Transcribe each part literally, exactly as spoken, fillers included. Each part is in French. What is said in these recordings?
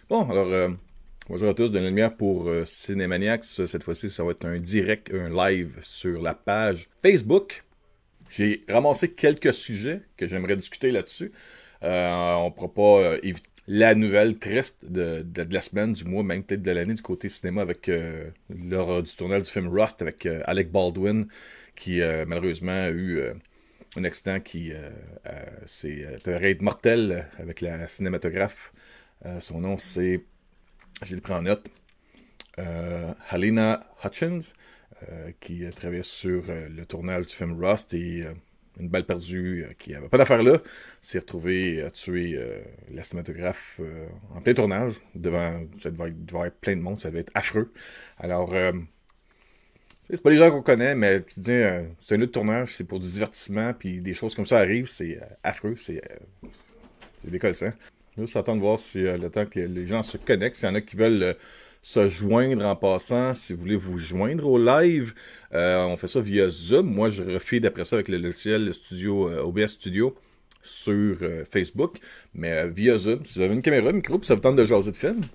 Bon, alors, euh, bonjour à tous, de la lumière pour euh, Cinémaniacs. Cette fois-ci, ça va être un direct, un live sur la page Facebook. J'ai ramassé quelques sujets que j'aimerais discuter là-dessus. Euh, on ne pourra pas euh, éviter la nouvelle triste de, de, de la semaine, du mois, même peut-être de l'année du côté cinéma avec euh, lors du tournage du film Rust avec euh, Alec Baldwin qui euh, malheureusement a eu euh, un accident qui euh, euh, s'est avéré être mortel avec la cinématographe. Euh, son nom c'est, j'ai le pris en note, euh, Halyna Hutchins, euh, qui travaillait sur euh, le tournage du film Rust et euh, une balle perdue euh, qui n'avait pas d'affaire là, s'est retrouvé à tuer euh, la cinématographe euh, en plein tournage, devant, ça devait, devait y avoir plein de monde, ça devait être affreux. Alors, euh, c'est pas les gens qu'on connaît, mais tu dis, euh, c'est un autre tournage, c'est pour du divertissement, puis des choses comme ça arrivent, c'est euh, affreux, c'est euh, décollissant. Juste attendre de voir si euh, le temps que les gens se connectent, s'il y en a qui veulent euh, se joindre en passant, si vous voulez vous joindre au live, euh, on fait ça via Zoom. Moi, je refais d'après ça avec le logiciel le studio, euh, O B S Studio sur euh, Facebook, mais euh, via Zoom. Si vous avez une caméra, un micro, puis ça vous tente de jaser de film.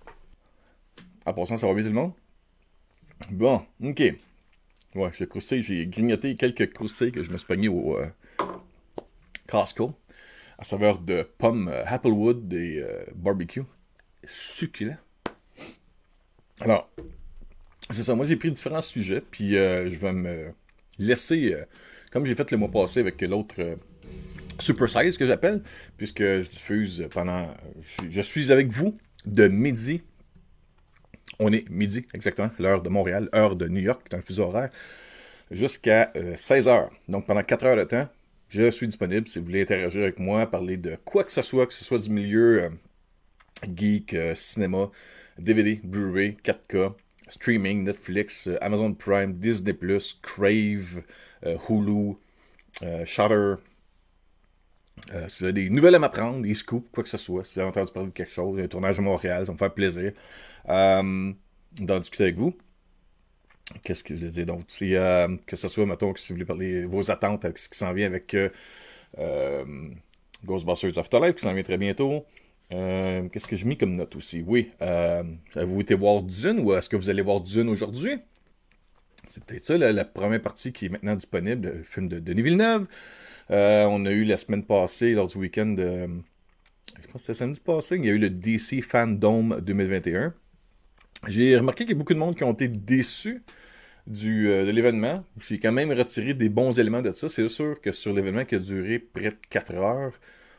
En passant, ça va bien tout le monde? Bon, ok. Ouais, j'ai croustillé, j'ai grignoté quelques croustilles que je me suis pogné au euh, Costco, à saveur de pommes euh, Applewood et euh, barbecue. Succulent. Alors, c'est ça, moi j'ai pris différents sujets, puis euh, je vais me laisser, euh, comme j'ai fait le mois passé avec l'autre euh, Super Size que j'appelle, puisque je diffuse pendant, je, je suis avec vous de midi, on est midi exactement, l'heure de Montréal, heure de New York dans le fuseau horaire, jusqu'à euh, seize heures. Donc pendant quatre heures de temps, je suis disponible si vous voulez interagir avec moi, parler de quoi que ce soit, que ce soit du milieu euh, geek, euh, cinéma, D V D, Blu-ray, quatre K, streaming, Netflix, euh, Amazon Prime, Disney+, Crave, euh, Hulu, euh, Shudder. Euh, si vous avez des nouvelles à m'apprendre, des scoops, quoi que ce soit, si vous avez entendu parler de quelque chose, un tournage à Montréal, ça me fait plaisir euh, d'en discuter avec vous. Qu'est-ce que je voulais dire? Donc, c'est euh, que ce soit, mettons, que si vous voulez parler de vos attentes avec ce qui s'en vient avec euh, euh, Ghostbusters Afterlife, qui s'en vient très bientôt. Euh, Qu'est-ce que je mis comme note aussi? Oui. Euh, avez-vous été voir Dune ou est-ce que vous allez voir Dune aujourd'hui? C'est peut-être ça, la, la première partie qui est maintenant disponible, le film de Denis Villeneuve. Euh, on a eu la semaine passée, lors du week-end de... Je pense que c'était samedi passé, il y a eu le D C Fandom deux mille vingt et un. J'ai remarqué qu'il y a beaucoup de monde qui ont été déçus du, euh, de l'événement. J'ai quand même retiré des bons éléments de ça. C'est sûr que sur l'événement qui a duré près de quatre heures,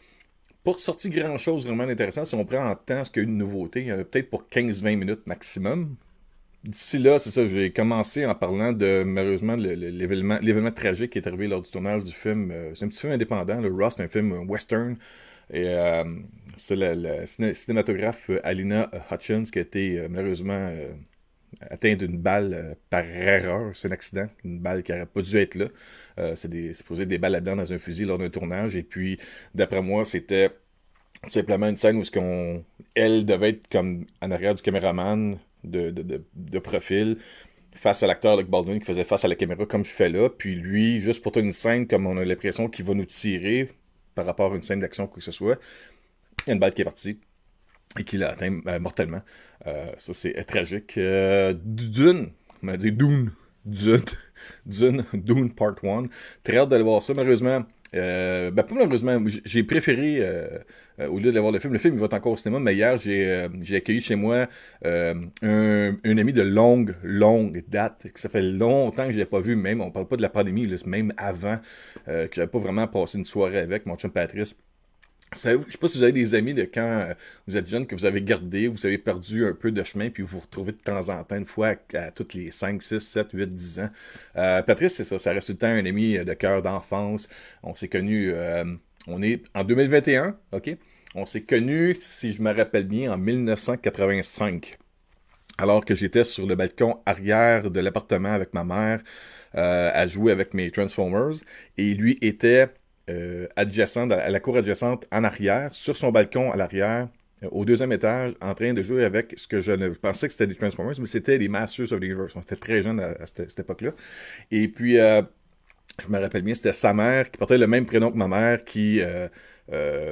pas ressorti grand-chose vraiment d'intéressant. Si on prend en temps ce qu'il y a eu de nouveauté, il y en a peut-être pour quinze vingt minutes maximum. D'ici là, c'est ça, je vais commencer en parlant de, malheureusement, le- le- l'événement l'événement tragique qui est arrivé lors du tournage du film. Euh, c'est un petit film indépendant, le Rust, un film western. Et euh, c'est la, la ciné- cinématographe euh, Halyna Hutchins qui a été euh, malheureusement euh, atteint d'une balle euh, par erreur. C'est un accident, une balle qui n'aurait pas dû être là. Euh, c'est des, c'est posé des balles à blanc dans un fusil lors d'un tournage. Et puis, d'après moi, c'était simplement une scène où ce qu'on, elle devait être comme en arrière du caméraman de, de, de, de profil face à l'acteur Alec Baldwin qui faisait face à la caméra comme je fais là. Puis lui, juste pour une scène comme on a l'impression qu'il va nous tirer par rapport à une scène d'action quoi que ce soit, il y a une balle qui est partie et qui l'a atteint euh, mortellement. Euh, ça, c'est euh, tragique. Euh, Dune, on m'a dit Dune. Dune, Dune, Dune Part un. Très hâte d'aller voir ça. Malheureusement, euh, ben pas malheureusement, j'ai préféré, euh, euh, au lieu d'aller voir le film, le film il va être encore au cinéma, mais hier, j'ai euh, j'ai accueilli chez moi euh, un, un ami de longue, longue date, que ça fait longtemps que je l'ai pas vu, même, on parle pas de la pandémie, là, même avant, euh, que j'avais pas vraiment passé une soirée avec, mon chum Patrice. Ça, je sais pas si vous avez des amis de quand euh, vous êtes jeune, que vous avez gardé, vous avez perdu un peu de chemin, puis vous vous retrouvez de temps en temps, une fois à, à toutes les cinq, six, sept, huit, dix ans. Euh, Patrice, c'est ça, ça reste tout le temps un ami de cœur d'enfance. On s'est connus, euh, on est en deux mille vingt et un, ok? On s'est connus, si je me rappelle bien, en mille neuf cent quatre-vingt-cinq. Alors que j'étais sur le balcon arrière de l'appartement avec ma mère, euh, à jouer avec mes Transformers, et lui était euh, adjacent, à la cour adjacente en arrière, sur son balcon à l'arrière, euh, au deuxième étage, en train de jouer avec ce que je ne je pensais que c'était des Transformers, mais c'était les Masters of the Universe. On était très jeunes à, à cette, cette époque-là. Et puis, euh, je me rappelle bien, c'était sa mère qui portait le même prénom que ma mère, qui euh, euh,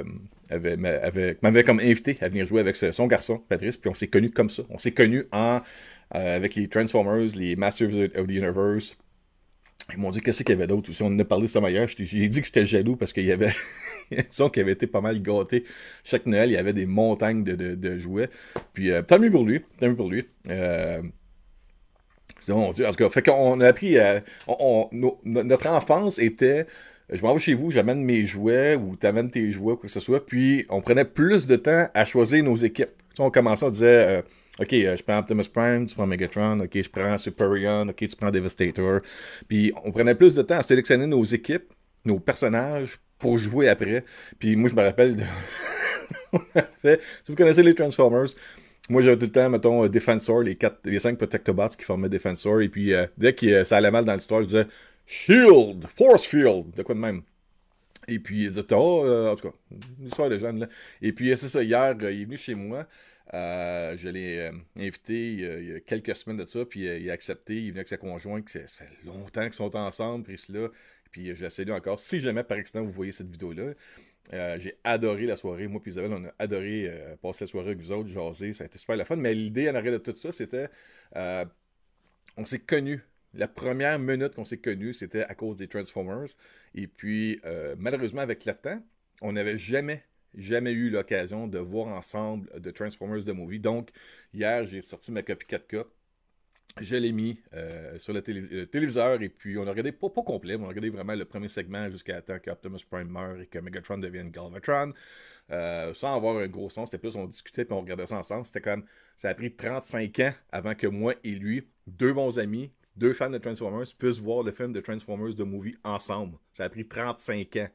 avait, avait, m'avait comme invité à venir jouer avec son garçon, Patrice, puis on s'est connus comme ça. On s'est connus en, euh, avec les Transformers, les Masters of the Universe. Ils m'ont dit qu'est-ce qu'il y avait d'autre aussi. On en a parlé cette hier. J'ai dit que j'étais jaloux parce qu'il y avait. Disons qu'il avait été pas mal gâté. Chaque Noël, il y avait des montagnes de, de, de jouets. Puis euh, tant mieux pour lui. Tant mieux pour lui. Euh, Mon Dieu, en tout cas, fait qu'on a appris. Euh, on, on, no, notre enfance était. Je m'en vais chez vous, j'amène mes jouets ou t'amènes tes jouets ou quoi que ce soit. Puis on prenait plus de temps à choisir nos équipes. Tu sais, on commençait, on disait. Euh, OK, euh, je prends Optimus Prime, tu prends Megatron, OK, je prends Superion, OK, tu prends Devastator. Puis on prenait plus de temps à sélectionner nos équipes, nos personnages, pour jouer après. Puis moi, je me rappelle de... on a fait... Si vous connaissez les Transformers, moi, j'avais tout le temps, mettons, Defensor, les quatre, les cinq Protectobots qui formaient Defensor. Et puis, euh, dès que euh, ça allait mal dans l'histoire, je disais Shield, Force Field, de quoi de même. Et puis, il disait, oh, euh, en tout cas, une histoire de jeunes, là. Et puis, c'est ça, hier, euh, il est venu chez moi. Euh, je l'ai euh, invité euh, il y a quelques semaines de ça, puis euh, il a accepté. Il est venu avec sa conjointe, ça fait longtemps qu'ils sont ensemble, puis là. Puis je l'ai essayé encore. Si jamais par accident vous voyez cette vidéo-là, euh, j'ai adoré la soirée. Moi et Isabelle, on a adoré euh, passer la soirée avec vous autres, jaser. Ça a été super la fun. Mais l'idée en arrière de tout ça, c'était. Euh, on s'est connus. La première minute qu'on s'est connus, c'était à cause des Transformers. Et puis, euh, malheureusement, avec le temps, on n'avait jamais jamais eu l'occasion de voir ensemble de Transformers The Movie. Donc, hier, j'ai sorti ma copie quatre K. Je l'ai mis euh, sur le, télé le téléviseur et puis on a regardé, pas, pas complet, mais on a regardé vraiment le premier segment jusqu'à temps qu'Optimus Prime meurt et que Megatron devienne Galvatron. Euh, sans avoir un gros son, c'était plus on discutait et on regardait ça ensemble. C'était comme, ça a pris trente-cinq ans avant que moi et lui, deux bons amis, deux fans de Transformers, puissent voir le film de Transformers The Movie ensemble. Ça a pris trente-cinq ans.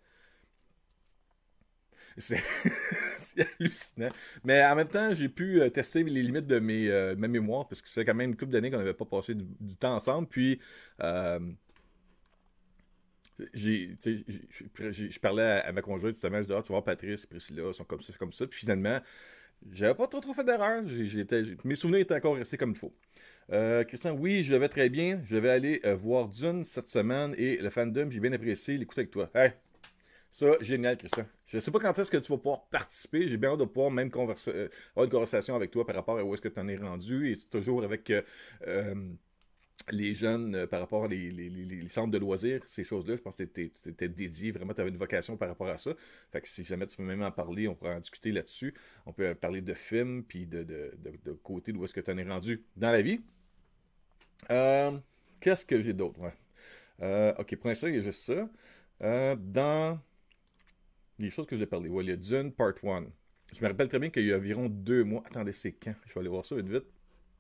C'est hallucinant. Mais en même temps, j'ai pu euh, tester les limites de mes, euh, ma mémoire, parce que ça fait quand même une couple d'années qu'on n'avait pas passé du, du, temps ensemble. Puis, euh, j'ai, je parlais à, à ma conjointe, justement, je disais, ah, tu vois, Patrice et Priscilla sont comme ça, c'est comme ça. Puis finalement, j'avais pas trop trop fait d'erreur. Mes souvenirs étaient encore restés comme il faut. Euh, Christian, oui, je vais très bien. Je vais aller euh, voir Dune cette semaine et le fandom, j'ai bien apprécié l'écoute avec toi. Hey, ça, génial, Christian. Je ne sais pas quand est-ce que tu vas pouvoir participer. J'ai bien hâte de pouvoir même conversa euh, avoir une conversation avec toi par rapport à où est-ce que tu en es rendu. Et toujours avec euh, euh, les jeunes euh, par rapport aux les, les, les, les centres de loisirs, ces choses-là. Je pense que tu étais dédié, vraiment, tu avais une vocation par rapport à ça. Fait que si jamais tu veux même en parler, on pourra en discuter là-dessus. On peut parler de films, puis de, de, de, de côté d'où est-ce que tu en es rendu dans la vie. Euh, Qu'est-ce que j'ai d'autre? Ouais. Euh, ok, pour l'instant, il y a juste ça. Euh, dans les choses que j'ai parlé. Ouais, il y a Dune Part un. Je me rappelle très bien qu'il y a environ deux mois. Attendez, c'est quand? Je vais aller voir ça vite vite.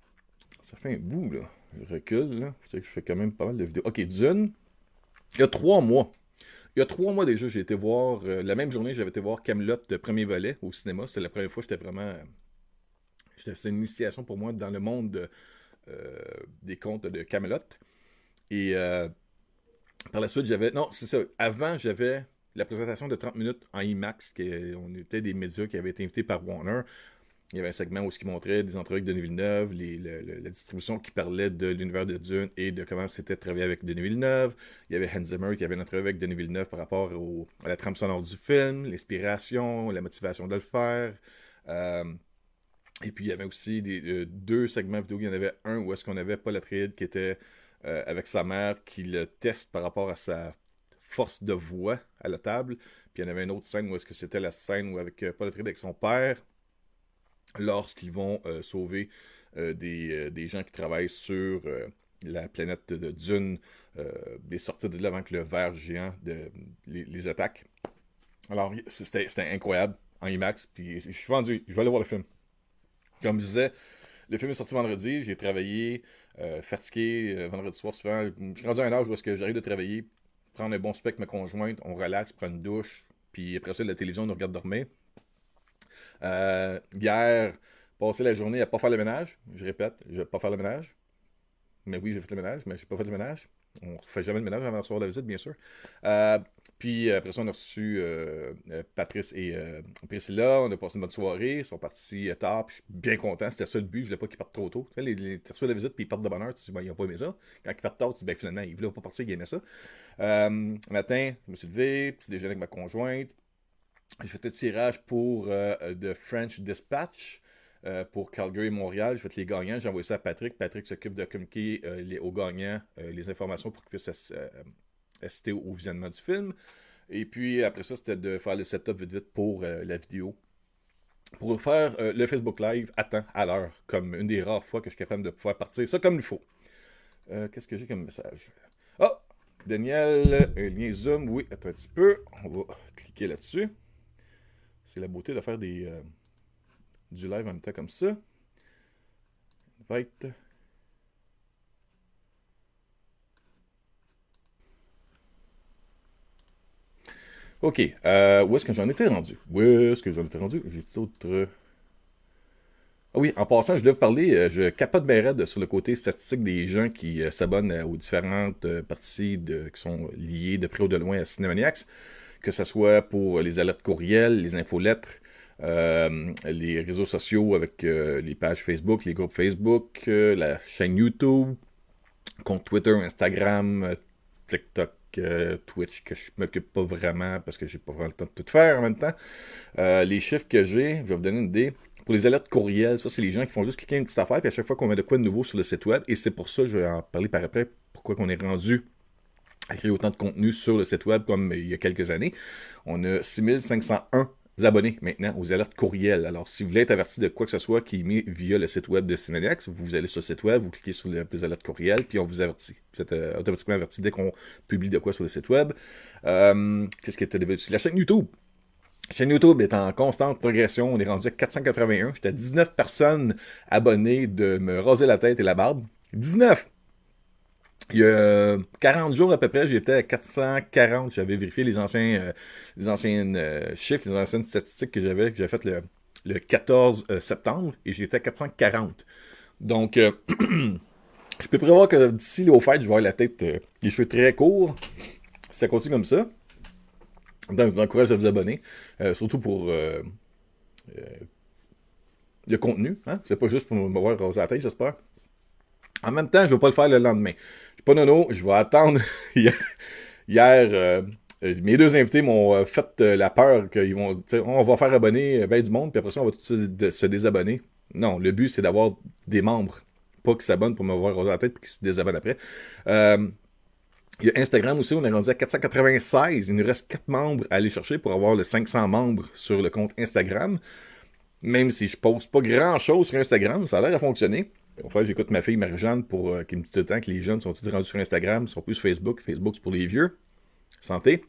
Ça fait un bout, là. Je recule, là. Je sais que je fais quand même pas mal de vidéos. Ok, Dune. Il y a trois mois. Il y a trois mois déjà, j'ai été voir. Euh, la même journée, j'avais été voir Camelot de premier volet au cinéma. C'était la première fois que j'étais vraiment. C'était une initiation pour moi dans le monde de, euh, des contes de Camelot. Et euh, par la suite, j'avais. Non, c'est ça. Avant, j'avais la présentation de trente minutes en IMAX, qui, on était des médias qui avaient été invités par Warner. Il y avait un segment où il montrait des entrevues avec Denis Villeneuve, les, le, le, la distribution qui parlait de l'univers de Dune et de comment c'était de travailler avec Denis Villeneuve. Il y avait Hans Zimmer qui avait une entrevue avec Denis Villeneuve par rapport au, à la trame sonore du film, l'inspiration, la motivation de le faire. Euh, et puis il y avait aussi des, euh, deux segments vidéo. Il y en avait un où est-ce qu'on avait Paul Atreides qui était euh, avec sa mère qui le teste par rapport à sa force de voix à la table. Puis il y en avait une autre scène où est-ce que c'était la scène où avec euh, Paul Atreides avec son père lorsqu'ils vont euh, sauver euh, des, euh, des gens qui travaillent sur euh, la planète de, de Dune, euh, et sortir de là avant que le ver géant de, les, les attaque. Alors, c'était incroyable en IMAX, puis je suis vendu, je vais aller voir le film. Comme je disais, le film est sorti vendredi, j'ai travaillé, euh, fatigué, euh, vendredi soir souvent. Je suis rendu à un âge où est-ce que j'arrive de travailler, prendre un bon souper avec ma conjointe, on relaxe, prend une douche, puis après ça, la télévision nous regarde dormir. Euh, hier, passer la journée à pas faire le ménage. Je répète, je vais pas faire le ménage. Mais oui, j'ai fait le ménage, mais j'ai pas fait le ménage. On ne fait jamais le ménage avant de recevoir la visite, bien sûr. Euh, puis après ça, on a reçu euh, Patrice et euh, Priscilla. On a passé une bonne soirée. Ils sont partis tard. Puis je suis bien content. C'était ça le but. Je voulais pas qu'ils partent trop tôt. Tu sais, les, les, reçois la visite puis ils partent de bonne heure. Tu dis, ben, ils n'ont pas aimé ça. Quand ils partent tard, tu dis, ben, finalement, ils voulaient pas partir, ils aimaient ça. Euh, matin, je me suis levé, petit déjeuner avec ma conjointe. J'ai fait un tirage pour euh, The French Dispatch. Euh, pour Calgary et Montréal, j'ai fait les gagnants, j'ai envoyé ça à Patrick. Patrick s'occupe de communiquer euh, les, aux gagnants euh, les informations pour qu'ils puissent euh, assister au, au visionnement du film. Et puis après ça, c'était de faire le setup vite vite pour euh, la vidéo. Pour faire euh, le Facebook Live à temps, à l'heure, comme une des rares fois que je suis capable de pouvoir partir ça comme il faut. Euh, Qu'est-ce que j'ai comme message? Oh! Daniel, un lien Zoom, oui, attends un petit peu. On va cliquer là-dessus. C'est la beauté de faire des, euh, du live en même temps comme ça. Invite. Ok, euh, où est-ce que j'en étais rendu? Où est-ce que j'en étais rendu? J'ai d'autres... Ah oui, en passant, je devais vous parler, euh, je capote bien raide sur le côté statistique des gens qui euh, s'abonnent euh, aux différentes euh, parties de, qui sont liées de près ou de loin à Cinemaniacs, que ce soit pour les alertes courriels, les infolettres, euh, les réseaux sociaux avec euh, les pages Facebook, les groupes Facebook, euh, la chaîne YouTube, compte Twitter, Instagram, euh, TikTok, euh, Twitch, que je m'occupe pas vraiment parce que j'ai pas vraiment le temps de tout faire en même temps. Euh, les chiffres que j'ai, je vais vous donner une idée. Pour les alertes courriels, ça, c'est les gens qui font juste cliquer une petite affaire, puis à chaque fois qu'on met de quoi de nouveau sur le site web, et c'est pour ça, je vais en parler par après, pourquoi qu'on est rendu à créer autant de contenu sur le site web comme il y a quelques années. On a six mille cinq cent un abonnés maintenant aux alertes courriels. Alors, si vous voulez être averti de quoi que ce soit qui est mis via le site web de Cinemaniacs, vous allez sur le site web, vous cliquez sur les, les alertes courriels, puis on vous avertit. Vous êtes euh, automatiquement averti dès qu'on publie de quoi sur le site web. Euh, Qu'est-ce qui était dessus? La chaîne YouTube. La chaîne YouTube est en constante progression. On est rendu à quatre cent quatre-vingt-un. J'étais à dix-neuf personnes abonnées de me raser la tête et la barbe. dix-neuf! Il y a quarante jours à peu près, j'étais à quatre cent quarante. J'avais vérifié les anciens, euh, les anciennes euh, chiffres, les anciennes statistiques que j'avais, que j'avais fait le, le quatorze septembre, et j'étais à quatre cent quarante. Donc, euh, je peux prévoir que d'ici au fait, je vais avoir la tête, euh, les cheveux très courts. Si ça continue comme ça, donc, je vous encourage à vous abonner, euh, surtout pour euh, euh, le contenu. Hein? C'est pas juste pour me voir raser la tête, j'espère. En même temps, je vais pas le faire le lendemain. Je suis pas nono, je vais attendre. Hier, hier euh, mes deux invités m'ont euh, fait euh, la peur qu'ils vont, on va faire abonner ben du monde, puis après ça, on va tous se, de, se désabonner. Non, le but, c'est d'avoir des membres, pas qui s'abonnent pour me voir raser la tête, puis qui se désabonnent après. Euh, Il y a Instagram aussi, on est rendu à quatre cent quatre-vingt-seize. Il nous reste quatre membres à aller chercher pour avoir le cinq cents membres sur le compte Instagram. Même si je poste pas grand-chose sur Instagram, ça a l'air à fonctionner. Enfin, j'écoute ma fille Marie-Jeanne pour euh, qui me dit tout le temps que les jeunes sont tous rendus sur Instagram, ils sont plus sur Facebook. Facebook, c'est pour les vieux. Santé.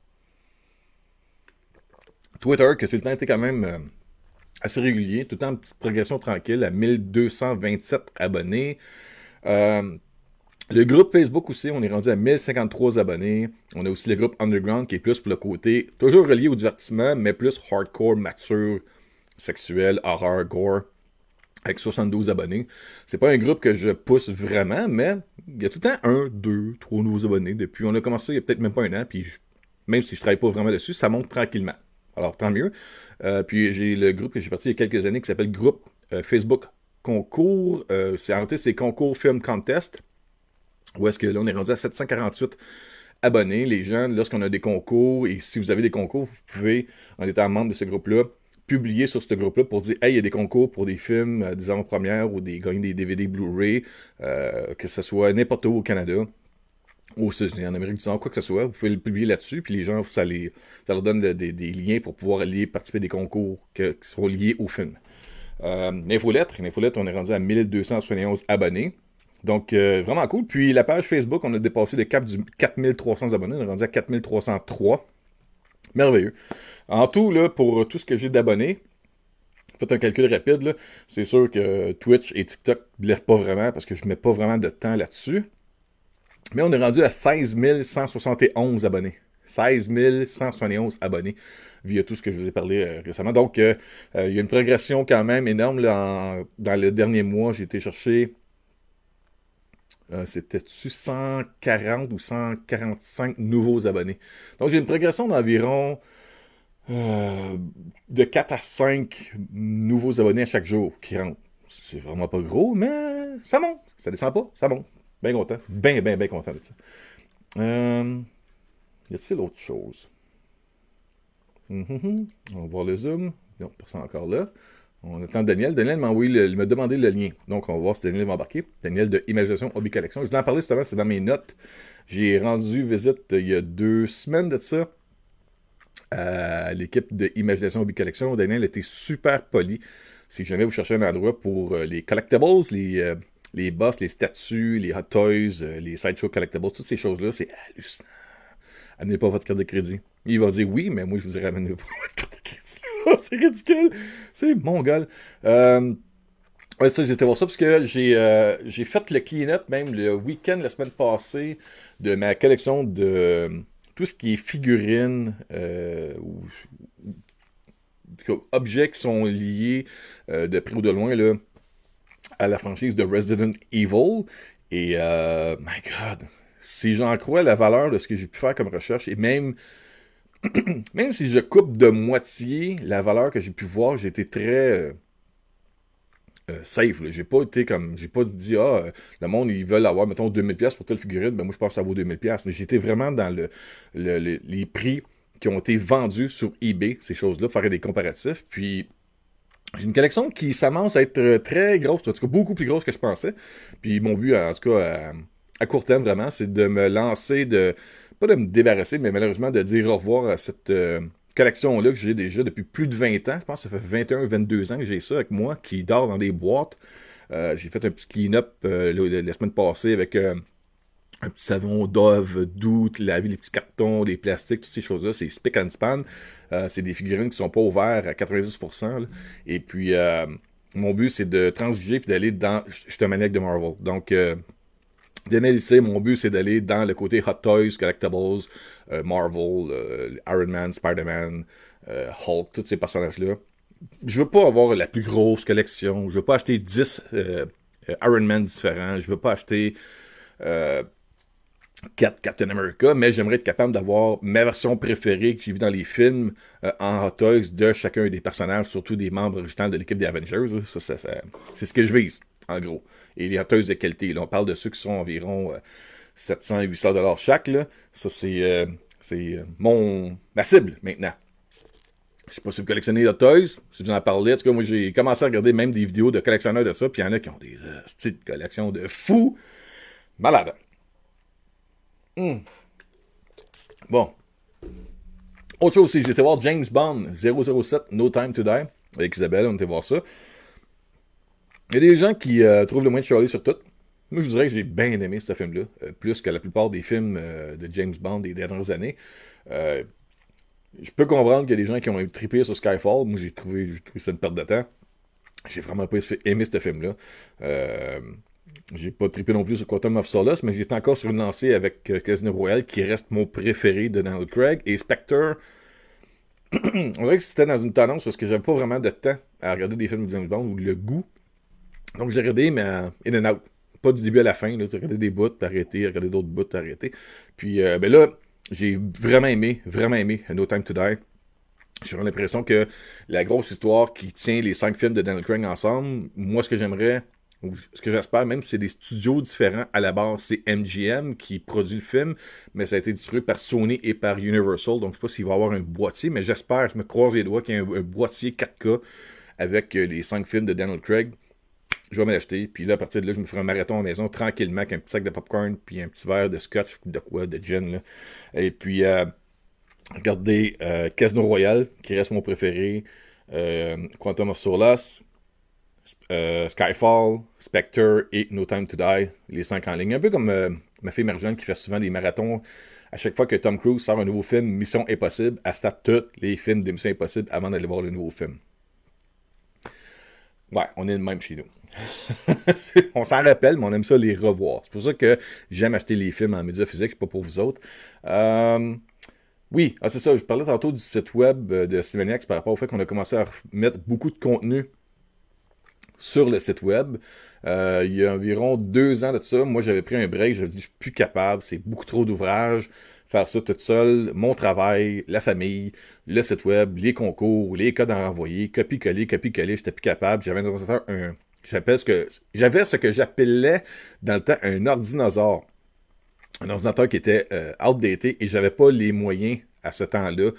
Twitter, qui a tout le temps été quand même euh, assez régulier, tout le temps une petite progression tranquille à mille deux cent vingt-sept abonnés. Euh, Le groupe Facebook aussi, on est rendu à mille cinquante-trois abonnés. On a aussi le groupe Underground qui est plus pour le côté, toujours relié au divertissement, mais plus hardcore, mature, sexuel, horror, gore, avec soixante-douze abonnés. C'est pas un groupe que je pousse vraiment, mais il y a tout le temps un, deux, trois nouveaux abonnés depuis. On a commencé il y a peut-être même pas un an, puis je, même si je travaille pas vraiment dessus, ça monte tranquillement. Alors tant mieux. Euh, puis j'ai le groupe que j'ai parti il y a quelques années qui s'appelle Groupe euh, Facebook Concours. Euh, c'est en réalité c'est Concours Film Contest. Où est-ce que là, on est rendu à sept cent quarante-huit abonnés. Les gens, lorsqu'on a des concours, et si vous avez des concours, vous pouvez, en étant membre de ce groupe-là, publier sur ce groupe-là pour dire « Hey, il y a des concours pour des films, euh, des avant-premières ou des gagner des D V D Blu-ray, euh, que ce soit n'importe où au Canada, ou en Amérique du Nord, quoi que ce soit. Vous pouvez le publier là-dessus, puis les gens, ça, les, ça leur donne de, de, des liens pour pouvoir aller participer à des concours que, qui seront liés au film. Euh, L'infolettre, l'infolettre, on est rendu à mille deux cent soixante et onze abonnés. Donc, euh, vraiment cool. Puis, la page Facebook, on a dépassé le cap du quatre mille trois cents abonnés. On est rendu à quatre mille trois cent trois. Merveilleux. En tout, là, pour tout ce que j'ai d'abonnés, faites un calcul rapide, là. C'est sûr que Twitch et TikTok ne lèvent pas vraiment parce que je ne mets pas vraiment de temps là-dessus. Mais on est rendu à seize mille cent soixante et onze abonnés. seize mille cent soixante et onze abonnés via tout ce que je vous ai parlé euh, récemment. Donc, euh, euh, il y a une progression quand même énorme. Là, en, dans le dernier mois, j'ai été chercher... Euh, C'était-tu cent quarante ou cent quarante-cinq nouveaux abonnés. Donc, j'ai une progression d'environ euh, de quatre à cinq nouveaux abonnés à chaque jour qui rentrent. C'est vraiment pas gros, mais ça monte. Ça descend pas, ça monte. Bien content. Bien, bien, bien content de ça. Euh, y a-t-il autre chose? Mm-hmm. On va voir le zoom. Non, personne encore là. On attend Daniel. Daniel m'a envoyé le, il m'a demandé le lien. Donc, on va voir si Daniel va embarquer. Daniel de Imagination Hobby Collection. Je voulais en parler justement, c'est dans mes notes. J'ai rendu visite euh, il y a deux semaines de ça à l'équipe de Imagination Hobby Collection. Daniel était super poli. Si jamais vous cherchez un endroit pour euh, les collectibles, les, euh, les boss, les statues, les hot toys, euh, les sideshow collectibles, toutes ces choses-là, c'est hallucinant. Amenez pas votre carte de crédit. Il va dire oui, mais moi je vous dirais amenez pas votre carte de crédit. C'est ridicule. C'est mongol. Euh, ouais, ça, j'ai été voir ça parce que j'ai euh, j'ai fait le clean-up même le week-end la semaine passée de ma collection de tout ce qui est figurines euh, ou, ou objets qui sont liés euh, de près ou de loin là, à la franchise de Resident Evil. Et euh, my God, si j'en crois la valeur de ce que j'ai pu faire comme recherche, et même même si je coupe de moitié la valeur que j'ai pu voir, j'ai été très euh, euh, safe. Là. J'ai pas été comme, j'ai pas dit, ah, euh, le monde, ils veulent avoir, mettons, deux mille dollars pour telle figurine, ben moi, je pense que ça vaut deux mille dollars. Mais j'étais vraiment dans le, le, le, les prix qui ont été vendus sur eBay, ces choses-là, pour faire des comparatifs. Puis, j'ai une collection qui s'amance à être très grosse, en tout cas, beaucoup plus grosse que je pensais. Puis, mon but, en tout cas, à, à court terme, vraiment, c'est de me lancer, de pas de me débarrasser, mais malheureusement de dire au revoir à cette euh, collection-là que j'ai déjà depuis plus de vingt ans. Je pense que ça fait vingt et un, vingt-deux ans que j'ai ça avec moi, qui dort dans des boîtes. Euh, j'ai fait un petit clean-up euh, la, la semaine passée avec euh, un petit savon Dove doux, laver les petits cartons, les plastiques, toutes ces choses-là. C'est spick and span. Euh, c'est des figurines qui sont pas ouvertes à quatre-vingt-dix pour cent. Là. Et puis, euh, mon but, c'est de transiger puis d'aller dans... Je suis un maniaque de Marvel. Donc... Euh, Daniel sait, mon but, c'est d'aller dans le côté Hot Toys, Collectibles, euh, Marvel, euh, Iron Man, Spider-Man, euh, Hulk, tous ces personnages-là. Je veux pas avoir la plus grosse collection. Je veux pas acheter dix euh, Iron Man différents. Je veux pas acheter euh, quatre Captain America, mais j'aimerais être capable d'avoir ma version préférée que j'ai vue dans les films euh, en Hot Toys de chacun des personnages, surtout des membres originaux de l'équipe des Avengers. Ça, ça, ça, c'est ce que je vise, en gros. Et les Hot Toys de qualité. Là, on parle de ceux qui sont environ euh, sept cents à huit cents dollars chaque. Là. Ça, c'est euh, c'est mon ma cible maintenant. Je sais pas si vous collectionnez les Hot Toys, si vous en parlez. En tout cas, moi, j'ai commencé à regarder même des vidéos de collectionneurs de ça, puis il y en a qui ont des euh, styles de collection de fous. Malade. Hmm. Bon. Autre chose aussi, j'ai été voir James Bond zéro zéro sept No Time to Die avec Isabelle, on était voir ça. Il y a des gens qui euh, trouvent le moyen de chialer sur tout. Moi, je vous dirais que j'ai bien aimé ce film-là, euh, plus que la plupart des films euh, de James Bond des dernières années. Euh, je peux comprendre qu'il y a des gens qui ont trippé sur Skyfall. Moi, j'ai trouvé, j'ai trouvé ça une perte de temps. J'ai vraiment pas aimé ce film-là. Euh, j'ai pas trippé non plus sur Quantum of Solace, mais j'étais encore sur une lancée avec euh, Casino Royale, qui reste mon préféré de Daniel Craig. Et Spectre, on dirait que c'était dans une tendance parce que j'avais pas vraiment de temps à regarder des films de James Bond ou le goût. Donc, je l'ai regardé, mais euh, in and out. Pas du début à la fin. J'ai regardé des bouts, puis arrêté, regardé d'autres bouts, puis arrêté. Puis, euh, ben là, j'ai vraiment aimé, vraiment aimé No Time to Die. J'ai l'impression que la grosse histoire qui tient les cinq films de Daniel Craig ensemble, moi, ce que j'aimerais, ou ce que j'espère même, c'est des studios différents. À la base, c'est M G M qui produit le film, mais ça a été distribué par Sony et par Universal. Donc, je sais pas s'il va y avoir un boîtier, mais j'espère, je me croise les doigts qu'il y ait un, un boîtier quatre K avec euh, les cinq films de Daniel Craig. Je vais me l'acheter, puis là, à partir de là, je me ferai un marathon à la maison, tranquillement, avec un petit sac de popcorn, puis un petit verre de scotch, de quoi, de gin, là. Et puis, euh, regardez euh, Casino Royale, qui reste mon préféré, euh, Quantum of Solace, euh, Skyfall, Spectre et No Time to Die, les cinq en ligne. Un peu comme euh, ma fille Marjane qui fait souvent des marathons. À chaque fois que Tom Cruise sort un nouveau film, Mission Impossible, elle se tape tous les films de Mission Impossible avant d'aller voir le nouveau film. Ouais, on est le même chez nous. On s'en rappelle, mais on aime ça les revoir. C'est pour ça que j'aime acheter les films en média physique, c'est pas pour vous autres. Euh, oui, ah, c'est ça, je parlais tantôt du site web de Cinemaniacs par rapport au fait qu'on a commencé à mettre beaucoup de contenu sur le site web. Euh, il y a environ deux ans de ça, moi j'avais pris un break, j'avais dit je suis plus capable, c'est beaucoup trop d'ouvrages. Faire ça toute seule, mon travail, la famille, le site web, les concours, les codes à renvoyer, copie-coller, copie-coller, j'étais plus capable. J'avais un ordinateur, un, j'appelle ce que, j'avais ce que j'appelais dans le temps un ordinosaure. Un ordinateur qui était euh, outdated et j'avais pas les moyens à ce temps-là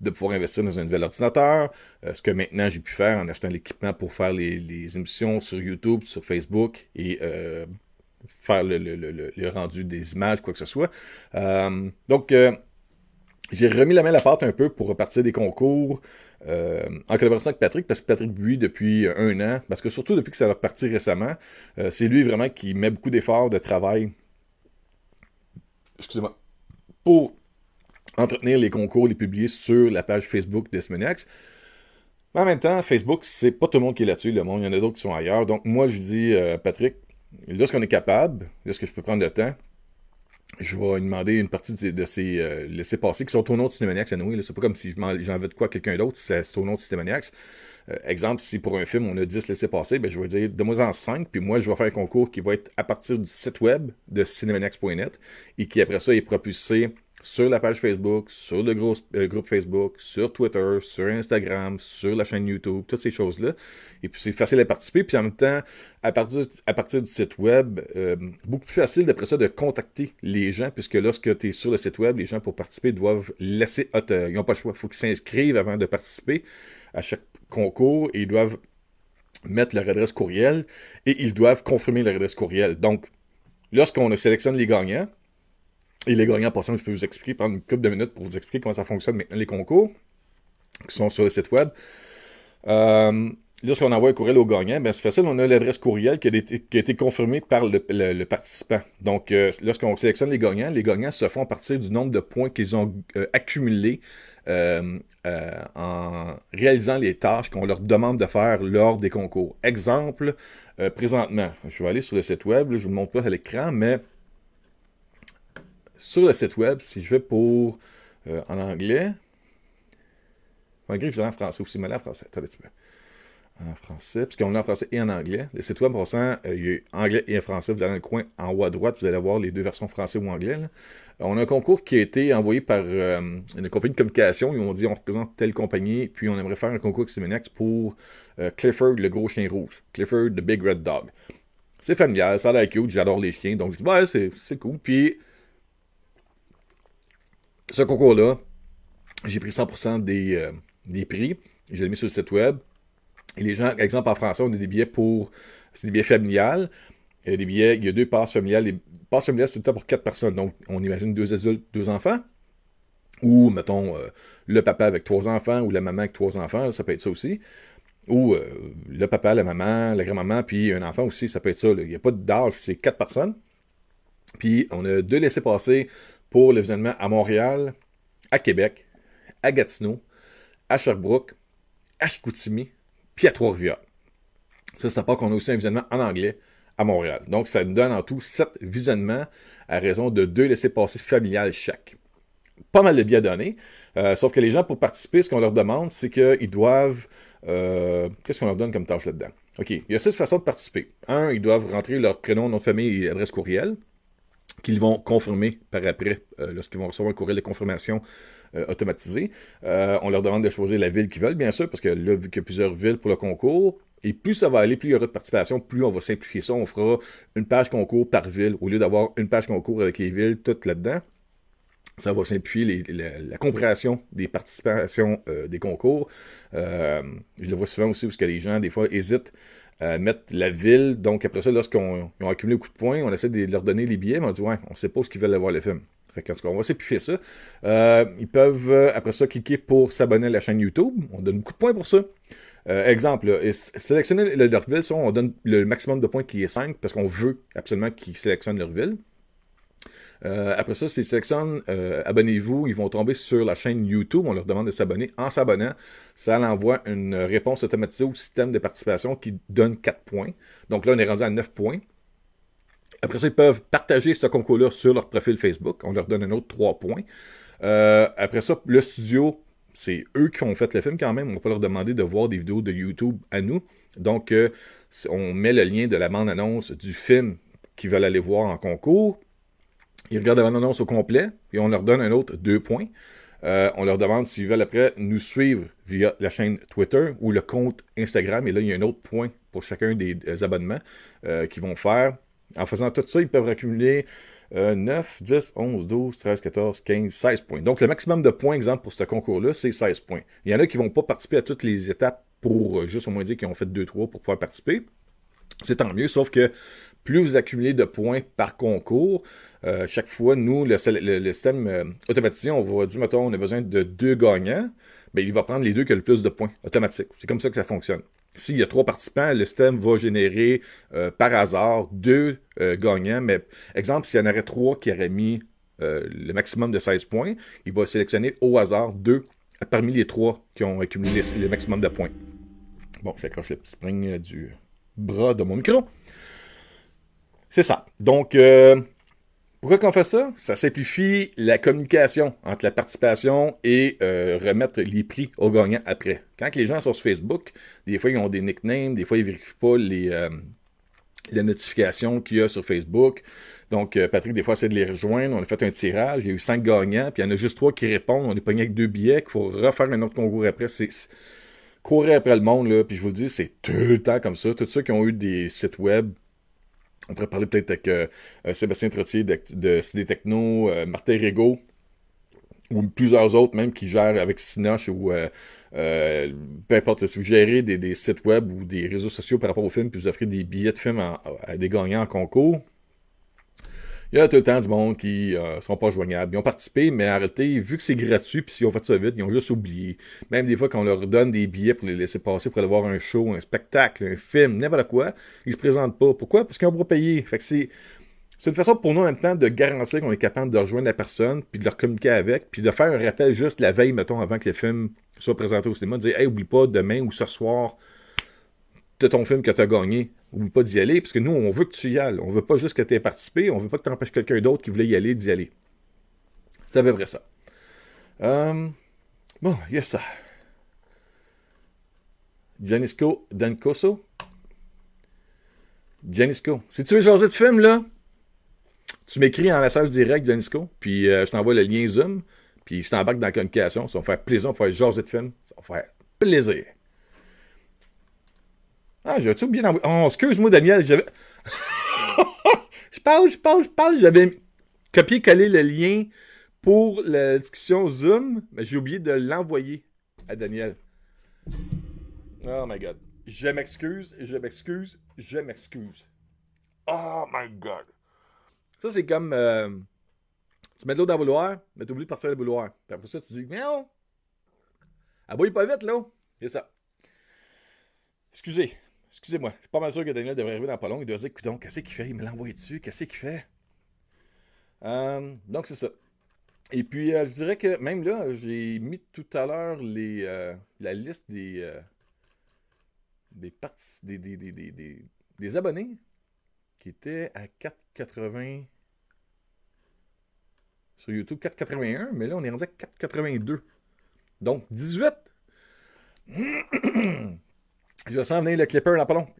de pouvoir investir dans un nouvel ordinateur, euh, ce que maintenant j'ai pu faire en achetant l'équipement pour faire les, les émissions sur YouTube, sur Facebook et euh, faire le, le, le, le rendu des images, quoi que ce soit. Euh, donc, euh, j'ai remis la main à la pâte un peu pour repartir des concours euh, en collaboration avec Patrick, parce que Patrick Buis, depuis un an, parce que surtout depuis que ça a reparti récemment, euh, c'est lui vraiment qui met beaucoup d'efforts, de travail, excusez-moi, pour entretenir les concours, les publier sur la page Facebook de Simoniax. Mais en même temps, Facebook, c'est pas tout le monde qui est là-dessus, le monde, il y en a d'autres qui sont ailleurs. Donc moi, je dis, euh, Patrick, lorsqu'on est capable, lorsque je peux prendre le temps, je vais lui demander une partie de, de ces euh, laissés-passer qui sont au nom de Cinémaniacs à nous. C'est pas comme si j'en veux de quoi à quelqu'un d'autre, c'est au nom de Cinémaniacs. Euh, exemple, si pour un film on a dix laissés-passer, ben, je vais dire de moi en cinq, puis moi je vais faire un concours qui va être à partir du site web de cinemaniacs point net et qui après ça est propulsé sur la page Facebook, sur le gros, euh, groupe Facebook, sur Twitter, sur Instagram, sur la chaîne YouTube, toutes ces choses-là. Et puis c'est facile à participer. Puis en même temps, à partir, à partir du site web, euh, beaucoup plus facile d'après ça de contacter les gens, puisque lorsque tu es sur le site web, les gens pour participer doivent laisser... Euh, ils n'ont pas le choix, il faut qu'ils s'inscrivent avant de participer à chaque concours et ils doivent mettre leur adresse courriel et ils doivent confirmer leur adresse courriel. Donc, lorsqu'on sélectionne les gagnants, et les gagnants, en passant, je peux vous expliquer, prendre une couple de minutes pour vous expliquer comment ça fonctionne maintenant, les concours qui sont sur le site web. Euh, lorsqu'on envoie un courriel aux gagnants, ben c'est facile, on a l'adresse courriel qui a été, qui a été confirmée par le, le, le participant. Donc, euh, lorsqu'on sélectionne les gagnants, les gagnants se font à partir du nombre de points qu'ils ont euh, accumulés euh, euh, en réalisant les tâches qu'on leur demande de faire lors des concours. Exemple, euh, présentement, je vais aller sur le site web, là, je ne vous le montre pas à l'écran, mais sur le site web, si je vais pour euh, en anglais, en anglais, je vais en français aussi, mais là en français, attendez un petit peu. En français, puisqu'on l'a en français et en anglais. Le site web, en passant, euh, il y a anglais et en français. Vous allez dans le coin en haut à droite, vous allez voir les deux versions français ou anglais. Là. On a un concours qui a été envoyé par euh, une compagnie de communication. Ils ont dit on représente telle compagnie, puis on aimerait faire un concours avec Cinémaniacs pour euh, Clifford, le gros chien rouge. Clifford, the big red dog. C'est familial, ça a l'air cute, j'adore les chiens. Donc je dis, ouais, c'est cool. Puis, ce concours-là, j'ai pris cent pour cent des, euh, des prix. Je l'ai mis sur le site web. Et les gens, exemple en français, on a des billets pour... C'est des billets familiales. Il y a des billets, il y a deux passes familiales. Les passes familiales, c'est tout le temps pour quatre personnes. Donc, on imagine deux adultes, deux enfants. Ou, mettons, euh, le papa avec trois enfants ou la maman avec trois enfants. Ça peut être ça aussi. Ou euh, le papa, la maman, la grand-maman, puis un enfant aussi. Ça peut être ça. Là. Il n'y a pas d'âge, c'est quatre personnes. Puis, on a deux laissés-passer pour le visionnement à Montréal, à Québec, à Gatineau, à Sherbrooke, à Chicoutimi, puis à Trois-Rivières. Ça, c'est à part qu'on a aussi un visionnement en anglais à Montréal. Donc, ça nous donne en tout sept visionnements à raison de deux laissés-passer familiales chaque. Pas mal de billets donnés. Euh, sauf que les gens, pour participer, ce qu'on leur demande, c'est qu'ils doivent... Euh, Qu'est-ce qu'on leur donne comme tâche là-dedans? OK, il y a six façons de participer. Un, ils doivent rentrer leur prénom, nom de famille et adresse courriel, qu'ils vont confirmer par après, euh, lorsqu'ils vont recevoir un courriel de confirmation euh, automatisé. Euh, on leur demande de choisir la ville qu'ils veulent, bien sûr, parce que là, vu qu'il y a plusieurs villes pour le concours, et plus ça va aller, plus il y aura de participation, plus on va simplifier ça. On fera une page concours par ville, au lieu d'avoir une page concours avec les villes toutes là-dedans. Ça va simplifier les, la, la compréhension des participations euh, des concours. Euh, je le vois souvent aussi, parce que les gens, des fois, hésitent à mettre la ville. Donc, après ça, lorsqu'on ont accumulé beaucoup de points, on essaie de leur donner les billets, mais on dit, ouais, on ne sait pas où ils veulent avoir le film. Fait qu'en tout cas, on va simplifier ça. Euh, ils peuvent, euh, après ça, cliquer pour s'abonner à la chaîne YouTube. On donne beaucoup de points pour ça. Euh, exemple, là, sélectionner leur ville, ça, on donne le maximum de points qui est cinq, parce qu'on veut absolument qu'ils sélectionnent leur ville. Euh, après ça, s'ils sélectionnent euh, abonnez-vous, ils vont tomber sur la chaîne YouTube, on leur demande de s'abonner. En s'abonnant, ça envoie une réponse automatisée au système de participation qui donne quatre points. Donc là, on est rendu à neuf points. Après ça, ils peuvent partager ce concours-là sur leur profil Facebook. On leur donne un autre trois points. Euh, après ça, le studio, c'est eux qui ont fait le film quand même. On ne va pas leur demander de voir des vidéos de YouTube à nous. Donc, euh, on met le lien de la bande-annonce du film qu'ils veulent aller voir en concours. Ils regardent la bande-annonce au complet, et on leur donne un autre deux points. Euh, on leur demande s'ils veulent après nous suivre via la chaîne Twitter ou le compte Instagram. Et là, il y a un autre point pour chacun des, des abonnements euh, qu'ils vont faire. En faisant tout ça, ils peuvent accumuler euh, neuf, dix, onze, douze, treize, quatorze, quinze, seize points. Donc, le maximum de points, exemple, pour ce concours-là, c'est seize points. Il y en a qui ne vont pas participer à toutes les étapes pour euh, juste au moins dire qu'ils ont fait deux trois pour pouvoir participer. C'est tant mieux, sauf que plus vous accumulez de points par concours, euh, chaque fois, nous, le, le, le système euh, automatisé, on va dire, mettons, on a besoin de deux gagnants, bien, il va prendre les deux qui ont le plus de points, automatique. C'est comme ça que ça fonctionne. S'il y a trois participants, le système va générer euh, par hasard deux euh, gagnants, mais exemple, s'il y en aurait trois qui auraient mis euh, le maximum de seize points, il va sélectionner au hasard deux parmi les trois qui ont accumulé le maximum de points. Bon, j'accroche le petit spring du bras de mon micro. C'est ça. Donc, euh, pourquoi qu'on fait ça? Ça simplifie la communication entre la participation et euh, remettre les prix aux gagnants après. Quand les gens sont sur Facebook, des fois, ils ont des nicknames, des fois, ils ne vérifient pas les, euh, les notifications qu'il y a sur Facebook. Donc, euh, Patrick, des fois, essaie de les rejoindre. On a fait un tirage, il y a eu cinq gagnants, puis il y en a juste trois qui répondent. On est pogné avec deux billets, qu'il faut refaire un autre concours après. C'est courir après le monde, là, puis je vous le dis, c'est tout le temps comme ça. Tous ceux qui ont eu des sites web, on pourrait parler peut-être avec euh, Sébastien Trottier de, de C D Techno, euh, Martin Régaud, ou plusieurs autres même qui gèrent avec Cinoche ou euh, euh, peu importe, si vous gérez des, des sites web ou des réseaux sociaux par rapport au film, puis vous offrez des billets de film en, à des gagnants en concours, il y a tout le temps du monde qui euh, sont pas joignables. Ils ont participé, mais arrêtez, vu que c'est gratuit, puis si on fait ça vite, ils ont juste oublié. Même des fois, quand on leur donne des billets pour les laisser passer pour aller voir un show, un spectacle, un film, n'importe quoi, ils se présentent pas. Pourquoi? Parce qu'ils ont pas payé. Fait que c'est... C'est une façon pour nous en même temps de garantir qu'on est capable de rejoindre la personne, puis de leur communiquer avec, puis de faire un rappel juste la veille, mettons, avant que le film soit présenté au cinéma, de dire « Hey, oublie pas, demain ou ce soir, de ton film que tu as gagné, oublie pas d'y aller, parce que nous, on veut que tu y ailles. On veut pas juste que tu aies participé, on veut pas que tu empêches quelqu'un d'autre qui voulait y aller d'y aller. » C'est à peu près ça. Euh, bon, il y a ça. Giannisco Dancoso. Giannisco. Si tu veux jaser de film, là, tu m'écris en message direct, Giannisco, puis euh, je t'envoie le lien Zoom, puis je t'embarque dans la communication. Ça va me faire plaisir, on va faire jaser de film. Ça va faire plaisir. Ah, j'ai tout bien envoyé. Oh, excuse-moi, Daniel, j'avais... je parle, je parle, je parle. J'avais copié-collé le lien pour la discussion Zoom, mais j'ai oublié de l'envoyer à Daniel. Oh my God. Je m'excuse, je m'excuse, je m'excuse. Oh my God. Ça, c'est comme... Euh, tu mets de l'eau dans le bouilloire, mais tu oublies de partir le bouilloire. Puis après ça, tu dis, miaou. Elle bouille pas vite, là. C'est ça. Excusez. Excusez-moi. Je suis pas mal sûr que Daniel devrait arriver dans pas long. Il doit dire, écoute, qu'est-ce qu'il fait? Il me l'a envoyé dessus. Qu'est-ce qu'il fait? Euh, donc, c'est ça. Et puis, euh, je dirais que même là, j'ai mis tout à l'heure les euh, la liste des euh, des, parties, des, des, des, des, des, des abonnés qui étaient à quatre quatre-vingts sur YouTube, quatre quatre-vingt-un, mais là, on est rendu à quatre quatre-vingt-deux. Donc, dix-huit. Je vais s'en venir le clipper dans pas long.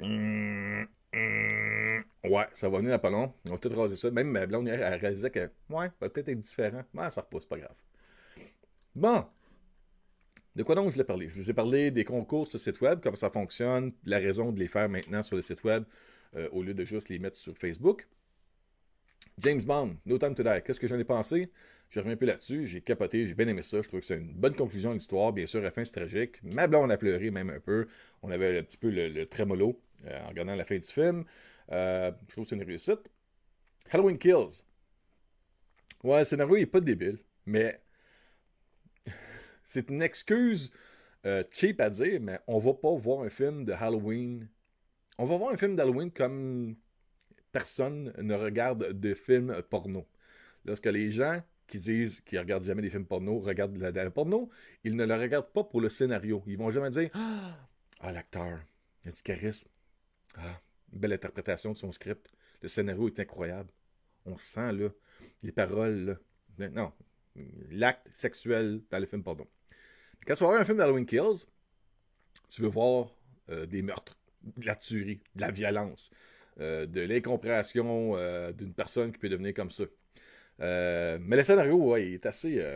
Ouais, ça va venir dans pas long. On va tout raser ça. Même ma blonde, elle réalisait que, ouais, ça va peut-être être différent. Ouais, ça repousse, pas grave. Bon. De quoi donc je voulais parler? Je vous ai parlé des concours sur le site web, comment ça fonctionne, la raison de les faire maintenant sur le site web euh, au lieu de juste les mettre sur Facebook. James Bond, No Time to Die. Qu'est-ce que j'en ai pensé? Je reviens un peu là-dessus. J'ai capoté, j'ai bien aimé ça. Je trouve que c'est une bonne conclusion de l'histoire. Bien sûr, à la fin, c'est tragique. Ma blonde a pleuré même un peu. On avait un petit peu le, le trémolo euh, en regardant la fin du film. Euh, je trouve que c'est une réussite. Halloween Kills. Ouais, le scénario n'est pas débile, mais c'est une excuse euh, cheap à dire, mais on va pas voir un film de Halloween. On va voir un film d'Halloween comme personne ne regarde de films porno. Lorsque les gens qui disent qu'ils regardent jamais des films porno regardent la, la porno, ils ne le regardent pas pour le scénario. Ils vont jamais dire « Ah, l'acteur, il a du charisme. Ah, une belle interprétation de son script. Le scénario est incroyable. On sent, là, les paroles, là. Non, l'acte sexuel dans le film porno. Quand tu vas voir un film d'Halloween Kills, tu veux voir euh, des meurtres, de la tuerie, de la violence, euh, de l'incompréhension euh, d'une personne qui peut devenir comme ça. Euh, mais le scénario, ouais, il est assez... Euh...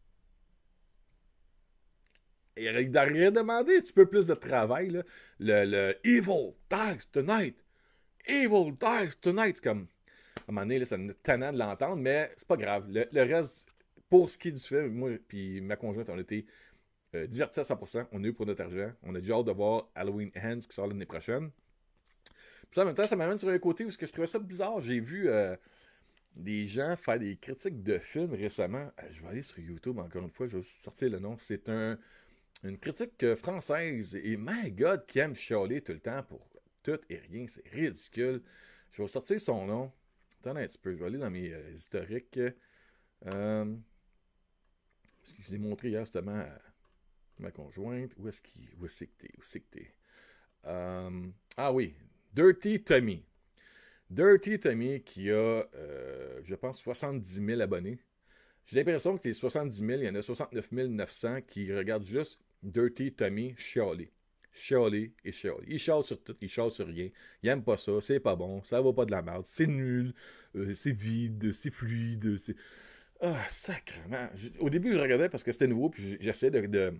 Il aurait demandé un petit peu plus de travail. Là. Le, le Evil dies tonight Evil dies tonight. C'est comme, à un moment donné, là, ça me tannant de l'entendre, mais c'est pas grave. Le, le reste, pour ce qui est du film, moi puis ma conjointe, on a été euh, divertis à cent pour cent. On a eu pour notre argent. On a déjà hâte de voir Halloween Ends qui sort l'année prochaine. Puis ça, en même temps, ça m'amène sur un côté où je trouvais ça bizarre. J'ai vu euh, des gens faire des critiques de films récemment. Euh, je vais aller sur YouTube encore une fois, je vais sortir le nom. C'est un, une critique française. Et my God, qui aime chialer tout le temps pour tout et rien. C'est ridicule. Je vais sortir son nom. Attends un petit peu, je vais aller dans mes euh, historiques. Euh, parce que je l'ai montré hier justement à ma conjointe. Où est-ce qu'il, où est-ce que t'es? Où c'est que t'es? Euh, ah oui, Dirty Tommy. Dirty Tommy qui a, euh, je pense, soixante-dix mille abonnés. J'ai l'impression que les soixante-dix mille, il y en a soixante-neuf mille neuf cents qui regardent juste Dirty Tommy chialer. Chialer et chialer. Il chiale sur tout, il chiale sur rien. Il aime pas ça, c'est pas bon, ça va pas de la merde, c'est nul, euh, c'est vide, c'est fluide, c'est... Ah, sacrément. Au début, je regardais parce que c'était nouveau, puis j'essayais de, de,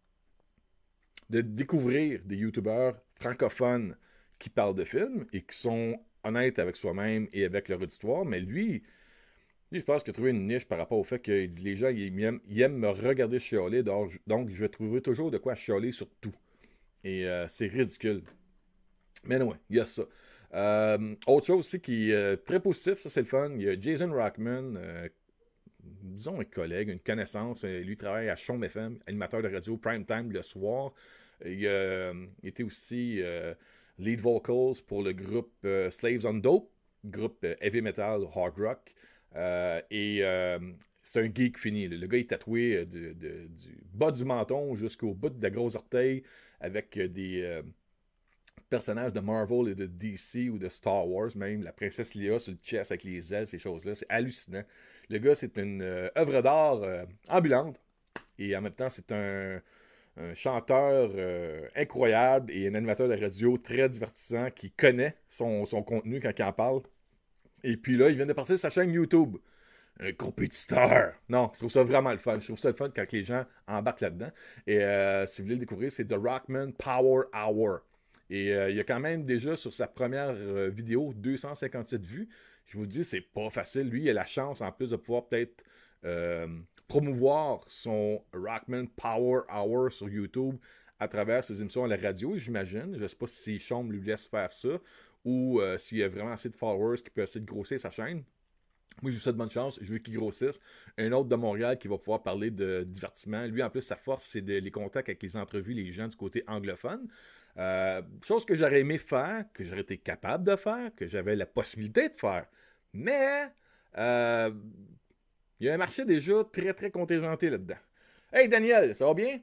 de découvrir des youtubeurs francophones qui parlent de films et qui sont honnêtes avec soi-même et avec leur auditoire, mais lui, lui je pense qu'il a trouvé une niche par rapport au fait que les gens ils aiment, ils aiment me regarder chialer, donc, donc je vais trouver toujours de quoi chialer sur tout. Et euh, c'est ridicule. Mais non, ouais, il y a ça. Euh, autre chose aussi qui est euh, très positif, ça c'est le fun, il y a Jason Rockman, euh, disons un collègue, une connaissance, euh, lui travaille à Chaume F M, animateur de radio prime time le soir. Il, euh, il était aussi euh, lead vocals pour le groupe euh, Slaves on Dope, groupe euh, heavy metal, hard rock. Euh, et euh, c'est un geek fini. Le gars est tatoué euh, de, de, du bas du menton jusqu'au bout de la grosse orteil avec euh, des euh, personnages de Marvel et de D C ou de Star Wars, même la princesse Leia sur le chest avec les ailes, ces choses-là. C'est hallucinant. Le gars, c'est une euh, œuvre d'art euh, ambulante et en même temps, c'est un un chanteur euh, incroyable et un animateur de radio très divertissant qui connaît son, son contenu quand il en parle. Et puis là, il vient de partir de sa chaîne YouTube. Un compétiteur. Non, je trouve ça vraiment le fun. Je trouve ça le fun quand les gens embarquent là-dedans. Et euh, si vous voulez le découvrir, c'est The Rockman Power Hour. Et euh, il y a quand même déjà sur sa première euh, vidéo deux cent cinquante-sept vues. Je vous dis, c'est pas facile. Lui, il a la chance en plus de pouvoir peut-être euh, promouvoir son Rockman Power Hour sur YouTube à travers ses émissions à la radio, j'imagine. Je ne sais pas si Chaume lui laisse faire ça ou euh, s'il y a vraiment assez de followers qui peut essayer de grossir sa chaîne. Moi, je lui souhaite bonne chance. Je veux qu'il grossisse. Un autre de Montréal qui va pouvoir parler de divertissement. Lui, en plus, sa force, c'est de, les contacts avec les entrevues, les gens du côté anglophone. Euh, chose que j'aurais aimé faire, que j'aurais été capable de faire, que j'avais la possibilité de faire. Mais, euh, il y a un marché déjà très, très contingenté là-dedans. Hey, Daniel, ça va bien?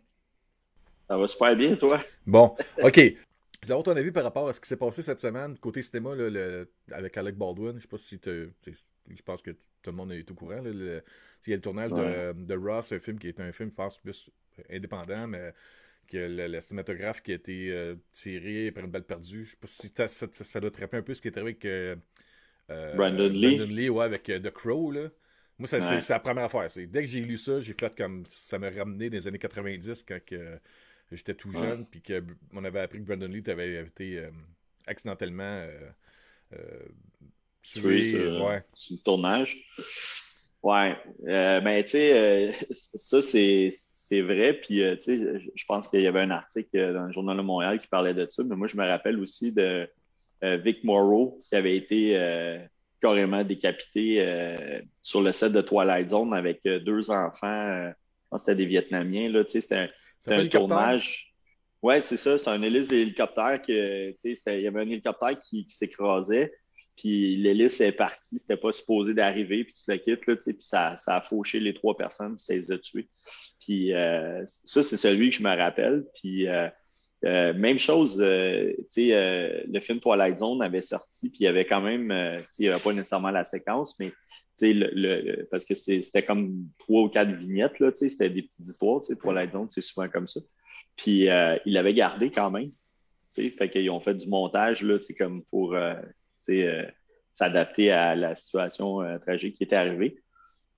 Ça va super bien, toi? Bon, OK. Je vais avoir ton avis par rapport à ce qui s'est passé cette semaine côté cinéma là, le, avec Alec Baldwin. Je sais pas si tu. Je pense que tout le monde est au courant. Là, le, il y a le tournage Ouais. de, de Ross, un film qui est un film, je pense, plus indépendant, mais que le, le cinématographe qui a été euh, tiré par une balle perdue. Je sais pas si ça, ça, ça doit te rappeler un peu ce qui est arrivé avec euh, Brandon euh, Brandon Lee? Lee, ouais, avec euh, The Crow. Là. Moi, ça, c'est, Ouais. c'est la première affaire. C'est, dès que j'ai lu ça, j'ai fait comme. Ça m'a ramené des années quatre-vingt-dix quand que, j'étais tout Ouais. jeune, puis qu'on avait appris que Brandon Lee avait été euh, accidentellement euh, euh, Tué tué. sur, Ouais. sur le tournage. Ouais. Euh, ben, tu sais, euh, ça, c'est, c'est vrai. Puis, euh, tu sais, je je pense qu'il y avait un article euh, dans le Journal de Montréal qui parlait de ça. Mais moi, je me rappelle aussi de euh, Vic Morrow qui avait été euh, carrément décapité euh, sur le set de Twilight Zone avec euh, deux enfants. Euh, je pense que c'était des Vietnamiens. Là, tu sais, c'était un, C'est c'était pas un l'hélicoptère? tournage. Ouais, c'est ça. C'est un hélice d'hélicoptère que, tu sais, c'était- il y avait un hélicoptère qui, qui s'écrasait. Puis l'hélice est partie, c'était pas supposé d'arriver, puis tu le quittes, là, tu sais, puis ça, ça a fauché les trois personnes, puis ça les a tués. Puis euh, ça, c'est celui que je me rappelle. Puis euh, euh, même chose, euh, tu sais, euh, le film Twilight Zone avait sorti, puis il y avait quand même, euh, tu sais, il n'y avait pas nécessairement la séquence, mais tu sais, le, le, parce que c'est- c'était comme trois ou quatre vignettes, là, tu sais, c'était des petites histoires, tu sais, Twilight Zone, c'est souvent comme ça. Puis euh, il l'avait gardé quand même, tu sais, fait qu'ils ont fait du montage, là, tu sais, comme pour, euh, tu sais, euh, s'adapter à la situation euh, tragique qui était arrivée.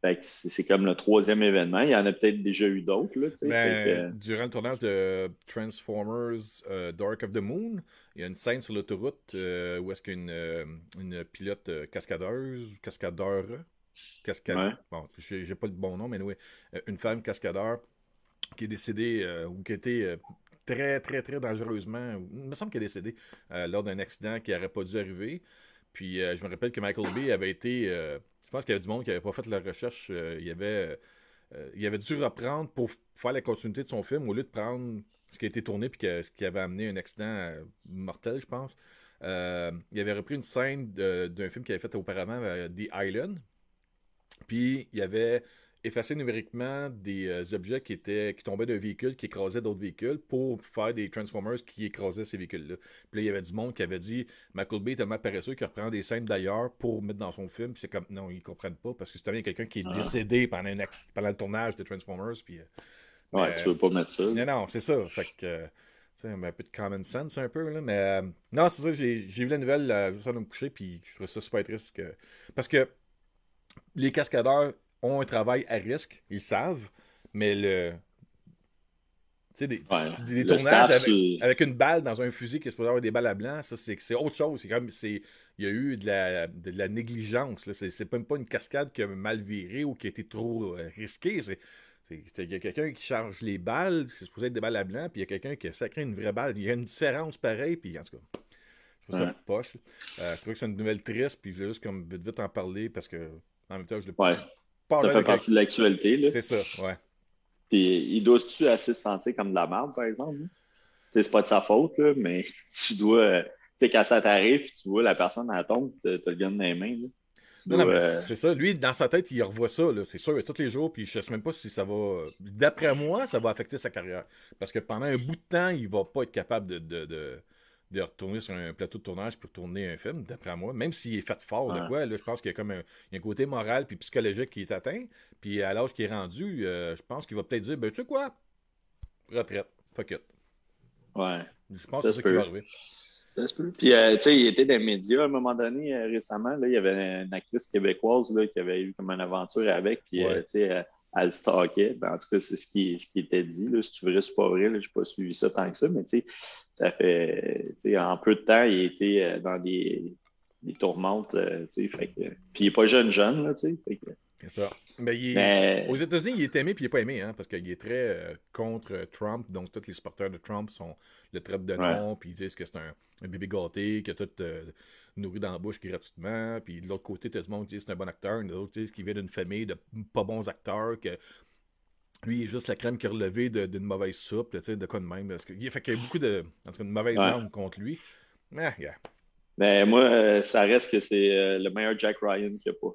Fait que c'est c'est comme le troisième événement. Il y en a peut-être déjà eu d'autres, là, tu sais. Fait Ben, que, durant le tournage de Transformers euh, Dark of the Moon, il y a une scène sur l'autoroute euh, où est-ce qu'il y a une, euh, une pilote euh, cascadeuse, cascadeur, cascade... ouais. Bon, j'ai j'ai pas le bon nom, mais oui, une femme cascadeur qui est décédée euh, ou qui a été euh, très, très, très dangereusement, il me semble qu'elle est décédée euh, lors d'un accident qui n'aurait pas dû arriver. Puis euh, je me rappelle que Michael Bay avait été... euh, je pense qu'il y avait du monde qui n'avait pas fait la recherche. euh, il y avait... euh, il avait dû reprendre pour faire la continuité de son film au lieu de prendre ce qui a été tourné puis que, ce qui avait amené un accident euh, mortel, je pense. Euh, il avait repris une scène de- d'un film qu'il avait fait auparavant, euh, The Island. Puis il avait effacé numériquement des euh, objets qui étaient qui tombaient d'un véhicule, qui écrasaient d'autres véhicules pour faire des Transformers qui écrasaient ces véhicules-là. Puis là, il y avait du monde qui avait dit Michael Bay est tellement paresseux qu'il reprend des scènes d'ailleurs pour mettre dans son film. Puis c'est comme non, ils comprennent pas parce que c'est tellement quelqu'un qui est Ah. décédé pendant, un acc- pendant le tournage de Transformers. Puis, euh, Ouais, mais, tu veux pas mettre ça. non, non, c'est ça. Fait que. euh, tu sais, un peu de common sense un peu, là, mais euh, non, c'est ça, j'ai j'ai vu la nouvelle euh, juste avant de me coucher, puis je trouvais ça super triste. Que... Parce que les cascadeurs ont un travail à risque, ils savent, mais le. Tu sais, des, Ouais. des Le tournages staff, avec, c'est. avec une balle dans un fusil qui est supposé avoir des balles à blanc, ça, c'est c'est autre chose. C'est comme. c'est Il y a eu de la, de la négligence. Là. C'est c'est même pas une cascade qui a mal viré ou qui a été trop euh, risquée. C'est. c'est- Il y a quelqu'un qui charge les balles, c'est supposé être des balles à blanc, puis il y a quelqu'un qui a sacré une vraie balle. Il y a une différence pareille, puis en tout cas, je trouve ça Ouais. poche. Euh, je trouve que c'est une nouvelle triste, puis je vais juste comme vite vite en parler parce que en même temps, je l'ai Ouais. parlé Ça fait avec partie de l'actualité, là. c'est ça, ouais. Puis il doit-tu assez se sentir comme de la merde, par exemple? Là? Tu sais, c'est pas de sa faute, là, mais tu dois. euh, Tu sais, quand ça t'arrive, puis tu vois la personne à tombe, t'as t'as le gun dans les mains, là. Tu Non, dois. non, mais euh, c'est ça. Lui, dans sa tête, il revoit ça, là. C'est sûr, tous les jours, puis je sais même pas si ça va. D'après moi, ça va affecter sa carrière. Parce que pendant un bout de temps, il va pas être capable de, de, de, de retourner sur un plateau de tournage pour tourner un film, d'après moi. Même s'il est fait fort de ouais. quoi, là, je pense qu'il y a comme un, il y a un côté moral puis psychologique qui est atteint. Puis à l'âge qui est rendu, euh, je pense qu'il va peut-être dire, ben tu sais quoi? Retraite. Fuck it. Ouais. Je pense Ça que c'est se ça qui va peut. arriver. Ça se peut. Puis, euh, tu sais, il était dans les médias à un moment donné, euh, récemment. Là, il y avait une actrice québécoise là, qui avait eu comme une aventure avec, puis, Ouais. euh, tu sais, euh, elle le stalkait. Ben, en tout cas, c'est ce qui, ce qui était dit. Là. Si tu vrai, c'est pas vrai. Je n'ai pas suivi ça tant que ça, mais tu sais, ça fait, tu sais, en peu de temps, il était euh, dans des, des tourmentes, euh, tu sais, fait que... Puis, il n'est pas jeune, jeune, là, tu sais, fait que... C'est ça. Mais il est- Mais, aux États-Unis, il est aimé puis il est pas aimé, hein, parce qu'il est très euh, contre euh, Trump. Donc, tous les supporters de Trump sont, le traitent de ouais, nom, puis ils disent que c'est un, un bébé gâté, que tout euh, nourri dans la bouche gratuitement. Puis de l'autre côté, tout le monde dit que c'est un bon acteur. D'autres disent qu'il vient d'une famille de pas bons acteurs, que lui, il est juste la crème qui est relevée de- d'une mauvaise soupe, là, tu sais, de quoi de même. Parce que, il fait qu'il y a beaucoup de, en tout cas, une mauvaise ouais. langue contre lui. Mais, yeah. Mais moi, euh, ça reste que c'est euh, le meilleur Jack Ryan qu'il n'y a pas.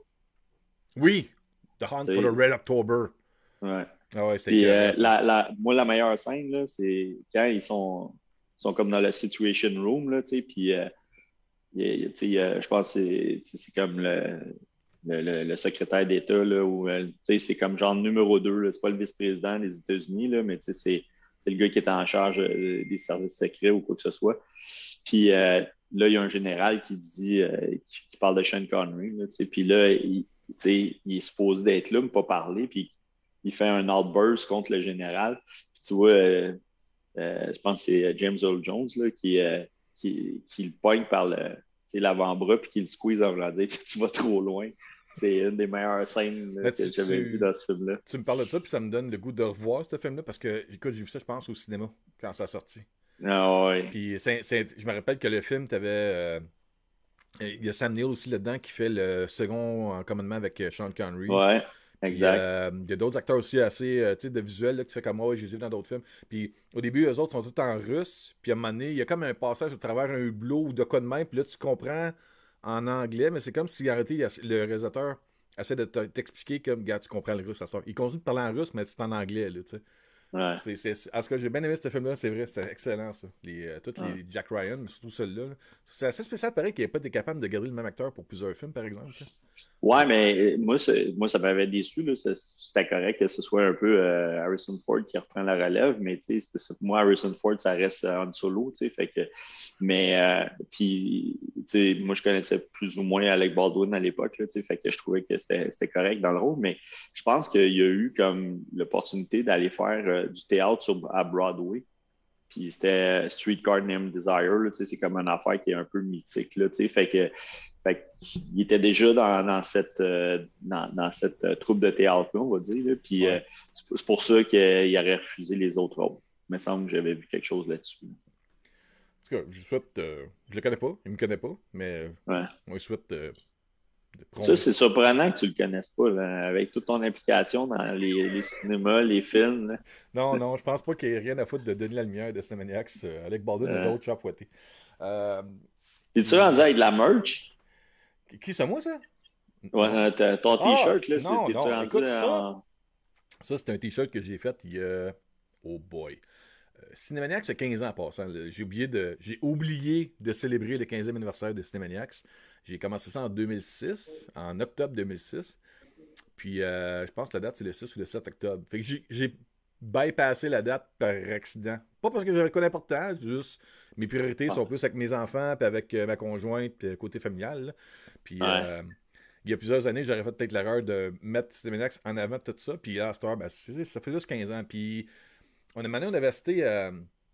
Oui, The Hunt for the C'est... Red October. Ouais. Ah ouais, c'est Puis, euh, écœurant, ça. la, la, moi, la meilleure scène, là, c'est quand ils sont, sont comme dans la Situation Room, là, tu sais, puis, euh, il y a- tu sais, euh, je pense que c'est, tu sais, c'est comme le, le, le- le secrétaire d'État, là, où, euh, tu sais, c'est comme genre numéro deux, là, c'est pas le vice-président des États-Unis, là, mais tu sais, c'est, c'est le gars qui est en charge euh, des services secrets ou quoi que ce soit. Puis euh, là, il y a un général qui dit, euh, qui, qui parle de Sean Connery, là, tu sais, puis là, il, tu sais, il est supposé d'être là, mais pas parler, puis il fait un outburst contre le général. Puis tu vois, euh, euh, je pense que c'est James Earl Jones là, qui, euh, qui, qui le pogne par le, tu sais, l'avant-bras puis qui le squeeze en voulant dire tu vas trop loin. C'est une des meilleures scènes là, Là, que tu, j'avais tu- vues dans ce film-là. Tu me parles de ça, puis ça me donne le goût de revoir ce film-là, parce que, écoute, j'ai vu ça, je pense, au cinéma, quand ça a sorti. Ah ouais. Puis, c'est- c'est- je me rappelle que le film, t'avais... euh, il y a Sam Neill aussi là-dedans qui fait le second en commandement avec euh, Sean Connery. Ouais, Puis, exact. euh, il y a d'autres acteurs aussi assez, euh, tu sais, de visuel, là, que tu fais comme moi, je les ai vus dans d'autres films. Puis, au début, eux autres sont tous en russe, puis à un moment donné, il y a comme un passage à travers un hublot ou de quoi de même, puis là, tu comprends en anglais, mais c'est comme si, en réalité, il y a- le réalisateur essaie de te- t'expliquer comme, gars, tu comprends le russe à ce temps. Il continue de parler en russe, mais c'est en anglais, là, tu sais. Ouais. C'est, c'est, c'est- en tout cas, j'ai bien aimé ce film-là, c'est vrai, c'était excellent ça. Les, euh, tous Ouais. les Jack Ryan, mais surtout celui-là. Là. C'est assez spécial, pareil, qu'il n'ait pas été capable de garder le même acteur pour plusieurs films, par exemple. Là. Ouais, Puis, mais euh, moi, c'est- moi, ça m'avait déçu, là. C'est- C'était correct que ce soit un peu euh, Harrison Ford qui reprend la relève, mais tu sais, c'est- c'est- moi, Harrison Ford, ça reste euh, Han Solo, tu sais, fait que, mais, euh, puis, tu sais, moi, je connaissais plus ou moins Alec Baldwin à l'époque, là, tu sais, fait que je trouvais que c'était c'était correct dans le rôle, mais je pense qu'il y a eu comme l'opportunité d'aller faire euh, du théâtre sur, à Broadway. Puis c'était Streetcar Named Desire, là, tu sais, c'est comme une affaire qui est un peu mythique. Là, tu sais, fait que, fait il était déjà dans, dans cette, euh, dans, dans cette euh, troupe de théâtre-là, on va dire. Là, puis euh, ouais. c'est pour ça qu'il aurait refusé les autres rôles. Il me semble que j'avais vu quelque chose là-dessus. En tout cas, je lui souhaite. Euh, je le connais pas, il me connaît pas, mais euh, Ouais. on lui souhaite euh, de Ça, prendre. c'est surprenant que tu le connaisses pas, là, avec toute ton implication dans les, les cinémas, les films. Là. Non, non, je pense pas qu'il y ait rien à foutre de Denis Lalemière de Cinemaniacs. Euh, Alec Baldwin a Euh, d'autres chats à fouetter. Euh, T'es-tu puis, rendu avec de la merch? qui, qui c'est moi, ça? Ouais, Non. euh, t'as- ton Ah, t-shirt, là, c'est- non, t'es-tu non. rendu Écoute, ça, en. ça c'est un t-shirt que j'ai fait il y a. Oh boy. Euh, Cinémaniacs, c'est quinze ans en passant. là. J'ai oublié de, j'ai oublié de célébrer le quinzième anniversaire de Cinémaniacs. J'ai commencé ça en deux mille six, en octobre deux mille six. Puis euh, je pense que la date, c'est le six ou le sept octobre. Fait que j'ai, j'ai bypassé la date par accident. Pas parce que je reconnais pas c'est juste mes priorités sont Ah, plus avec mes enfants, puis avec euh, ma conjointe, puis euh, côté familial. là. Puis ouais. euh, il y a plusieurs années, j'aurais fait peut-être l'erreur de mettre Cinémaniacs en avant de tout ça. Puis là, à cette heure, ben, c'est- ça fait juste quinze ans. Puis on a mené une université. Euh,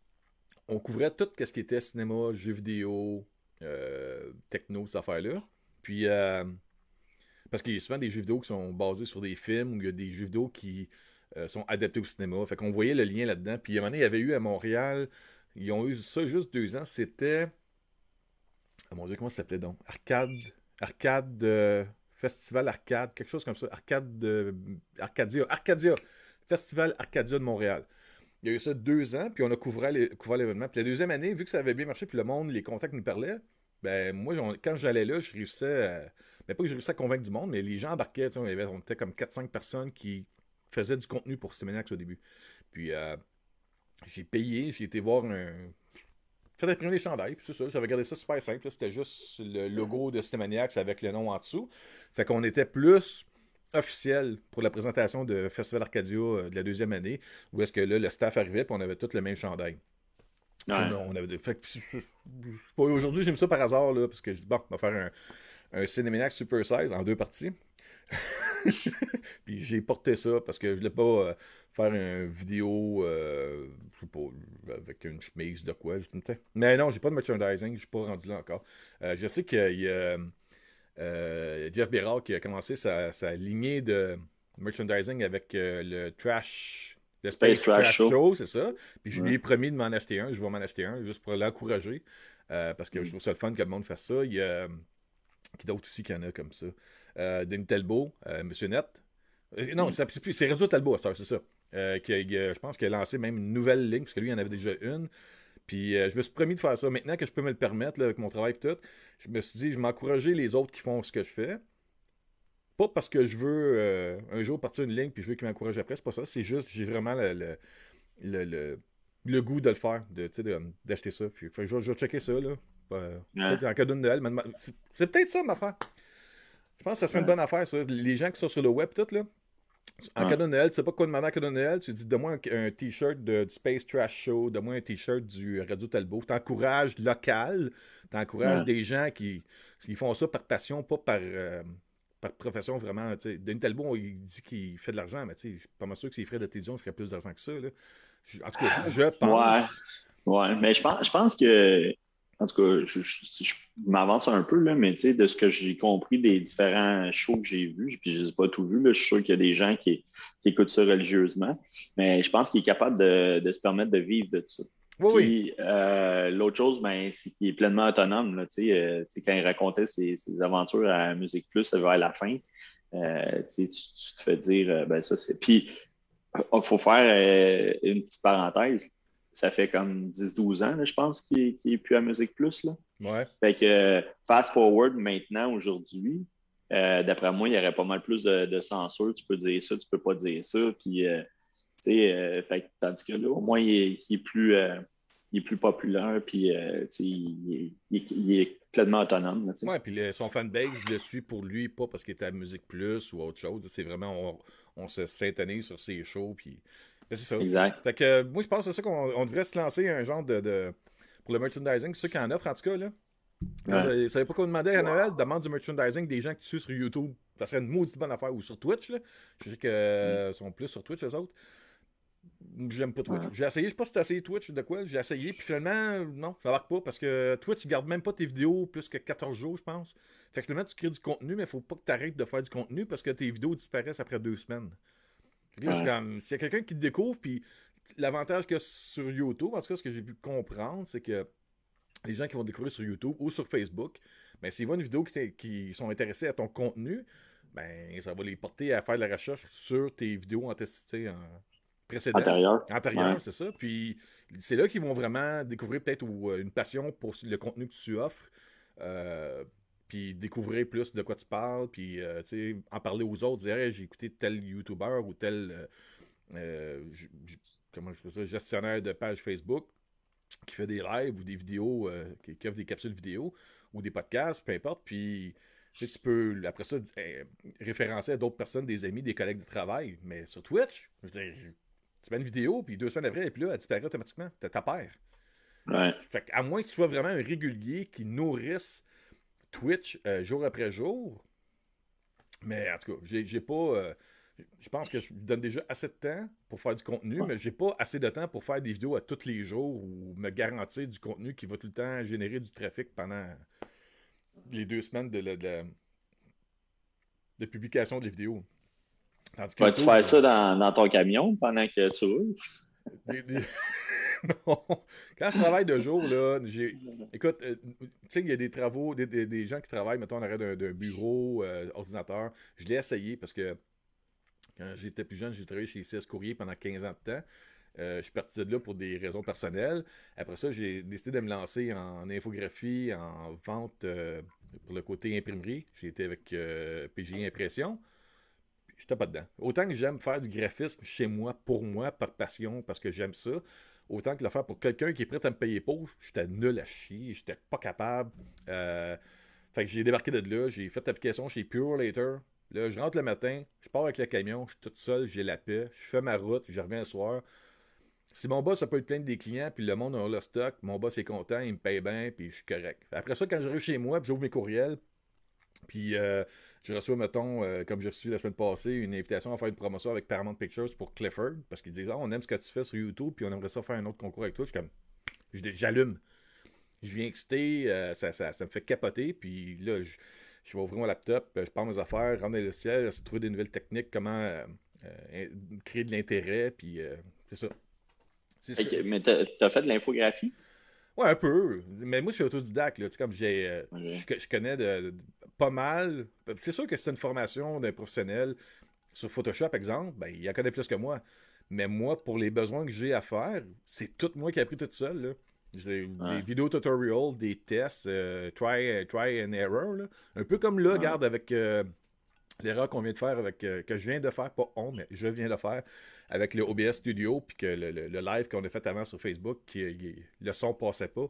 on couvrait tout ce qui était cinéma, jeux vidéo, euh, techno, ces affaires-là. Puis, euh, parce qu'il y a souvent des jeux vidéo qui sont basés sur des films ou il y a des jeux vidéo qui euh, sont adaptés au cinéma. Fait qu'on voyait le lien là-dedans. Puis, à un moment donné, il y avait eu à Montréal, ils ont eu ça juste deux ans, c'était. Oh mon Dieu, comment ça s'appelait donc Arcade. Arcade. euh, Festival Arcade, quelque chose comme ça. Arcade. euh, Arcadia. Arcadia. Festival Arcadia de Montréal. Il y a eu ça deux ans, puis on a couvert les- couvert l'événement. Puis la deuxième année, vu que ça avait bien marché, puis le monde, les contacts nous parlaient, ben moi, j'en- quand j'allais là, je réussissais à... Ben pas que je réussissais à convaincre du monde, mais les gens embarquaient, tu sais, on, avait- on était comme quatre cinq personnes qui faisaient du contenu pour Cinémaniacs au début. Puis euh, j'ai payé, j'ai été voir un... Fait imprimer des chandails, puis c'est ça, j'avais gardé ça super simple, là, c'était juste le logo de Cinémaniacs avec le nom en dessous. Fait qu'on était plus officiel pour la présentation de Festival Arcadia euh, de la deuxième année, où est-ce que là, le staff arrivait, puis on avait tous le même chandail. Puis on, a- Ouais. on avait de- fait que, pour aujourd'hui, j'ai mis ça par hasard, là, parce que je dis, bon, on va faire un, un Cinémaniac Super size en deux parties. Puis j'ai porté ça parce que je voulais pas euh, faire une vidéo, euh, je sais pas, avec une chemise de quoi. je- Mais non, j'ai pas de merchandising, je suis pas rendu là encore. Euh, je sais qu'il y a euh, Jeff Bérard qui a commencé sa, sa lignée de merchandising avec euh, le Trash, le Space Space Trash Trash Show. Show, c'est ça. Puis je lui Ouais. ai promis de m'en acheter un, je vais m'en acheter un, juste pour l'encourager. euh, parce que je Mm. trouve ça le fun que le monde fasse ça. Il y a qui d'autres aussi qui en a comme ça. Euh, Denis Talbot, euh, Monsieur Net. Euh, non, Mm. c'est plus, c'est Réseau Talbot, c'est ça. Euh, qui a- il a- je pense qu'il a lancé même une nouvelle ligne, parce que lui, il en avait déjà une. Puis euh, je me suis promis de faire ça. Maintenant que je peux me le permettre, là, avec mon travail et tout, je me suis dit, je vais encourager les autres qui font ce que je fais. Pas parce que je veux euh, un jour partir une ligne puis je veux qu'ils m'encouragent après, c'est pas ça. C'est juste, j'ai vraiment le, le, le, le- le goût de le faire, de, tu sais, de- d'acheter ça. Puis, fait que je, vais- je vais checker ça, là. Euh, Ouais. peut-être en cadeau de Noël. mais- mais C'est c'est peut-être ça, ma affaire. Je pense que ça serait une Ouais. bonne affaire, ça. Les gens qui sont sur le web, tout, là. En Ouais. cadeau de Noël, tu sais pas quoi demander en cadeau de Noël, tu dis, donne-moi un, un t-shirt de, du Space Trash Show, donne-moi un t-shirt du Radio Talbot. T'encourages local, t'encourages Ouais. des gens qui, qui font ça par passion, pas par, euh, par profession vraiment. tu sais. Denis Talbot, il dit qu'il fait de l'argent, mais tu sais, je suis pas mal sûr que s'il ferait de la télévision, il ferait plus d'argent que ça. Là. Je- en tout cas, je Ouais. pense. Ouais. Mais je pense, je pense que, en tout cas, je, je, si je m'avance un peu, là, mais tu sais, de ce que j'ai compris des différents shows que j'ai vus, puis je ne les ai pas tout vus, là, je suis sûr qu'il y a des gens qui, qui écoutent ça religieusement, mais je pense qu'il est capable de, de se permettre de vivre de ça. Oui, oui. Puis euh, l'autre chose, ben, c'est qu'il est pleinement autonome. Là, tu sais, euh, tu sais, quand il racontait ses, ses aventures à Musique Plus vers la fin, euh, tu, sais, tu, tu te fais dire, euh, ben ça c'est. Puis il faut faire euh, une petite parenthèse. Ça fait comme dix douze ans, là, je pense, qu'il est, qu'il est plus à Musique Plus. Là. Ouais. Fait que euh, fast forward maintenant, aujourd'hui, euh, d'après moi, il y aurait pas mal plus de, de censure. Tu peux dire ça, tu peux pas dire ça. Puis euh, Euh, fait, tandis que là, au moins, il est, il est plus, euh, il est plus populaire, puis euh, il, il, il, est pleinement autonome. Là, Ouais, puis le- son fanbase le suit pour lui, pas parce qu'il est à Musique Plus ou autre chose. C'est vraiment, on, on se syntonise sur ses shows, puis ben, c'est ça. exact. Fait que euh, moi, je pense que c'est ça qu'on on devrait se lancer un genre de, de- pour le merchandising, ceux qui en offrent en tout cas, là. Là, Ouais. vous savez pas quoi demander à Noël? Demande du merchandising des gens que tu suis sur YouTube. Ça serait une maudite bonne affaire. Ou sur Twitch, là. Je sais qu'ils sont plus sur Twitch, les autres. J'aime pas Twitch. Ouais. J'ai essayé, je sais pas si t'as essayé Twitch de quoi. J'ai essayé, puis finalement, non, ça marque pas parce que Twitch, il garde même pas tes vidéos plus que quatorze jours, je pense. Fait que finalement, tu crées du contenu, mais faut pas que tu arrêtes de faire du contenu parce que tes vidéos disparaissent après deux semaines. Fait que là, je suis Ouais. comme, s'il y a quelqu'un qui te découvre, puis l'avantage que sur YouTube, en tout cas, ce que j'ai pu comprendre, c'est que les gens qui vont découvrir sur YouTube ou sur Facebook, ben, s'ils voient une vidéo qui, qui sont intéressés à ton contenu, ben, ça va les porter à faire de la recherche sur tes vidéos en, en précédentes, Antérieur. Ouais. antérieures, c'est ça. Puis c'est là qu'ils vont vraiment découvrir peut-être une passion pour le contenu que tu offres. Euh, puis découvrir plus de quoi tu parles, puis euh, en parler aux autres, dire hey, j'ai écouté tel YouTuber ou tel euh, euh, comment je fais ça, gestionnaire de page Facebook qui fait des lives ou des vidéos, euh, qui, qui offre des capsules vidéo ou des podcasts, peu importe. Puis tu, sais, tu peux, après ça, euh, référencer à d'autres personnes, des amis, des collègues de travail. Mais sur Twitch, je veux dire, tu mets une vidéo, puis deux semaines après, elle est plus là, elle disparaît automatiquement. T'as ta paire. Ouais. Fait qu'à moins que tu sois vraiment un régulier qui nourrisse Twitch euh, jour après jour, mais en tout cas, j'ai, j'ai pas. Euh, je pense que je me donne déjà assez de temps pour faire du contenu, mais j'ai pas assez de temps pour faire des vidéos à tous les jours ou me garantir du contenu qui va tout le temps générer du trafic pendant les deux semaines de, la- de, la- de publication des vidéos. Tandis que Vas-tu YouTube, faire ça dans, dans ton camion pendant que tu roules? des- des- non. Quand je travaille de jour, là, j'ai. Écoute, euh, tu sais, il y a des travaux, des, des- des gens qui travaillent, mettons, en arrêt d'un, d'un bureau, euh, ordinateur. Je l'ai essayé parce que quand j'étais plus jeune, j'ai travaillé chez C S Courrier pendant quinze ans de temps. Euh, je suis parti de là pour des raisons personnelles. Après ça, j'ai décidé de me lancer en infographie, en vente euh, pour le côté imprimerie. J'ai été avec euh, P J Impression. Je n'étais pas dedans. Autant que j'aime faire du graphisme chez moi, pour moi, par passion, parce que j'aime ça, autant que le faire pour quelqu'un qui est prêt à me payer pour, j'étais nul à chier, j'étais pas capable. Euh, fait que j'ai débarqué de là, j'ai fait l'application chez Pure Later. Là, je rentre le matin, je pars avec le camion, je suis tout seul, j'ai la paix, je fais ma route, je reviens le soir. Si mon boss n'a pas eu de plainte des clients, puis le monde a le stock, mon boss est content, il me paye bien, puis je suis correct. Après ça, quand j'arrive chez moi, puis j'ouvre mes courriels, puis euh, je reçois, mettons, euh, comme j'ai reçu la semaine passée, une invitation à faire une promotion avec Paramount Pictures pour Clifford, parce qu'ils disent ah, on aime ce que tu fais sur YouTube, puis on aimerait ça faire un autre concours avec toi. Je suis comme, j'allume. Je viens excité, euh, ça, ça, ça me fait capoter, puis là, je, je vais ouvrir mon laptop, je pars mes affaires, rendre le ciel, essayer de trouver des nouvelles techniques, comment euh, euh, créer de l'intérêt, puis euh, c'est ça. C'est ça. Ok, mais t'as, t'as fait de l'infographie? Ouais, un peu. Mais moi, je suis autodidacte. Là. Tu sais, comme j'ai, euh, Ok. je, je connais de, de- pas mal. C'est sûr que c'est une formation d'un professionnel sur Photoshop, exemple. Ben, il en connaît plus que moi. Mais moi, pour les besoins que j'ai à faire, c'est tout moi qui ai appris tout seul. Là. J'ai des Ouais. vidéos tutorials, des tests, euh, try, try and error. Là. Un peu comme là, Ouais. regarde, avec euh, l'erreur qu'on vient de faire, avec euh, que je viens de faire, pas on, mais je viens de faire avec le O B S Studio, puis que le, le- le live qu'on a fait avant sur Facebook, qui, il- le son passait pas.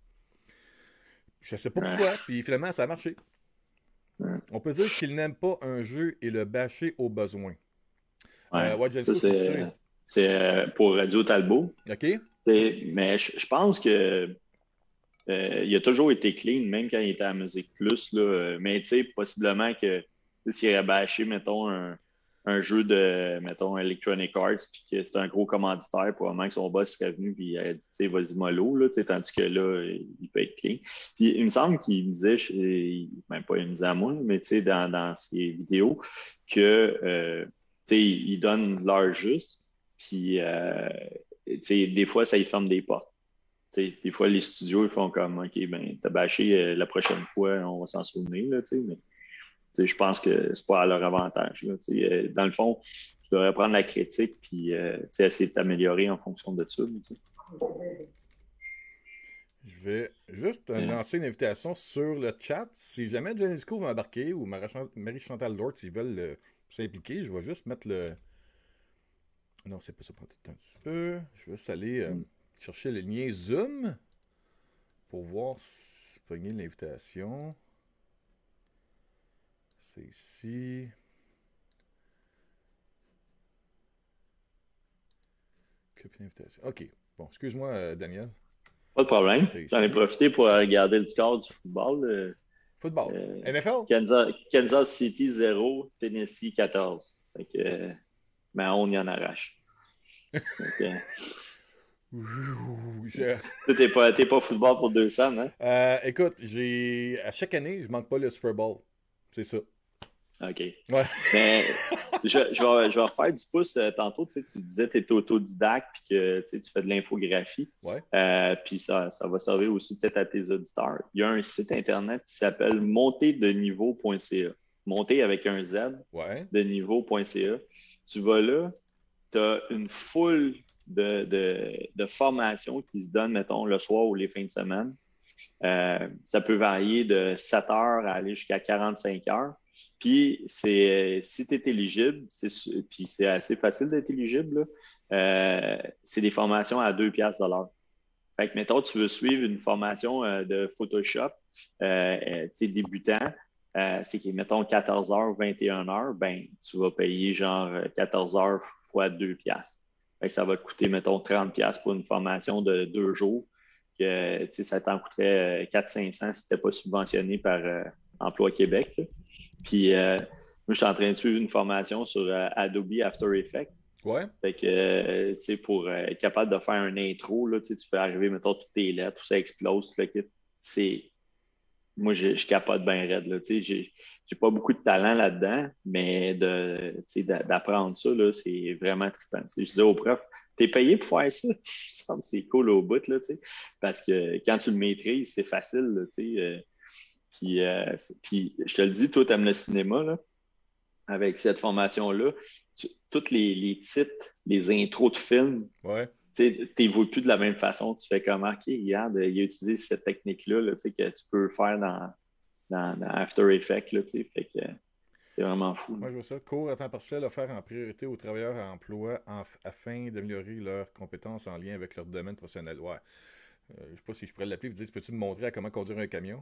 Je sais pas Ouais. pourquoi, puis finalement, ça a marché. Ouais. On peut dire qu'il n'aime pas un jeu et le bâcher au besoin. Euh, Ouais. ouais, Ça, Jensko qui dit ça, il c'est, dit. c'est euh, pour Radio Talbot. OK? T'sais, mais je, je pense que euh, il a toujours été clean, même quand il était à Musique Plus. Là, euh, mais tu sais, possiblement que tu sais, s'il avait bâché, mettons, un, un jeu de, mettons, Electronic Arts, puis que c'était un gros commanditaire, probablement que son boss serait venu, puis il a dit, tu sais, vas-y mollo, là, tu sais, tandis que là, il peut être clean. Puis il me semble qu'il me disait, je- même pas il me disait à moi, mais tu sais, dans, dans ses vidéos, que, euh, tu sais, il donne l'heure juste, puis, euh, tu sais, des fois, ça y ferme des portes. T'sais, des fois, les studios, ils font comme, OK, ben, t'as bâché euh, la prochaine fois, on va s'en souvenir, là, t'sais, mais t'sais, je pense que c'est pas à leur avantage. Là, t'sais. Euh, dans le fond, tu devrais prendre la critique puis euh, t'sais, essayer de t'améliorer en fonction de ça. T'sais. Je vais juste euh, Euh, lancer une invitation sur le chat. Si jamais Jenny Disco va embarquer ou Marie-Chantal Lord, s'ils veulent euh, s'impliquer, je vais juste mettre le, Non, c'est pas ça. Pas tout un petit peu. Je vais juste aller euh, chercher le lien Zoom pour voir si pogner l'invitation. C'est ici. Copie d'invitation. OK. Bon, excuse-moi, euh, Daniel. Pas de problème. C'est J'en ai ici. profité pour regarder le score du football. euh, Football. euh, N F L? Kansas, Kansas City zéro, Tennessee quatorze. Fait que, euh, mais on y en arrache. Donc, euh, Ouh, je- toi, t'es pas, t'es pas football pour deux cents, hein? Euh, écoute, j'ai à chaque année, je manque pas le Super Bowl. C'est ça. OK. Ouais. Mais je, je vais, je vais refaire du pouce. euh, Tantôt, tu sais, tu disais que tu es autodidacte puis que tu sais, tu fais de l'infographie. Ouais. Euh, puis ça, ça va servir aussi peut-être à tes auditeurs. Il y a un site Internet qui s'appelle monterdeniveau point c a. Monter avec un Z, Ouais. de niveau point c a. Tu vas là, tu as une foule de, de, de formations qui se donnent, mettons, le soir ou les fins de semaine. Euh, ça peut varier de sept heures à aller jusqu'à quarante-cinq heures. Puis, c'est, si tu es éligible, c'est, puis c'est assez facile d'être éligible, là, euh, c'est des formations à deux piastres de l'heure. Fait que, mettons, tu veux suivre une formation euh, de Photoshop, euh, tu sais, débutant, euh, c'est que, mettons, quatorze heures, vingt et une heures, ben, tu vas payer genre quatorze heures fois deux piastres. Fait que ça va te coûter, mettons, trente piastres pour une formation de deux jours, que, tu sais, ça t'en coûterait quatre cinq cents si tu n'étais pas subventionné par euh, Emploi Québec, là. Puis, euh, moi, je suis en train de suivre une formation sur euh, Adobe After Effects. Ouais. Fait que, euh, tu sais, pour euh, être capable de faire un intro, là, tu sais, tu fais arriver, mettons, toutes tes lettres, tout ça explose, tout le kit. C'est, moi, je, je capote bien raide, là, tu sais, j'ai, j'ai pas beaucoup de talent là-dedans, mais de, tu sais, d'a- d'apprendre ça, là, c'est vraiment trippant. Tu sais, je disais au prof, t'es payé pour faire ça? Il me semble que c'est cool au bout, là, tu sais, parce que quand tu le maîtrises, c'est facile, là, tu sais, euh, puis, euh, c'est- puis, je te le dis, toi, t'aimes le cinéma, là, avec cette formation-là, tu- tous les, les titres, les intros de films, Ouais. tu n'évolues plus de la même façon. Tu fais comment, OK, regarde, il a utilisé cette technique-là là, tu sais, que tu peux faire dans, dans, dans After Effects. Là, tu sais, fait que c'est vraiment fou. Là. Moi, je vois ça. Cours à temps partiel offert en priorité aux travailleurs à emploi en- afin d'améliorer leurs compétences en lien avec leur domaine professionnel. Ouais. Euh, je sais pas si je pourrais l'appeler et dire, peux-tu me montrer à comment conduire un camion?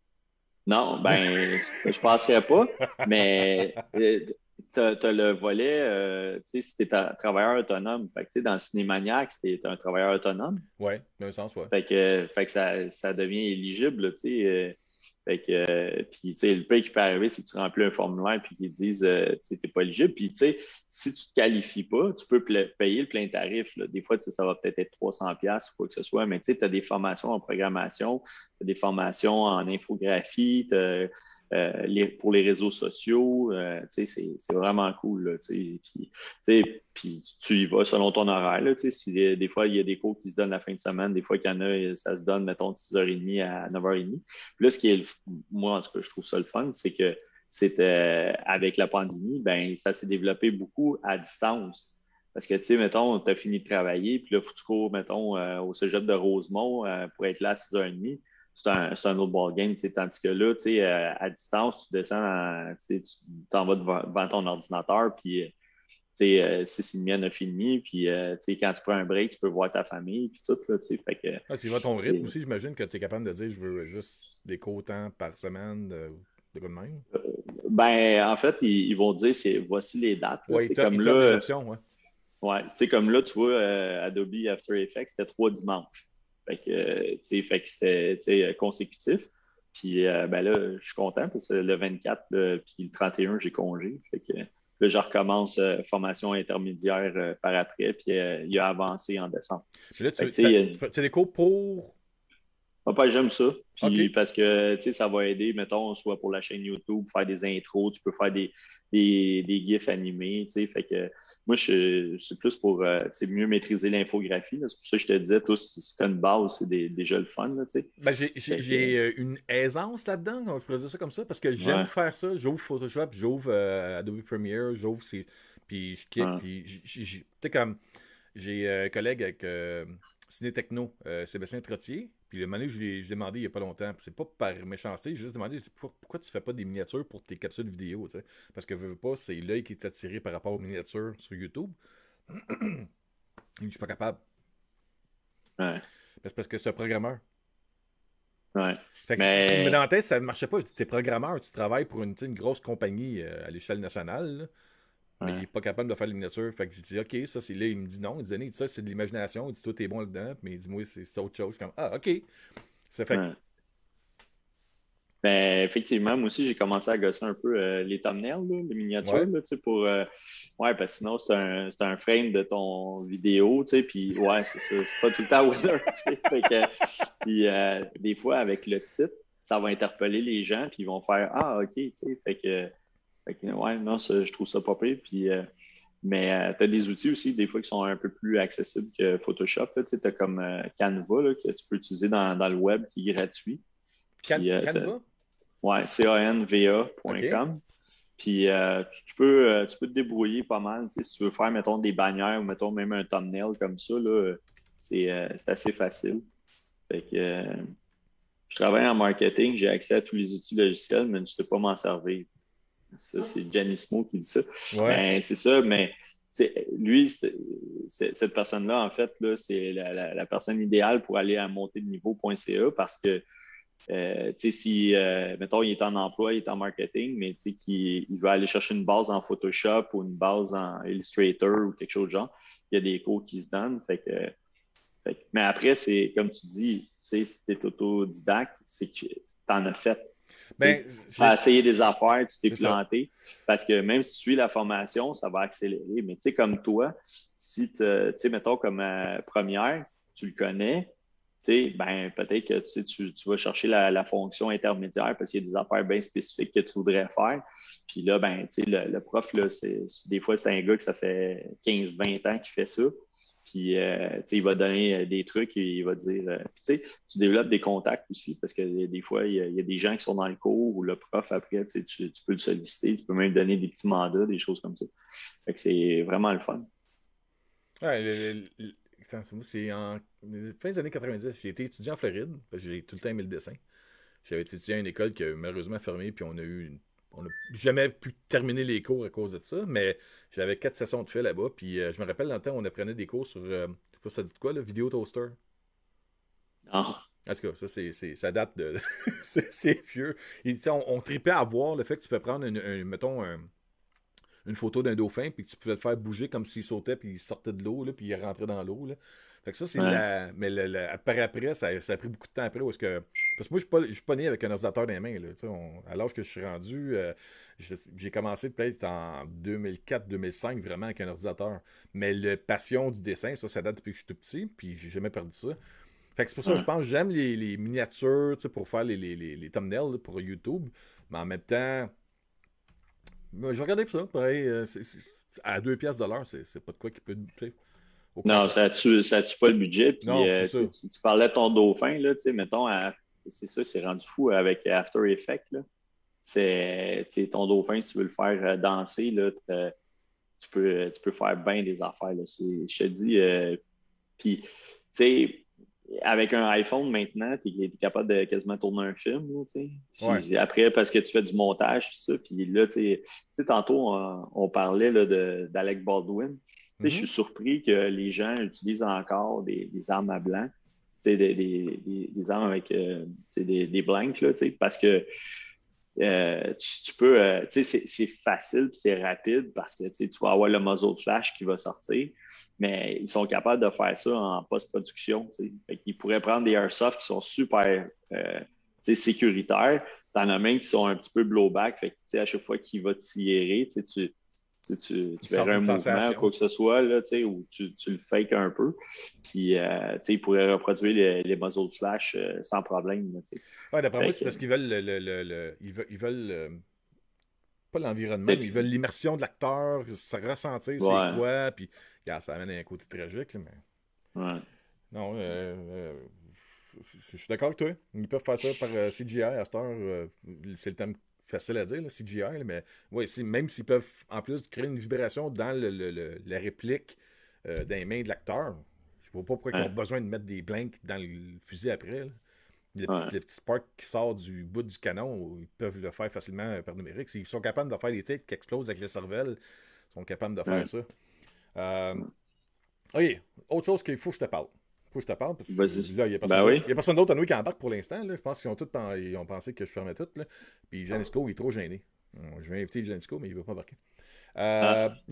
Non, ben, je ne penserais pas, mais euh, tu as le volet, euh, tu sais, si tu es un travailleur autonome. Fait que, tu sais, dans Cinémaniac, si tu es un travailleur autonome, Ouais, d'un sens, ouais. fait que, fait que ça, ça devient éligible, là, tu sais. euh, fait que, euh, puis, tu sais, le pire qui peut arriver, c'est que tu remplis un formulaire puis qu'ils te disent, euh, tu sais, t'es pas éligible. Puis, tu sais, si tu te qualifies pas, tu peux pla- payer le plein tarif, là. Des fois, tu sais, ça va peut-être être trois cents pièces ou quoi que ce soit, mais tu sais, tu as des formations en programmation, tu as des formations en infographie, t'as, euh, les, pour les réseaux sociaux, euh, tu sais, c'est, c'est vraiment cool, là, tu sais. Puis, tu sais, puis tu y vas selon ton horaire, là, tu sais. Si des, des fois, il y a des cours qui se donnent la fin de semaine, des fois qu'il y en a, ça se donne, mettons, de six heures trente à neuf heures trente. Puis là, ce qui est, le, moi, en tout cas, je trouve ça le fun, c'est que c'était avec la pandémie, ben, ça s'est développé beaucoup à distance. Parce que, tu sais, mettons, tu as fini de travailler, puis là, faut que tu cours, mettons, euh, au cégep de Rosemont euh, pour être là à six heures trente. C'est un, c'est un autre ballgame, tu sais, tandis que là, tu sais, euh, à distance, tu descends, en, tu sais, tu t'en vas devant, devant ton ordinateur, puis, tu sais, euh, six heures trente à neuf heures trente, puis, euh, tu sais, quand tu prends un break, tu peux voir ta famille, puis tout, là, tu sais, fait que, Ah, tu y vas à ton rythme c'est, aussi, j'imagine que tu es capable de dire, je veux juste des cours temps par semaine, de, de quoi de même. ben, en fait, ils, ils vont dire, c'est voici les dates, là, Ouais, tu il sais, t'offre comme il là, t'offre des euh, options, ouais. ouais, tu sais, comme là, tu vois, euh, Adobe After Effects, c'était trois dimanches. Fait que, euh, tu sais, fait que c'était, tu sais, consécutif. Puis, euh, ben là, je suis content parce que le vingt-quatre, là, puis le trente et un, j'ai congé. Fait que là, je recommence euh, formation intermédiaire euh, par après, puis euh, il a avancé en décembre. Mais là, Fait que, tu tu sais, t'as- euh, tu fais tu fais des cours pour. moi, pas, j'aime ça. OK. Puis parce que, tu sais, ça va aider, mettons, soit pour la chaîne YouTube, faire des intros, tu peux faire des, des, des GIFs animés, tu sais. Fait que moi, je, c'est plus pour, euh, tu sais, mieux maîtriser l'infographie, là. C'est pour ça que je te disais, toi, si c'était une base, c'est des- déjà le fun, là, tu sais. Ben, j'ai j'ai- Fait que, j'ai, euh, une aisance là-dedans, je pourrais dire ça comme ça, parce que j'aime ouais, faire ça. J'ouvre Photoshop, j'ouvre euh, Adobe Premiere, j'ouvre ces. Puis je kick, ouais, puis j- j- j- tu sais, comme. J'ai euh, un collègue avec euh, Ciné Techno, euh, Sébastien Trottier. Puis le moment donné, je lui ai je lui ai demandé il n'y a pas longtemps. Puis c'est pas par méchanceté, j'ai juste demandé j'ai dit, pourquoi, pourquoi tu fais pas des miniatures pour tes capsules vidéo, tu sais? Parce que veux, veux pas, c'est l'œil qui est attiré par rapport aux miniatures sur YouTube. Je suis pas capable. Ouais. C'est parce que c'est un programmeur. Ouais. Fait que, mais... mais dans la tête, ça ne marchait pas. Tu es programmeur, tu travailles pour une, une grosse compagnie euh, à l'échelle nationale, là, mais ouais. il n'est pas capable de faire les miniatures. Fait que je dis, OK, ça c'est là. Il me dit non. Il dit, ça c'est de l'imagination. Il dit, toi, t'es bon là-dedans. Mais il dit, moi, c'est autre chose. Je suis comme, ah, OK. Ça fait. Ouais. Ben, effectivement, moi aussi, j'ai commencé à gosser un peu euh, les thumbnails, là, les miniatures, ouais. Là, pour. Euh... Ouais, parce que sinon, c'est un, c'est un frame de ton vidéo, tu sais, puis ouais, c'est ça, c'est pas tout le temps winner, tu sais. Fait que, puis euh, des fois, avec le titre, ça va interpeller les gens, puis ils vont faire ah, OK, tu sais. Fait que, fait que, ouais, non, ça, je trouve ça pas pire. Puis, euh, mais euh, tu as des outils aussi, des fois, qui sont un peu plus accessibles que Photoshop. Tu sais, as comme euh, Canva, là, que tu peux utiliser dans, dans le web, qui est gratuit. Can puis, euh, Canva? Ouais, C A N V A point com. Okay. Puis euh, tu, tu, peux, euh, tu peux te débrouiller pas mal. Tu sais, si tu veux faire, mettons, des bannières ou mettons même un thumbnail comme ça, là, c'est, euh, c'est assez facile. Fait que euh, je travaille en marketing, j'ai accès à tous les outils logiciels, mais je ne sais pas m'en servir. Ça, c'est Janismo qui dit ça. Ouais. Ben, c'est ça, mais c'est, lui, c'est, c'est, cette personne-là, en fait, là, c'est la, la, la personne idéale pour aller à monter de niveau point C A parce que Euh, tu sais, si, euh, mettons, il est en emploi, il est en marketing, mais tu sais, qu'il il va aller chercher une base en Photoshop ou une base en Illustrator ou quelque chose de genre, il y a des cours qui se donnent. Fait que, fait que, mais après, c'est comme tu dis, tu sais, si t'es autodidacte, c'est que t'en as fait. Ben, tu as essayé des affaires, tu t'es planté. Ça. Parce que même si tu suis la formation, ça va accélérer. Mais tu sais, comme toi, si tu sais, mettons, comme euh, première, tu le connais, tu sais, ben, peut-être que tu, sais, tu, tu vas chercher la, la fonction intermédiaire parce qu'il y a des affaires bien spécifiques que tu voudrais faire. Puis là, ben, tu sais, le, le prof, là, c'est, des fois, c'est un gars que ça fait quinze vingt ans qu'il fait ça. Puis, euh, tu sais, il va donner des trucs et il va dire... Euh, puis, tu sais, tu développes des contacts aussi parce que des fois, il y, a, il y a des gens qui sont dans le cours ou le prof, après, tu, sais, tu, tu peux le solliciter. Tu peux même donner des petits mandats, des choses comme ça. Fait que c'est vraiment le fun. Ouais, le, le, le... Moi, c'est en fin des années quatre-vingt-dix. J'ai été étudiant en Floride. J'ai tout le temps aimé le dessin. J'avais étudié à une école qui a malheureusement fermé, puis on a eu une... on n'a jamais pu terminer les cours à cause de ça, mais j'avais quatre sessions de fait là-bas, puis euh, je me rappelle dans le temps, on apprenait des cours sur, euh, je sais pas si ça dit de quoi, là, Vidéo Toaster. Non. En tout cas, ça, c'est, c'est, ça date de... c'est, c'est vieux. Et, on, on tripait à voir le fait que tu peux prendre, une, un, mettons, un, une photo d'un dauphin, puis que tu pouvais le faire bouger comme s'il sautait, puis il sortait de l'eau, là, puis il rentrait dans l'eau. Là. Fait que ça, c'est ouais. la. Mais le, le, par après, ça, ça a pris beaucoup de temps après. Où est-ce que... Parce que moi, je suis pas, je suis pas né avec un ordinateur dans les mains. Là, on, à l'âge que je suis rendu, euh, j'ai commencé peut-être en deux mille quatre deux mille cinq vraiment avec un ordinateur. Mais la passion du dessin, ça, ça date depuis que je suis tout petit, puis j'ai jamais perdu ça. Fait que c'est pour ça que ouais. je pense que j'aime les, les miniatures pour faire les, les, les, les thumbnails là, pour YouTube. Mais en même temps. Je vais regarder pour ça. Pareil, c'est, c'est, à deux piastres de l'heure, c'est, c'est pas de quoi qui peut. Non, ça tue, ça tue pas le budget. Puis, non, euh, tu, tu parlais de ton dauphin, là, mettons, à, c'est ça, c'est rendu fou avec After Effects. Là. C'est ton dauphin, si tu veux le faire danser, là, tu, peux, tu peux faire bien des affaires. Là. C'est, je te dis, euh, puis, tu sais, avec un iPhone maintenant, tu es capable de quasiment tourner un film. Là, si, ouais. Après, parce que tu fais du montage, tout ça. Puis là, tu sais, tantôt, on, on parlait là, de, d'Alec Baldwin. Mm-hmm. Je suis surpris que les gens utilisent encore des, des armes à blanc, des, des, des, des armes avec euh, des, des blanks, là, parce que euh, tu, tu peux, euh, c'est, c'est facile et c'est rapide parce que tu vas avoir le muzzle flash qui va sortir. Mais ils sont capables de faire ça en post-production. Ils pourraient prendre des airsoft qui sont super euh, sécuritaires. T'en as même qui sont un petit peu blowback. Fait que, à chaque fois qu'il va tirer, tu, tu, tu, tu verrais un mouvement ou quoi que ce soit, là, ou tu, tu le fakes un peu. Puis euh, ils pourraient reproduire les, les muzzle flash euh, sans problème. Ouais, d'après moi, c'est parce qu'ils veulent le, le, le, le ils veulent, ils veulent euh, pas l'environnement, mais ils veulent l'immersion de l'acteur, ça ressentir c'est ouais. quoi, puis yeah, ça amène un côté tragique, là, mais... Ouais. Non, euh, euh, je suis d'accord avec toi. Ils peuvent faire ça par euh, C G I à cette heure. Euh, c'est le terme facile à dire, là, C G I, là, mais ouais, même s'ils peuvent, en plus, créer une vibration dans le, le, le, la réplique euh, dans les mains de l'acteur, je vois pas pourquoi ouais. ils ont besoin de mettre des blanks dans le fusil après, là. Le, ouais. petit, le petit spark qui sort du bout du canon, ils peuvent le faire facilement par numérique. S'ils sont capables de faire des têtes qui explosent avec les cervelles, ils sont capables de faire ouais. ça. Euh, OK, autre chose qu'il faut que je te parle. Faut que je te parle, parce Vas-y. que là, il n'y a personne Ben d'autre. oui. Il y a personne d'autre à nous qui embarque pour l'instant. Là. Je pense qu'ils ont tous pen- ils ont pensé que je fermais tout. Là. Puis Janisco, il est trop gêné. Je vais inviter Janisco, mais il ne veut pas embarquer. Euh, Ah,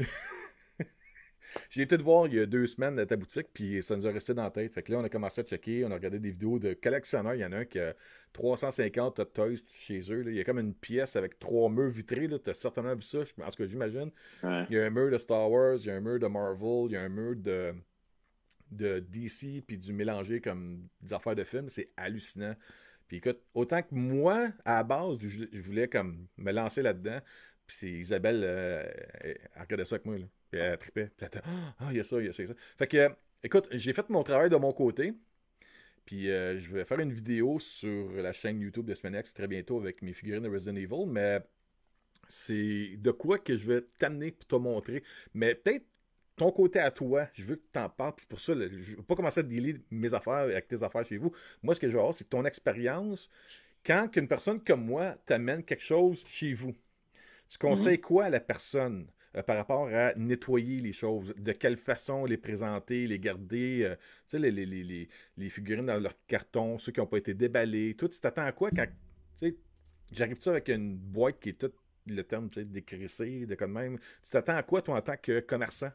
J'ai été te voir il y a deux semaines à ta boutique, puis ça nous a resté dans la tête. Fait que là, on a commencé à checker, on a regardé des vidéos de collectionneurs. Il y en a un qui a trois cent cinquante Hot Toys chez eux. Là. Il y a comme une pièce avec trois murs vitrés. Tu as certainement vu ça, en tout cas, j'imagine. ouais. Il y a un mur de Star Wars, il y a un mur de Marvel, il y a un mur de, de D C, puis du mélangé comme des affaires de films. C'est hallucinant. Puis écoute, autant que moi, à la base, je, je voulais comme me lancer là-dedans. Puis c'est Isabelle, euh, elle, elle regardait ça avec moi, là. Puis elle trippait. Puis elle était, ah, il y a ça, il y a ça, il y a ça. Fait que, euh, écoute, j'ai fait mon travail de mon côté. Puis euh, je vais faire une vidéo sur la chaîne YouTube de Semanex très bientôt avec mes figurines de Resident Evil. Mais c'est de quoi que je vais t'amener pour te montrer. Mais peut-être ton côté à toi, je veux que tu en parles. C'est pour ça, là, je ne veux pas commencer à dealer mes affaires avec tes affaires chez vous. Moi, ce que je veux avoir, c'est ton expérience. Quand qu'une personne comme moi t'amène quelque chose chez vous, tu Mhm. conseilles quoi à la personne euh, par rapport à nettoyer les choses? De quelle façon les présenter, les garder? euh, tu sais, les, les, les, les, les figurines dans leur carton, ceux qui n'ont pas été déballés. Toi, tu t'attends à quoi quand. Tu sais, j'arrive ça avec une boîte qui est toute, le terme, tu sais, décrissé, de comme même. Tu t'attends à quoi, toi, en tant que commerçant?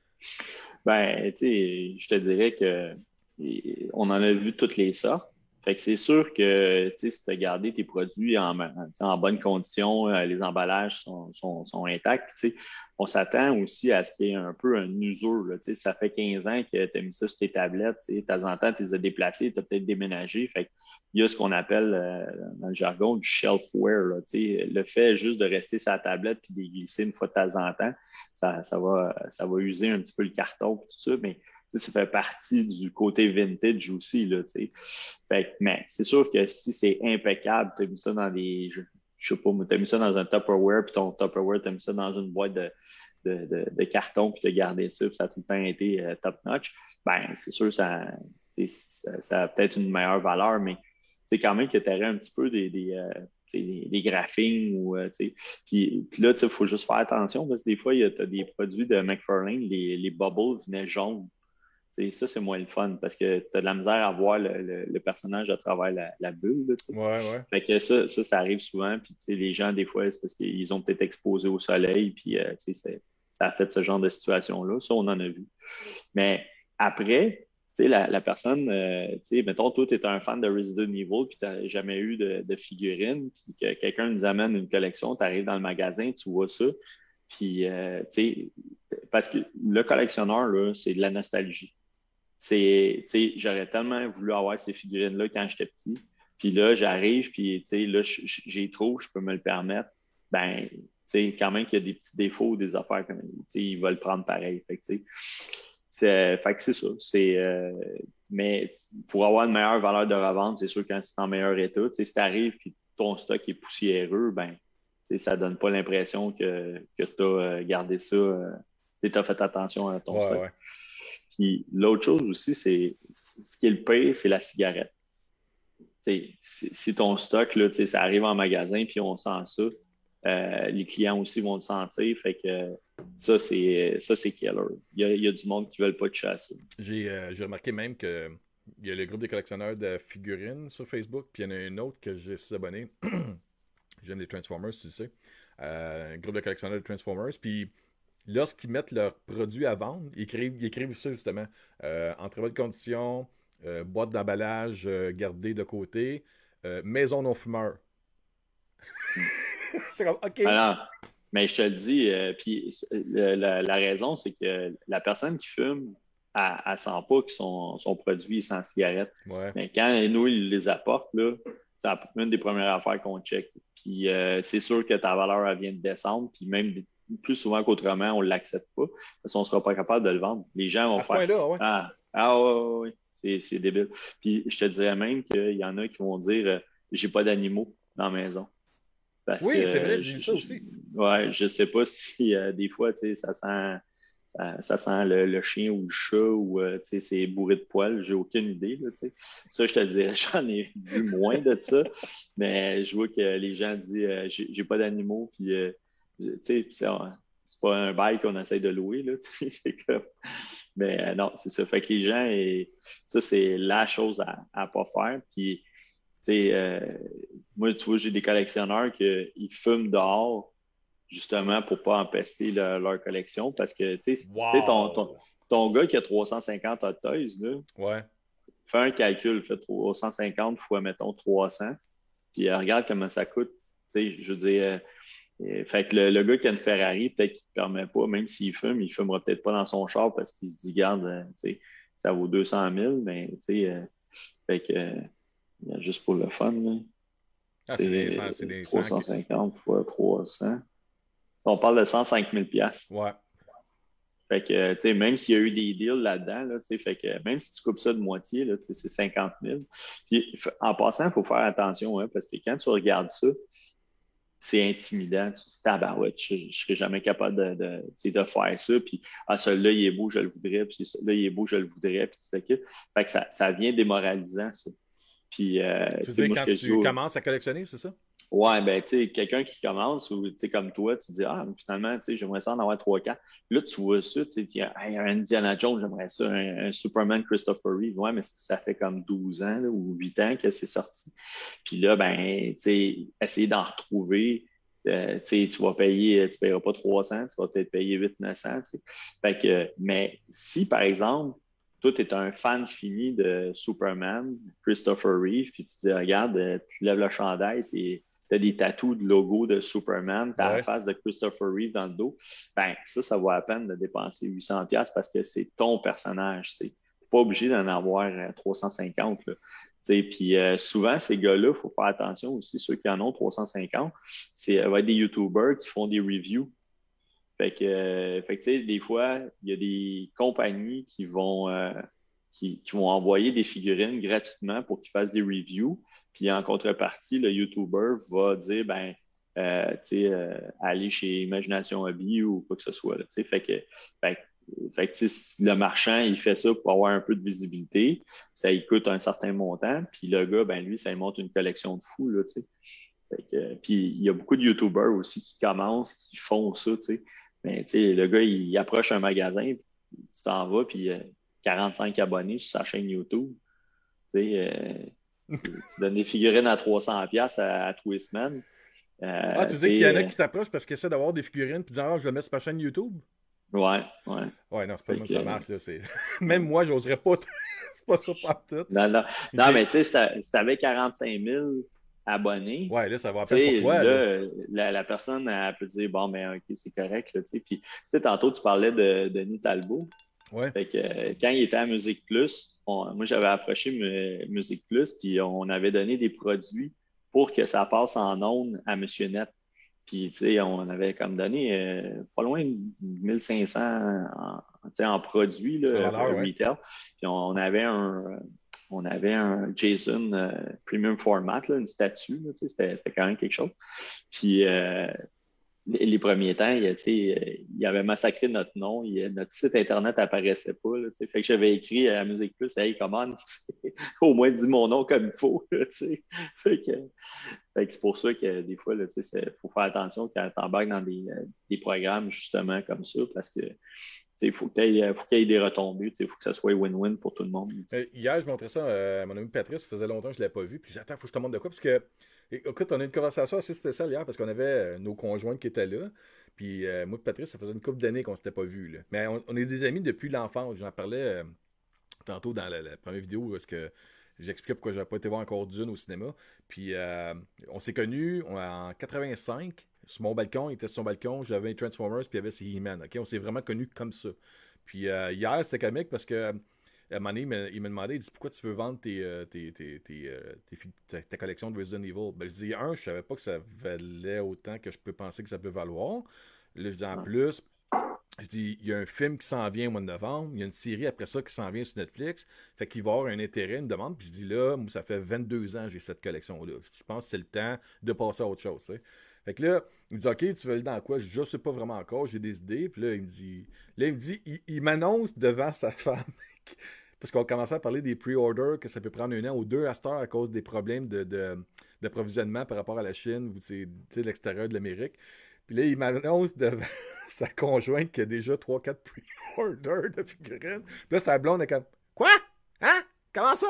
Ben, tu sais, je te dirais que et- on en a vu toutes les sortes. Fait que c'est sûr que, tu sais, si tu as gardé tes produits en, tu sais, en bonne condition, euh, les emballages sont, sont, sont intacts. Puis, tu sais, on s'attend aussi à ce qu'il y ait un peu un usure, là. Tu sais, ça fait quinze ans que tu as mis ça sur tes tablettes. Tu sais, de temps en temps, tu les as déplacés, tu as peut-être déménagé. Fait il y a ce qu'on appelle euh, dans le jargon du shelfware, là. Tu sais, le fait juste de rester sur la tablette puis de les glisser une fois de temps en temps, ça, ça va, ça va user un petit peu le carton et tout ça, mais ça fait partie du côté vintage aussi. Là, fait, mais c'est sûr que si c'est impeccable, tu as mis ça dans des. Je, je sais pas, tu as mis ça dans un Tupperware, puis ton Tupperware, tu as mis ça dans une boîte de, de, de, de carton, puis tu as gardé ça, puis ça a tout le temps été euh, top-notch, ben c'est sûr ça, ça, ça a peut-être une meilleure valeur, mais c'est quand même que tu aurais un petit peu des, des, euh, des, des graphines ou euh, puis, puis là, il faut juste faire attention parce que des fois, tu as des produits de McFarlane, les, les bubbles venaient jaunes. T'sais, ça, c'est moins le fun parce que tu as de la misère à voir le, le, le personnage à travers la, la bulle. Là, Ouais, ouais. fait que ça, ça, ça arrive souvent. Puis les gens, des fois, c'est parce qu'ils ont peut-être exposé au soleil. Puis euh, ça a fait ce genre de situation-là. Ça, on en a vu. Mais après, la, la personne, euh, mettons, toi, tu es un fan de Resident Evil, puis tu n'as jamais eu de, de figurine, puis que quelqu'un nous amène une collection, tu arrives dans le magasin, tu vois ça. Puis, euh, parce que le collectionneur, là, c'est de la nostalgie. C'est, tu sais, j'aurais tellement voulu avoir ces figurines-là quand j'étais petit. Puis là, j'arrive, puis tu sais, là, j'ai trop, je peux me le permettre. Ben, tu sais, quand même qu'il y a des petits défauts, des affaires, comme, tu sais, il va le prendre pareil. Fait que, tu sais, c'est, fait que c'est ça. C'est, euh, mais pour avoir une meilleure valeur de revente, c'est sûr quand c'est en meilleur état, tu sais, si t'arrives puis ton stock est poussiéreux, ben, tu sais, ça donne pas l'impression que, que tu as gardé ça, euh, tu as fait attention à ton Ouais, stock. ouais. Puis l'autre chose aussi, c'est ce qui est le pire, c'est la cigarette. Si, si ton stock, là, ça arrive en magasin, puis on sent ça, euh, les clients aussi vont le sentir. Fait que ça, c'est ça, c'est killer. Il y, a, il y a du monde qui ne veulent pas de chasser. J'ai euh, j'ai remarqué même que il y a le groupe des collectionneurs de figurines sur Facebook, puis il y en a un autre que je suis abonné. J'aime les Transformers, tu le sais. Euh, un groupe de collectionneurs de Transformers. Puis lorsqu'ils mettent leurs produits à vendre, ils écrivent, ils écrivent ça justement. Euh, en très bonne condition, euh, boîte d'emballage euh, gardée de côté, euh, maison non fumeur. C'est comme, OK. Alors, mais je te le dis, euh, puis euh, la, la raison, c'est que la personne qui fume, elle, elle sent pas que son, son produit est sans cigarette. Ouais. Mais quand nous, il les apporte, là, c'est une des premières affaires qu'on check. Puis euh, c'est sûr que ta valeur, elle vient de descendre. Puis même plus souvent qu'autrement, on ne l'accepte pas parce qu'on ne sera pas capable de le vendre. Les gens vont À ce faire point-là, ouais. Ah, ah ouais, ouais, ouais. C'est, c'est débile. Puis je te dirais même qu'il y en a qui vont dire euh, j'ai pas d'animaux dans la maison. Parce Oui, c'est vrai, que j'ai je, vu ça je, aussi. ouais, je sais pas si euh, des fois, tu sais, ça sent ça, ça sent le, le chien ou le chat ou euh, tu sais, c'est bourré de poils, j'ai aucune idée. Là, tu sais. Ça, je te dirais, j'en ai vu moins de ça, mais je vois que les gens disent euh, j'ai, j'ai pas d'animaux, puis euh, tu sais, puis ça, c'est pas un bail qu'on essaie de louer, là, c'est comme... Mais euh, non, c'est ça. Fait que les gens, et... ça, c'est la chose à ne pas faire. Puis, tu sais, euh, moi, tu vois, j'ai des collectionneurs qui fument dehors justement pour pas empester le, leur collection parce que, tu sais, Wow! ton, ton, ton gars qui a trois cent cinquante Hot Toys, là, ouais. fais un calcul, fais trois cent cinquante fois, mettons, trois cents, puis euh, regarde comment ça coûte. Tu sais, je veux dire... Euh, fait que le, le gars qui a une Ferrari, peut-être qu'il ne te permet pas, même s'il fume, il ne fumera peut-être pas dans son char parce qu'il se dit, garde, euh, ça vaut deux cent mille, mais euh, fait que, euh, juste pour le fun, Ah, c'est des, c'est des trois cent cinquante fois trois cents. On parle de cent cinq mille dollars. Ouais. Fait que, tu sais, même s'il y a eu des deals là-dedans, là, fait que même si tu coupes ça de moitié, là, c'est cinquante mille. Puis, en passant, il faut faire attention, hein, parce que quand tu regardes ça, c'est intimidant. Tu te dis, tabarouette, je ne serais jamais capable de, de, de faire ça. Puis, ah, celui-là, il est beau, je le voudrais. Puis, celui-là, il est beau, je le voudrais. Puis, tu fais que, fait que ça, ça vient démoralisant, ça. Puis, euh, tu veux dire, moi, quand tu dis, commences à collectionner, c'est ça? Ouais, ben, tu sais, quelqu'un qui commence, ou tu sais, comme toi, tu dis, ah, finalement, tu sais, j'aimerais ça en avoir trois, quatre. Là, tu vois ça, tu sais, tu dis, hey, un Indiana Jones, j'aimerais ça, un, un Superman Christopher Reeve. Ouais, mais ça fait comme douze ans là, ou huit ans que c'est sorti. Puis là, ben, tu sais, essayer d'en retrouver, euh, tu sais, tu vas payer, tu ne payeras pas trois cents, tu vas peut-être payer huit neuf cents, tu sais. Fait que, mais si, par exemple, toi, tu es un fan fini de Superman, Christopher Reeve, puis tu te dis, regarde, tu lèves le chandail, et tu as des tatous de logo de Superman, tu as ouais. la face de Christopher Reeve dans le dos, ben ça, ça vaut la peine de dépenser huit cents dollars parce que c'est ton personnage. Tu n'es pas obligé d'en avoir trois cent cinquante. Puis euh, souvent, ces gars-là, il faut faire attention aussi, ceux qui en ont trois cent cinquante, c'est va être des YouTubers qui font des reviews. Fait que, euh, fait que tu sais, des fois, il y a des compagnies qui vont, euh, qui, qui vont envoyer des figurines gratuitement pour qu'ils fassent des reviews. Puis en contrepartie, le YouTuber va dire, ben, euh, tu sais, euh, aller chez Imagination Hobby ou quoi que ce soit. Là, fait que, fait, fait que si le marchand, il fait ça pour avoir un peu de visibilité, ça lui coûte un certain montant. Puis le gars, ben lui, ça lui monte une collection de fous. Là, fait que, puis il y a beaucoup de YouTubers aussi qui commencent, qui font ça. T'sais. Mais le gars, il approche un magasin, tu t'en vas, puis euh, quarante-cinq abonnés sur sa chaîne YouTube. Euh, tu, tu donnes des figurines à trois cents dollars à, à tous les semaines. Euh, ah, tu dis qu'il y en a qui t'approchent parce qu'ils essaient d'avoir des figurines puis disent ah, je vais le mettre sur ma chaîne YouTube? Ouais, ouais. Ouais, non, c'est pas le même que ça marche. Là, même moi, j'oserais pas. C'est pas ça partout. Non, non. Non, mais tu sais, si t'avais quarante-cinq mille abonnés. Ouais, là, ça va à peine pour toi. Là, là. La, la personne, elle peut dire bon, mais OK, c'est correct. Là, puis, tu sais, tantôt, tu parlais de Denis Talbot. Ouais. Fait que euh, quand il était à Musique Plus, on, moi, j'avais approché Musique Plus, puis on avait donné des produits pour que ça passe en ondes à Monsieur Net. Puis, tu sais, on avait comme donné euh, pas loin de mille cinq cents en, en produits, là, Alors, euh, ouais. retail. Puis, on avait un. On avait un JSON euh, Premium Format, là, une statue, là, c'était, c'était quand même quelque chose. Puis euh, les, les premiers temps, il, il avait massacré notre nom, il, notre site Internet n'apparaissait pas. Là, fait que j'avais écrit à Musique Plus, hey, commande, au moins dis mon nom comme il faut. Là, fait que, fait que c'est pour ça que des fois, il faut faire attention quand tu embarques dans des, des programmes justement comme ça, parce que il faut qu'il y, ait, faut qu'il y ait des retombées. Il faut que ça soit win-win pour tout le monde. Euh, hier, je montrais ça à mon ami Patrice. Ça faisait longtemps que je ne l'avais pas vu. Puis j'attends, il faut que je te montre de quoi. Parce que, écoute, on a eu une conversation assez spéciale hier parce qu'on avait nos conjoints qui étaient là. Puis euh, moi et Patrice, ça faisait une couple d'années qu'on ne s'était pas vus. Là. Mais on, on est des amis depuis l'enfance. J'en parlais euh, tantôt dans la, la première vidéo parce que j'expliquais pourquoi je n'avais pas été voir encore Dune au cinéma. Puis euh, on s'est connus en quatre-vingt-cinq. Sur mon balcon, il était sur son balcon, j'avais un Transformers, puis il y avait ses He-Man. Okay? On s'est vraiment connus comme ça. Puis euh, hier, c'était comique parce que à un moment donné, il m'a, il m'a demandé, il dit pourquoi tu veux vendre tes, tes, tes, tes, tes, ta, ta collection de Resident Evil. Ben, je dis, un, je savais pas que ça valait autant que je peux penser que ça peut valoir. Là, je dis en plus, je dis, il y a un film qui s'en vient au mois de novembre, il y a une série après ça qui s'en vient sur Netflix, fait qu'il va y avoir un intérêt, une demande. Puis je dis là, moi, ça fait vingt-deux ans que j'ai cette collection-là. Je pense que c'est le temps de passer à autre chose, tu sais. Fait que là, il me dit, OK, tu veux aller dans quoi? Je dis, je sais pas vraiment encore, j'ai des idées. Puis là, il me dit, là, il me dit, il, il m'annonce devant sa femme, parce qu'on commençait à parler des pre-orders, que ça peut prendre un an ou deux à cette heure à cause des problèmes de, de, d'approvisionnement par rapport à la Chine ou de l'extérieur de l'Amérique. Puis là, il m'annonce devant sa conjointe qu'il y a déjà trois quatre pre-orders de figurines. Puis là, sa blonde est comme « Quoi? Hein? Comment ça? »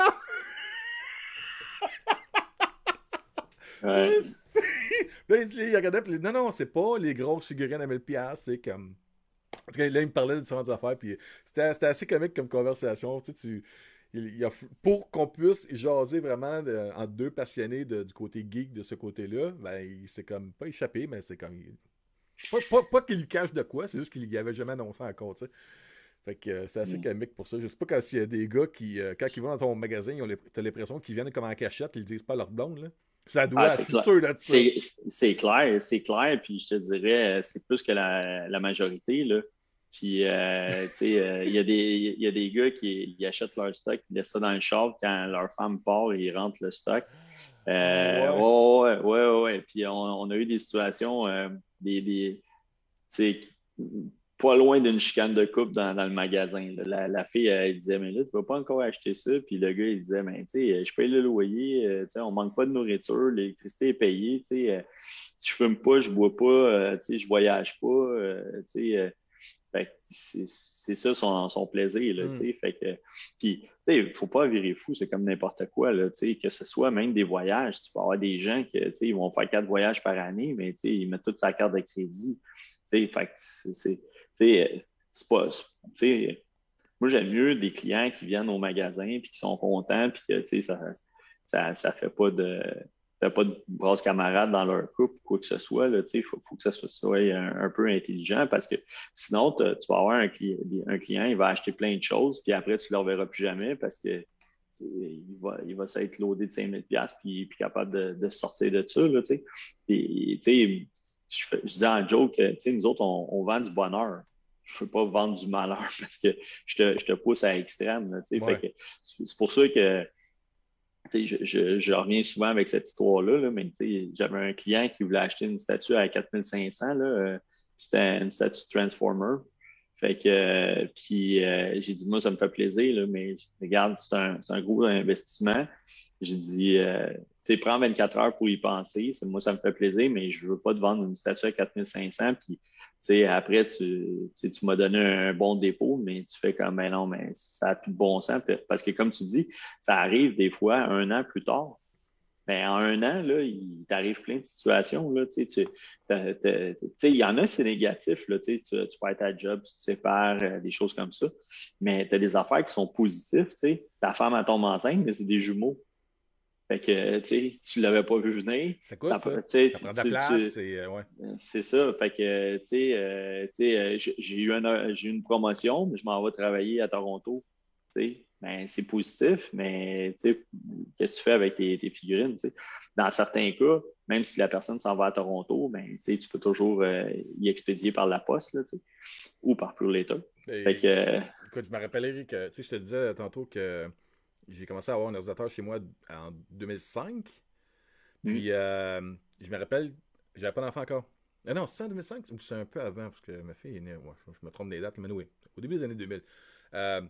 Ouais. Là, il, il regardait, puis il dit, non, non, c'est pas les grosses figurines à mille dollars, tu sais, comme... En tout cas, là, il me parlait de différentes affaires, puis c'était, c'était assez comique comme conversation, tu sais, tu... Il, il a, pour qu'on puisse jaser vraiment de, entre deux passionnés de, du côté geek de ce côté-là, ben, il s'est comme pas échappé, mais c'est comme... Pas, pas, pas qu'il lui cache de quoi, c'est juste qu'il y avait jamais annoncé encore, tu sais. Fait que euh, c'est assez mm. comique pour ça. Je sais pas quand s'il y a des gars qui, euh, quand ils vont dans ton magasin, ils ont les, t'as l'impression qu'ils viennent comme en cachette, ils disent pas à leur blonde, là. Ça doit, ah, je suis sûr de ça. C'est, c'est clair, c'est clair, puis je te dirais, c'est plus que la, la majorité, là. Puis, euh, tu sais, il euh, y, y a des gars qui ils achètent leur stock, ils laissent ça dans le char quand leur femme part et ils rentrent le stock. Euh, oh, ouais. ouais, ouais, ouais, ouais. Puis, on, on a eu des situations, euh, des, des tu sais, pas loin d'une chicane de couple dans, dans le magasin. La, la fille, elle disait, mais là, tu vas pas encore acheter ça. Puis le gars, il disait, mais tu sais, je paye le loyer, euh, tu sais, on manque pas de nourriture, l'électricité est payée, tu sais, euh, si je fume pas, je bois pas, euh, tu sais, je voyage pas, euh, tu sais, euh, fait que c'est, c'est ça son, son plaisir, là, mm. tu sais, fait que, puis, tu sais, il faut pas virer fou, c'est comme n'importe quoi, là, tu sais, que ce soit même des voyages, tu peux avoir des gens qui, tu sais, ils vont faire quatre voyages par année, mais, tu sais, ils mettent toute sa carte de crédit, tu sais, fait que c'est, c'est c'est pas. Moi, j'aime mieux des clients qui viennent au magasin et qui sont contents puis que ça ça, ça fait pas de. fait pas de brasse camarade dans leur couple ou quoi que ce soit. Il faut, faut que ça soit, soit un, un peu intelligent parce que sinon, tu vas avoir un client, un client, il va acheter plein de choses, puis après, tu ne le reverras plus jamais parce que il va, il va s'être loadé de cinq mille dollars puis, puis capable de, de sortir de ça. Là, et, je, fais, je disais en joke, nous autres, on, on vend du bonheur. Je ne veux pas vendre du malheur parce que je te, je te pousse à l'extrême. Ouais. Fait que c'est pour ça que je, je, je reviens souvent avec cette histoire-là, là, mais j'avais un client qui voulait acheter une statue à quatre mille cinq cents. Là, euh, c'était une statue Transformer. Fait que, euh, puis euh, j'ai dit, moi, ça me fait plaisir, là, mais regarde, c'est un, c'est un gros investissement. J'ai dit, euh, tu sais, prends vingt-quatre heures pour y penser. C'est, moi, ça me fait plaisir, mais je veux pas te vendre une statue à quatre mille cinq cents. Puis, tu sais, après, tu, tu m'as donné un bon dépôt, mais tu fais comme, mais non, mais ça n'a plus de bon sens. Parce que, comme tu dis, ça arrive des fois un an plus tard. Mais en un an, là, il t'arrive plein de situations. Là, tu sais, il y en a, c'est négatif. Là, tu, tu perds ta job, tu te sépares, euh, des choses comme ça. Mais tu as des affaires qui sont positives. Tu sais. Ta femme, elle tombe enceinte, mais c'est des jumeaux. Fait que, tu sais, tu l'avais pas vu venir. C'est quoi, ça? Ça, ça prend de la place. Tu, c'est, euh, ouais. c'est ça. Fait que, tu sais, euh, euh, j'ai, eu un, j'ai eu une promotion, mais je m'en vais travailler à Toronto. Tu sais. Ben, c'est positif, mais qu'est-ce que tu fais avec tes, tes figurines? T'sais? Dans certains cas, même si la personne s'en va à Toronto, ben, tu peux toujours euh, y expédier par la poste là, ou par Pure Later. Fait que, euh... Écoute, je me rappelle, Eric, je te disais tantôt que j'ai commencé à avoir un ordinateur chez moi en deux mille cinq. Puis, mm. euh, je me rappelle, j'avais pas d'enfant encore. Ah non, c'est en deux mille cinq ou c'est un peu avant, parce que ma fille est née. Ouais, je me trompe des dates, mais oui, au début des années deux mille. Euh,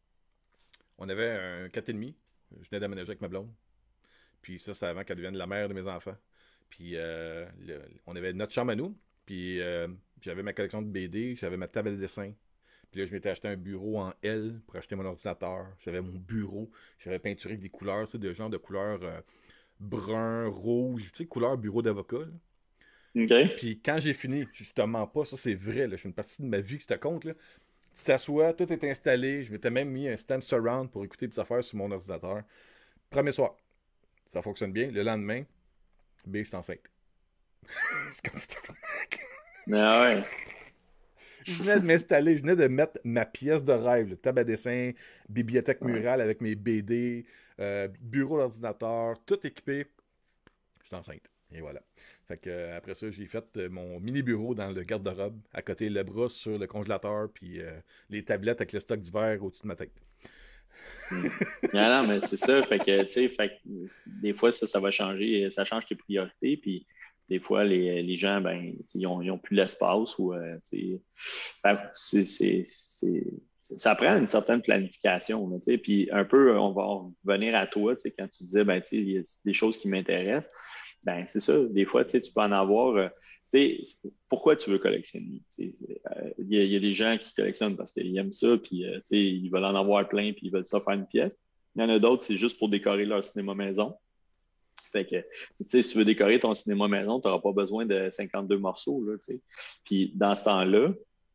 On avait un quatre et demi. Je venais d'aménager avec ma blonde. Puis ça, c'est avant qu'elle devienne la mère de mes enfants. Puis euh, le, on avait notre chambre à nous. Puis euh, j'avais ma collection de B D. J'avais ma table de dessin. Puis là, je m'étais acheté un bureau en L pour acheter mon ordinateur. J'avais mon bureau. J'avais peinturé avec des couleurs, tu sais, de genre de couleurs euh, brun, rouge. Tu sais, couleur bureau d'avocat. Là. Okay. Puis quand j'ai fini, je te mens pas, ça c'est vrai. Là, je fais une partie de ma vie que je te compte. Là. Tu t'assois, tout est installé. Je m'étais même mis un stem surround pour écouter des affaires sur mon ordinateur. Premier soir, ça fonctionne bien. Le lendemain, B, je suis enceinte. C'est comme ça. Ah ouais. Je venais de m'installer, je venais de mettre ma pièce de rêve, le table à dessin, bibliothèque murale ouais. avec mes B D, euh, bureau d'ordinateur, tout équipé. Je suis enceinte. Et voilà. Fait que euh, après ça, j'ai fait euh, mon mini bureau dans le garde-robe, à côté le bras sur le congélateur, puis euh, les tablettes avec le stock d'hiver au-dessus de ma tête. non, non, mais c'est ça. Fait que, tu sais, fait que, des fois, ça, ça va changer, ça change tes priorités, puis des fois, les, les gens, ben, ils ont, ils ont plus l'espace ou, euh, tu sais, c'est, c'est, c'est, ça prend une certaine planification, tu sais, puis un peu, on va revenir à toi, tu sais, quand tu disais, ben, tu sais, il y a des choses qui m'intéressent. Ben, c'est ça. Des fois, tu sais, tu peux en avoir. Euh, sais, pourquoi tu veux collectionner? Il y, y, a des gens qui collectionnent parce qu'ils aiment ça, puis euh, ils veulent en avoir plein, puis ils veulent ça faire une pièce. Il y en a d'autres, c'est juste pour décorer leur cinéma maison. Fait que, si tu veux décorer ton cinéma maison, tu n'auras pas besoin de cinquante-deux morceaux. Là, puis dans ce temps-là,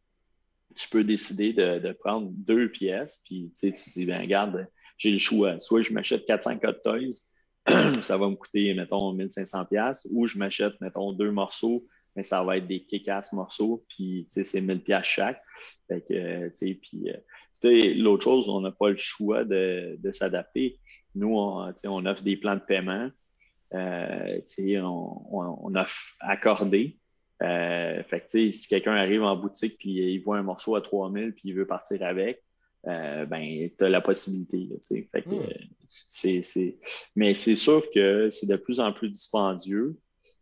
tu peux décider de, de prendre deux pièces, puis tu te dis, ben regarde, j'ai le choix. Soit je m'achète quatre cents Hot Toys, ça va me coûter, mettons, mille cinq cents dollars, ou je m'achète, mettons, deux morceaux, mais ça va être des kick-ass morceaux, puis c'est mille dollars chaque. Fait que, tu sais, puis, euh, l'autre chose, on n'a pas le choix de, de s'adapter. Nous, on, on offre des plans de paiement, euh, on, on, on offre accordé. Euh, fait que, si quelqu'un arrive en boutique puis il voit un morceau à trois mille puis il veut partir avec, euh, ben, tu as la possibilité. Là, fait que, mm. c'est, c'est... Mais c'est sûr que c'est de plus en plus dispendieux.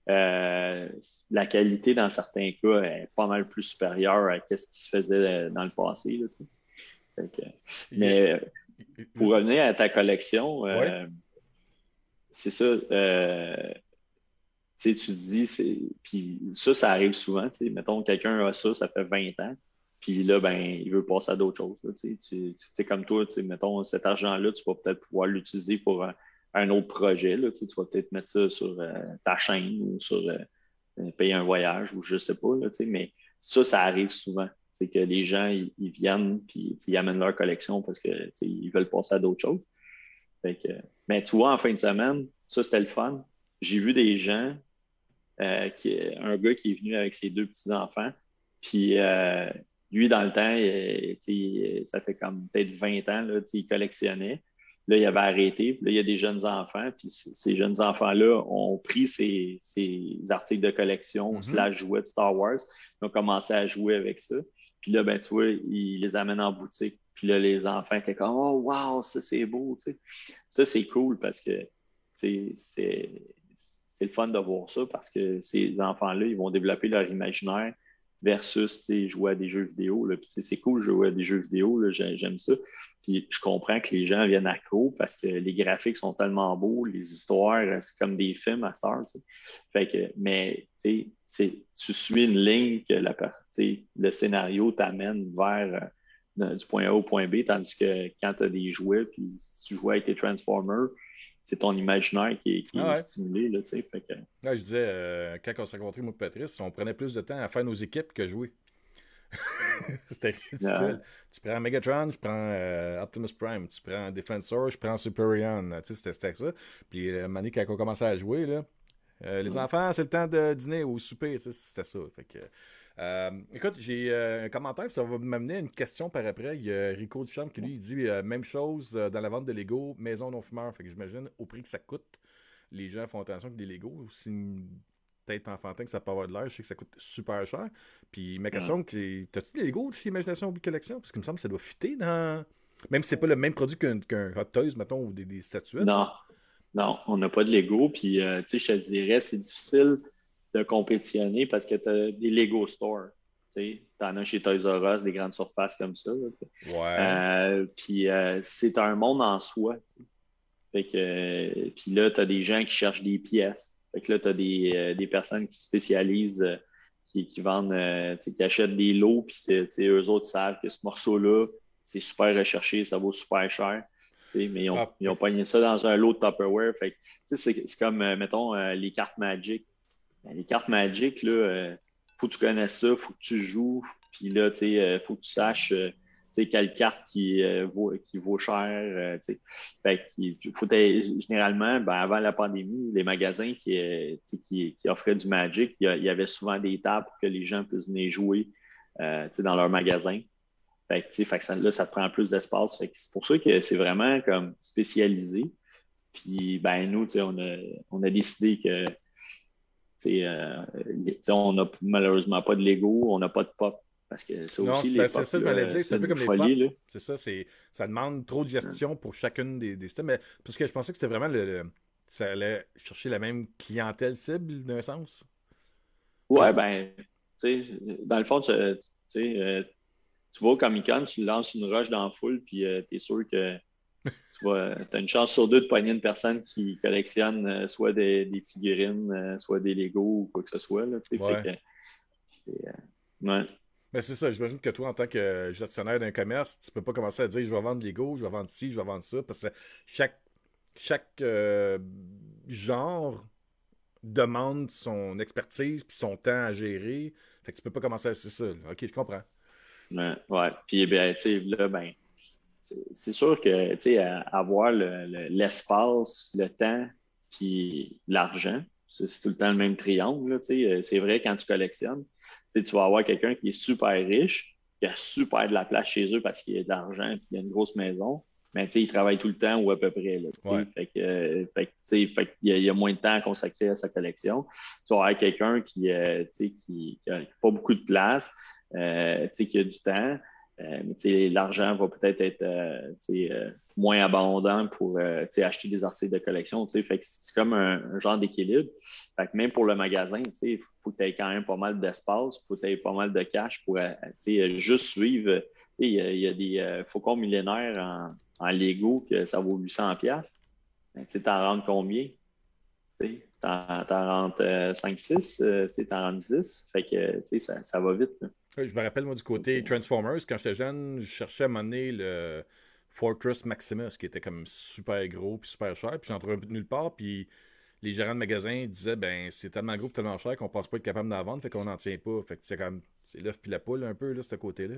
Euh, la qualité, dans certains cas, est pas mal plus supérieure à ce qui se faisait dans le passé. Là, fait que... Mais pour revenir à ta collection, euh, ouais. c'est ça. Euh, Tu sais, tu te dis, c'est... puis ça, ça arrive souvent. Tu sais, mettons, quelqu'un a ça, ça fait vingt ans, puis là, ben, il veut passer à d'autres choses. Là, tu sais, tu sais, comme toi, tu sais, mettons, cet argent-là, tu vas peut-être pouvoir l'utiliser pour un, un autre projet. Là, tu sais, tu vas peut-être mettre ça sur euh, ta chaîne ou sur euh, payer un voyage ou je sais pas. Là, tu sais, mais ça, ça arrive souvent. C'est que les gens, ils, ils viennent, puis ils amènent leur collection parce que tu sais, ils veulent passer à d'autres choses. Fait que, mais tu vois, en fin de semaine, ça, c'était le fun. J'ai vu des gens. Euh, qui, un gars qui est venu avec ses deux petits-enfants. Puis euh, lui, dans le temps, il, ça fait comme peut-être vingt ans, là, il collectionnait. Là, il avait arrêté. Puis là, il y a des jeunes enfants. Puis ces jeunes enfants-là ont pris ces, ces articles de collection, mm-hmm. slash jouets de Star Wars. Ils ont commencé à jouer avec ça. Puis là, ben, tu vois, ils les amènent en boutique. Puis là, les enfants étaient comme « Oh, wow, ça, c'est beau! » Ça, c'est cool parce que c'est... c'est le fun de voir ça parce que ces enfants-là, ils vont développer leur imaginaire versus jouer à des jeux vidéo. Là. Puis, c'est cool de jouer à des jeux vidéo, là, j'aime ça. Puis je comprends que les gens viennent accro parce que les graphiques sont tellement beaux, les histoires, c'est comme des films à Star. Fait que, mais tu suis une ligne que la, le scénario t'amène vers euh, du point A au point B, tandis que quand tu as des jouets, puis si tu joues avec tes Transformers, c'est ton imaginaire qui est, qui ah ouais. est stimulé. Là, fait que... ouais, je disais, euh, quand on s'est rencontrés, moi et Patrice, on prenait plus de temps à faire nos équipes que jouer. C'était ridicule. Yeah. Tu prends Megatron, je prends euh, Optimus Prime, tu prends Defensor, je prends Superion. C'était, c'était ça. Puis, euh, Mané, quand on commençait à jouer, là, euh, les mm. enfants, c'est le temps de dîner ou souper. C'était ça. Fait que, euh, écoute, j'ai euh, un commentaire, puis ça va m'amener à une question par après. Il y a Rico Duchamp qui lui il dit euh, même chose euh, dans la vente de Lego, maison non fumeur. Fait que j'imagine au prix que ça coûte, les gens font attention que des Lego, aussi peut-être enfantin que ça peut avoir de l'air, je sais que ça coûte super cher. Puis ma question, mm. t'as-tu des Lego chez Imagination Hobby Collection? Parce qu'il me semble que ça doit fitter dans. Même si c'est pas le même produit qu'un, qu'un Hot Toys, mettons, ou des, des statuettes. Non, non, on n'a pas de Lego. Puis, euh, tu sais, je te dirais, c'est difficile de compétitionner parce que tu as des Lego Store. Tu en as chez Toys R Us, des grandes surfaces comme ça. Là, ouais. Euh, puis euh, c'est un monde en soi. Fait que, euh, puis là, tu as des gens qui cherchent des pièces. Fait que là, tu as des, euh, des personnes qui spécialisent, euh, qui, qui vendent, euh, qui achètent des lots, puis que eux autres savent que ce morceau-là, c'est super recherché, ça vaut super cher. Mais ils ont, ah, ils ont pogné ça dans un lot de Tupperware. Fait que, c'est, c'est comme, euh, mettons, euh, les cartes Magic. Ben, les cartes Magic, là, euh, faut que tu connaisses ça, faut que tu joues, puis là, tu sais, euh, faut que tu saches euh, quelle carte qui, euh, vaut, qui vaut cher. Euh, fait qu'il faut généralement, ben, avant la pandémie, les magasins qui, euh, qui, qui offraient du Magic, il y, y avait souvent des tables pour que les gens puissent venir jouer euh, dans leur magasin. Fait que, fait que ça, là, ça te prend plus d'espace. Fait que c'est pour ça que c'est vraiment comme spécialisé. Puis, ben, nous, on a, on a décidé que Euh, on n'a malheureusement pas de Lego, on n'a pas de pop. Parce que ça non, aussi, ben, les c'est pop, ça, je m'allais dire, c'est un peu comme folie, les pop. C'est ça, c'est, ça demande trop de gestion pour chacune des, des systèmes. Mais, parce que je pensais que c'était vraiment le, le, ça allait chercher la même clientèle cible, d'un sens. Ouais, ça, ben, tu sais, dans le fond, tu sais, euh, tu vas au Comic-Con, tu lances une roche dans la foule, puis euh, tu es sûr que Tu vois, tu as une chance sur deux de pogner une personne qui collectionne euh, soit des, des figurines, euh, soit des Legos ou quoi que ce soit. Là, tu sais, fait Ouais. que c'est. euh, ouais. Mais c'est ça, j'imagine que toi, en tant que gestionnaire d'un commerce, tu peux pas commencer à dire je vais vendre Lego, je vais vendre ci, je vais vendre ça, parce que chaque, chaque euh, genre demande son expertise puis son temps à gérer. Fait que tu peux pas commencer à... C'est ça, là. Ok, je comprends. Ouais, ouais. Puis, ben, tu sais, là, ben, c'est c'est sûr que, tu sais, à- avoir le- le- l'espace, le temps, puis l'argent, c'est c'est tout le temps le même triangle, là, tu sais. Euh, C'est vrai, quand tu collectionnes, tu sais, tu vas avoir quelqu'un qui est super riche, qui a super de la place chez eux parce qu'il a de l'argent, puis il a une grosse maison, mais, tu sais, il travaille tout le temps ou à peu près, là, tu Ouais. sais. Fait que, euh, fait que, tu sais, fait qu'il y a, il y a moins de temps à consacrer à sa collection. Tu vas avoir quelqu'un qui, euh, tu sais, qui, qui a pas beaucoup de place, euh, tu sais, qui a du temps. Euh, mais l'argent va peut-être être, euh, euh, moins abondant pour euh, acheter des articles de collection. Fait que c'est comme un, un genre d'équilibre. Fait que même pour le magasin, il faut que tu aies quand même pas mal d'espace, il faut que tu aies pas mal de cash pour euh, juste suivre. Il y, a, y a des euh, faucons millénaires en, en Lego que ça vaut huit cents pièces. Tu en rentres combien? T'en, t'en rentres euh, cinq six, euh, t'en rentres dix. Fait que ça, ça va vite. Là. Ouais, je me rappelle, moi, du côté Donc, Transformers, quand j'étais jeune, je cherchais à m'amener le Fortress Maximus, qui était comme super gros puis super cher, puis j'en trouvais nulle part, puis les gérants de magasins disaient, ben, c'est tellement gros et tellement cher qu'on pense pas être capable d'en vendre, fait qu'on n'en tient pas. Fait que c'est comme, c'est l'œuf puis la poule un peu, là, ce côté-là.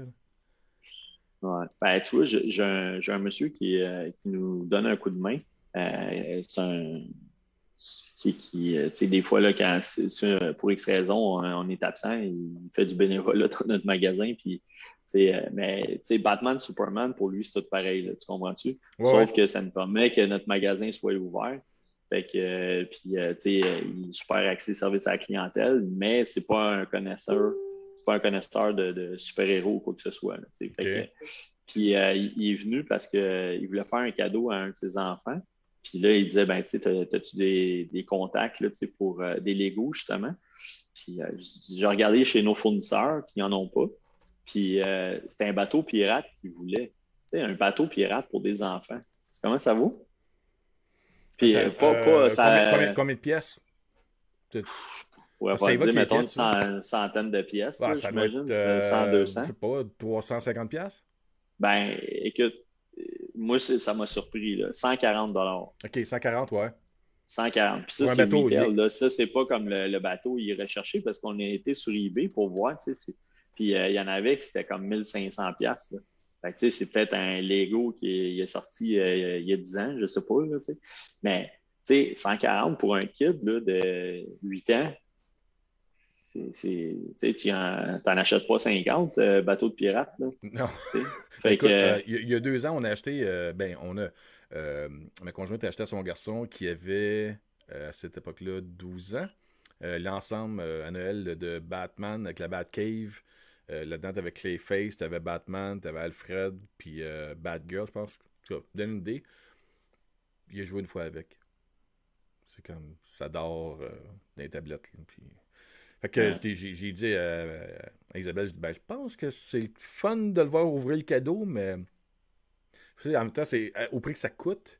ouais. Ben, tu vois, j'ai j'ai un, j'ai un monsieur qui, euh, qui nous donne un coup de main. Euh, c'est un. Qui, qui euh, tu sais, des fois, là, quand c'est- c'est, pour X raison, on, on est absent, il fait du bénévolat dans notre magasin. Puis, tu sais, euh, mais tu sais, Batman, Superman, pour lui, c'est tout pareil. Là, tu comprends-tu? Ouais, ouais. Sauf que ça nous permet que notre magasin soit ouvert. Fait que, euh, puis, euh, tu sais, euh, il est super axé service à la clientèle, mais c'est pas un connaisseur, c'est pas un connaisseur de, de super-héros ou quoi que ce soit. Là, tu sais. Fait que, OK. puis euh, il, il est venu parce qu'il voulait faire un cadeau à un de ses enfants. Puis là, il disait, ben, tu sais, as-tu des, des contacts là, pour euh, des Legos, justement? Puis euh, j'ai regardé chez nos fournisseurs, puis ils n'en ont pas. Puis euh, c'était un bateau pirate qu'ils voulaient. Tu sais, un bateau pirate pour des enfants. C'est comment ça vaut? Puis Attends, euh, pas, pas euh, combien, ça, combien, combien de pièces? Tu- on pourrait Parce que ça pas dire, évoque les mettons, une pièces, ça. cent- centaine de pièces, Ah, là, ça doit être, j'imagine, cent, euh, deux je cents. sais pas, trois cent cinquante pièces. Ben, écoute, euh, moi, ça m'a surpris, là, cent quarante dollars. OK, cent quarante, ouais. cent quarante. Puis ça, Pour un c'est bateau, il retail. est... Là. Ça, c'est pas comme le, le bateau, il est recherché parce qu'on a été sur eBay pour voir. Tu sais, puis euh, il y en avait qui c'était comme mille cinq cents pièces. Fait que, tu sais, c'est peut-être un Lego qui est, il est sorti euh, il y a dix ans, je sais pas. Là, tu sais. Mais tu sais, cent quarante pour un kid là, de huit ans, c'est, c'est, tu sais, tu en, t'en achètes pas cinquante euh, bateaux de pirates. Là, Non. tu sais. Ben Fait que, écoute, euh, euh, il y, a il y a deux ans, on a acheté, euh, ben on a, euh, ma conjointe a acheté à son garçon qui avait, euh, à cette époque-là, douze ans, euh, l'ensemble euh, à Noël de Batman avec la Batcave. Euh, là-dedans, t'avais Clayface, t'avais Batman, t'avais Alfred, puis euh, Batgirl, je pense. En tout cas, donne une idée. Il a joué une fois avec. C'est comme, ça dort euh, dans les tablettes. Là, puis... Fait que euh, j'ai j'ai- j'ai dit euh, à Isabelle, je dis, ben, je pense que c'est le fun de le voir ouvrir le cadeau, mais tu sais, en même temps, c'est euh, au prix que ça coûte,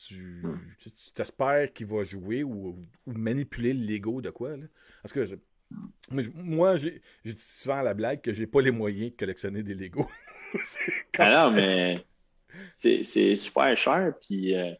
tu tu- tu t'espères qu'il va jouer ou, ou manipuler le Lego de quoi, là. Parce que c'est- moi, j- moi, j'ai j'ai dit souvent à la blague que j'ai pas les moyens de collectionner des Lego. C'est quand ben non, même- mais c'est, c'est super cher. Puis, euh,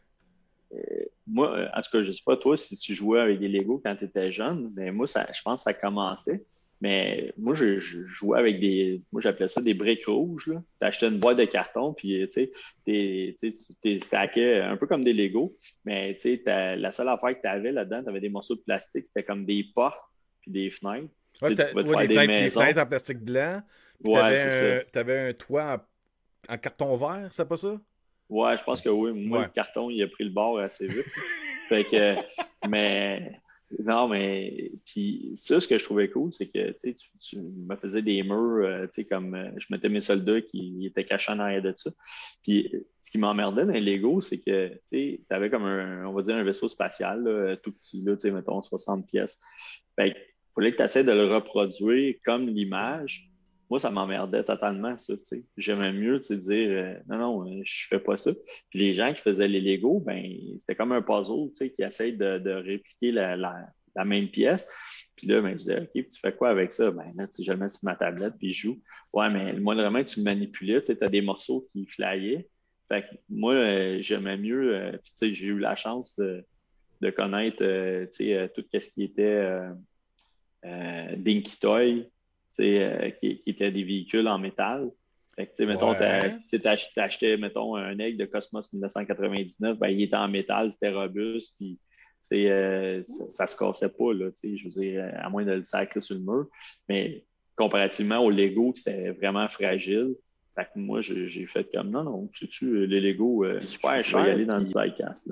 moi, euh, en tout cas, je ne sais pas toi si tu jouais avec des Legos quand tu étais jeune, mais moi, ça, je pense que ça commençait. Mais moi, je, je jouais avec des. Moi, j'appelais ça des briques rouges. Tu achetais une boîte de carton, puis tu sais, t'es- tu sais, tu t'es stackais un peu comme des Legos. Mais tu sais, t'as- la seule affaire que tu avais là-dedans, tu avais des morceaux de plastique, c'était comme des portes puis des fenêtres. Puis, Ouais, tu sais, tu t'as- pouvais te ouais, faire des des fenêtres, des maisons. fenêtres en plastique blanc, puis Ouais, c'est ça. t'avais un, t'avais un toit en, en carton vert, c'est pas ça? Ouais, je pense que oui. Moi, le Ouais. carton, il a pris le bord assez vite. Fait que, mais, non, mais, puis ça, ce que je trouvais cool, c'est que, tu sais, tu, tu me faisais des murs, euh, tu sais, comme, euh, je mettais mes soldats qui étaient cachés en arrière de ça. Puis, ce qui m'emmerdait dans les Lego, c'est que, tu sais, tu avais comme un, on va dire, un vaisseau spatial, là, tout petit, là, tu sais, mettons, soixante pièces. Fait que, fallait que tu essaies de le reproduire comme l'image, moi, ça m'emmerdait totalement, ça, tu sais. J'aimais mieux, tu sais, dire, euh, non, non, euh, je fais pas ça. Puis les gens qui faisaient les Legos, ben, c'était comme un puzzle, tu sais, qui essaye de, de répliquer la, la, la même pièce. Puis là, ben, je disais, OK, puis tu fais quoi avec ça? Ben, là, tu sais, je le mets sur ma tablette, puis je joue. Ouais, mais moi, vraiment, tu le manipulais, tu sais, tu as des morceaux qui flyaient. Fait que moi, euh, j'aimais mieux, euh, puis tu sais, j'ai eu la chance de, de connaître, euh, tu sais, euh, tout ce qui était euh, euh, Dinky Toy, euh, qui, qui étaient des véhicules en métal. Fait que, mettons, Ouais. tu achetais, mettons, un aigle de Cosmos mille neuf cent quatre-vingt-dix-neuf, ben, il était en métal, c'était robuste, puis euh, ça, ça se cassait pas, là, je veux dire, à moins de le sacrer sur le mur. Mais comparativement au Lego, c'était vraiment fragile. Fait que moi, j'ai fait comme, non, non, sais-tu, les Lego, euh, super cher, je vais y aller dans du die-cast.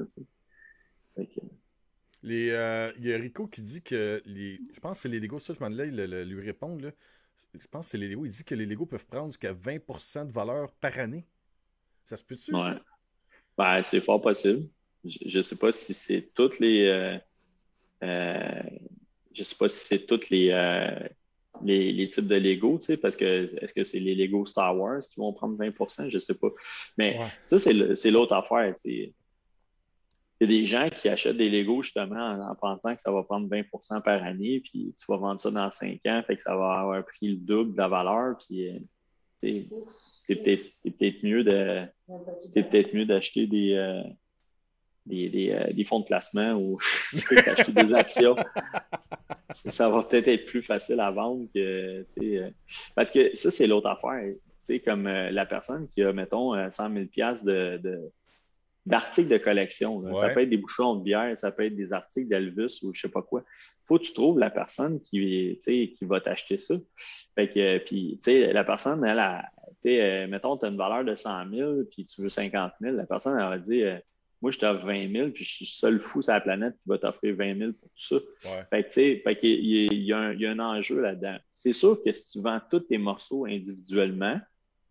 Les, euh, il y a Rico qui dit que les. Je pense que c'est les Legos, ça, je m'en allais le, le- lui répondre. Là. Je pense que c'est les Legos. Il dit que les Legos peuvent prendre jusqu'à vingt pour cent de valeur par année. Ça se peut-tu, Ouais. ça? Ben, c'est fort possible. Je ne sais pas si c'est toutes les. Euh, euh, je sais pas si c'est toutes les, euh, les, les types de Lego, tu sais, parce que est-ce que c'est les Lego Star Wars qui vont prendre vingt pour cent? Je ne sais pas. Mais Ouais. ça, c'est l'autre affaire. Tu sais. Il y a des gens qui achètent des Legos justement en, en pensant que ça va prendre vingt pour cent par année, puis tu vas vendre ça dans cinq ans, fait que ça va avoir pris le double de la valeur, puis euh, c'est peut-être peut mieux de c'est peut-être mieux d'acheter des, euh, des, des, euh, des, fonds de placement ou d'acheter des actions. Ça va peut-être être plus facile à vendre que euh, parce que ça, c'est l'autre affaire. Comme euh, la personne qui a, mettons, cent mille dollars de, de d'articles de collection. Là. Ça Ouais. peut être des bouchons de bière, ça peut être des articles d'Elvis ou je sais pas quoi. Il faut que tu trouves la personne qui, qui va t'acheter ça. Fait que, puis, la personne, elle, a, euh, mettons, tu as une valeur de cent mille puis tu veux cinquante mille, la personne, elle va dire, euh, moi, je t'offre vingt mille puis je suis le seul fou sur la planète qui va t'offrir vingt mille pour tout ça. Ouais. Fait que, fait que, il, y a un, il y a un enjeu là-dedans. C'est sûr que si tu vends tous tes morceaux individuellement,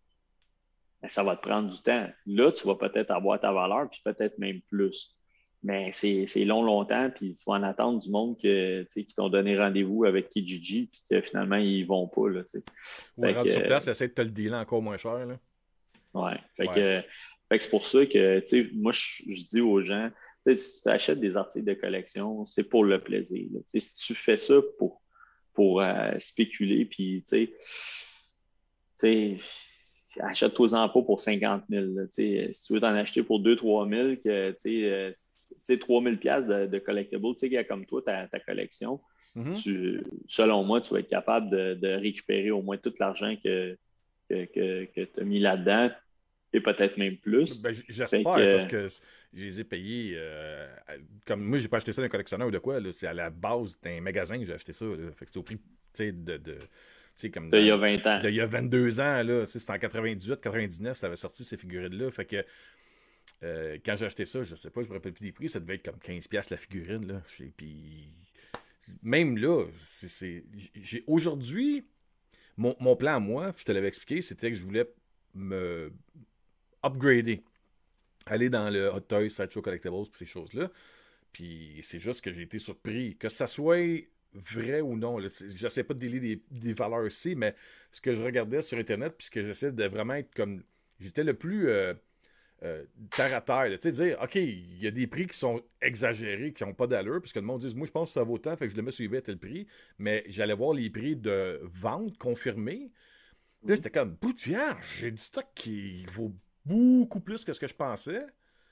ben, ça va te prendre du temps. Là, tu vas peut-être avoir ta valeur, puis peut-être même plus. Mais c'est long, longtemps, puis tu vas en attendre du monde que, qui t'ont donné rendez-vous avec Kijiji, puis que finalement, ils ne vont pas. Là, Ou fait rentre que, sur place, essaie de te le dealer encore moins cher. Là. Ouais. Fait ouais. que, fait que c'est pour ça que, tu sais, moi, je, je dis aux gens, tu sais, si tu achètes des articles de collection, c'est pour le plaisir. Là. Tu sais, si tu fais ça pour, pour euh, spéculer, puis, tu sais, tu sais, achète-toi-en pas pour cinquante mille. Là, si tu veux t'en acheter pour deux trois mille, que tu sais, trois mille de, de collectibles, tu sais, comme toi, ta, ta collection, mm-hmm. tu, selon moi, tu vas être capable de, de récupérer au moins tout l'argent que, que, que, que tu as mis là-dedans, et peut-être même plus. Ben, j'espère, que, parce que je les ai payés. Euh, comme moi, j'ai pas acheté ça d'un collectionneur ou de quoi. C'est à la base d'un magasin que j'ai acheté ça. Là. Fait que c'est au prix de. de comme dans, il y a vingt ans. Il y a vingt-deux ans, là, c'était en quatre-vingt-dix-huit quatre-vingt-dix-neuf, ça avait sorti ces figurines-là. Fait que euh, quand j'ai acheté ça, je sais pas, je me rappelle plus des prix, ça devait être comme quinze dollars la figurine. Là. Puis même là, c'est j'ai aujourd'hui, mon, mon plan à moi, je te l'avais expliqué, c'était que je voulais me upgrader. Aller dans le Hot Toys, Sideshow Collectibles, ces choses-là. Puis c'est juste que j'ai été surpris. Que ça soit vrai ou non, j'essaie pas de délier des, des valeurs ici, mais ce que je regardais sur Internet, puis ce que j'essaie de vraiment être comme. J'étais le plus euh, euh, terre à terre. Tu sais, dire, OK, il y a des prix qui sont exagérés, qui n'ont pas d'allure, parce que le monde dit, moi, je pense que ça vaut tant, fait que je le mets sur eBay à tel prix. Mais j'allais voir les prix de vente confirmés. Là, j'étais comme, bout de vierge, j'ai du stock qui vaut beaucoup plus que ce que je pensais.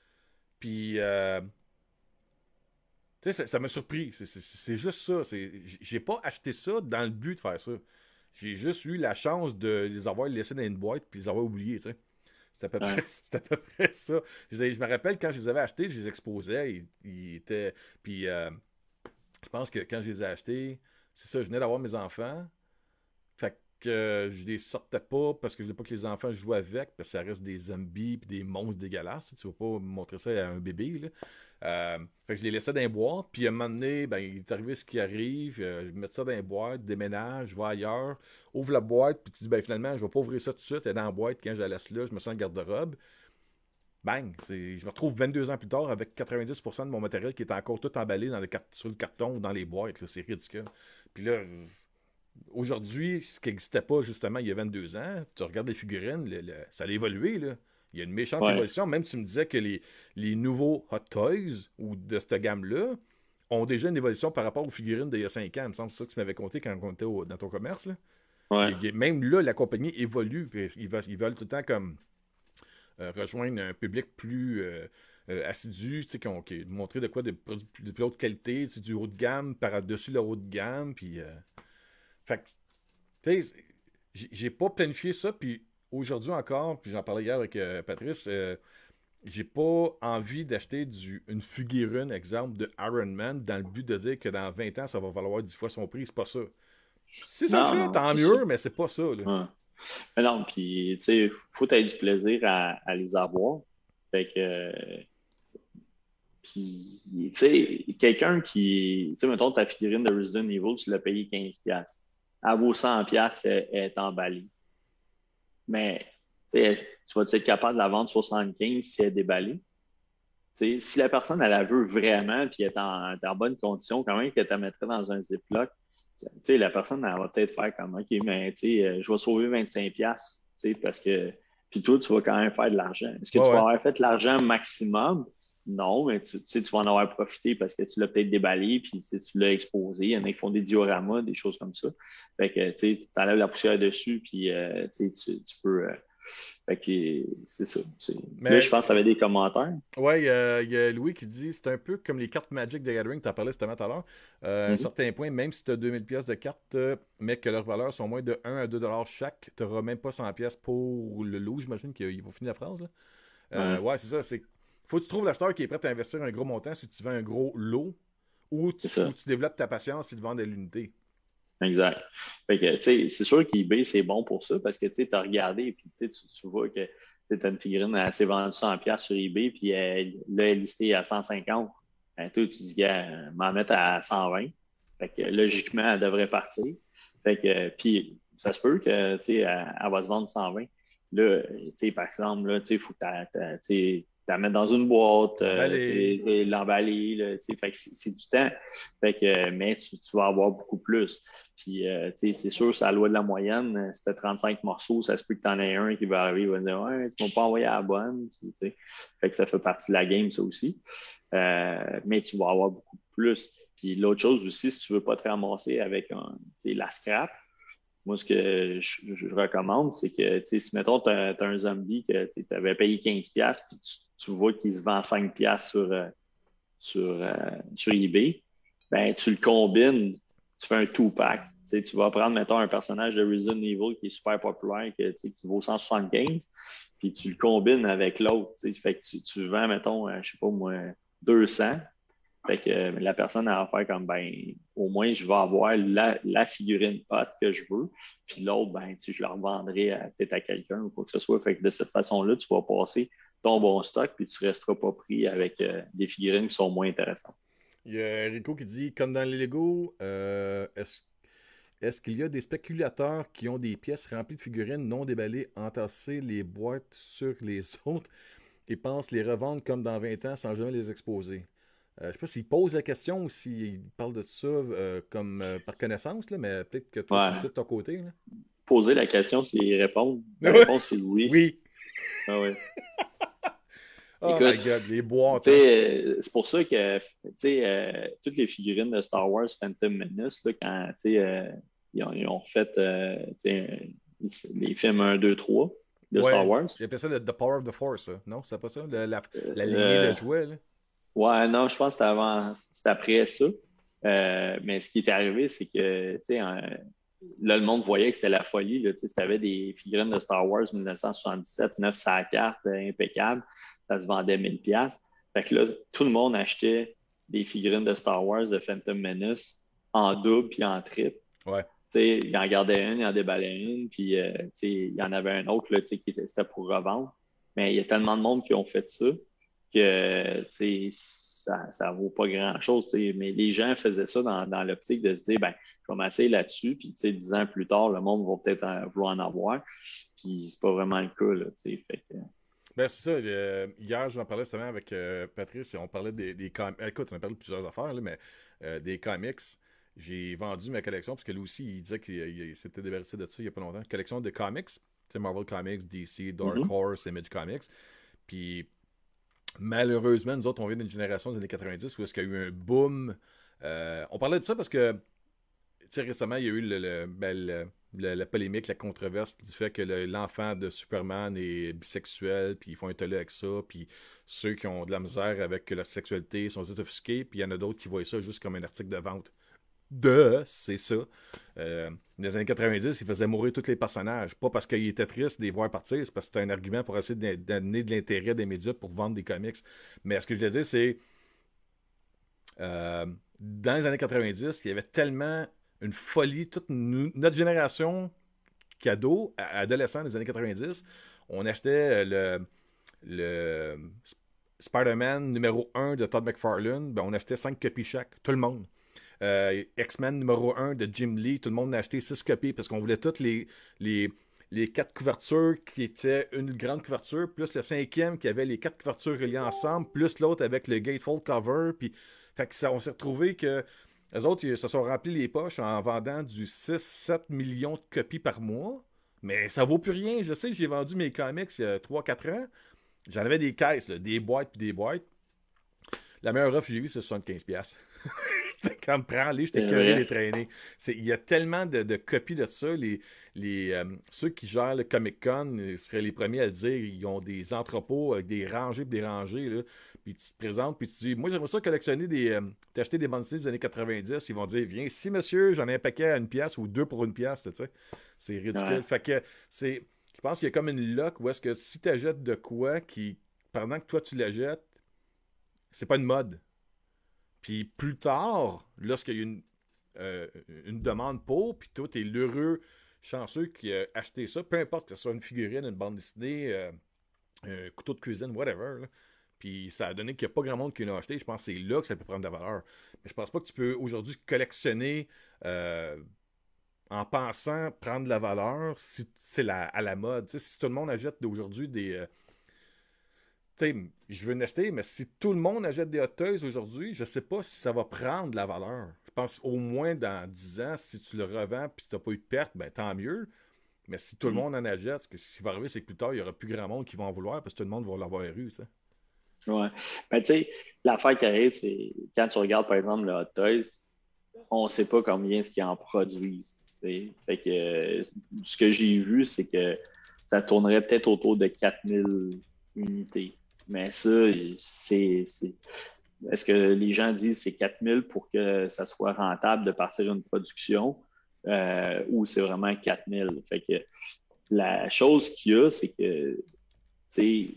Puis, euh, tu sais, ça m'a surpris. C'est juste ça. J'ai pas acheté ça dans le but de faire ça. J'ai juste eu la chance de les avoir laissés dans une boîte puis les avoir oubliés, tu sais. C'était à, ouais. à peu près ça. Je, je, me rappelle quand je les avais achetés, je les exposais. Ils, ils étaient. Puis, euh, je pense que quand je les ai achetés, c'est ça, je venais d'avoir mes enfants. Fait que euh, je les sortais pas parce que je voulais pas que les enfants jouent avec, parce que ça reste des zombies et des monstres dégueulasses. Tu vas pas montrer ça à un bébé, là. Euh, fait que je les laissais dans les boîtes, puis à un moment donné, ben, il est arrivé ce qui arrive, euh, je mets ça dans les boîtes, déménage, je vais ailleurs, ouvre la boîte, puis tu dis, ben finalement, je vais pas ouvrir ça tout de suite, elle est dans la boîte, quand je la laisse là, je me sens en garde-robe. Bang! Je me retrouve vingt-deux ans plus tard avec quatre-vingt-dix pour cent de mon matériel qui est encore tout emballé dans le, sur le carton ou dans les boîtes, c'est ridicule. Puis là, aujourd'hui, ce qui n'existait pas justement il y a vingt-deux ans, tu regardes les figurines, le, le, ça a évolué, là. Il y a une méchante Ouais. évolution. Même tu me disais que les, les nouveaux Hot Toys ou de cette gamme-là ont déjà une évolution par rapport aux figurines d'il y a cinq ans. Il me semble que c'est ça que tu m'avais conté quand on était au, dans ton commerce. Là. Ouais. Il, il, même là, la compagnie évolue. Ils veulent, ils veulent tout le temps comme euh, rejoindre un public plus euh, euh, assidu, qui ont qui montré de quoi de, de, de plus haute qualité, du haut de gamme par-dessus le haut de gamme. Puis, euh... fait que, tu sais, j'ai pas planifié ça. Puis aujourd'hui encore, puis j'en parlais hier avec euh, Patrice, euh, j'ai pas envie d'acheter du, une figurine, exemple, de Iron Man dans le but de dire que dans vingt ans, ça va valoir dix fois son prix. C'est pas ça. Si ça Non, le fait, non, tant c'est mieux, ça. mais c'est pas ça. Là. Ouais. Mais non, puis, tu sais, faut que tu aies du plaisir à, à les avoir. Fait que, euh, puis, tu sais, quelqu'un qui, tu sais, mettons, ta figurine de Resident Evil, tu l'as payé quinze dollars. Elle vaut cent dollars, elle, elle est emballée. Mais, tu sais, tu vas être capable de la vendre soixante-quinze si elle est déballée? T'sais, si la personne, elle la veut vraiment, puis elle est en, est en bonne condition, quand même, qu'elle te mettrait dans un Ziploc, t'sais, la personne, elle va peut-être faire comme, OK, mais euh, je vais sauver vingt-cinq dollars, parce que, puis toi, tu vas quand même faire de l'argent. Est-ce que Ouais, tu vas ouais. avoir fait l'argent maximum? Non, mais tu, tu vas en avoir profité parce que tu l'as peut-être déballé, puis tu l'as exposé. Il y en a qui font des dioramas, des choses comme ça. Fait que, tu enlèves la poussière dessus, puis euh, tu, tu peux... Euh, fait que c'est ça. Là, je Mais, pense que tu avais des commentaires. ouais, il y, a, il y a Louis qui dit c'est un peu comme les cartes Magic de Gathering, tu en parlais justement tout à l'heure. Euh, à un Mm-hmm. certain point, même si tu as deux mille pièces de cartes, euh, mais que leurs valeurs sont moins de un à deux dollars chaque, tu n'auras même pas cent pièces pour le lot. J'imagine qu'ils vont finir la phrase. Là. Euh, Ouais, ouais, c'est ça. C'est... Faut que tu trouves l'acheteur qui est prêt à investir un gros montant si tu veux un gros lot ou tu, c'est faut ça. que tu développes ta patience puis de vendre de l'unité. Exact. Fait que, tu sais, c'est sûr qu'eBay, c'est bon pour ça parce que, tu sais, tu as regardé et puis, tu sais, tu tu vois que, tu as une figurine, elle s'est vendue cent dollars sur eBay puis elle, là, elle est listée à cent cinquante. Ben, toi, tu dis, gars, m'en mettre à cent vingt. Fait que, logiquement, elle devrait partir. Fait que, puis, ça se peut que, tu sais, elle, elle va se vendre cent vingt. Là, tu sais, par exemple, là, tu sais, il faut que tu la mettre dans une boîte, euh, tu sais, l'emballer, là, tu sais, fait que c'est c'est du temps. Fait que, mais tu, tu vas avoir beaucoup plus. Puis, euh, tu sais, c'est sûr, c'est la loi de la moyenne. C'était trente-cinq morceaux, ça se peut que tu en aies un qui va arriver, il va dire, ouais, tu m'as pas envoyé à la bonne. Puis, tu sais, fait que ça fait partie de la game, ça aussi. Euh, mais tu vas avoir beaucoup plus. Puis, l'autre chose aussi, si tu veux pas te ramasser avec un, tu sais, la scrap, moi, ce que je, je recommande, c'est que, tu sais, si, mettons, tu as, un zombie que tu avais payé quinze dollars, puis tu, tu vois qu'il se vend cinq dollars sur, euh, sur, euh, sur eBay, ben, tu le combines, tu fais un two-pack. Tu sais, tu vas prendre, mettons, un personnage de Resident Evil qui est super populaire, que, tu sais, qui vaut cent soixante-quinze, puis tu le combines avec l'autre. Tu sais, fait que tu, tu vends, mettons, euh, je sais pas moi, deux cents. Fait que euh, la personne a à faire comme, ben, au moins, je vais avoir la, la figurine hot que je veux. Puis l'autre, ben, tu sais, je la revendrai à- peut-être à quelqu'un ou quoi que ce soit. Fait que de cette façon-là, tu vas passer ton bon stock, puis tu ne resteras pas pris avec euh, des figurines qui sont moins intéressantes. Il y a Rico qui dit comme dans les Lego, euh, est-ce est-ce qu'il y a des spéculateurs qui ont des pièces remplies de figurines non déballées, entasser les boîtes sur les autres et pensent les revendre comme dans vingt ans sans jamais les exposer? Euh, je ne sais pas s'il pose la question ou s'il parle de ça euh, comme euh, par connaissance, là, mais peut-être que toi, tu le sais Ouais. de ton côté. Là. Poser la question, c'est y répondre. La Ouais. réponse, c'est oui. Oui. Ah ouais. Oh my Écoute, God, les tu boîtes, hein? sais, euh, c'est pour ça que, tu sais, euh, toutes les figurines de Star Wars Phantom Menace, là, quand, tu sais, euh, ils, ont, ils ont fait, euh, tu sais, les films un, deux, trois de Star Ouais. Wars. Il appelle ça le The Power of the Force, ça. Non, c'est pas ça? Le- la, la lignée de Euh, jouets, là. ouais, non, je pense que c'était avant, c'était après ça. Euh, mais ce qui est arrivé, c'est que, tu sais, un- là, le monde voyait que c'était la folie. Là, tu sais, si tu avais des figurines de Star Wars mille neuf cent soixante-dix-sept, neuf cents cartes, euh, impeccable, ça se vendait mille pièces. Fait que là, tout le monde achetait des figurines de Star Wars de Phantom Menace en double puis en triple. Ouais. Tu sais, il en gardait une, il en déballait une, puis euh, tu sais, il y en avait un autre là, tu sais, qui était, c'était pour revendre. Mais il y a tellement de monde qui ont fait ça que tu sais, ça ça vaut pas grand-chose. Tu sais. Mais les gens faisaient ça dans, dans l'optique de se dire, ben, je vais m'asseoir là-dessus, puis tu sais, dix ans plus tard, le monde va peut-être en, vouloir en avoir. Puis c'est pas vraiment le cas. Là, tu sais. Fait que, Ben, c'est ça. euh, hier, j'en parlais justement avec euh, Patrice et on parlait des, des comics. Écoute, on a parlé de plusieurs affaires, là, mais euh, des comics. j'ai vendu ma collection, parce que lui aussi, il disait qu'il s'était débarrassé de ça il n'y a pas longtemps. Une collection de comics, c'est Marvel Comics, D C, Dark Mhm. Horse, Image Comics. Puis malheureusement, nous autres, on vient d'une génération des années quatre-vingt-dix où est-ce qu'il y a eu un boom. Euh, on parlait de ça parce que, tu sais, récemment, il y a eu le, le, ben, le- le- la polémique, la controverse du fait que le- l'enfant de Superman est bisexuel, puis ils font un tollé avec ça, puis ceux qui ont de la misère avec leur sexualité sont tout offusqués, puis il y en a d'autres qui voient ça juste comme un article de vente. De, c'est ça. Euh, dans les années quatre-vingt-dix, il faisait mourir tous les personnages. Pas parce qu'il était triste de les voir partir, c'est parce que c'était un argument pour essayer de- d'amener de l'intérêt des médias pour vendre des comics. Mais ce que je voulais dire, c'est euh, dans les années quatre-vingt-dix, il y avait tellement une folie, toute nous- notre génération cadeau, à- adolescent des années quatre-vingt-dix, on achetait le, le Sp- Spider-Man numéro un de Todd McFarlane, ben on achetait cinq copies chaque, tout le monde. Euh, X-Men numéro un de Jim Lee, tout le monde a acheté six copies parce qu'on voulait toutes les, les, les quatre couvertures qui étaient une grande couverture, plus le cinquième qui avait les quatre couvertures reliées ensemble, plus l'autre avec le gatefold cover. Puis, fait que ça, on s'est retrouvé que les autres ils se sont remplis les poches en vendant du six sept millions de copies par mois. Mais ça vaut plus rien. Je sais, j'ai vendu mes comics il y a trois quatre ans. J'en avais des caisses, là, des boîtes puis des boîtes. La meilleure offre que j'ai eue, c'est soixante-quinze piastres. Quand prends-les, j'étais C'est curé vrai. les traîner. C'est, il y a tellement de, de copies de ça. Les, les, euh, ceux qui gèrent le Comic Con euh, seraient les premiers à le dire. Ils ont des entrepôts avec des rangées et des rangées. Là. Puis tu te présentes, puis tu dis, moi j'aimerais ça collectionner des. Euh, t'acheter des bandes dessinées des années quatre-vingt-dix. Ils vont dire, viens ici monsieur, j'en ai un paquet à une pièce ou deux pour une pièce. Tu sais. C'est ridicule. Ouais. Fait que c'est. Je pense qu'il y a comme une lock où est-ce que si tu achètes de quoi qui, pendant que toi tu la jettes, c'est pas une mode. Puis plus tard, lorsqu'il y a une, euh, une demande pour, puis toi, t'es l'heureux chanceux qui a acheté ça, peu importe que ce soit une figurine, une bande dessinée, euh, un couteau de cuisine, whatever. Là. Puis ça a donné qu'il n'y a pas grand monde qui l'a acheté. Je pense que c'est là que ça peut prendre de la valeur. Mais je pense pas que tu peux aujourd'hui collectionner euh, en pensant prendre de la valeur si c'est la, à la mode. Tu sais, si tout le monde achète d'aujourd'hui des, euh, tu sais, je veux en acheter, mais si tout le monde achète des Hot Toys aujourd'hui, je sais pas si ça va prendre de la valeur. Je pense au moins dans dix ans, si tu le revends et tu n'as pas eu de perte, ben tant mieux. Mais si tout le Mhm. monde en achète, ce qui va arriver, c'est que plus tard, il n'y aura plus grand monde qui va en vouloir parce que tout le monde va l'avoir eu, ça. Ouais. Ben, tu sais, l'affaire qui arrive, c'est quand tu regardes, par exemple, le Hot Toys, on ne sait pas combien ce qu'ils en produisent. Tu sais. Fait que euh, ce que j'ai vu, c'est que ça tournerait peut-être autour de quatre mille unités. Mais ça, c'est, c'est... Est-ce que les gens disent c'est quatre mille pour que ça soit rentable de partir une production euh, ou c'est vraiment quatre mille? Fait que la chose qu'il y a, c'est que, tu sais,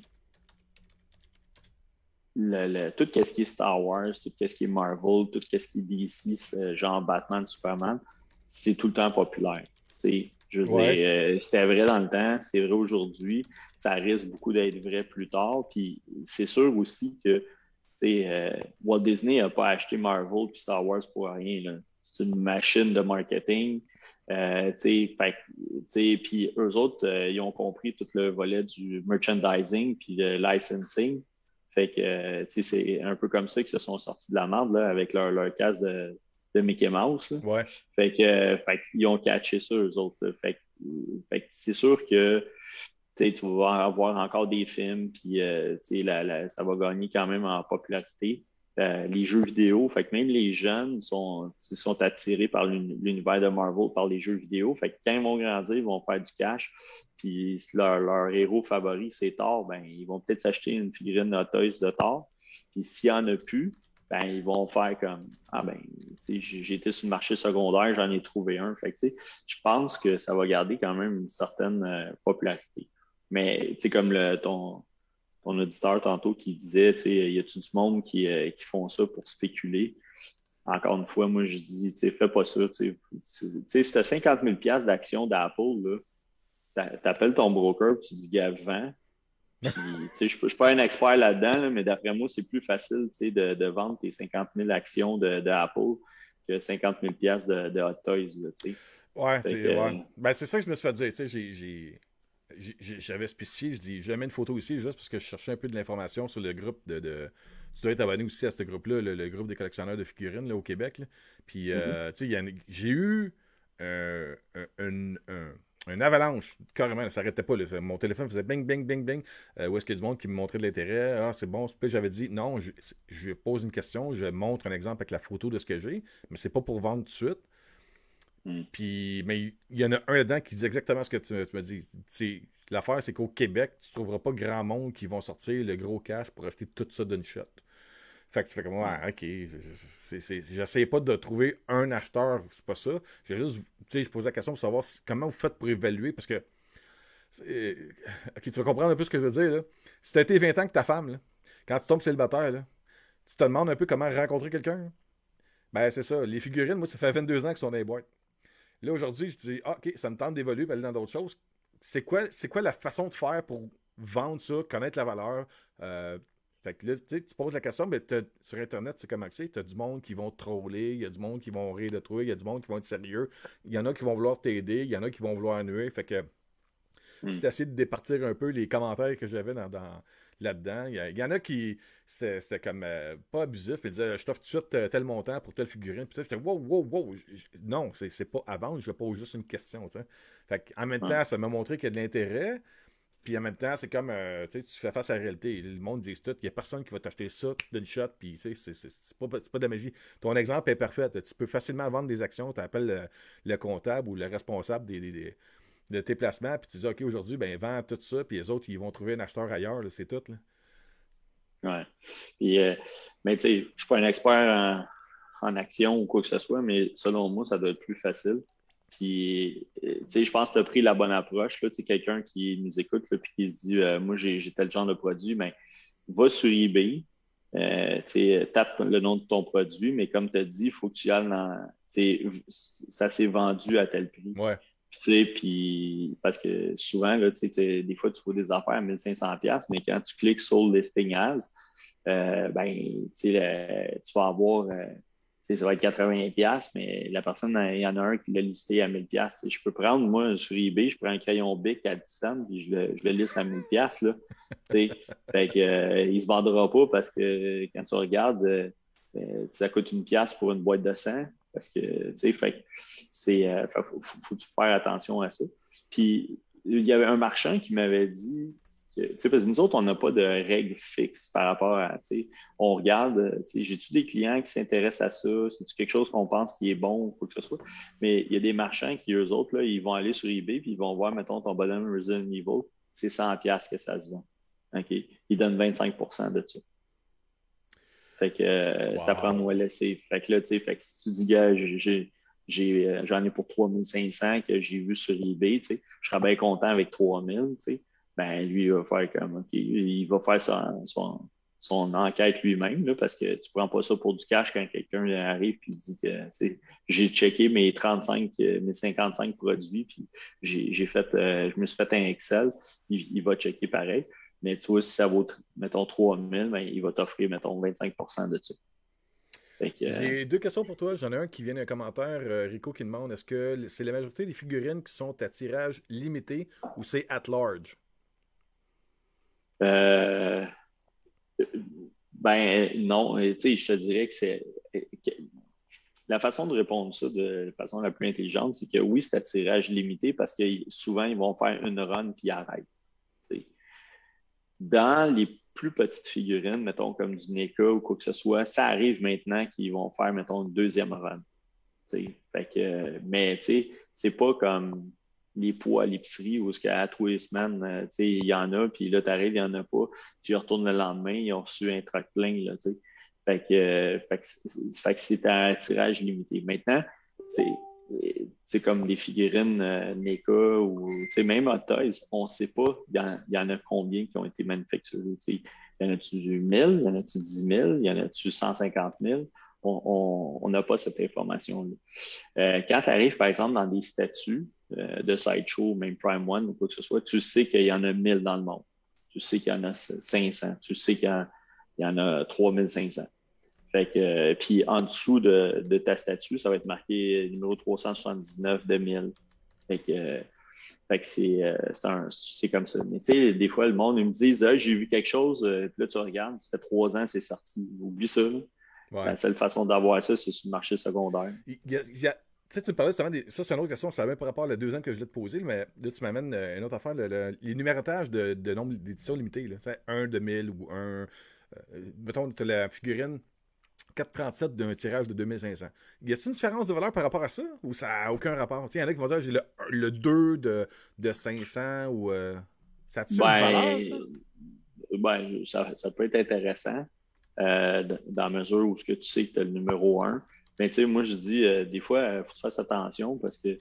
le, le, tout ce qui est Star Wars, tout ce qui est Marvel, tout ce qui est D C, genre Batman, Superman, c'est tout le temps populaire. T'sais, je veux Ouais. dire, euh, c'était vrai dans le temps, c'est vrai aujourd'hui, ça risque beaucoup d'être vrai plus tard. Puis c'est sûr aussi que euh, Walt Disney n'a pas acheté Marvel et Star Wars pour rien. Là. C'est une machine de marketing. Euh, puis eux autres, euh, ils ont compris tout le volet du merchandising puis le licensing. Fait que, euh, c'est un peu comme ça qu'ils se sont sortis de la merde là, avec leur, leur casse de, de Mickey Mouse. Là. Ouais. Fait que, euh, fait qu'ils ont catché ça, eux autres. Là. Fait que, fait que c'est sûr que tu vas avoir encore des films, puis euh, la, la, ça va gagner quand même en popularité. Euh, les jeux vidéo, fait que même les jeunes sont, sont attirés par l'univers de Marvel, par les jeux vidéo. Fait que quand ils vont grandir, ils vont faire du cash. Puis si leur, leur héros favori, c'est Thor, ben, ils vont peut-être s'acheter une figurine Hot Toys de Thor. Puis s'il n'y en a plus, ben, ils vont faire comme Ah ben, j'ai été sur le marché secondaire, j'en ai trouvé un. Fait que, je pense que ça va garder quand même une certaine euh, popularité. Mais tu sais, comme le, ton, ton auditeur tantôt qui disait, tu sais, y a-tu du monde qui, euh, qui font ça pour spéculer? Encore une fois, moi, je dis, tu sais, fais pas ça. Tu sais, si tu as cinquante mille dollars d'action d'Apple, t'appelles ton broker, puis tu dis, gars, vends. Puis, tu sais, je ne suis pas un expert là-dedans, là, mais d'après moi, c'est plus facile, tu sais, de, de vendre tes cinquante mille actions de, de Apple que cinquante mille dollars de, de Hot Toys, là, tu sais. Ouais, Fait c'est que, ouais. Ben, c'est ça que je me suis fait dire. Tu sais, j'ai, j'ai, j'avais spécifié, je dis, je mets une photo ici juste parce que je cherchais un peu de l'information sur le groupe de, de... Tu dois être abonné aussi à ce groupe-là, le, le groupe des collectionneurs de figurines là, au Québec. Là. Puis, euh, tu sais, j'ai eu euh, un, un, un, un avalanche, carrément, ça s'arrêtait pas. Là, mon téléphone faisait bing, bing, bing, bing. Euh, où est-ce qu'il y a du monde qui me montrait de l'intérêt? Ah, c'est bon. Puis j'avais dit, non, je, je pose une question, je montre un exemple avec la photo de ce que j'ai, mais c'est pas pour vendre tout de suite. Mm. Puis, mais il y en a un là-dedans qui dit exactement ce que tu, tu me dis. L'affaire, c'est qu'au Québec, tu trouveras pas grand monde qui vont sortir le gros cash pour acheter tout ça d'une shot. Fait que tu fais comme, ouais, ok, j'essayais pas de trouver un acheteur, c'est pas ça. J'ai juste, tu sais, je posais la question pour savoir si, comment vous faites pour évaluer, parce que, ok, tu vas comprendre un peu ce que je veux dire, là. Si t'as été vingt ans que ta femme, là, quand tu tombes célibataire, là, tu te demandes un peu comment rencontrer quelqu'un. Ben, c'est ça. Les figurines, moi, ça fait vingt-deux ans qu'ils sont dans les boîtes. Là, aujourd'hui, je dis, ah, ok, ça me tente d'évoluer, aller dans d'autres choses. C'est quoi, c'est quoi la façon de faire pour vendre ça, connaître la valeur? Euh, fait que là, tu te poses la question, mais sur Internet, c'est comme accès, tu as du monde qui vont te troller, il y a du monde qui vont rire de toi, il y a du monde qui vont être sérieux, il y en a qui vont vouloir t'aider, il y en a qui vont vouloir nuire. Fait que mm. c'était essayer de départir un peu les commentaires que j'avais dans, dans, là-dedans. Il y, a, il y en a qui, c'était comme euh, pas abusif, puis disaient, je t'offre tout de suite tel montant pour telle figurine. Puis j'étais, wow, wow, wow. Non, c'est pas à vendre, je pose juste une question. T'sais. Fait en même ouais. temps, ça m'a montré qu'il y a de l'intérêt. Puis en même temps, c'est comme, euh, tu sais, tu fais face à la réalité. Le monde dit tout, il n'y a personne qui va t'acheter ça d'une shot, puis tu sais, c'est pas, pas de la magie. Ton exemple est parfait. Tu peux facilement vendre des actions, tu appelles le, le comptable ou le responsable des, des, des, de tes placements, puis tu dis, OK, aujourd'hui, ben vends tout ça, puis les autres, ils vont trouver un acheteur ailleurs, c'est tout. Là. Ouais. Puis, euh, mais tu sais, je ne suis pas un expert en, en action ou quoi que ce soit, mais selon moi, ça doit être plus facile. Puis, tu sais, je pense que tu as pris la bonne approche. Tu sais, quelqu'un qui nous écoute et qui se dit euh, moi, j'ai tel genre de produit, mais va sur eBay, euh, tu sais, tape le nom de ton produit, mais comme tu as dit, il faut que tu ailles dans. Tu sais, ça s'est vendu à tel prix. Ouais. Puis, tu sais, puis, parce que souvent, là, tu sais, des fois, tu vois des affaires à mille cinq cents dollars, mais quand tu cliques sur Listing As, euh, ben, tu sais, tu vas avoir. Euh, ça va être quatre-vingts dollars, mais la personne, il y en a un qui l'a listé à mille dollars. Je peux prendre, moi, sur eBay, je prends un crayon Bic à dix cents, puis je le, je le liste à mille dollars. Là. Fait que, euh, il ne se vendra pas parce que quand tu regardes, euh, ça coûte une pièce pour une boîte de cent. Parce que, tu sais, fait c'est, euh, faut, faut, faut faire attention à ça. Puis, il y avait un marchand qui m'avait dit, que, tu sais, parce que nous autres, on n'a pas de règles fixes par rapport à, tu sais, on regarde, tu sais, j'ai-tu des clients qui s'intéressent à ça? C'est-tu quelque chose qu'on pense qui est bon ou quoi que ce soit? Mais il y a des marchands qui, eux autres, là, ils vont aller sur eBay puis ils vont voir, mettons, ton bonhomme Resident Evil, c'est cent dollars que ça se vend. OK? Ils donnent vingt-cinq pour cent de ça. Fait que euh, wow. c'est à prendre ou à laisser. Fait que là, tu sais, fait que si tu dis, gars, j'ai, j'ai, j'en ai pour trois mille cinq cents que j'ai vu sur eBay, tu sais, je serais bien content avec trois mille, tu sais, ben lui, il va faire comme, OK, il va faire son, son, son enquête lui-même, là, parce que tu prends pas ça pour du cash quand quelqu'un arrive et dit que, tu sais, j'ai checké mes trente-cinq, mes cinquante-cinq produits, puis j'ai, j'ai fait, euh, je me suis fait un Excel, il, il va checker pareil. Mais tu vois, si ça vaut, mettons, trois mille, ben, il va t'offrir, mettons, vingt-cinq pour cent de ça. Euh... J'ai deux questions pour toi. J'en ai un qui vient d'un commentaire, euh, Rico, qui demande, est-ce que c'est la majorité des figurines qui sont à tirage limité ou c'est at large? Euh... Ben, non. Tu sais, je te dirais que c'est... La façon de répondre ça de façon la plus intelligente, c'est que oui, c'est à tirage limité parce que souvent, ils vont faire une run puis ils arrêtent. T'sais. Dans les plus petites figurines, mettons comme du NECA ou quoi que ce soit, ça arrive maintenant qu'ils vont faire, mettons, une deuxième run. Fait que, mais tu sais, c'est pas comme les poids à l'épicerie où qu'à tous les semaines, il y en a, puis là, tu arrives, il n'y en a pas. Tu y retournes le lendemain, ils ont reçu un truck plein. Là, fait que, fait que, fait que c'est un tirage limité. Maintenant, c'est comme des figurines euh, NECA ou même Hot Toys, on ne sait pas, il y, y en a combien qui ont été manufacturés. Il y en a-tu mille, il y en a-tu dix mille, il y en a-tu cent cinquante mille? On n'a pas cette information-là. Euh, quand tu arrives, par exemple, dans des statuts euh, de Sideshow, même Prime One ou quoi que ce soit, tu sais qu'il y en a mille dans le monde. Tu sais qu'il y en a cinq cents. Tu sais qu'il y, y en a trois mille cinq cents. Fait que, euh, puis en dessous de, de ta statue, ça va être marqué numéro trois cent soixante-dix-neuf de mille. Fait que, euh, Fait que c'est euh, c'est un- c'est comme ça. Mais tu sais, des fois, le monde, ils me disent, ah, j'ai vu quelque chose, euh, puis là, tu regardes, ça fait trois ans, c'est sorti. Oublie ça, là. Ouais. La seule façon d'avoir ça, c'est sur le marché secondaire. Il y a, il y a- tu sais, tu me parlais justement des. Ça, c'est une autre question, ça va même par rapport à la deuxième que je voulais te poser, mais là, tu m'amènes euh, une autre affaire, le- le- les numérotages de, de nombre d'éditions limitées, là. Tu sais, un de mille ou un. Euh, mettons, tu as la figurine quatre cent trente-sept d'un tirage de deux mille cinq cents. Y a-t-il une différence de valeur par rapport à ça ou ça n'a aucun rapport? Tu sais, il y en a qui vont dire j'ai le, le deux de, de cinq cents ou. euh, ça a-tu une valeur, ça? Ben, ben ça, ça peut être intéressant euh, dans la mesure où ce que tu sais que tu as le numéro un. Mais tu sais, moi, je dis, euh, des fois, il faut que tu fasses attention parce que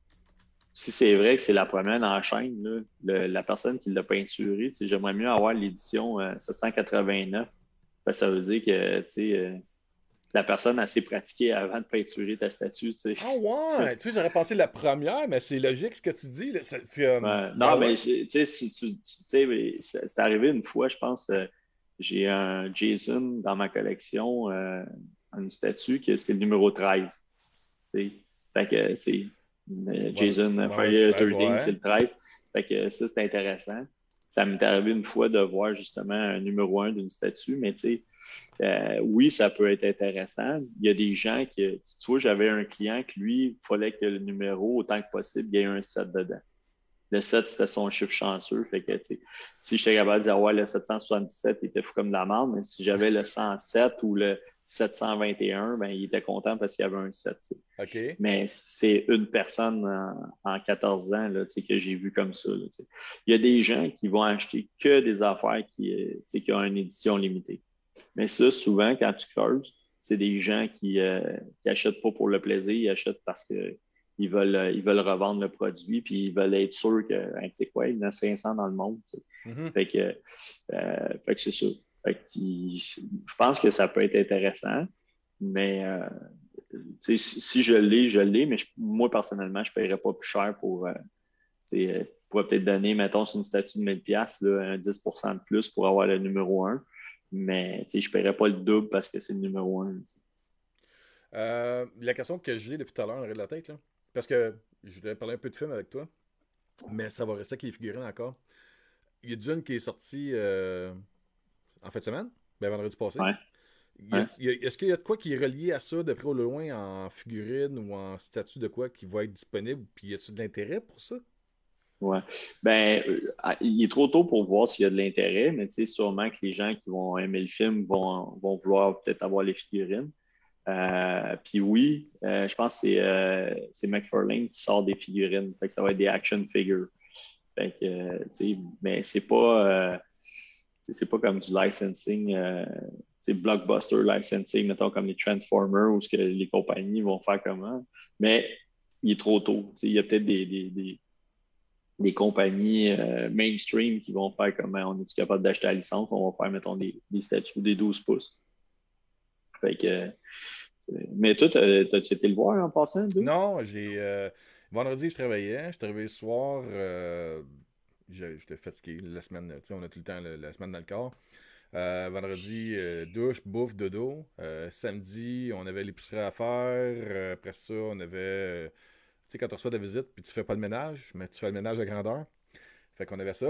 si c'est vrai que c'est la première dans la chaîne, là, le- la personne qui l'a peinturé, tu sais, j'aimerais mieux avoir l'édition euh, sept cent quatre-vingt-neuf. Parce que ça veut dire que tu sais, euh, la personne a assez pratiqué avant de peinturer ta statue. Tu sais. Ah ouais! Tu sais, j'aurais pensé la première, mais c'est logique ce que tu dis. Là. C'est, c'est, euh, Ouais. ben Non, mais ouais. tu sais, si tu, tu sais, mais c'est c'est arrivé une fois, je pense, euh, j'ai un Jason dans ma collection, euh, une statue que c'est le numéro treize. Tu sais. Fait que, tu sais, euh, Ouais, Jason ouais, ouais, c'est Friday treize, the thirteenth, c'est ouais. le treize. Fait que ça, c'est intéressant. Ça m'est arrivé une fois de voir justement un numéro un d'une statue, mais tu sais, euh, oui, ça peut être intéressant. Il y a des gens qui, tu vois, j'avais un client qui, lui, il fallait que le numéro, autant que possible, il y ait un sept dedans. Le sept, c'était son chiffre chanceux. Fait que, tu sais, si j'étais capable de dire, ouais, le sept cent soixante-dix-sept, il était fou comme de la merde, mais si j'avais le cent sept ou le sept cent vingt et un, ben, il était content parce qu'il y avait un sept. Tu sais. OK. Mais c'est une personne en, en quatorze ans là, tu sais, que j'ai vu comme ça. Là, tu sais. Il y a des gens qui vont acheter que des affaires qui, euh, tu sais, qui ont une édition limitée. Mais ça, souvent, quand tu creuses, c'est des gens qui, euh, qui achètent pas pour le plaisir, ils achètent parce que ils veulent, euh, ils veulent revendre le produit, puis ils veulent être sûrs que, hein, tu sais quoi, il y en a cinq cents dans le monde. Tu sais. Mhm. Fait que, euh, fait que c'est ça. Fait que, je pense que ça peut être intéressant, mais euh, tu sais, si, si je l'ai, je l'ai, mais je- moi, personnellement, je ne paierais pas plus cher pour, euh, tu sais, euh, pourrais peut-être donner, mettons, sur une statue de mille dollars, là, un dix pour cent de plus pour avoir le numéro un. Mais tu sais, je ne paierais pas le double parce que c'est le numéro un. Euh, la question que j'ai depuis tout à l'heure en arrière de la tête, là, parce que je voulais parler un peu de film avec toi, mais ça va rester avec les figurines encore. Il y a Dune qui est sorti euh, en fin de semaine, ben vendredi passé. Ouais, Il y a- ouais, il y a- est-ce qu'il y a de quoi qui est relié à ça, de près ou de loin, en figurine ou en statue de quoi qui va être disponible? Puis y a-tu de l'intérêt pour ça? ouais. Ben, euh, ah, il est trop tôt pour voir s'il y a de l'intérêt, mais tu sais, sûrement que les gens qui vont aimer le film vont, vont vouloir peut-être avoir les figurines. Euh, puis oui, euh, je pense que c'est euh, c'est McFarlane qui sort des figurines. Fait que ça va être des action figures. Fait que, euh, tu sais, mais c'est pas, euh, c'est pas comme du licensing, euh, c'est blockbuster licensing, mettons comme les Transformers ou ce que les compagnies vont faire comment. Mais il est trop tôt. Tu sais, il y a peut-être des, des, des, des compagnies euh, mainstream qui vont faire comment on est capable d'acheter la licence, on va faire, mettons, des, des statues des douze pouces. Fait que, euh, mais toi, t'as- t'as-tu été le voir en passant, d'où? Non, j'ai. euh, vendredi, je travaillais. Je suis arrivé le soir. euh, j'ai- J'étais fatigué la semaine. Tu sais, on a tout le temps le- la semaine dans le corps. Euh, vendredi, euh, douche, bouffe, dodo. Euh, samedi, on avait l'épicerie à faire. Euh, après ça, on avait. euh, tu sais, quand tu reçois de la visite, puis tu fais pas le ménage, mais tu fais le ménage à grandeur. Fait qu'on avait ça.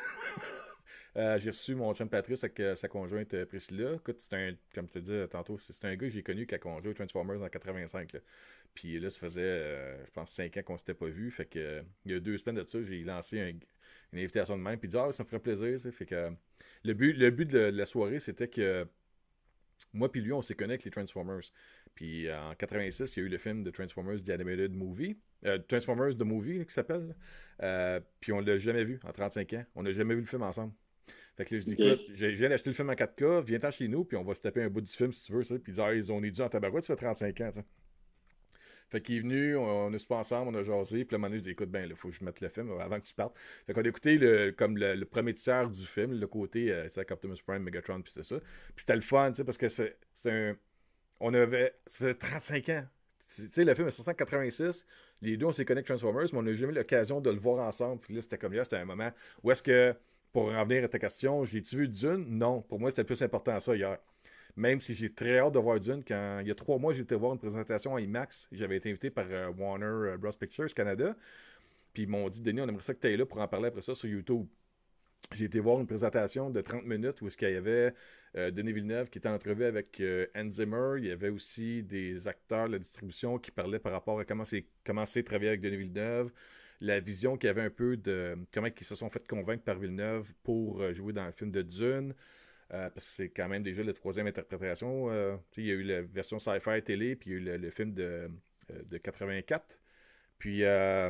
Euh, j'ai reçu mon chum Patrice avec euh, sa conjointe euh, Priscilla. Écoute, c'est un, comme tu te dis tantôt, c'est c'est un gars que j'ai connu qui a joué aux Transformers en quatre-vingt-cinq. Là. Puis là, ça faisait, euh, je pense, cinq ans qu'on s'était pas vu. Fait que, euh, il y a deux semaines de ça, j'ai lancé un- une invitation de même. Puis il dit, ah, ça me ferait plaisir. Tu sais. Fait que, euh, le but, le but de, de la soirée, c'était que moi puis lui, on s'est connus avec les Transformers. Puis euh, en quatre-vingt-six, il y a eu le film de Transformers The Animated Movie. Euh, Transformers The Movie, là, qui s'appelle. Euh, puis on l'a jamais vu en trente-cinq ans. On n'a jamais vu le film ensemble. Fait que là, je dis, écoute, OK. je viens d'acheter le film en quatre K, viens-t'en chez nous, puis on va se taper un bout du film si tu veux, ça. Puis il dit, ah, ils ont dû en tabarouette, ça fait trente-cinq ans, tu sais. Fait qu'il est venu, on, on est super ensemble, on a jasé, puis à un moment donné, je dis, écoute, ben, il faut que je mette le film avant que tu partes. Fait qu'on a écouté le, comme le, le premier tiers du film, le côté, euh, c'est Optimus Prime, Megatron, puis tout ça. Puis c'était le fun, tu sais, parce que c'est c'est un. On avait. Ça faisait trente-cinq ans. Tu sais, le film est mille neuf cent quatre-vingt-six. Les deux, on s'est connectés Transformers, mais on n'a jamais eu l'occasion de le voir ensemble. Puis là, c'était comme là, c'était un moment où est-ce que, pour en revenir à ta question, j'ai-tu vu Dune? Non. Pour moi, c'était le plus important ça hier. Même si j'ai très hâte de voir Dune, quand il y a trois mois, j'ai été voir une présentation à IMAX. J'avais été invité par euh, Warner euh, Bros. Pictures Canada. puis ils m'ont dit, Denis, on aimerait ça que tu ailles là pour en parler après ça sur YouTube. J'ai été voir une présentation de trente minutes où il y avait euh, Denis Villeneuve qui était en entrevue avec euh, Hans Zimmer. Il y avait aussi des acteurs de la distribution qui parlaient par rapport à comment c'est commencé à travailler avec Denis Villeneuve, la vision qu'il y avait un peu de comment ils se sont fait convaincre par Villeneuve pour euh, jouer dans le film de Dune. Euh, parce que c'est quand même déjà la troisième interprétation. Euh, il y a eu la version sci-fi télé, puis il y a eu le, le film de, euh, de quatre-vingt-quatre. Puis euh,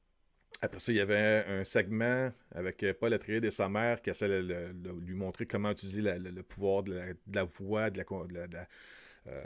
après ça, il y avait un segment avec euh, Paul Atreides et sa mère qui essaie de, de, de lui montrer comment utiliser la, le, le pouvoir de la, de la voix, de la... De la, de la euh,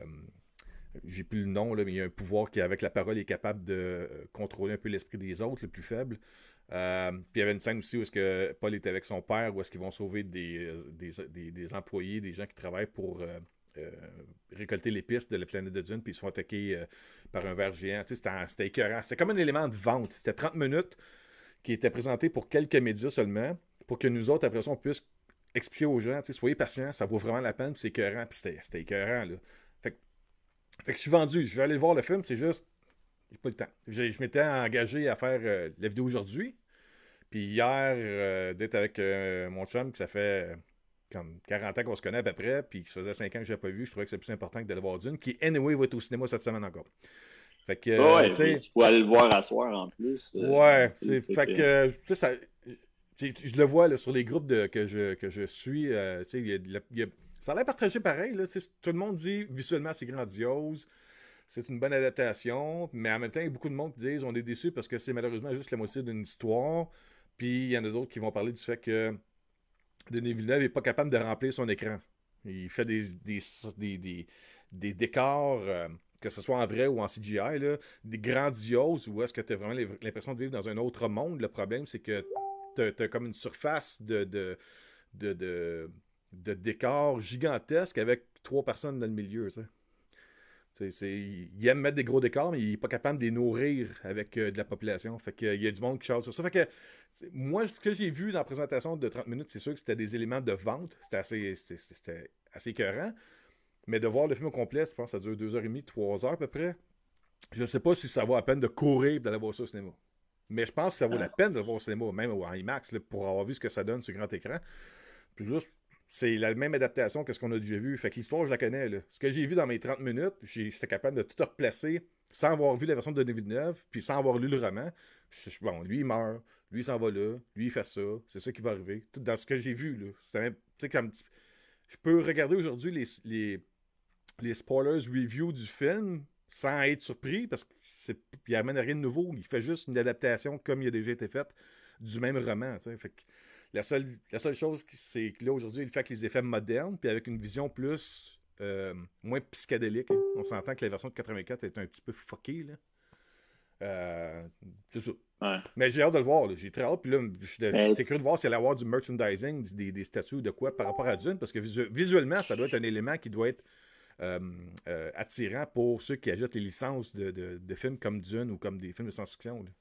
j'ai plus le nom, là, mais il y a un pouvoir qui, avec la parole, est capable de euh, contrôler un peu l'esprit des autres, le plus faible. Euh, puis il y avait une scène aussi où est-ce que Paul est avec son père, où est-ce qu'ils vont sauver des, des, des, des employés, des gens qui travaillent pour euh, euh, récolter l'épice de la planète de Dune, puis ils se font attaquer euh, par un ver géant. Tu sais, c'était, c'était écœurant. C'était comme un élément de vente. C'était trente minutes qui était présenté pour quelques médias seulement, pour que nous autres, après ça, on puisse expliquer aux gens, tu sais, soyez patients, ça vaut vraiment la peine, puis c'est écœurant, puis c'était, c'était écœurant, là. Fait que, fait que je suis vendu, je vais aller voir le film, c'est juste, j'ai pas le temps. Je, je m'étais engagé à faire euh, la vidéo aujourd'hui, puis hier, euh, d'être avec euh, mon chum, que ça fait euh, comme quarante ans qu'on se connaît à peu près, puis que ça faisait cinq ans que je l'ai pas vu, je trouvais que c'est plus important que d'aller voir Dune, qui, anyway, va être au cinéma cette semaine encore. Fait que, euh, Ouais, tu puis sais... tu pourrais aller le voir à soir en plus. euh, Ouais, tu sais, c'est, fait fait que- que, tu sais, ça... tu sais, je le vois là, sur les groupes de, que, je, que je suis, euh, tu sais, il y a de la- il y a- ça a l'air partagé pareil, là, tu sais, tout le monde dit visuellement c'est grandiose, c'est une bonne adaptation, mais en même temps, il y a beaucoup de monde qui disent on est déçus parce que c'est malheureusement juste la moitié d'une histoire, puis il y en a d'autres qui vont parler du fait que Denis Villeneuve n'est pas capable de remplir son écran. Il fait des, des, des, des, des décors, euh, que ce soit en vrai ou en C G I, là, des grandioses, où est-ce que tu as vraiment l'impression de vivre dans un autre monde. Le problème, c'est que tu as comme une surface de, de, de, de, de décor gigantesque avec trois personnes dans le milieu. Tu sais. C'est, c'est, il aime mettre des gros décors, mais il n'est pas capable de les nourrir avec euh, de la population. Fait qu'il y a du monde qui charge sur ça. Fait que moi, ce que j'ai vu dans la présentation de trente minutes, c'est sûr que c'était des éléments de vente. C'était assez, c'était, c'était assez écœurant. Mais de voir le film au complet, je pense que ça dure deux heures et demie, trois heures à peu près. Je ne sais pas si ça vaut la peine de courir et d'aller voir ça au cinéma. Mais je pense que ça vaut la peine de le voir au cinéma, même en IMAX, là, pour avoir vu ce que ça donne sur grand écran. Puis là, c'est la même adaptation que ce qu'on a déjà vu. Fait que l'histoire, je la connais. Là. Ce que j'ai vu dans mes trente minutes, j'étais capable de tout replacer sans avoir vu la version de Denis Villeneuve, puis sans avoir lu le roman. Je, je, bon, lui, il meurt. Lui, il s'en va là. Lui, il fait ça. C'est ça qui va arriver. Tout dans ce que j'ai vu, là. C'était, tu sais, comme... Je peux regarder aujourd'hui les, les, les spoilers review du film sans être surpris, parce qu'il n'amène rien de nouveau. Il fait juste une adaptation comme il a déjà été faite du même roman. Tu sais. Fait que la seule, la seule chose, c'est que là, aujourd'hui, il fait avec les effets modernes, puis avec une vision plus... Euh, moins psychédélique. Hein. On s'entend que la version de quatre-vingt-quatre est un petit peu fuckée, là. Euh, c'est ça. Ouais. Mais j'ai hâte de le voir. Là. J'ai très hâte. Puis là, j'étais Mais- curieux de voir s'il allait avoir du merchandising, du- des, des statues de quoi par rapport à Dune, parce que visu- visuellement, ça doit être un élément qui doit être euh, euh, attirant pour ceux qui achètent les licences de, de, de films comme Dune ou comme des films de science-fiction. Là.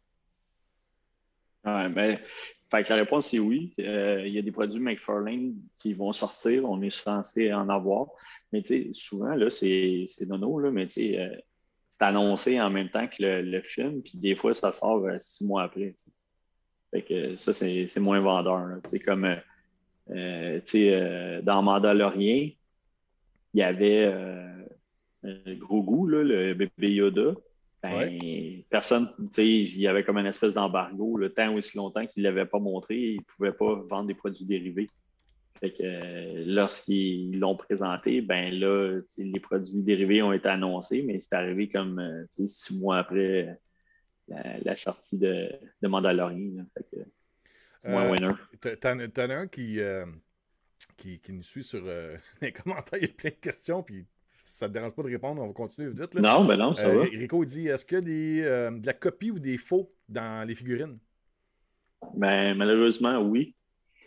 Ouais, mais fait que la réponse c'est oui. Euh, il y a des produits McFarlane qui vont sortir, on est censé en avoir. Mais tu sais, souvent, là, c'est, c'est nono, là, mais tu sais, euh, c'est annoncé en même temps que le, le film, puis des fois, ça sort euh, six mois après. Tu sais. Fait que ça, c'est, c'est moins vendeur. Là. Tu sais, comme euh, euh, tu sais, euh, dans Mandalorian, il y avait euh, un gros goût, là, le bébé Yoda. Ouais. Ben, personne, tu sais, il y avait comme une espèce d'embargo, le temps aussi longtemps qu'il ne l'avait pas montré, il ne pouvait pas vendre des produits dérivés. Fait que euh, lorsqu'ils l'ont présenté, ben là, tu sais, les produits dérivés ont été annoncés, mais c'est arrivé comme euh, tu sais, six mois après la, la sortie de, de Mandalorian. Là. Fait que c'est moins Euh, winner. t'en, t'en as un qui, euh, qui, qui nous suit sur euh, les commentaires. Il y a plein de questions, puis ça ne te dérange pas de répondre, on va continuer vite. Là. Non, ben non, ça Euh, va. Rico dit, est-ce qu'il y a des, euh, de la copie ou des faux dans les figurines? Ben, malheureusement, oui.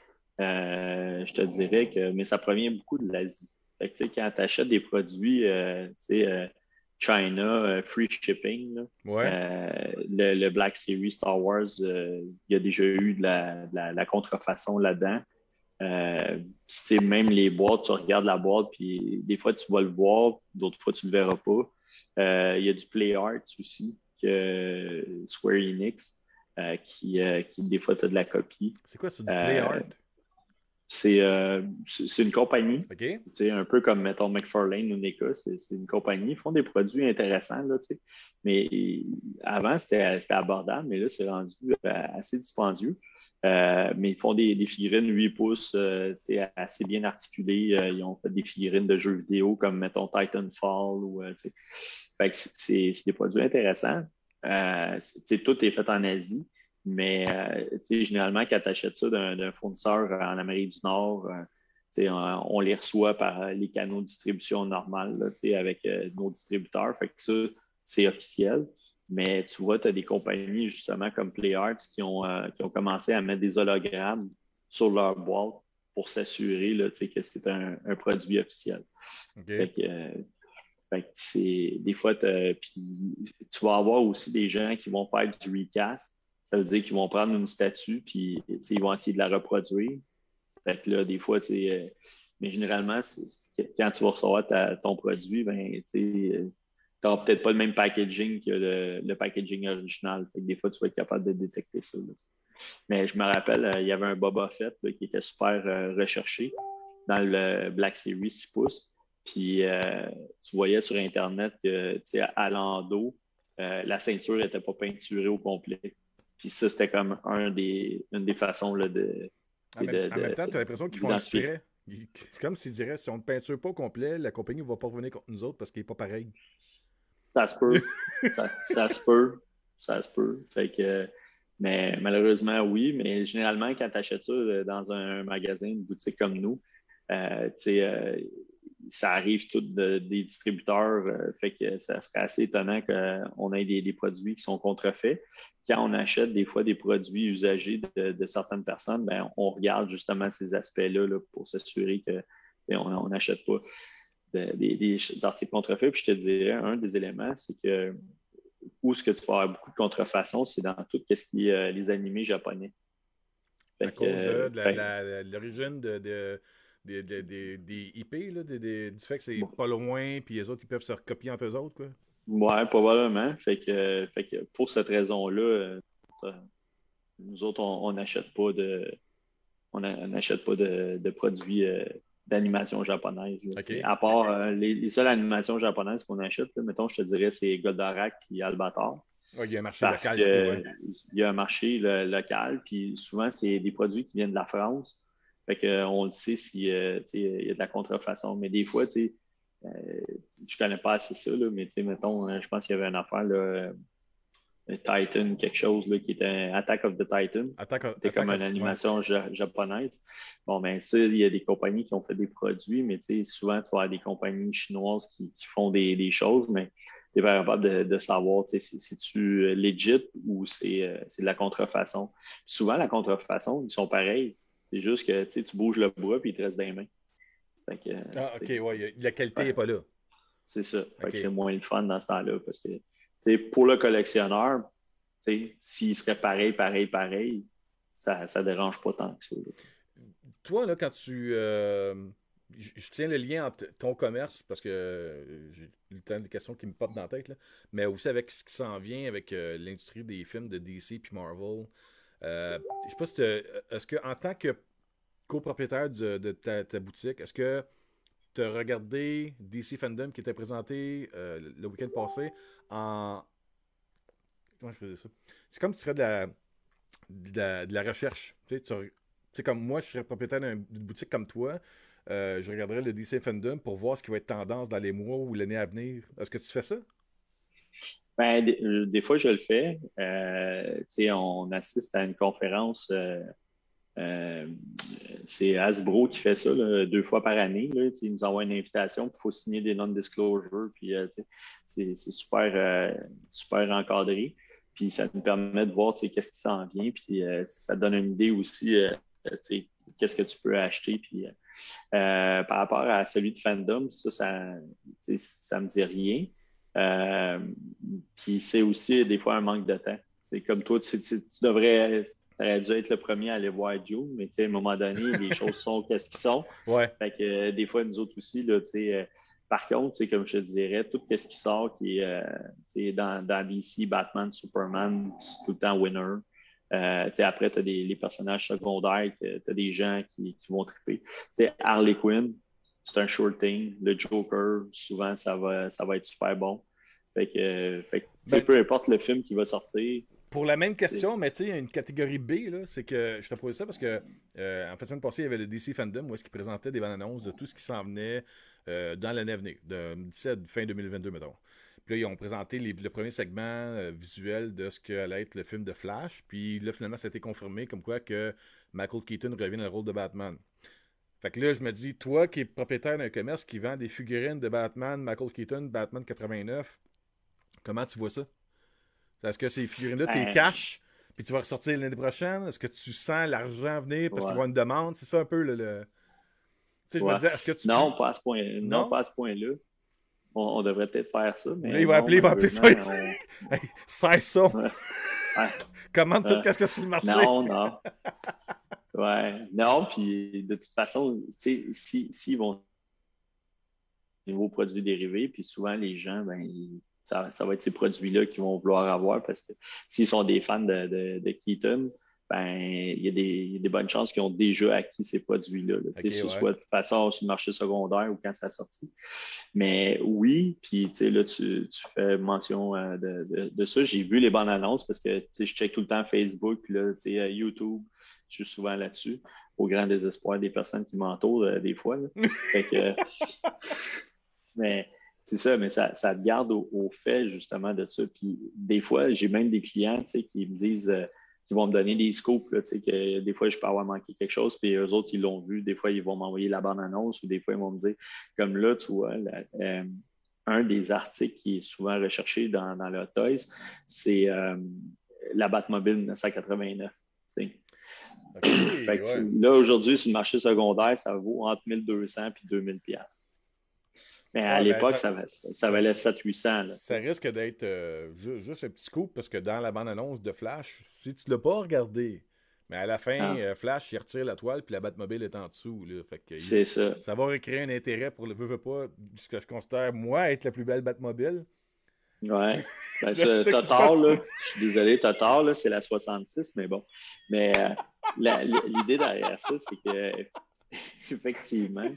Euh, je te dirais que, mais ça provient beaucoup de l'Asie. Fait que, tu sais, quand tu achètes des produits, euh, tu sais, euh, China, euh, free shipping, là, Ouais. euh, le, le Black Series Star Wars, euh, il y a déjà eu de la, de la, la contrefaçon là-dedans. Euh, c'est même les boîtes, tu regardes la boîte, puis des fois tu vas le voir, d'autres fois tu le verras pas. Euh, il y a du Play Arts aussi, que Square Enix. euh, qui, euh, qui, des fois, tu as de la copie. C'est quoi, c'est du Play Art? C'est euh, c'est une compagnie, OK. un peu comme, mettons, McFarlane ou N E C A, c'est une compagnie. Ils font des produits intéressants, là, mais avant, c'était abordable, mais là, c'est rendu assez dispendieux. Euh, mais ils font des, des figurines huit pouces euh, assez bien articulées. Euh, ils ont fait des figurines de jeux vidéo comme, mettons, Titanfall. Ou, euh, fait que c'est des produits intéressants. Euh, tout est fait en Asie. Mais euh, généralement, quand tu achètes ça d'un fournisseur en Amérique du Nord, euh, on, on les reçoit par les canaux de distribution normales là, avec euh, nos distributeurs. Fait que ça, c'est officiel. Mais tu vois, tu as des compagnies justement comme PlayArts qui ont, euh, qui ont commencé à mettre des hologrammes sur leur boîte pour s'assurer que c'est un, un produit officiel. Okay. Fait que, euh, fait que c'est des fois, puis tu vas avoir aussi des gens qui vont faire du recast. Ça veut dire qu'ils vont prendre une statue puis ils vont essayer de la reproduire. Fait que là, des fois, euh, mais généralement, c est, c est, quand tu vas recevoir ta, ton produit, ben, tu n'auras peut-être pas le même packaging que le, le packaging original. Fait que des fois, tu vas être capable de détecter ça. Là. Mais je me rappelle, euh, il y avait un Boba Fett là, qui était super euh, recherché dans le Black Series six pouces. Puis euh, tu voyais sur Internet que à l'endos, euh, la ceinture n'était pas peinturée au complet. Puis ça, c'était comme un des, une des façons là, de. En même, de, en même temps, tu as l'impression qu'ils font exprès. C'est comme s'ils diraient si on ne peinture pas au complet, la compagnie ne va pas revenir contre nous autres parce qu'il n'est pas pareil. Ça se peut. ça, ça se peut. Ça se peut. Fait que, mais malheureusement, oui. Mais généralement, quand tu achètes ça dans un magasin, une boutique comme nous, euh, tu sais, euh, ça arrive tout de, des distributeurs, euh, fait que ça serait assez étonnant qu'on ait des, des produits qui sont contrefaits. Quand on achète des fois des produits usagés de, de certaines personnes, ben, on regarde justement ces aspects-là là, pour s'assurer qu'on n'achète pas de, des, des articles contrefaits. Puis je te dirais, un des éléments, c'est que où est-ce que tu vas avoir beaucoup de contrefaçons, c'est dans tout ce qui est euh, les animés japonais. Fait à que, cause euh, de l'origine de, de Des, des, des, des I P, là, des, des, du fait que c'est pas loin, puis les autres, ils peuvent se recopier entre eux autres, quoi. Ouais, probablement. Fait que, fait que pour cette raison-là, euh, nous autres, on n'achète pas de on n'achète pas de, de produits euh, d'animation japonaise. Là, okay. À part euh, les, les seules animations japonaises qu'on achète, là, mettons, je te dirais, c'est Goldorak et Albator. Ouais, il y a un marché local ici, ouais. Il y a un marché le, local, puis souvent, c'est des produits qui viennent de la France. Fait qu'on le sait si euh, il y a de la contrefaçon. Mais des fois, euh, je connais pas assez ça, là, mais mettons, je pense qu'il y avait une affaire, là, Titan, quelque chose là, qui était Attack of the Titan. C'était comme une animation ouais. japonaise. Bon, ben ça, il y a des compagnies qui ont fait des produits, mais souvent, tu vas avoir des compagnies chinoises qui, qui font des, des choses, mais tu n'es pas capable de, de savoir si c'est-tu legit ou c'est euh, de la contrefaçon. Puis souvent, la contrefaçon, ils sont pareils. C'est juste que tu bouges le bras et il te reste dans les mains. Fait que, ah, OK, ouais, la qualité n'est ouais. pas là. C'est ça. Okay. C'est moins le fun dans ce temps-là parce que t'sais, pour le collectionneur, s'il serait pareil, pareil, pareil, ça ne dérange pas tant que ça. Là. Toi, là, quand tu... Euh, je, je tiens le lien entre ton commerce, parce que euh, j'ai le temps des questions qui me popent dans la tête, là, mais aussi avec ce qui s'en vient avec euh, l'industrie des films de D C puis Marvel. Euh, je sais pas si est-ce que en tant que copropriétaire de, de ta, ta boutique, est-ce que tu as regardé D C Fandom qui était présenté euh, le week-end passé en... Comment je faisais ça? C'est comme si tu ferais de la, de la, de la recherche. Tu sais, tu sais, comme moi, je serais propriétaire d'une boutique comme toi, euh, je regarderais le D C Fandom pour voir ce qui va être tendance dans les mois ou l'année à venir. Est-ce que tu fais ça? Ben, des, des fois, je le fais. Euh, tu sais, on assiste à une conférence... Euh, Euh, c'est Hasbro qui fait ça là, deux fois par année. Là, ils nous envoient une invitation, il faut signer des non-disclosure, puis euh, c'est super, euh, super encadré. Puis ça nous permet de voir qu'est-ce qui s'en vient, puis euh, ça donne une idée aussi euh, qu'est-ce que tu peux acheter. Puis, euh, par rapport à celui de Fandom, ça, ça, ça me dit rien. Euh, puis c'est aussi des fois un manque de temps. C'est comme toi, tu, tu, tu devrais... Ça aurait dû être le premier à aller voir Dune, mais à un moment donné, les choses sont qu'est-ce qu'ils sont. Ouais. Fait que euh, des fois, nous autres aussi, là, euh, par contre, comme je te dirais, tout ce qui sort qui est euh, dans, dans D C, Batman, Superman, c'est tout le temps winner. Euh, après, tu as des, les personnages secondaires, tu as des gens qui, qui vont triper. T'sais, Harley Quinn, c'est un sure thing. Le Joker, souvent, ça va, ça va être super bon. Fait que, fait que Ben, peu importe le film qui va sortir. pour la même question, mais tu sais, il y a une catégorie B, là, c'est que je te pose ça parce que euh, en fait, semaine passée, il y avait le D C Fandom où est-ce qu'ils présentaient des bandes annonces de tout ce qui s'en venait euh, dans l'année à venir, de d'ici à fin deux mille vingt-deux, mettons. Puis là, ils ont présenté les, le premier segment euh, visuel de ce que allait être le film de Flash. Puis là, finalement, ça a été confirmé comme quoi que Michael Keaton revient dans le rôle de Batman. Fait que là, je me dis, toi qui es propriétaire d'un commerce qui vend des figurines de Batman, Michael Keaton, Batman quatre-vingt-neuf, comment tu vois ça? Est-ce que ces figurines-là, tu les Ben, caches, puis tu vas ressortir l'année prochaine? Est-ce que tu sens l'argent venir parce qu'il va y ouais, avoir une demande? C'est ça un peu le... le... Tu sais, je me ouais. disais, est-ce que tu peux... Non, pas à ce point, non, Non? pas à ce point-là. On, on devrait peut-être faire ça, Là, mais il va non, appeler, il va appeler malheureusement, ça. on. Hey, sers ça. Ouais, ouais, Commande tout euh, ce qu'il y a sur le marché. non, non. Ouais. Non, puis de toute façon, tu sais, si, si ils vont nouveaux produits dérivés, puis souvent les gens, ben, ils- ça, ça va être ces produits-là qu'ils vont vouloir avoir parce que s'ils sont des fans de, de, de Keaton, ben, il y, a des, il y a des bonnes chances qu'ils ont déjà acquis ces produits-là. Là. Ok, Tu sais, ouais. soit de façon sur le marché secondaire ou quand ça a sorti. Mais oui, puis tu sais, là, tu, tu fais mention euh, de, de, de ça. J'ai vu les bandes annonces parce que tu sais, je check tout le temps Facebook, puis là, tu sais, euh, YouTube, je suis souvent là-dessus, au grand désespoir des personnes qui m'entourent euh, des fois. Là. Fait que, mais c'est ça, mais ça, ça te garde au, au fait justement de ça. Puis des fois, j'ai même des clients tu sais, qui me disent, euh, qui vont me donner des scoops, là, tu sais, que des fois, je peux avoir manqué quelque chose, puis eux autres, ils l'ont vu. Des fois, ils vont m'envoyer la bande-annonce ou des fois, ils vont me dire, comme là, tu vois, la, euh, un des articles qui est souvent recherché dans, dans le Toys, c'est euh, la Batmobile mille neuf cent quatre-vingt-neuf. Tu sais. Ok, Fait que, ouais. là, aujourd'hui, sur le marché secondaire, ça vaut entre mille deux cents et deux mille piastres. Mais à Ouais, ben l'époque, ça, ça, ça, ça ça, valait sept huit cents. Là, ça risque d'être euh, ju- juste un petit coup parce que dans la bande-annonce de Flash, si tu l'as pas regardé, mais à la fin, ah, euh, Flash, il retire la toile puis la Batmobile est en dessous. Là, fait que, il- c'est ça. ça va recréer un intérêt pour le veux, veux pas, ce que je considère, moi, être la plus belle Batmobile. Ouais. Ben, Je ça, sais que t'as c'est pas... tort, là. Je suis désolé, t'as tort, là. C'est la soixante-six, mais bon. Mais euh, la- l'idée derrière ça, c'est que, effectivement,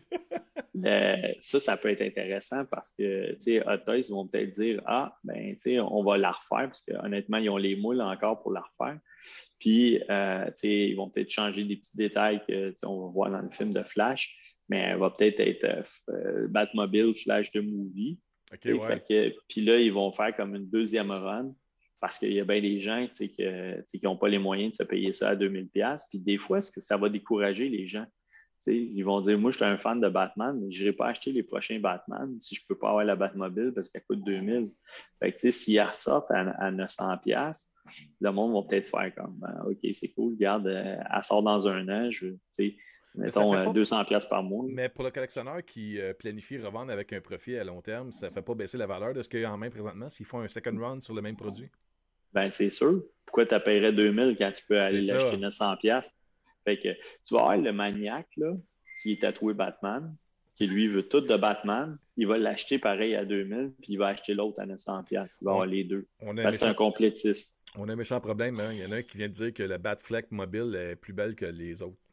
le- ça, ça peut être intéressant parce que, tu sais, Hot Toys vont peut-être dire, ah, ben, tu sais, on va la refaire parce que, honnêtement, ils ont les moules encore pour la refaire. Puis, euh, tu sais, ils vont peut-être changer des petits détails que, tu sais, on va voir dans le film de Flash, mais elle va peut-être être, être euh, Batmobile Flash de movie. Ok, Tu sais, ouais. fait que, puis là, ils vont faire comme une deuxième run parce qu'il y a bien des gens tu sais, que, tu sais, qui n'ont pas les moyens de se payer ça à deux mille pièces. Puis des fois, est-ce que ça va décourager les gens? Tu sais, ils vont dire, moi, je suis un fan de Batman, mais je n'irai pas acheter les prochains Batman si je ne peux pas avoir la Batmobile parce qu'elle coûte deux mille. Fait que, tu sais, s'ils ressortent à, à neuf cents pièces, le monde va peut-être faire comme, ben, OK, c'est cool, regarde, euh, elle sort dans un an, je, tu sais, Mais ça mettons fait euh, pas... deux cents pièces par mois. Mais pour le collectionneur qui euh, planifie revendre avec un profit à long terme, ça fait pas baisser la valeur de ce qu'il y a en main présentement s'ils font un second round sur le même produit? Ben, c'est sûr. Pourquoi tu paierais deux mille quand tu peux C'est aller l'acheter ça. neuf cents pièces? Fait que tu vas avoir le maniaque, là, qui est tatoué Batman, qui lui veut tout de Batman. Il va l'acheter pareil à deux mille, puis il va acheter l'autre à neuf cents pièces. Il va On, avoir les deux. on a un Parce que c'est méchant... un complétiste. On a un méchant problème, hein. Il y en a un qui vient de dire que la Batfleck mobile est plus belle que les autres.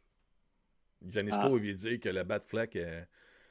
Janisco Ah, vient de dire que la Batfleck, euh,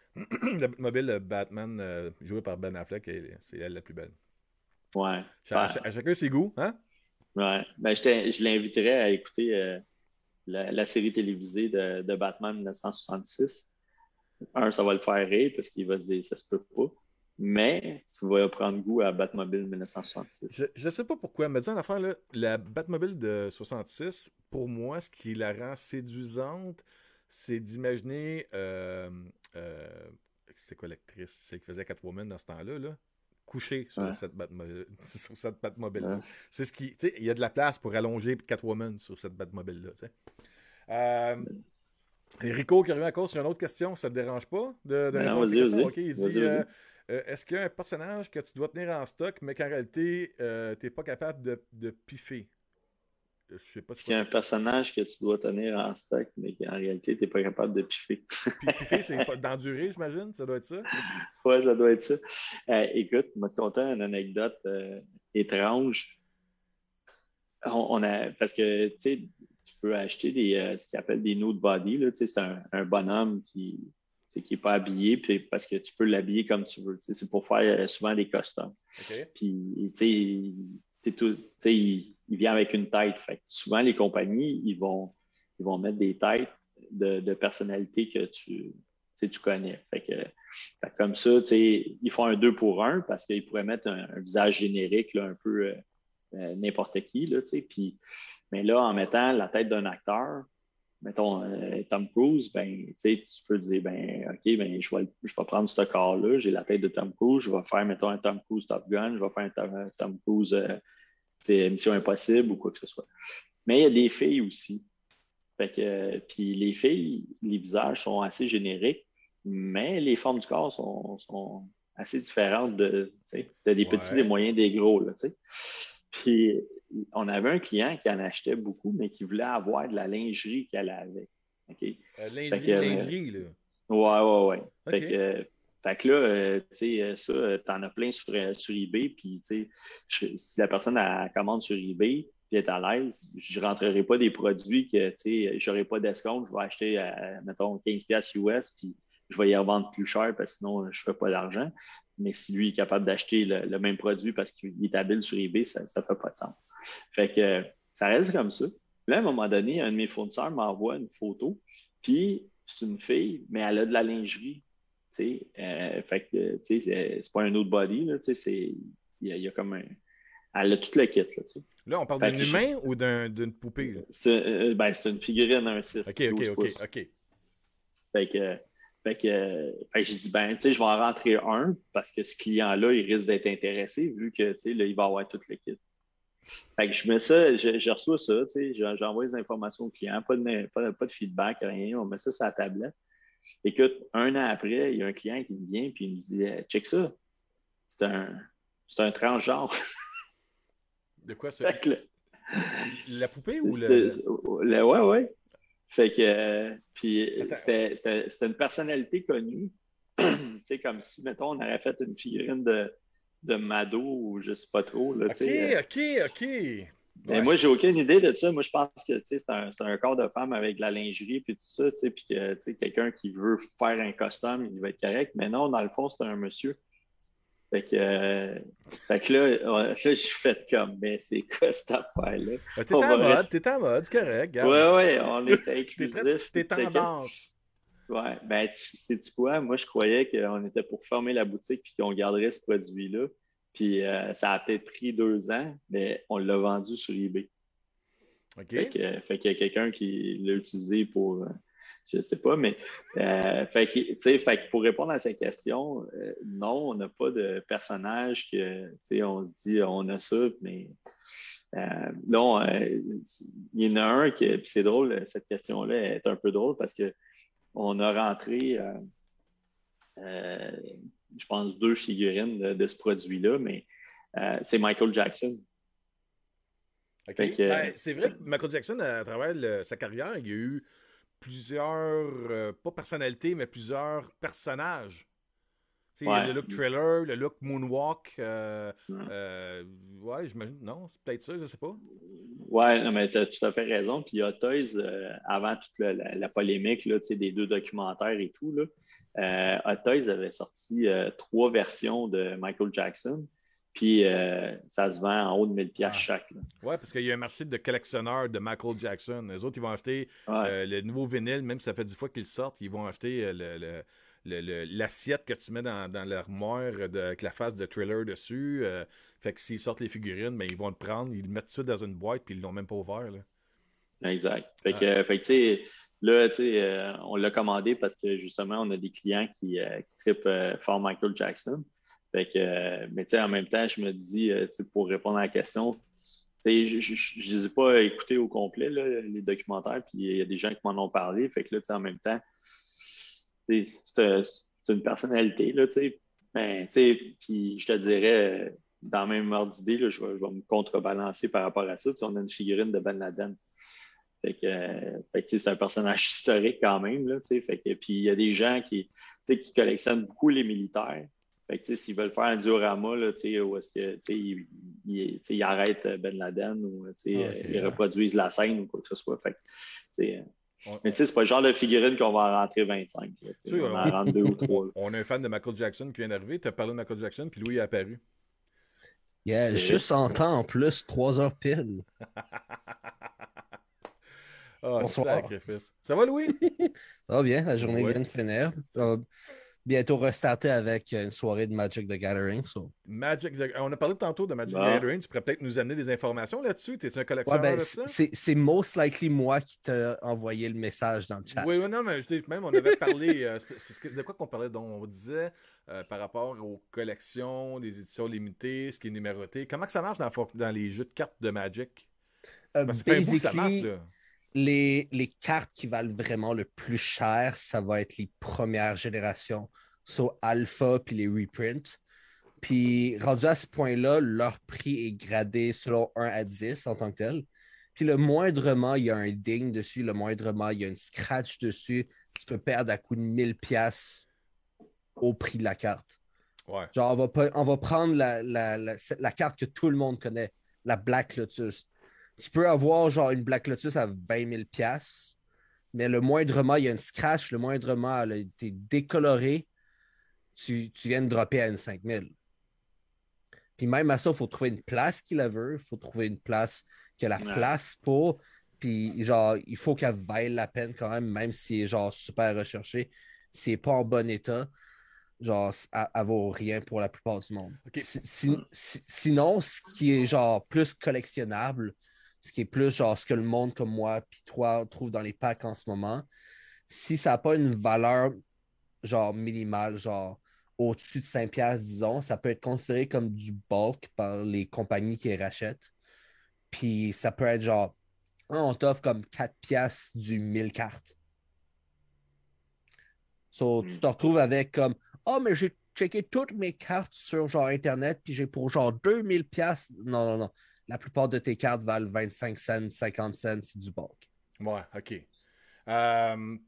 la mobile de Batman euh, jouée par Ben Affleck, elle- c'est elle la plus belle. ouais. Cha- À, Ben, cha- à chacun ses goûts, hein? ouais. Ben, je, t'in- je l'inviterais à écouter euh, la, la série télévisée de, de Batman mille neuf cent soixante-six. Un, ça va le faire rire parce qu'il va se dire ça se peut pas. Mais tu vas prendre goût à Batmobile Je, mille neuf cent soixante-six. je sais pas pourquoi, mais disons l'affaire, là, la Batmobile de soixante-six, pour moi, ce qui la rend séduisante, c'est d'imaginer. Euh, euh, c'est quoi l'actrice? Celle qui faisait Catwoman dans ce temps-là, là? Couchée sur Ouais, cette Batmobile, sur cette Batmobile-là. ouais. C'est ce qui. Tu sais, il y a de la place pour allonger Catwoman sur cette Batmobile-là, tu sais. Euh, et Rico qui revient à cause sur une autre question, ça te dérange pas de, de Mais non, répondre à ces vas-y, questions? vas-y. Ok, il dit Vas-y, euh, vas-y. euh, est-ce qu'il y a un personnage que tu dois tenir en stock, mais qu'en réalité, euh, t'es pas capable de, de piffer? Je sais pas Est-ce c'est quoi qu'il y a ça. un personnage que tu dois tenir en stock, mais qu'en réalité, tu n'es pas capable de piffer? Pi- Piffer, c'est pas d'endurer, j'imagine, ça doit être ça. Ouais, ça doit être ça. Euh, écoute, je vais te conter une anecdote euh, étrange. on, on a, parce que, tu sais, tu peux acheter des, euh, ce qu'ils appellent des nude body, là, tu sais, c'est un, un bonhomme qui qui n'est pas habillé, puis parce que tu peux l'habiller comme tu veux. C'est pour faire euh, souvent des customs. OK. Puis, tu sais, il, il vient avec une tête. Fait que souvent, les compagnies, ils vont, ils vont mettre des têtes de, de personnalités que tu, tu connais. Fait que, fait que comme ça, ils font un deux pour un parce qu'ils pourraient mettre un, un visage générique, là, un peu euh, euh, n'importe qui. Là, puis, mais là, en mettant la tête d'un acteur, mettons, euh, Tom Cruise, ben, tu peux dire, ben, OK, ben, je vais, je vais prendre ce corps-là, j'ai la tête de Tom Cruise, je vais faire, mettons, un Tom Cruise Top Gun, je vais faire un Tom, Tom Cruise euh, Mission Impossible ou quoi que ce soit. Mais il y a des filles aussi. Fait que, euh, puis les filles, les visages sont assez génériques, mais les formes du corps sont, sont assez différentes de, tu sais, des ouais. petits, des moyens, des gros, là, tu sais. Puis, on avait un client qui en achetait beaucoup, mais qui voulait avoir de la lingerie qu'elle avait. Okay? Euh, lingerie, que, lingerie, là. Ouais, ouais, ouais. Okay. Fait, que, fait que là, euh, tu sais, ça, t'en as plein sur, sur eBay, puis, tu sais, si la personne a commande sur eBay, puis est à l'aise, je ne rentrerai pas des produits que, tu sais, j'aurai pas d'escompte, je vais acheter, à, mettons, quinze dollars U S, puis je vais y revendre plus cher parce que sinon, je ne fais pas d'argent. Mais si lui est capable d'acheter le, le même produit parce qu'il est habile sur eBay, ça ne fait pas de sens. Fait que ça reste comme ça. Là, à un moment donné, un de mes fournisseurs m'envoie une photo, puis c'est une fille, mais elle a de la lingerie. Euh, fait que, tu sais, c'est, c'est pas un autre body, là, tu sais, il y, y a comme un... Elle a tout le kit, là, tu sais. Là, on parle d'un humain ou d'un, d'une poupée? Là? C'est, euh, ben, c'est une figurine un six. OK, OK, OK, OK. Fait que... Fait que, fait que je dis, ben, tu sais, je vais en rentrer un parce que ce client-là, il risque d'être intéressé vu que, tu sais, là, il va avoir tout le kit. Fait que je mets ça, je, je reçois ça, tu sais, j'envoie les informations au client, pas de, pas, pas de feedback, rien, on met ça sur la tablette. Écoute, un an après, il y a un client qui me vient et il me dit, check ça, c'est un, c'est un transgenre. De quoi ça? Fait que le, la poupée ou le, le... le... Ouais, ouais. Fait que, euh, puis c'était, c'était, c'était une personnalité connue. Tu sais, comme si, mettons, on aurait fait une figurine de, de Mado ou je sais pas trop. Là, OK, euh. OK, OK. Mais ouais. moi, j'ai aucune idée de ça. Moi, je pense que c'est un, c'est un corps de femme avec de la lingerie puis tout ça, puis que quelqu'un qui veut faire un costume, il va être correct. Mais non, dans le fond, c'est un monsieur. Fait que, euh, fait que là, là j'ai fait comme, mais c'est quoi cette affaire-là? Ben, t'es en mode, rester... t'es en mode, c'est correct. Regarde. Ouais, ouais, on est inclusif. T'es tendance. Ouais, ben, tu sais-tu quoi? Moi, je croyais qu'on était pour fermer la boutique puis qu'on garderait ce produit-là. Puis euh, ça a peut-être pris deux ans, mais on l'a vendu sur eBay. OK. Fait que, fait qu'il y a quelqu'un qui l'a utilisé pour... Euh, je sais pas, mais euh, fait, que, fait que pour répondre à cette question, euh, non, on n'a pas de personnage que on se dit on a ça, mais euh, non, euh, il y en a un qui, puis c'est drôle, cette question-là est un peu drôle parce que on a rentré, euh, euh, je pense, deux figurines de, de ce produit-là, mais euh, c'est Michael Jackson. Okay. Que, ben, c'est vrai que Michael Jackson, à travers le, sa carrière, il y a eu plusieurs, euh, pas personnalités, mais plusieurs personnages. Ouais. Il y a le look thriller, le look moonwalk. Euh, ouais, euh, ouais j'imagine. Non, c'est peut-être ça, je sais pas. Ouais, non, mais tu as tout à fait raison. Puis il y a Toys, euh, avant toute la, la, la polémique là, des deux documentaires et tout, là, euh, Hot Toys avait sorti euh, trois versions de Michael Jackson. Puis euh, ça se vend en haut de mille dollars ah. chaque. Là. Ouais, parce qu'il y a un marché de collectionneurs de Michael Jackson. Les autres, ils vont acheter ouais. euh, le nouveau vinyle, même si ça fait dix fois qu'ils sortent, ils vont acheter euh, le, le, le, le, l'assiette que tu mets dans, dans l'armoire de, avec la face de Thriller dessus. Euh, fait que s'ils sortent les figurines, ben, ils vont le prendre, ils le mettent ça dans une boîte, puis ils l'ont même pas ouvert. Là. Exact. Fait que, euh, fait que tu sais, là, tu sais, euh, on l'a commandé parce que justement, on a des clients qui, euh, qui trippent euh, fort Michael Jackson. Fait que, euh, mais tu sais, en même temps, je me dis, euh, pour répondre à la question, tu sais, je ne les ai pas écoutés au complet, là, les documentaires, puis il y a des gens qui m'en ont parlé. Fait que là, tu sais, en même temps, tu sais, c'est, c'est une personnalité, là, tu sais. Ben, tu sais, puis je te dirais, dans le même ordre d'idée, là, je, vais, je vais me contrebalancer par rapport à ça. Tu sais, on a une figurine de Ben Laden. Fait que, euh, fait que c'est un personnage historique quand même, là, tu sais. Fait que, puis il y a des gens qui, tu sais, qui collectionnent beaucoup les militaires. Fait que, tu sais, s'ils veulent faire un diorama, là, tu sais, où est-ce que, tu sais, ils, ils, tu sais, ils arrêtent Ben Laden ou, tu sais, Ok, ils hein. reproduisent la scène ou quoi que ce soit. Fait que, tu sais, On, mais on- tu sais, c'est pas le genre de figurine qu'on va en rentrer vingt-cinq. Là, tu tu sais, sais, on on, en rentre deux ou on- trois. Là. on a un fan de Michael Jackson qui vient d'arriver. Tu as parlé de Michael Jackson, puis Louis est apparu. Yeah, C'est vrai? juste en temps en plus, trois heures pile. Ah, Bonsoir. sacrifice. Ça va, Louis? Ça va bien, la journée Ouais. vient de finir. Ça va bientôt restarter avec une soirée de Magic the Gathering. So. Magic, on a parlé tantôt de Magic the Bon. Gathering. Tu pourrais peut-être nous amener des informations là-dessus. T'es-tu un Ouais, collectionneur ben, de ça? c'est c'est most likely moi qui t'a envoyé le message dans le chat. Oui, oui, non, mais je dis, même, on avait parlé. euh, c'est- c'est- de quoi qu'on parlait? Donc, on disait euh, par rapport aux collections, des éditions limitées, ce qui est numéroté. Comment que ça marche dans, dans les jeux de cartes de Magic? Euh, Parce que ça fait un bout que ça marche, basically, là. les, les cartes qui valent vraiment le plus cher, ça va être les premières générations. So, Alpha puis les reprints. Puis, rendu à ce point-là, leur prix est gradé selon un à dix en tant que tel. Puis, le moindrement, il y a un ding dessus, le moindrement, il y a une scratch dessus. Tu peux perdre à coût de mille pièces au prix de la carte. Ouais. Genre, on va, pas- on va prendre la, la, la, la carte que tout le monde connaît, la Black Lotus. Tu peux avoir genre une Black Lotus à vingt mille pièces, mais le moindrement, il y a une scratch, le moindrement, elle a été décolorée, tu, tu viens de dropper à une cinq mille. Puis même à ça, il faut trouver une place qui la veut, il faut trouver une place qui a la Ouais. place pour, puis genre, il faut qu'elle vaille la peine quand même, même si elle est genre super recherché. Si elle n'est pas en bon état, genre, elle, elle vaut rien pour la plupart du monde. Ok. Si- si- si- sinon, ce qui est genre plus collectionnable, ce qui est plus genre ce que le monde comme moi puis toi trouve dans les packs en ce moment, si ça n'a pas une valeur genre minimale, genre au-dessus de cinq piastres, disons, ça peut être considéré comme du bulk par les compagnies qui les rachètent. Puis ça peut être genre, ah, on t'offre comme quatre piastres du mille cartes. So, tu Mm. te retrouves avec comme, oh, mais j'ai checké toutes mes cartes sur genre Internet, puis j'ai pour genre deux mille piastres. Non, non, non. La plupart de tes cartes valent vingt-cinq cents, cinquante cents, c'est du bulk. Ouais, OK. Euh,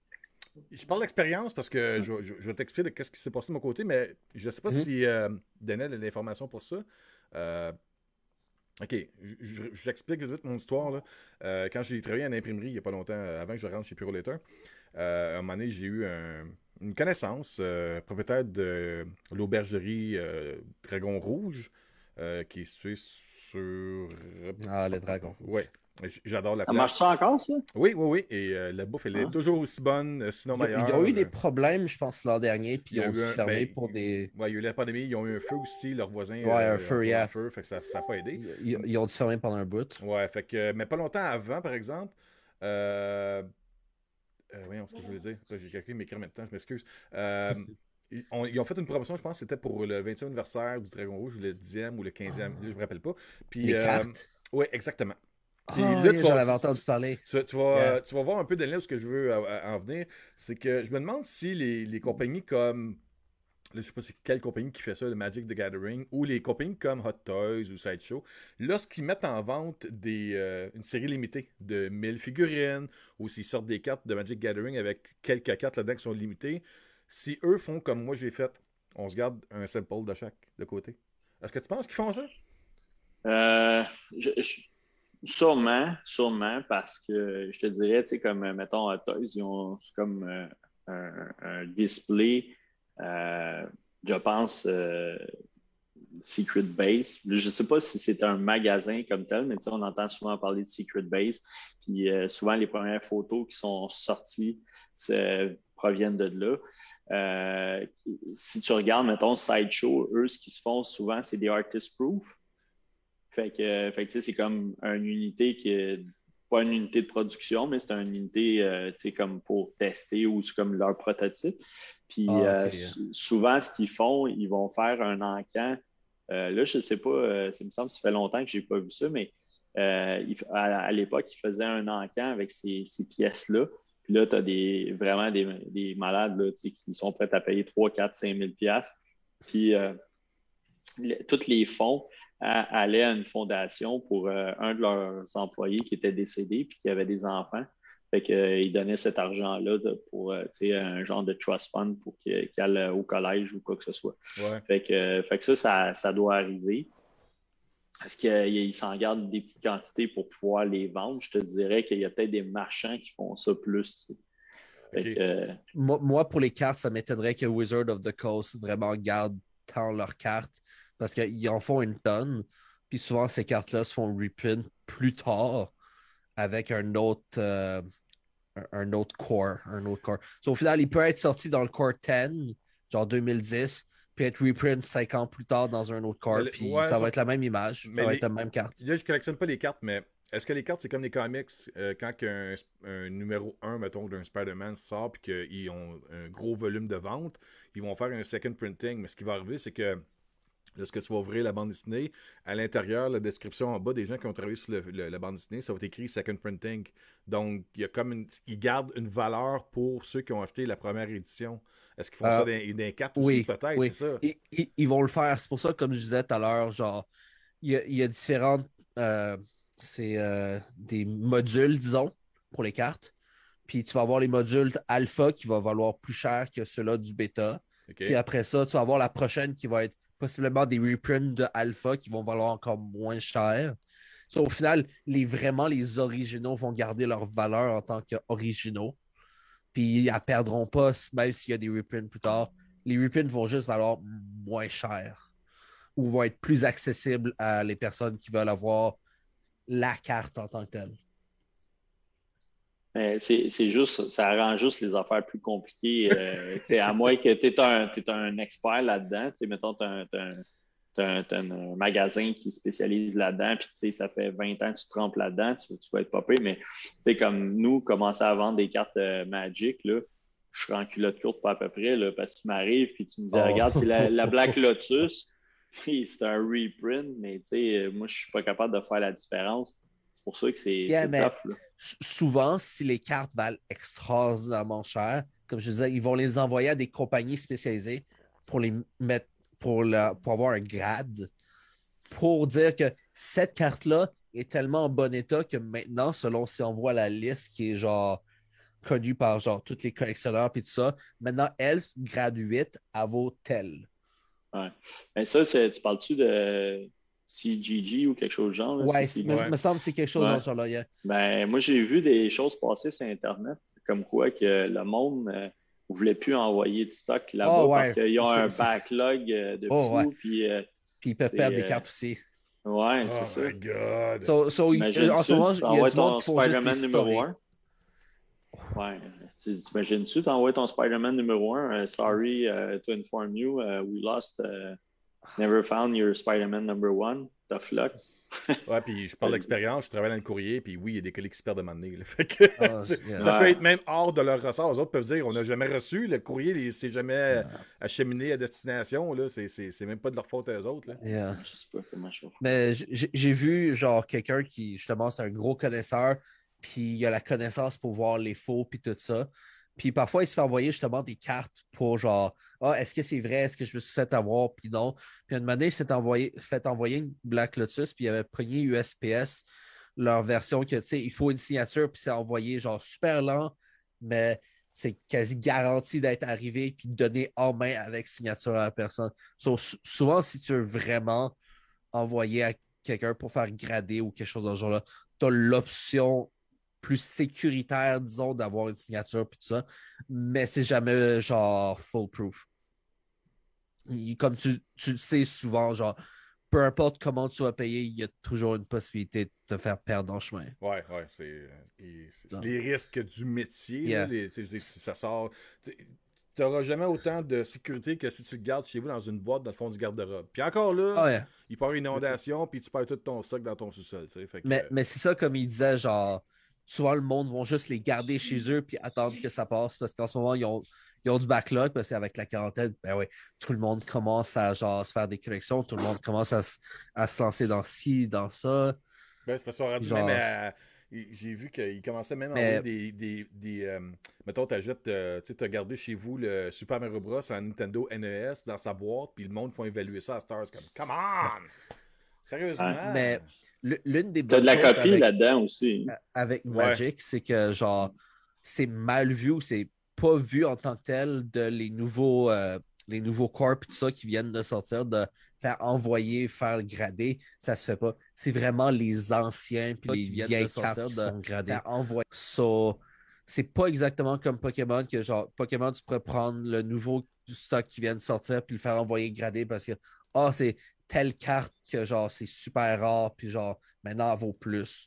je parle d'expérience parce que je, je- je vais t'expliquer de ce qui s'est passé de mon côté, mais je ne sais pas Mhm. si euh, Daniel a l'information pour ça. Euh, OK, je- je- j'explique vite mon histoire. Là. Euh, quand j'ai travaillé en imprimerie il n'y a pas longtemps, euh, avant que je rentre chez Puro Later, euh, à un moment donné, j'ai eu un- une connaissance, euh, propriétaire de l'aubergerie euh, Dragon Rouge, euh, qui est située sur... Ah, le dragon. Ouais, j- j'adore la Ça place. marche ça encore, ça? Oui, oui, oui. Et euh, la bouffe, elle est Hein? toujours aussi bonne, euh, sinon Ils, meilleure. ils ont eu des Euh, problèmes, je pense, l'an dernier, puis il y ils a ont eu dû un- fermer ben, pour des. ouais, il y a eu la pandémie, ils ont eu un feu aussi, leurs voisins Ouais, un euh, feu, ont eu yeah. un feu, fait que ça n'a pas aidé. Ils, ils- ils ont dû fermer pendant un bout. Ouais, fait que, mais pas longtemps avant, par exemple, euh, euh, voyons ce que je voulais dire. Là, j'ai quelqu'un qui m'écrit en même temps, je m'excuse. Euh, ils, ont, ils ont fait une promotion, je pense que c'était pour le vingtième anniversaire du Dragon Rouge, ou le dixième ou le quinzième, là, je me rappelle pas. Puis, Les euh, cartes. ouais, exactement. Puis Ah, là, yeah, tu j'en vas- avais tu- entendu parler. Tu, vas- tu vas, Yeah. tu vas voir un peu de là où ce que je veux euh, en venir. C'est que je me demande si les, les compagnies comme. Là, je sais pas c'est quelle compagnie qui fait ça, le Magic the Gathering, ou les compagnies comme Hot Toys ou Sideshow, lorsqu'ils mettent en vente des, euh, une série limitée de mille figurines, ou s'ils sortent des cartes de Magic Gathering avec quelques cartes là-dedans qui sont limitées, si eux font comme moi j'ai fait, on se garde un sample de chaque de côté. Est-ce que tu penses qu'ils font ça? Euh, je- je- sûrement, sûrement, parce que je te dirais, tu sais, comme, euh, mettons, à Toys, ils ont c'est comme euh, un, un display, euh, je pense, euh, Secret Base. Je ne sais pas si c'est un magasin comme tel, mais tu sais, on entend souvent parler de Secret Base. Puis euh, souvent, les premières photos qui sont sorties c'est- proviennent de là. Euh, si tu regardes, mettons, Sideshow, eux, ce qu'ils se font souvent, c'est des artist proof. Fait que, fait que tu sais, c'est comme une unité qui est pas une unité de production, mais c'est une unité euh, tu sais, comme pour tester ou c'est comme leur prototype. Puis Ah, euh, ok, yeah. sou- souvent, ce qu'ils font, ils vont faire un encan. Euh, là, je ne sais pas, euh, ça me semble que ça fait longtemps que je n'ai pas vu ça, mais euh, il- à, à l'époque, ils faisaient un encan avec ces, ces pièces-là. Puis là, tu as des, vraiment des, des malades là, tu sais, qui sont prêts à payer trois, quatre, cinq mille piastres. Puis euh, le- tous les fonds à- allaient à une fondation pour euh, un de leurs employés qui était décédé puis qui avait des enfants. Fait que, euh, il donnait cet argent-là de- pour euh, tu sais, un genre de trust fund pour qu'il qu'il aille au collège ou quoi que ce soit. Ouais. Fait que, euh, fait que ça, ça, ça doit arriver. Est-ce qu'il s'en garde des petites quantités pour pouvoir les vendre? Je te dirais qu'il y a peut-être des marchands qui font ça plus. Tu sais. Fait Ok. que, euh, Moi, moi, pour les cartes, ça m'étonnerait que Wizard of the Coast vraiment garde tant leurs cartes parce qu'ils en font une tonne. Puis souvent, ces cartes-là se font reprint plus tard avec un autre, euh, un, un autre core. Un autre core. So, au final, il peut être sorti dans le core dix, genre deux mille dix, puis être reprint cinq ans plus tard dans un autre core. Mais le- Puis ouais, ça va ça- être la même image. mais Ça va les- être la même carte. Là, je collectionne pas les cartes, mais est-ce que les cartes, c'est comme les comics, euh, quand un, un numéro un, mettons, d'un Spider-Man sort, puis qu'ils ont un gros volume de vente, ils vont faire un second printing. Mais ce qui va arriver, c'est que lorsque tu vas ouvrir la bande dessinée, à l'intérieur, la description en bas des gens qui ont travaillé sur le- le- la bande dessinée, ça va être écrit second printing. Donc, il y a comme une, ils gardent une valeur pour ceux qui ont acheté la première édition. Est-ce qu'ils font Euh, ça dans, dans les cartes aussi, Oui, peut-être, oui. c'est ça? Ils, ils- ils vont le faire. C'est pour ça, comme je disais tout à l'heure, genre, il y a, il y a différentes. euh, c'est euh, des modules, disons, pour les cartes. Puis tu vas avoir les modules alpha qui vont valoir plus cher que ceux-là du bêta. OK. Puis après ça, tu vas avoir la prochaine qui va être possiblement des reprints de alpha qui vont valoir encore moins cher. So, au final, les, vraiment, les originaux vont garder leur valeur en tant qu'originaux. Puis ils ne perdront pas, même s'il y a des reprints plus tard. Les reprints vont juste valoir moins cher ou vont être plus accessibles à les personnes qui veulent avoir la carte en tant que telle. mais c'est c'est juste, ça rend juste les affaires plus compliquées. Euh, tu sais, à moins que tu es un, t'es un expert là-dedans. Tu sais, mettons, tu as, un, un magasin qui spécialise là-dedans, puis tu sais, ça fait vingt ans que tu te trempes là-dedans, tu, tu vas être popé. Mais tu sais, comme nous, commencer à vendre des cartes euh, Magic, là, je serais en culotte courte pas à peu près, là, parce que tu m'arrives, puis tu me dis, Oh. regarde, c'est la, la Black Lotus, puis c'est un reprint, mais tu sais, moi, je suis pas capable de faire la différence. C'est pour ça que c'est Yeah, c'est mais tough. Là. souvent, si les cartes valent extraordinairement cher, comme je disais, ils vont les envoyer à des compagnies spécialisées pour les mettre pour, la, pour avoir un grade, pour dire que cette carte-là est tellement en bon état que maintenant, selon si on voit la liste qui est genre connue par genre tous les collectionneurs et tout ça, maintenant, elle, grade huit, elle vaut tel. Ouais. Mais ça, tu parles-tu de C G G ou quelque chose de genre? Là? Ouais, C- me, ouais. me semble que c'est quelque chose Ouais. dans ce genre-là. Yeah. Ben, moi, j'ai vu des choses passer sur Internet, comme quoi que le monde ne euh, voulait plus envoyer de stock là-bas Oh, ouais. parce qu'ils ont C'est- un c'est- backlog euh, de Oh, fou. ouais. Puis, euh, Puis ils peuvent c'est, perdre des euh, cartes aussi. ouais, Oh c'est ça. my God! So, so, il- T'imagines-tu? en ce moment, il y a T'envoies du monde ton qui font juste Spider-Man les numéro stories. un. Ouais. Tu- T'imagines-tu, t'envoies ton Spider-Man numéro un. Uh, sorry uh, to inform you, uh, we lost, uh, never found your Spider-Man number one. Tough luck. Ouais, puis je parle d'expérience, je travaille dans le courrier, puis oui, il y a des collègues qui se perdent à un moment donné. Là. Fait que, Ah, c'est- yeah. ça Ouais. peut être même hors de leur ressort. Les autres peuvent dire on n'a jamais reçu, le courrier il s'est jamais acheminé à destination. Là. C'est, c'est, c'est même pas de leur faute à eux autres. Là. Yeah. Je sais pas comment je vais faire. Mais j'ai j'ai vu genre quelqu'un qui, justement, c'est un gros connaisseur, puis il a la connaissance pour voir les faux, puis tout ça. Puis parfois, il se fait envoyer justement des cartes pour genre, ah, est-ce que c'est vrai, est-ce que je me suis fait avoir, puis non. Puis une année, il s'est envoyé, fait envoyer une Black Lotus, puis il avait pogné U S P S, leur version que, tu sais, il faut une signature, puis c'est envoyé genre super lent, mais c'est quasi garanti d'être arrivé, puis donné en main avec signature à la personne. So, sou- souvent, si tu veux vraiment envoyer à quelqu'un pour faire grader ou quelque chose dans ce genre-là, tu as l'option plus sécuritaire, disons, d'avoir une signature puis tout ça, mais c'est jamais genre foolproof. Il- Comme tu, tu le sais souvent, genre, peu importe comment tu vas payer, il y a toujours une possibilité de te faire perdre en chemin. Ouais, ouais, c'est, euh, et c'est- Non. c'est les risques du métier. Yeah. Là, les, tu sais, je veux dire, si ça sort. Tu n'auras jamais autant de sécurité que si tu le gardes chez vous dans une boîte dans le fond du garde-robe. Puis encore là, Ah ouais. il part une inondation, puis tu perds tout ton stock dans ton sous-sol. Tu sais, fait que, Mais, mais c'est ça, comme il disait, genre, souvent le monde vont juste les garder chez eux puis attendre que ça passe parce qu'en ce moment, ils ont, ils ont du backlog parce qu'avec la quarantaine, ben oui, tout le monde commence à genre, se faire des collections, tout le monde commence à, se- à se lancer dans ci, dans ça. Ben, c'est parce qu'on rendu Genre- même à- J'ai vu qu'il commençait même à Mais- envoyer des. des, des euh, mettons, t'achètes, euh, tu sais, t'as gardé chez vous le Super Mario Bros. En Nintendo N E S dans sa boîte, puis le monde font évaluer ça à Stars comme Come on! Sérieusement! Mais l'une des T'as bonnes de la choses copie avec, là-dedans aussi. avec Ouais. Magic, c'est que genre, c'est mal vu ou c'est pas vu en tant que tel de les nouveaux, euh, les nouveaux corps et tout ça qui viennent de sortir, de faire envoyer, faire grader, ça se fait pas. C'est vraiment les anciens puis les vieilles cartes qui sont gradées. Faire envoyer. So, c'est pas exactement comme Pokémon que genre, Pokémon, tu pourrais prendre le nouveau stock qui vient de sortir puis le faire envoyer grader parce que, ah, oh, c'est telle carte que genre, c'est super rare puis genre, maintenant, elle vaut plus.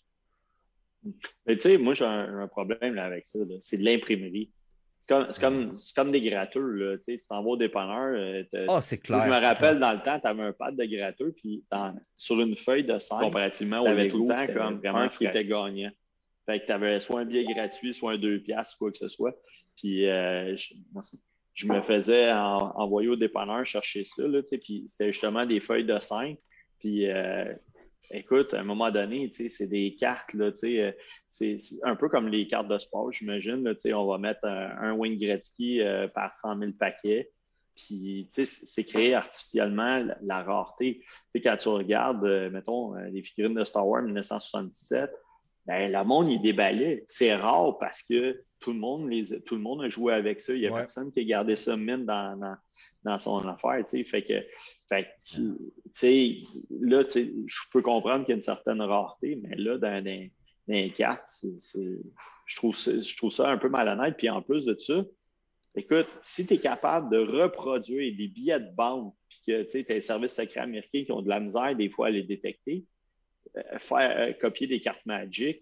Mais tu sais, moi, j'ai un, un problème là, avec ça. là. C'est de l'imprimerie. C'est comme, c'est comme, c'est comme des gratteurs. Là. Tu sais, tu t'en vas au dépanneur. euh, t'as- Ah, c'est Moi, je clair. me c'est rappelle, clair. dans le temps, tu avais un pad de gratteurs, puis dans- sur une feuille de cinq, comparativement au t'avais Lego, tout le temps c'était comme vraiment un qui qui était gagnant. Fait que tu avais soit un billet gratuit, soit un deux piastres, quoi que ce soit. Puis euh, je, je me faisais en- envoyer au dépanneur chercher ça, là, tu sais, puis c'était justement des feuilles de cinq. Puis euh, écoute, à un moment donné, tu sais, c'est des cartes, là, tu sais, euh, c'est c'est un peu comme les cartes de sport, j'imagine. Là, tu sais, on va mettre un, un Wayne Gretzky euh, par cent mille paquets. Puis, tu sais, c'est c'est créé artificiellement la, la rareté. Tu sais, quand tu regardes, euh, mettons, euh, les figurines de Star Wars dix-neuf cent soixante-dix-sept, ben, le monde, il déballait. C'est rare parce que tout le monde, les, tout le monde a joué avec ça. Il n'y a Ouais. personne qui a gardé ça mine dans, dans, dans son affaire. Tu sais. Fait que, fait que, tu sais, là, tu sais, je peux comprendre qu'il y a une certaine rareté, mais là, dans, dans, dans les cartes, c'est, c'est, je, trouve ça, je trouve ça un peu malhonnête. Puis en plus de ça, écoute, si tu es capable de reproduire des billets de banque, puis que tu as les services secrets américains qui ont de la misère des fois à les détecter, euh, faire euh, copier des cartes Magic,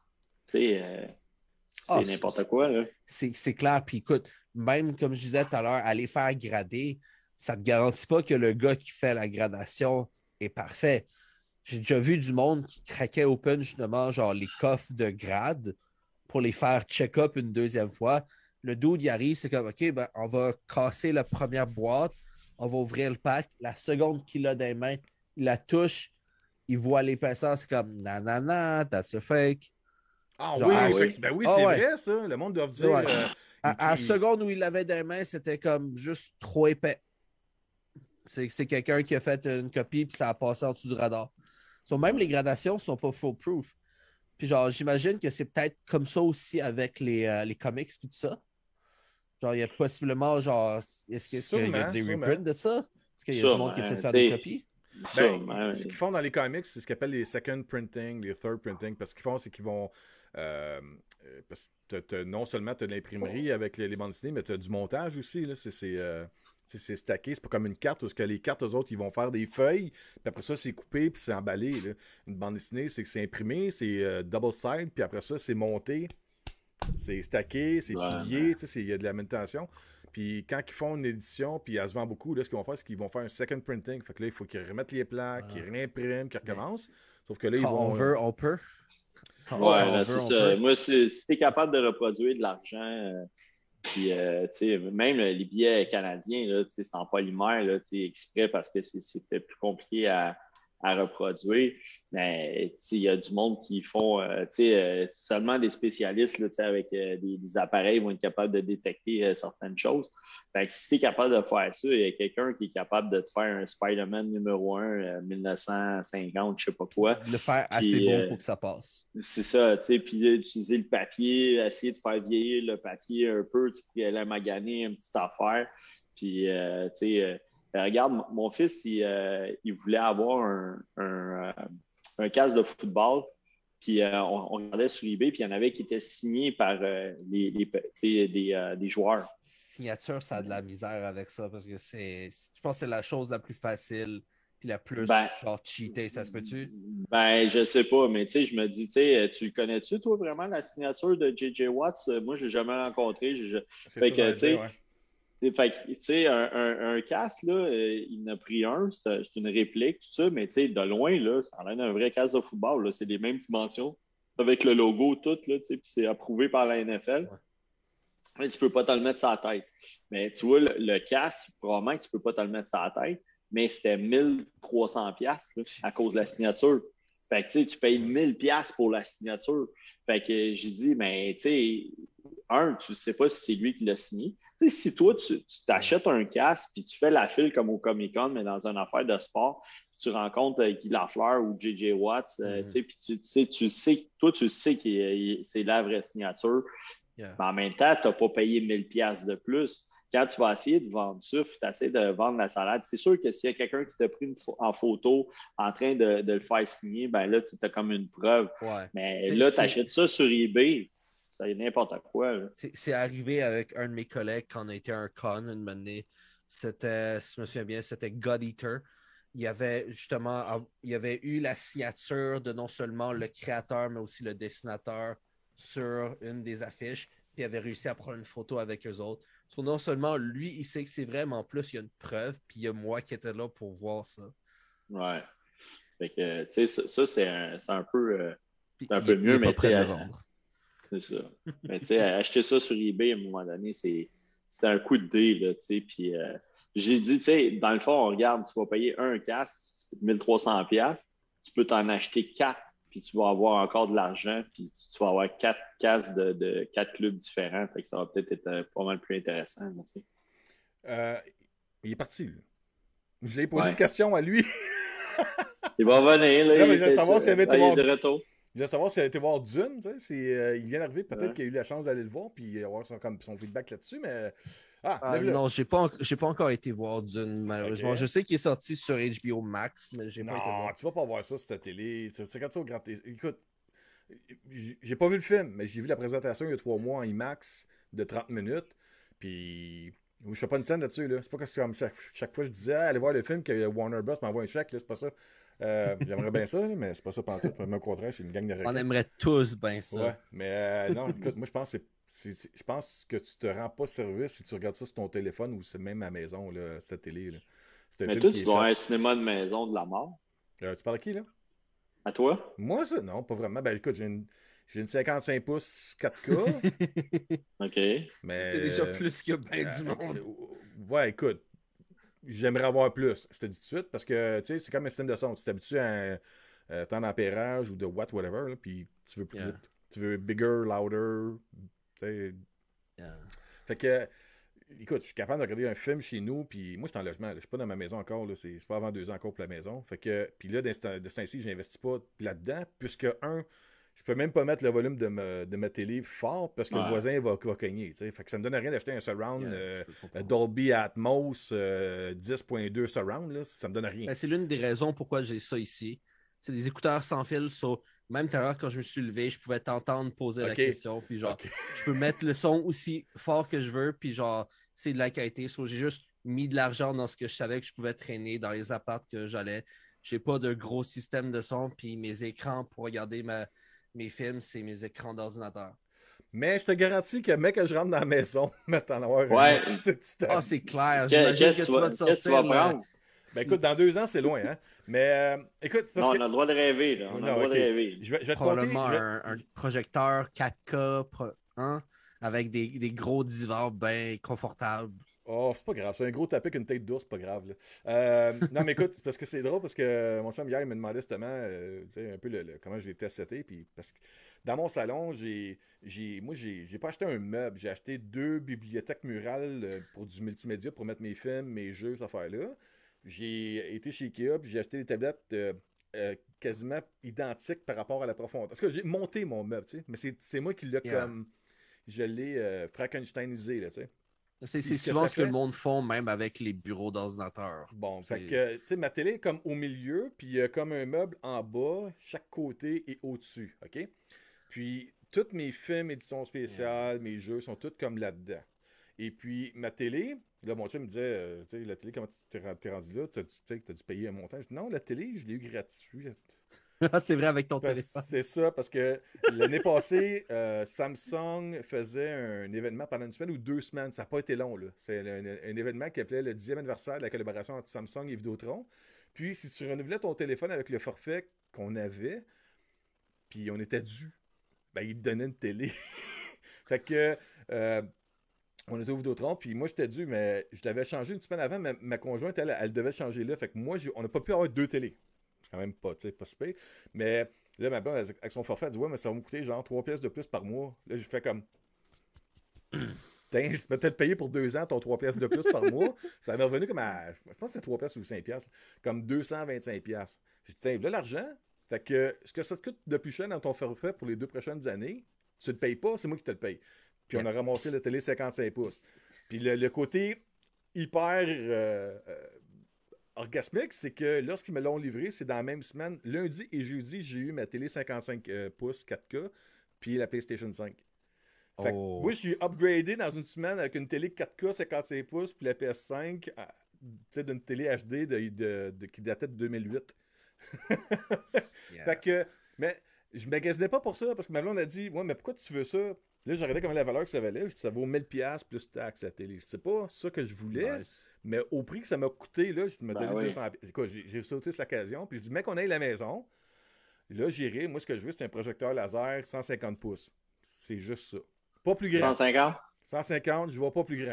euh, c'est Ah, n'importe c'est- quoi. Là. C'est c'est clair. Puis écoute, même comme je disais tout à l'heure, aller faire grader, ça ne te garantit pas que le gars qui fait la gradation est parfait. J'ai déjà vu du monde qui craquait open justement, genre les coffres de grade pour les faire check-up une deuxième fois. Le dude, il arrive, c'est comme, OK, ben, on va casser la première boîte, on va ouvrir le pack. La seconde qu'il a dans les mains, il la touche, il voit l'épaisseur, c'est comme, nanana, that's a fake. Ah Genre, oui, ah, fait oui. que- ben oui, Ah c'est ouais. vrai ça. Le monde doit dire. Ouais. euh, il- À, à la il- seconde où il l'avait dans les mains, c'était comme juste trop épais. C'est c'est quelqu'un qui a fait une copie puis ça a passé en dessous du radar. So, même les gradations ne sont pas foolproof. Puis genre, j'imagine que c'est peut-être comme ça aussi avec les, euh, les comics et tout ça. Genre, il y a possiblement, genre, est-ce qu'il est y a Sûrement, des sûrement. reprints de ça? Est-ce qu'il y a Ça, du monde qui essaie de faire t'sais, des copies? Ça, Ben, ben, ce qu'ils font dans les comics, c'est ce qu'ils appellent les second printing, les third printing. Parce ce qu'ils font, c'est qu'ils vont. Euh, euh, parce que t'as- t'as- non seulement tu as l'imprimerie avec les, les bandes dessinées, mais tu as du montage aussi. Là. C'est, c'est, euh, c'est, c'est stacké. C'est pas comme une carte, parce que les cartes, eux autres, ils vont faire des feuilles, puis après ça, c'est coupé, puis c'est emballé. Là. Une bande dessinée, c'est que c'est imprimé, c'est euh, double side, puis après ça, c'est monté, c'est stacké, c'est Ouais, plié, tu sais, il y a de la manutention. Puis quand ils font une édition, puis elle se vend beaucoup, là, ce qu'ils vont faire, c'est qu'ils vont faire un second printing. Fait que là, il faut qu'ils remettent les plaques, qu'ils réimpriment, qu'ils recommencent. Sauf que là, ils Quand vont. on veut, on peut. Quand ouais, on là, veut, c'est on ça. peut. Moi, c'est- si tu es capable de reproduire de l'argent, euh, puis, euh, tu sais, même les billets canadiens, là, tu sais, c'est en polymère, là, tu sais, exprès parce que c'est- c'était plus compliqué à, à reproduire. Mais, tu sais, il y a du monde qui font, euh, tu sais, euh, seulement des spécialistes, là, tu sais, avec euh, des, des appareils vont être capables de détecter euh, certaines choses. Fait que si tu es capable de faire ça, il y a quelqu'un qui est capable de te faire un Spider-Man numéro un, euh, mille neuf cent cinquante, je sais pas quoi. Le faire Puis, assez bon euh, pour que ça passe. c'est ça, tu sais, puis là, utiliser le papier, essayer de faire vieillir le papier un peu, tu pourrais aller maganer une petite affaire. Puis, euh, tu sais, euh, regarde, m- mon fils, il, euh, il voulait avoir un, un, euh, un casque de football. Puis, euh, on, on regardait sur eBay, puis il y en avait qui étaient signés par euh, les, les, tu sais, des, euh, des joueurs. Signature, ça a de la misère avec ça parce que c'est. Je pense que c'est la chose la plus facile puis la plus Ben, genre cheatée. Ça se peut-tu? Ben, je sais pas, mais tu sais, je me dis, tu sais, tu connais-tu, toi, vraiment, la signature de J J Watts? Moi, je l'ai jamais rencontré. Je, je... C'est Fait ça, que, dans tu sais, le ouais. fait que, tu sais, un, un, un casque, là, euh, il en a pris un, c'est c'est une réplique, tout ça, mais tu sais, de loin, là, ça a l'air d'un vrai casque de football, là. C'est les mêmes dimensions, avec le logo, tout, là, tu sais, puis c'est approuvé par la N F L. Ouais. Mais tu peux pas te le mettre sur la tête. Mais tu vois, le, le casque, probablement que tu peux pas te le mettre sur la tête, mais c'était mille trois cents dollars à cause de la signature. Fait que tu sais, tu payes mille dollars pour la signature. Fait que j'ai dit, mais tu sais, un, tu ne sais pas si c'est lui qui l'a signé. Tu sais, si toi, tu t'achètes un casque puis tu fais la file comme au Comic-Con, mais dans une affaire de sport, puis tu rencontres euh, Guy Lafleur ou J J Watts, euh, mm-hmm. tu sais, puis tu, tu sais, tu sais, toi, tu sais que c'est la vraie signature. Yeah. Mais en même temps, tu n'as pas payé mille dollars de plus. Quand tu vas essayer de vendre ça, tu essaies de vendre la salade. C'est sûr que s'il y a quelqu'un qui t'a pris une pho- en photo en train de, de le faire signer, ben là, tu as comme une preuve. Ouais. Mais c'est, là, tu achètes ça sur eBay. C'est n'importe quoi. C'est, c'est arrivé avec un de mes collègues quand on a été à un con une année. C'était, si je me souviens bien, c'était God Eater. Il y avait justement il y avait eu la signature de non seulement le créateur, mais aussi le dessinateur sur une des affiches. Puis il avait réussi à prendre une photo avec eux autres. So, non seulement lui, il sait que c'est vrai, mais en plus, il y a une preuve. Puis il y a moi qui étais là pour voir ça. Ouais. Fait que, tu sais, ça, ça c'est, un, c'est un peu, euh, c'est un il, peu mieux, il mais tu sais. C'est ça. Mais tu sais, acheter ça sur eBay à un moment donné, c'est, c'est un coup de dé, là, tu sais. Puis euh, j'ai dit, tu sais, dans le fond, on regarde, tu vas payer un casque, mille trois cents dollars, tu peux t'en acheter quatre, puis tu vas avoir encore de l'argent, puis tu, tu vas avoir quatre casques de, de quatre clubs différents. Fait que ça va peut-être être euh, pas mal plus intéressant, là, tu sais. Euh, il est parti, là. Je l'ai posé Ouais. une question à lui. Il va revenir, là. Non, mais il je veux savoir s'il avait été voir... de retour. Je voulais savoir s'il a été voir Dune, tu sais, c'est, euh, il vient d'arriver, peut-être ouais. qu'il a eu la chance d'aller le voir, puis avoir son, comme, son feedback là-dessus, mais... Ah, euh, non, j'ai pas, j'ai pas encore été voir Dune, malheureusement. Okay. Je sais qu'il est sorti sur H B O Max, mais j'ai non, pas été voir. Non, tu vas pas voir ça sur ta télé. Tu sais, quand tu vas au grand... Écoute, j'ai pas vu le film, mais j'ai vu la présentation il y a trois mois en IMAX de trente minutes, puis... Je fais pas une scène là-dessus, là. C'est pas que c'est comme chaque, chaque fois je disais, ah, allez voir le film que Warner Bros. M'envoie un chèque, là, c'est pas ça. Euh, j'aimerais bien ça, mais c'est pas ça pantoute. Même au contraire, c'est une gang de requins. On aimerait tous bien ça. Ouais, mais euh, non, écoute, moi je pense que c'est, c'est, je pense que tu te rends pas service si tu regardes ça sur ton téléphone ou c'est même à la maison, là, cette télé. Là. C'est un mais toi, tu dois avoir un cinéma de maison de la mort. Euh, tu parles à qui, là? À toi? Moi, ça, non, pas vraiment. Ben écoute, j'ai une, j'ai une cinquante-cinq pouces quatre K. OK. Mais, c'est déjà plus qu'il y a bien euh, du monde. Euh, ouais, écoute. J'aimerais avoir plus, je te dis tout de suite, parce que tu sais, c'est comme un système de son. Tu t'habitues à un euh, temps d'ampérage ou de watt, whatever, là, puis tu veux plus yeah. vite. Tu veux bigger, louder. Yeah. Fait que, écoute, je suis capable de regarder un film chez nous, puis moi, je suis en logement. Là, je suis pas dans ma maison encore. Là, c'est, c'est pas avant deux ans encore pour la maison. Fait que, puis là, de ce temps-ci, je n'investis pas là-dedans, puisque, un, je peux même pas mettre le volume de, me, de ma télé fort parce que ouais. le voisin va, va cogner. T'sais. Fait que ça me donne rien d'acheter un surround yeah, euh, Dolby Atmos euh, dix point deux surround. Là, ça me donne rien. Ben, c'est l'une des raisons pourquoi j'ai ça ici. C'est des écouteurs sans fil. So, même tout à l'heure, quand je me suis levé, je pouvais t'entendre poser okay. la question. Puis genre, okay. je peux mettre le son aussi fort que je veux. Puis genre, c'est de la qualité. So, j'ai juste mis de l'argent dans ce que je savais que je pouvais traîner dans les apparts que j'allais. J'ai pas de gros système de son. Puis mes écrans pour regarder ma... mes films, c'est mes écrans d'ordinateur. Mais je te garantis que mec, que je rentre dans la maison, mettre en avoir ouais. une Ah, oh, c'est clair. J'imagine que, que tu vas, vas te sortir. Qu'est-ce que tu vas prendre? Ben écoute, dans deux ans, c'est loin, hein. Mais euh, écoute, parce non, que... on a le droit de rêver, là. On non, a le droit okay. de rêver. Je vais, je vais te Probablement compter, un, un projecteur quatre K, pro... hein, avec des, des gros divans bien confortables. Oh, c'est pas grave. C'est un gros tapis avec une tête d'ours, c'est pas grave. Là. Euh, non, mais écoute, c'est parce que c'est drôle parce que mon chum hier, il me demandait justement euh, un peu le, le, comment je l'ai testé. Puis parce que dans mon salon, j'ai, j'ai moi, j'ai, j'ai pas acheté un meuble. J'ai acheté deux bibliothèques murales pour du multimédia pour mettre mes films, mes jeux, ces affaires-là. J'ai été chez Ikea puis j'ai acheté des tablettes euh, euh, quasiment identiques par rapport à la profondeur. Parce que j'ai monté mon meuble, tu sais. Mais c'est, c'est moi qui l'ai yeah. comme. Je l'ai euh, Frankensteinisé, là, tu sais. C'est, c'est souvent ce que, que le monde font, même avec les bureaux d'ordinateur. Bon, c'est... fait que, tu sais, ma télé est comme au milieu, puis il y a comme un meuble en bas, chaque côté et au-dessus, OK? Puis, tous mes films, éditions spéciales, yeah. mes jeux sont tous comme là-dedans. Et puis, ma télé, là, mon chum me disait, euh, tu sais, la télé, comment tu t'es rendu là? Tu sais, tu as dû payer un montant. Je dis, non, la télé, je l'ai eu gratuit. C'est vrai avec ton parce, téléphone. C'est ça, parce que l'année passée, euh, Samsung faisait un événement pendant une semaine ou deux semaines. Ça n'a pas été long, là. C'est un, un événement qui appelait le dixième anniversaire de la collaboration entre Samsung et Vidéotron. Puis, si tu renouvelais ton téléphone avec le forfait qu'on avait, puis on était dû, ben, ils te donnaient une télé. Fait que... Euh, on était au Vidéotron, puis moi, j'étais dû, mais je l'avais changé une semaine avant. Ma, ma conjointe, elle, elle devait changer là. Fait que moi, on n'a pas pu avoir deux télés. Quand même pas, tu sais, pas super. Mais là, ma blonde, avec son forfait, elle dit, ouais, mais ça va me coûter genre trois pièces de plus par mois. Là, je fais comme, Tain, je m'étais payé pour deux ans ton trois pièces de plus par mois. Ça m'est revenu comme à, je pense que c'est trois pièces ou cinq pièces, comme deux cent vingt-cinq pièces. J'ai dit, là, l'argent, fait que ce que ça te coûte de plus cher dans ton forfait pour les deux prochaines années, tu le payes pas, c'est moi qui te le paye. Puis on a ramassé la télé cinquante-cinq pouces. Puis le, le côté hyper euh, euh, orgasmique, c'est que lorsqu'ils me l'ont livré, c'est dans la même semaine, lundi et jeudi, j'ai eu ma télé cinquante-cinq euh, pouces quatre K, puis la PlayStation cinq. Fait que Oh. moi, je suis upgradé dans une semaine avec une télé quatre K cinquante-cinq pouces, puis la P S cinq, à- tu sais, d'une télé H D de, de- de- qui datait de deux mille huit. Yeah. Fait que, mais je magasinais pas pour ça, parce que ma blonde a dit, ouais, mais pourquoi tu veux ça? Là, j'ai regardé comment la valeur que ça valait, je dis, ça vaut mille pièces plus taxes la télé. C'est pas ça que je voulais, Nice. mais au prix que ça m'a coûté, là, je me Ben donnais oui. deux cents. Écoute, j'ai j'ai sauté sur l'occasion, puis je dis, mec, on aille à la maison. Là, j'irai. Moi, ce que je veux, c'est un projecteur laser cent cinquante pouces. C'est juste ça. Pas plus grand. cent cinquante? cent cinquante, je vois pas plus grand.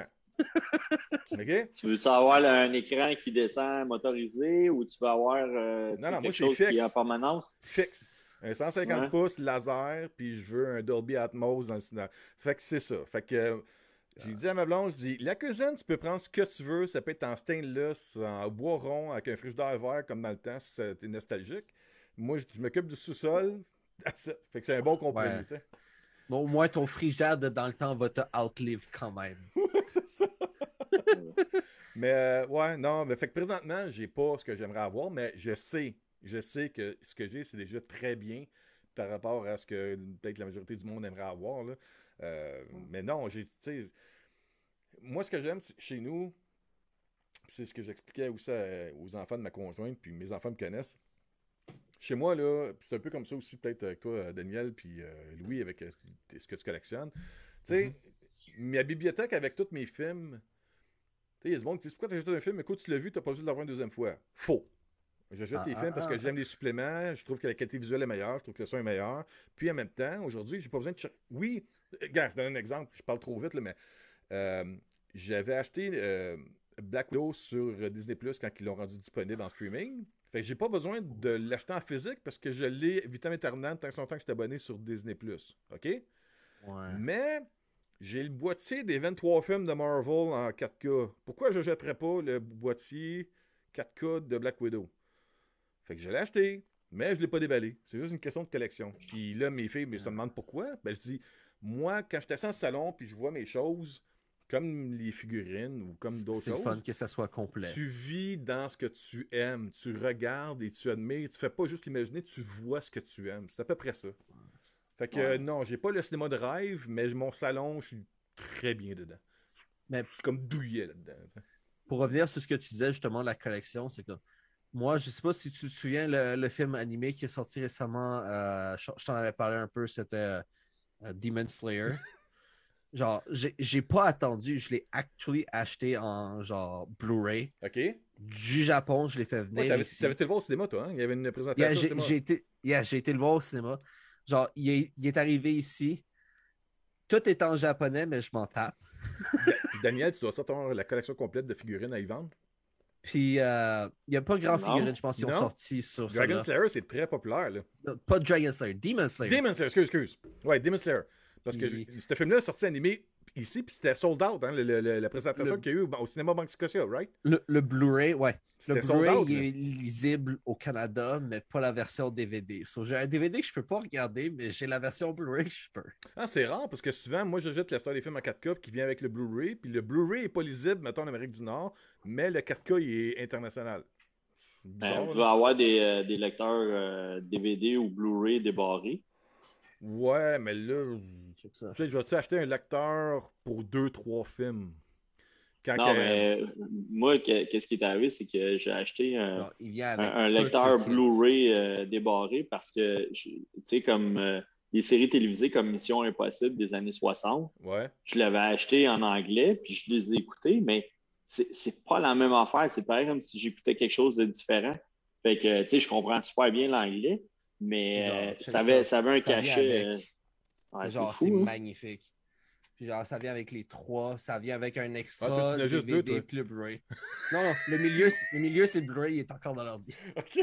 OK? Tu veux avoir là, un écran qui descend motorisé ou tu veux avoir euh, Non, non, moi, quelque c'est chose qui fixe. est en permanence? Fixe. Un cent cinquante Ouais. pouces laser, puis je veux un Dolby Atmos dans le cinéma. Ça fait que c'est ça. Fait que euh, j'ai dit à ma blonde, je dis, la cuisine, tu peux prendre ce que tu veux. Ça peut être en stainless, en bois rond, avec un frigidaire vert comme dans le temps, si t'es nostalgique. Moi, je, je m'occupe du sous-sol. That's it. Fait que c'est un bon compromis, Ouais. tu sais. Bon, au moins, ton frigidaire de dans le temps va te outlive quand même. C'est ça. Mais euh, ouais, non, mais fait que présentement, j'ai pas ce que j'aimerais avoir, mais je sais, je sais que ce que j'ai, c'est déjà très bien par rapport à ce que peut-être la majorité du monde aimerait avoir, là. Euh, mais non, j'ai, tu sais, moi, ce que j'aime c'est- chez nous, c'est ce que j'expliquais aussi à- aux enfants de ma conjointe, puis mes enfants me connaissent. Chez moi, là, puis c'est un peu comme ça aussi, peut-être avec toi, Daniel, puis euh, Louis, avec euh, ce que tu collectionnes. Tu sais, ma bibliothèque avec tous mes films, tu sais, il y a du monde qui dit pourquoi tu achètes un film, écoute, tu l'as vu, tu n'as pas besoin de l'avoir une deuxième fois. Faux. J'achète Ah, les ah, films parce que ah. j'aime les suppléments, je trouve que la qualité visuelle est meilleure, je trouve que le son est meilleur. Puis en même temps, aujourd'hui, j'ai pas besoin de cher- Oui, euh, regarde, je donne un exemple, je parle trop vite, là, mais euh, j'avais acheté euh, Black Widow sur Disney Plus quand ils l'ont rendu disponible en streaming. Fait que j'ai pas besoin de l'acheter en physique parce que je l'ai vitam aeternam tant que longtemps que je suis abonné sur Disney Plus. OK? Ouais. Mais j'ai le boîtier des vingt-trois films de Marvel en quatre K. Pourquoi je ne jetterais pas le boîtier quatre K de Black Widow? Fait que je l'ai acheté, mais je ne l'ai pas déballé. C'est juste une question de collection. Puis là, mes filles me se demandent pourquoi. Ben, je dis, moi, quand je suis dans le salon puis je vois mes choses, comme les figurines ou comme d'autres C'est le choses, fun que ça soit complet. tu vis dans ce que tu aimes. Tu regardes et tu admires. Tu fais pas juste l'imaginer, tu vois ce que tu aimes. C'est à peu près ça. Fait que Ouais. euh, non, j'ai pas le cinéma de rêve, mais mon salon, je suis très bien dedans. Mais Je suis comme douillet là-dedans. pour revenir sur ce que tu disais justement de la collection, c'est que moi, je sais pas si tu te souviens le, le film animé qui est sorti récemment, euh, je, je t'en avais parlé un peu, c'était euh, Demon Slayer. Genre, j'ai j'ai pas attendu, je l'ai actually acheté en genre Blu-ray OK? Ouais, du Japon, je l'ai fait venir t'avais, ici. t'avais été le voir au cinéma, toi, hein? Il y avait une présentation Yeah, au j'ai cinéma. j'ai été, yeah, j'ai été le voir au cinéma. Genre, il est, il est arrivé ici. Tout est en japonais, mais je m'en tape. Da- Puis Daniel, tu dois sortir la collection complète de figurines à y vendre. Puis, euh, il n'y a pas grand Non. figurines, je pense, qui ont Non. sorti sur Dragon celle-là. Slayer, c'est très populaire, là. Pas Dragon Slayer, Demon Slayer. Demon Slayer, excuse, excuse. Ouais, Demon Slayer. Parce que Il- je- ce film-là est sorti animé ici, puis c'était sold out, hein, le- le- le- la présentation Le- qu'il y a eu au cinéma Banque Scotia, right? Le, le Blu-ray, ouais. Le C'était sold Blu-ray, out, il là. est lisible au Canada, mais pas la version D V D. So, j'ai un D V D que je peux pas regarder, mais j'ai la version Blu-ray que je peux. Ah, c'est rare parce que souvent, moi, je jette la star des films en quatre K qui vient avec le Blu-ray. Puis le Blu-ray est pas lisible, mettons, en Amérique du Nord, mais le quatre K, il est international. C'est Euh, bizarre, vous là. pouvez avoir des, euh, des lecteurs euh, D V D ou Blu-ray débarrés. Ouais, mais là, Check ça. tu sais, je vais-tu acheter un lecteur pour deux, trois films? Quand Non, que- mais euh, moi, que- qu'est-ce qui est arrivé, c'est que j'ai acheté un, Genre, il vient un, avec un tout lecteur le kit. Blu-ray euh, débarré parce que, je- tu sais, comme euh, les séries télévisées comme Mission Impossible des années soixante, Ouais. je l'avais acheté en anglais, puis je les ai écoutés, mais c'est c'est pas la même affaire. C'est pareil comme si j'écoutais quelque chose de différent. Fait que, tu sais, je comprends super bien l'anglais, mais Genre, euh, check ça, avait, ça. ça avait un Ça vient cachet. avec. euh, ouais, C'est c'est genre, fou, c'est hein. magnifique. Puis genre, ça vient avec les trois, ça vient avec un Ah, extra, toi, tu en as le juste D V D deux, toi. puis le Blu-ray. Non, non, le milieu, c'est- le milieu, c'est le Blu-ray, il est encore dans l'ordi. OK.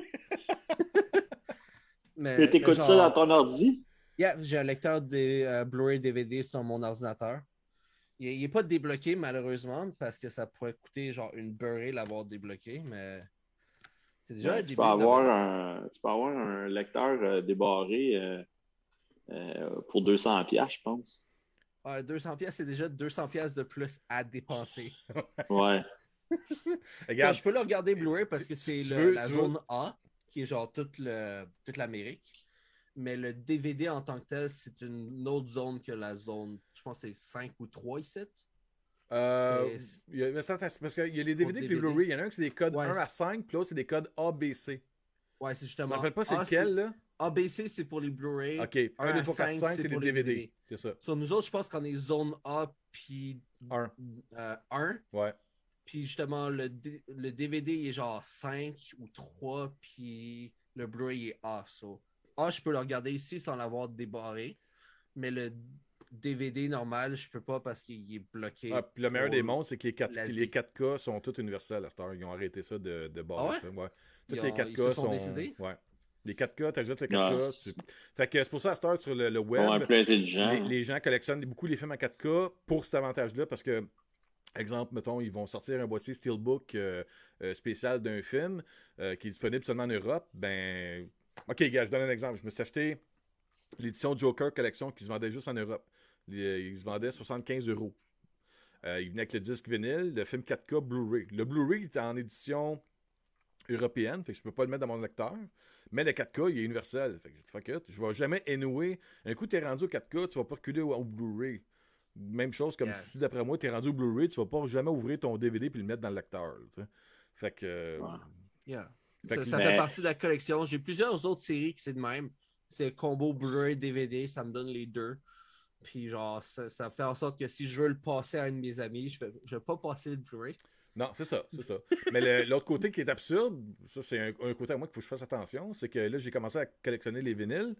Mais, Mais t'écoutes mais ça genre, dans ton ordi? yeah, j'ai un lecteur de euh, Blu-ray D V D sur mon ordinateur. Il n'est pas débloqué, malheureusement, parce que ça pourrait coûter genre une beurrée l'avoir débloqué, mais c'est déjà Ouais, un tu, début. peux avoir un, tu peux avoir un lecteur euh, débarré euh, euh, pour deux cents piastres, je pense. Ouais, deux cents pièces, c'est déjà deux cents pièces de plus à dépenser. Ouais. Ça, Regarde, je peux le regarder Blu-ray parce tu, que tu- c'est tu le- veux, la tu veux- zone A, qui est genre toute, le, toute l'Amérique. Mais le D V D en tant que tel, c'est une autre zone que la zone, je pense que c'est cinq ou trois ici. euh, C'est il y a, mais c'est parce qu'il y a les pour D V D et les D V D. Blu-ray. Il y en a un qui c'est des codes Ouais, un à cinq, puis l'autre c'est des codes A B C. ouais, c'est Je me justement rappelle pas c'est A, lequel, c'est là. A B C, c'est pour les Blu-ray. Ok, un, un deux, à trois, quatre, cinq, cinq, c'est c'est les pour les D V D. D V D. C'est ça. Sur nous autres, je pense qu'on est zone A, puis Un. euh, un. Ouais. Puis justement, le, D- le D V D il est genre cinq ou trois, puis le Blu-ray est A. So. A, je peux le regarder ici sans l'avoir débarré, mais le D V D normal, je peux pas parce qu'il est bloqué. Ah, puis le meilleur pour des mondes, c'est que les, quatre, l'Asie. les quatre K sont tous universels à cette heure. Ils ont arrêté ça de, de barrer Ah ouais? ça. Ouais. Ils, Toutes les ont- quatre ils K se sont sont. décidés? Ouais. Les quatre K, tu ajoutes le Ah, quatre K. c'est Tu... Fait que c'est pour ça à cette heure sur le, le ouais, web, plus intelligent. les, les gens collectionnent beaucoup les films en quatre K pour cet avantage-là parce que, exemple, mettons, ils vont sortir un boîtier Steelbook euh, euh, spécial d'un film euh, qui est disponible seulement en Europe. Ben. Ok, gars, je donne un exemple. Je me suis acheté l'édition Joker Collection qui se vendait juste en Europe. Les- Il se vendait soixante-quinze euros. Euh, il venait avec le disque vinyle, le film quatre K Blu-ray. Le Blu-ray est en édition européenne, fait que je peux pas le mettre dans mon lecteur. Mais le quatre K, il est universel. Fait que fuck it, je vais jamais énouer. Un coup, tu es rendu au quatre K, tu vas pas reculer au, au Blu-ray. Même chose comme Yeah. si, d'après moi, tu es rendu au Blu-ray, tu vas pas jamais ouvrir ton D V D puis le mettre dans le lecteur. Tu sais. Fait que. euh, Ouais. Yeah. Fait Ça, que- ça Mais- fait partie de la collection. J'ai plusieurs autres séries qui c'est de même. C'est combo Blu-ray D V D, ça me donne les deux. Puis genre, ça, ça fait en sorte que si je veux le passer à un de mes amis, je ne vais, je vais pas passer le Blu-ray. Non, c'est ça, c'est ça. Mais le- l'autre côté qui est absurde, ça c'est un, un côté à moi qu'il faut que je fasse attention, c'est que là j'ai commencé à collectionner les vinyles.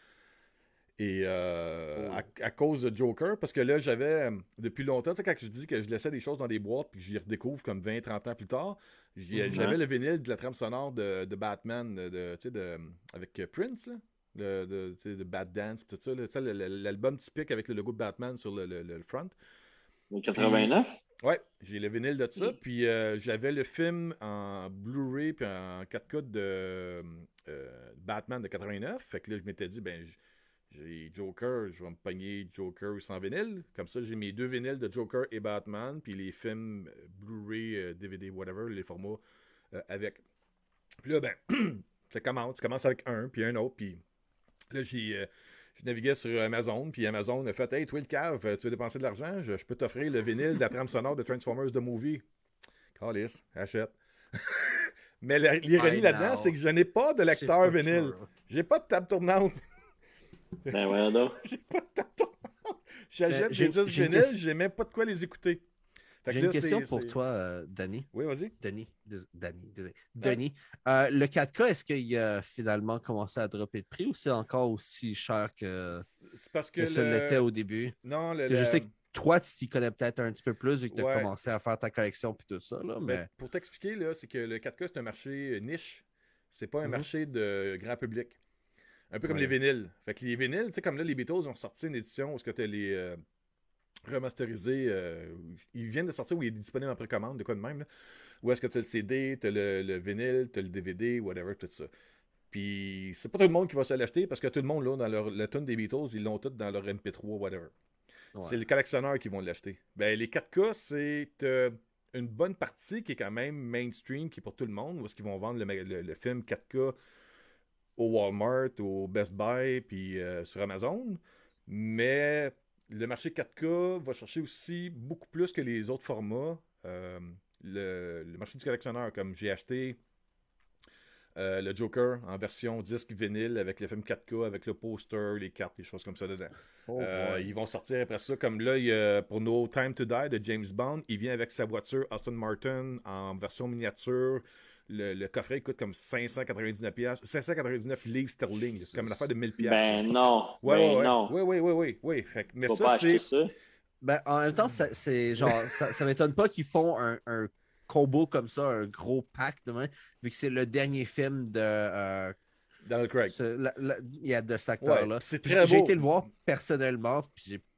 Et euh, Oh. à, à cause de Joker, parce que là j'avais, euh, depuis longtemps, tu sais, quand je dis que je laissais des choses dans des boîtes puis que j'y redécouvre comme vingt trente ans plus tard, j'y- Mhm. j'avais le vinyle de la trame sonore de, de Batman, de, de, tu sais, de, avec Prince, là. De, de, tu sais, de Bad Dance, tout ça, là, tu sais, le- le- l'album typique avec le logo de Batman sur le, le- le front. Au quatre-vingt-neuf? Ouais, j'ai le vinyle de ça, Mm. puis euh, j'avais le film en Blu-ray puis en quatre K de euh, Batman de quatre-vingt-neuf. Fait que là, je m'étais dit, ben, j- j'ai Joker, je vais me pogner Joker sans vinyle. Comme ça, j'ai mes deux vinyles de Joker et Batman, puis les films euh, Blu-ray, euh, D V D, whatever, les formats euh, avec. Puis là, ben, ça commence, tu commences avec un, puis un autre, puis là, j'ai. euh, je naviguais sur Amazon, puis Amazon a fait « Hey, toi, le cave, tu veux dépenser de l'argent? Je, je peux t'offrir le vinyle de la trame sonore de Transformers The Movie. » Calice, achète. Mais la- l'ironie I là-dedans, know. c'est que je n'ai pas de lecteur Je sais pas vinyle. quoi. J'ai pas de table tournante. Ben voyons donc. J'ai pas de table tournante. J'achète Ben, j'ai- des disques j'ai une vinyles, question- j'ai même pas de quoi les écouter. Fait que J'ai là, une question c'est- pour c'est- toi, euh, Danny. Oui, vas-y. Denis, dés- Danny, désolé. Denis, euh, le quatre K, est-ce qu'il a finalement commencé à dropper de prix ou c'est encore aussi cher que, C'est parce que que ce le- l'était au début? Non, le, Parce que je le- sais que toi, tu t'y connais peut-être un petit peu plus vu que tu as Ouais. commencé à faire ta collection et tout ça. Là, Ben, mais... pour t'expliquer, là, c'est que le quatre K, c'est un marché euh, niche. C'est pas un Mhm. marché de grand public. Un peu comme Ouais. les vinyles. Fait que les vinyles, tu sais, comme là, les Beatles ont sorti une édition où est-ce que tu as les euh, remasterisés. euh, ils viennent de sortir où il est disponible en précommande, de quoi de même. Là, où est-ce que tu as le C D, tu as le, le vinyle, tu as le D V D, whatever, tout ça. Puis c'est pas tout le monde qui va se l'acheter parce que tout le monde, là, dans leur, le tune des Beatles, ils l'ont tout dans leur M P trois, whatever. Ouais. C'est les collectionneurs qui vont l'acheter. Ben, les quatre K, c'est euh, une bonne partie qui est quand même mainstream, qui est pour tout le monde, où est-ce qu'ils vont vendre le, ma- le- le film quatre K au Walmart, au Best Buy, puis euh, sur Amazon. Mais le marché quatre K va chercher aussi beaucoup plus que les autres formats. Euh, le, le marché du collectionneur, comme j'ai acheté euh, le Joker en version disque vinyle avec le film quatre K, avec le poster, les cartes, les choses comme ça dedans. Oh, Euh, boy. ils vont sortir après ça, comme là, il y a, pour No Time to Die de James Bond, il vient avec sa voiture Aston Martin en version miniature. Le, le coffret coûte comme cinq cent quatre-vingt-dix-neuf piastres, cinq cent quatre-vingt-dix-neuf livres sterling. C'est comme une affaire de mille piastres. Ben non. ouais, ben ouais, ouais. non. Oui, oui, oui, oui, oui. Fait que- mais Faut ça, pas acheter c'est. ça. Ben, en même temps, ça- c'est genre, ça, ça m'étonne pas qu'ils font un, un combo comme ça, un gros pack demain, vu que c'est le dernier film de, euh, Donald Craig. ce- la- la- il y a de cet Ouais, acteur-là. c'est J'ai très j'ai beau. été le voir personnellement, puis j'ai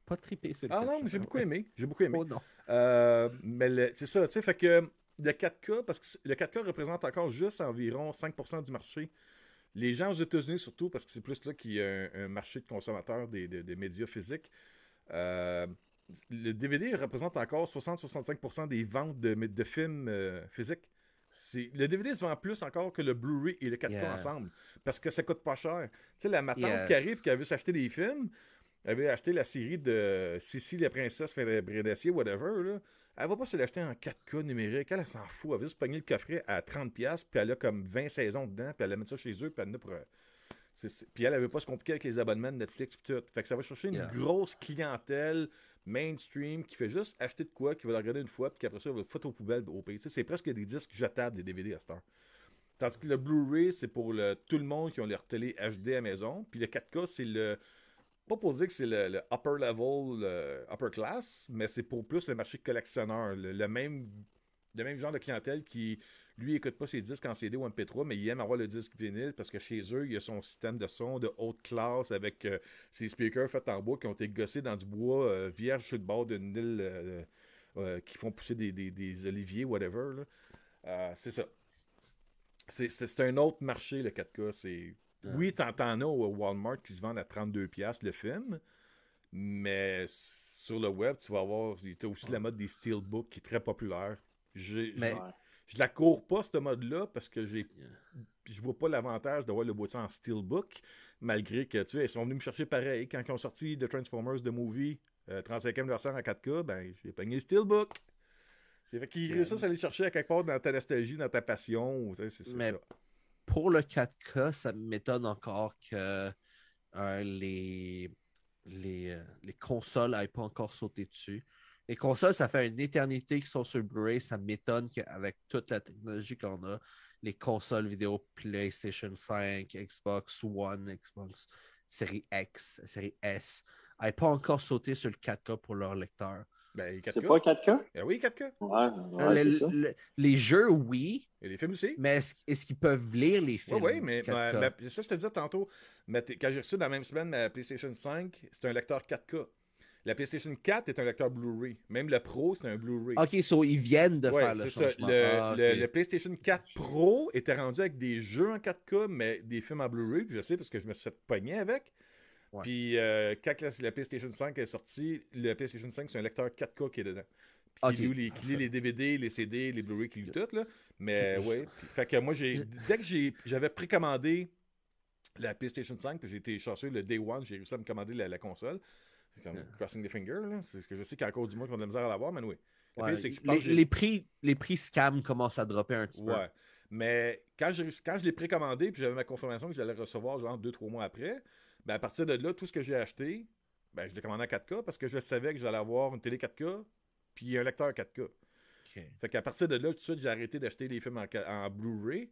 pas trippé sur le Ah quatre K. non, mais j'ai beaucoup aimé. J'ai beaucoup aimé. Oh non. Euh, mais le- c'est ça, tu sais, fait que le quatre K, parce que le quatre K représente encore juste environ cinq pour cent du marché. Les gens aux États-Unis, surtout, parce que c'est plus là qu'il y a un, un marché de consommateurs des, des- des médias physiques, euh, le D V D représente encore soixante à soixante-cinq pour cent des ventes de, de films euh, physiques. C'est, le D V D se vend plus encore que le Blu-ray et le quatre K Yeah. ensemble, parce que ça coûte pas cher. Tu sais, la ma tante Yeah. qui arrive, qui a vu s'acheter des films, avait acheté la série de Sissi, la princesse, fin de brin d'acier, whatever, là. Elle va pas se l'acheter en quatre K numérique. Elle, elle s'en fout. Elle veut juste pogner le coffret à trente dollars, puis elle a comme vingt saisons dedans, puis elle la met ça chez eux, puis elle en a pour... euh, c'est- c'est- Puis elle, elle veut pas se compliquer avec les abonnements de Netflix, puis tout. Fait que ça va chercher une Yeah. grosse clientèle mainstream qui fait juste acheter de quoi, qui va la regarder une fois, puis qu'après ça, elle va le foutre aux poubelles au pays. Tu sais, c'est presque des disques jetables, des D V D à cette heure. Tandis que le Blu-ray, c'est pour le, tout le monde qui ont leur télé H D à la maison. Puis le quatre K, c'est le... Pas pour dire que c'est le, le upper level, le upper class, mais c'est pour plus le marché collectionneur. Le, le même, le même genre de clientèle qui, lui, écoute pas ses disques en C D ou en M P trois, mais il aime avoir le disque vinyle parce que chez eux, il y a son système de son de haute classe avec euh, ses speakers faits en bois qui ont été gossés dans du bois euh, vierge sur le bord d'une île euh, euh, qui font pousser des, des, des oliviers, whatever. Là. Euh, c'est ça. C'est, c'est, c'est un autre marché, le quatre K. C'est... Oui, t'en, t'en as au Walmart qui se vendent à trente-deux dollars le film, mais sur le web, tu vas avoir... Tu as aussi la mode des steelbooks qui est très populaire. J'ai, Mais- j'ai- je la cours pas, cette mode-là, parce que j'ai je vois pas l'avantage d'avoir le boîtier en steelbook, malgré que, tu sais, ils sont venus me chercher pareil. Quand ils ont sorti The Transformers, The Movie, euh, trente-cinquième anniversaire en quatre K, ben, j'ai pogné le steelbook. C'est fait qu'ils réussissent à aller le chercher à quelque part dans ta nostalgie, dans ta passion. C'est, c'est Mais- ça. Pour le quatre K, ça m'étonne encore que euh, les, les, euh, les consoles n'aient pas encore sauté dessus. Les consoles, ça fait une éternité qu'ils sont sur Blu-ray. Ça m'étonne qu'avec toute la technologie qu'on a, les consoles vidéo PlayStation cinq, Xbox One, Xbox Série X, Série S, n'aient pas encore sauté sur le quatre K pour leur lecteur. Ben, quatre K. C'est pas quatre K? Ben oui, quatre K. Ouais, ouais, Le- c'est ça. le- les jeux, oui, Et les films aussi. mais est-ce, est-ce qu'ils peuvent lire les Oui, films oui, mais, quatre K? mais- mais ça, je te disais tantôt, mais t'es- quand j'ai reçu dans la même semaine ma PlayStation cinq, c'est un lecteur quatre K. La PlayStation quatre est un lecteur Blu-ray. Même le Pro, c'est un Blu-ray. Ok, so ils viennent de Ouais, faire le c'est ça. changement. Le, Ah, le- ok. le PlayStation quatre Pro était rendu avec des jeux en quatre K, mais des films en Blu-ray. Puis je sais parce que je me suis fait pogner avec. Ouais. Puis euh, quand la, la PlayStation cinq est sortie, le PlayStation cinq, c'est un lecteur quatre K qui est dedans. Puis qui, Ok. lit les, qui lit les D V D, les C D, les Blu-ray, qui lit tout. Là. Mais Juste- ouais. Puis- fait que moi, j'ai, dès que j'ai, j'avais précommandé la PlayStation cinq, puis j'ai été chanceux le Day One, j'ai réussi à me commander la, la console. C'est comme Yeah. crossing the finger, là. C'est ce que je sais qu'il y a encore du monde qui ont de la misère à l'avoir, mais oui. Le Ouais, pire, c'est que je pense les, que j'ai- les prix, les prix scam commencent à dropper un petit peu. Ouais. Mais quand, j'ai réussi- quand je l'ai précommandé, puis j'avais ma confirmation que j'allais recevoir genre deux trois mois après, ben à partir de là, tout ce que j'ai acheté, ben je l'ai commandé en quatre K parce que je savais que j'allais avoir une télé quatre K puis un lecteur quatre K. Ok. Fait qu'à partir de là, tout de suite, j'ai arrêté d'acheter des films en, ca- en Blu-ray,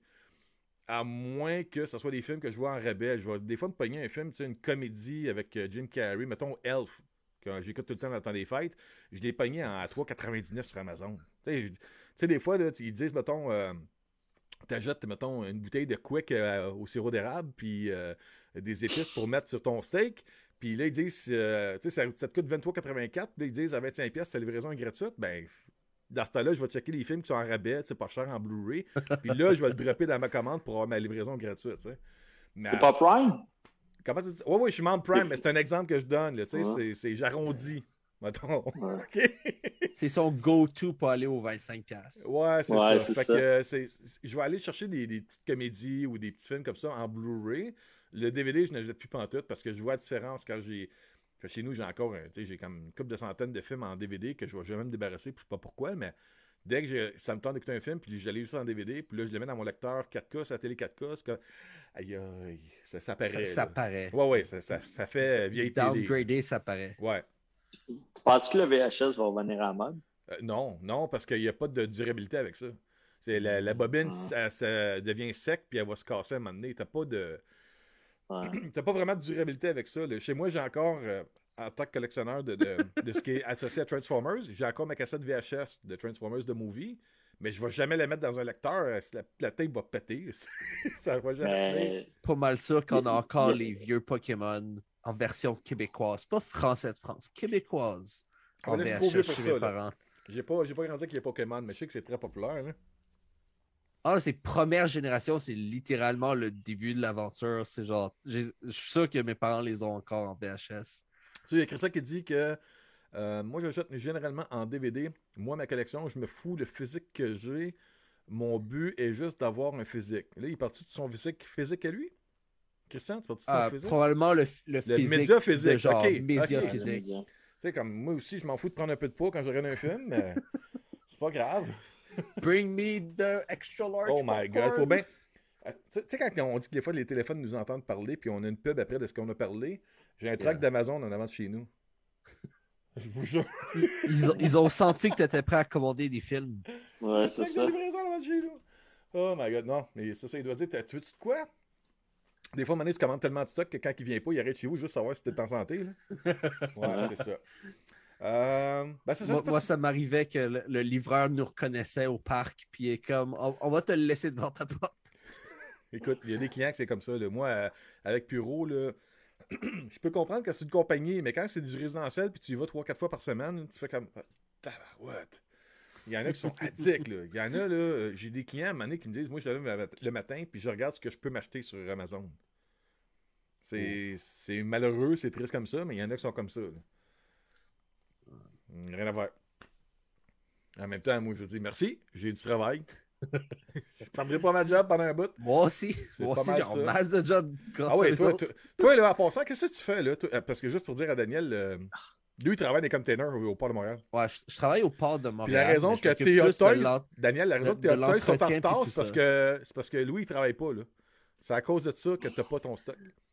à moins que ce soit des films que je vois en rabais. Je vais des fois me pogner un film, tu sais, une comédie avec euh, Jim Carrey, mettons Elf, que j'écoute tout le temps dans le temps des fêtes. Je l'ai pogné en trois quatre-vingt-dix-neuf sur Amazon. Tu sais, je- tu sais, des fois, là, ils disent, mettons, euh, t'achètes, mettons, une bouteille de Quick euh, au sirop d'érable, puis euh, des épices pour mettre sur ton steak. Puis là, ils disent, euh, tu sais, ça, ça te coûte vingt-trois quatre-vingt-quatre. Puis là, ils disent, à vingt-cinq pièces ta livraison est gratuite. Ben, dans ce temps-là, je vais checker les films qui sont en rabais, tu sais, pas cher en Blu-ray. Puis là, je vais le dropper dans ma commande pour avoir ma livraison gratuite, tu sais. Mais, C'est pas Prime? comment tu dis? Oui, oui, je suis membre Prime, mais c'est un exemple que je donne, là, tu sais, Ouais. c'est, c'est j'arrondis, mettons. Ouais. OK? C'est son go-to pour aller aux vingt-cinq piastres. Ouais, c'est Ouais, ça. c'est Fait ça. que euh, c'est, c'est- je vais aller chercher des, des petites comédies ou des petits films comme ça en Blu-ray. Le D V D, je ne jette plus pantoute parce que je vois la différence quand j'ai. que chez nous, j'ai encore un- tu sais, j'ai comme une couple de centaines de films en D V D que je vais jamais me débarrasser, puis je sais pas pourquoi, mais dès que je- ça me tente d'écouter un film, puis j'allais juste en D V D, puis là, je le mets dans mon lecteur quatre K, sa télé quatre K, c'est comme. Aïe, aïe, ça, ça paraît. Ça, ça là. paraît. Ouais, ouais, ça, ça, ça fait vieille télé. Downgradé, ça paraît. Ouais. Tu penses que le V H S va revenir à la mode? Euh, non, non, parce qu'il n'y a pas de durabilité avec ça. C'est la, la bobine, Ah. ça, ça devient sec, puis elle va se casser à un moment donné. T'as pas de. Ouais. T'as pas vraiment de durabilité avec ça. là. Chez moi, j'ai encore, euh, en tant que collectionneur de, de, de ce qui est associé à Transformers, j'ai encore ma cassette V H S de Transformers de Movie, mais je vais jamais la mettre dans un lecteur. euh, La, la tape va péter. Ça va jamais tenir. Mais Pas mal sûr qu'on a Il- encore il- les vieux Pokémon en version québécoise. Pas français de France, québécoise. Ah, En là, je suis trop vieux V H S pour chez ça, mes là. parents. J'ai pas, j'ai pas grandi avec les Pokémon, mais je sais que c'est très populaire. Là. Ah, c'est première génération, c'est littéralement le début de l'aventure. C'est genre, j'ai- je suis sûr que mes parents les ont encore en V H S. Tu sais, il y a Christian qui dit que euh, moi, j'achète généralement en D V D. Moi, ma collection, je me fous le physique que j'ai. Mon but est juste d'avoir un physique. Là, il part-tu de son physique physique à lui? Christian, tu pars-tu de ton Ah, physique? probablement le, le Le physique, média de physique, genre ok, média ok. Ouais, physique. le média. Tu sais, comme moi aussi, je m'en fous de prendre un peu de poids quand je regarde un film, mais c'est pas grave. Bring me the extra large Oh my god, popcorn. faut bien. Tu sais, tu sais, quand on dit que des fois les téléphones nous entendent parler, puis on a une pub après de ce qu'on a parlé, j'ai un track Yeah. d'Amazon en avant de chez nous. Je vous jure. Ils, ont- ils ont senti que tu étais prêt à commander des films. Ouais, Un c'est track de ça. livraison en avant de chez nous. Oh my god, non. Mais c'est ça, il doit dire, tu veux-tu de quoi? Des fois, à un moment donné, tu commandes tellement de stock que quand il vient pas, il arrête chez vous juste savoir si t'es en santé. Là. Ouais, Ouais. c'est ça. Euh, ben, c'est ça, Moi, c'est pas moi, si- ça m'arrivait que le, le livreur nous reconnaissait au parc, puis il est comme, on, on va te le laisser devant ta porte. Écoute, il y a des clients que c'est comme ça. Là. Moi, euh, avec Puro, là, je peux comprendre que c'est une compagnie, mais quand c'est du résidentiel puis tu y vas trois quatre fois par semaine, tu fais comme ah, tabarouette. Il y en a qui sont addicts. Là. Il y en a, là, euh, j'ai des clients à un moment donné qui me disent moi, je lève le- le matin puis je regarde ce que je peux m'acheter sur Amazon. C'est c'est malheureux, c'est triste comme ça, mais il y en a qui sont comme ça. Là. Hum, Rien à voir. En même temps, moi, je dis merci, j'ai du travail. Je ne perdrai pas ma job pendant un bout. Moi aussi. C'est Moi pas aussi, mal j'ai en ça. masse de job grâce Ah à ouais, eux toi, autres. toi, toi, là, en passant, qu'est-ce que tu fais, là? Toi, euh, parce que juste pour dire à Daniel, euh, lui, il travaille des containers au, au port de Montréal. Ouais, je, je travaille au port de Puis Montréal. la raison mais je que m'occupe tes hot plus de toys, l'en- Daniel, la raison de- que tes de hot toys sont en l'entretien retard, puis tout c'est parce ça. que c'est parce que lui, il travaille pas, là. C'est à cause de ça que t'as pas ton stock.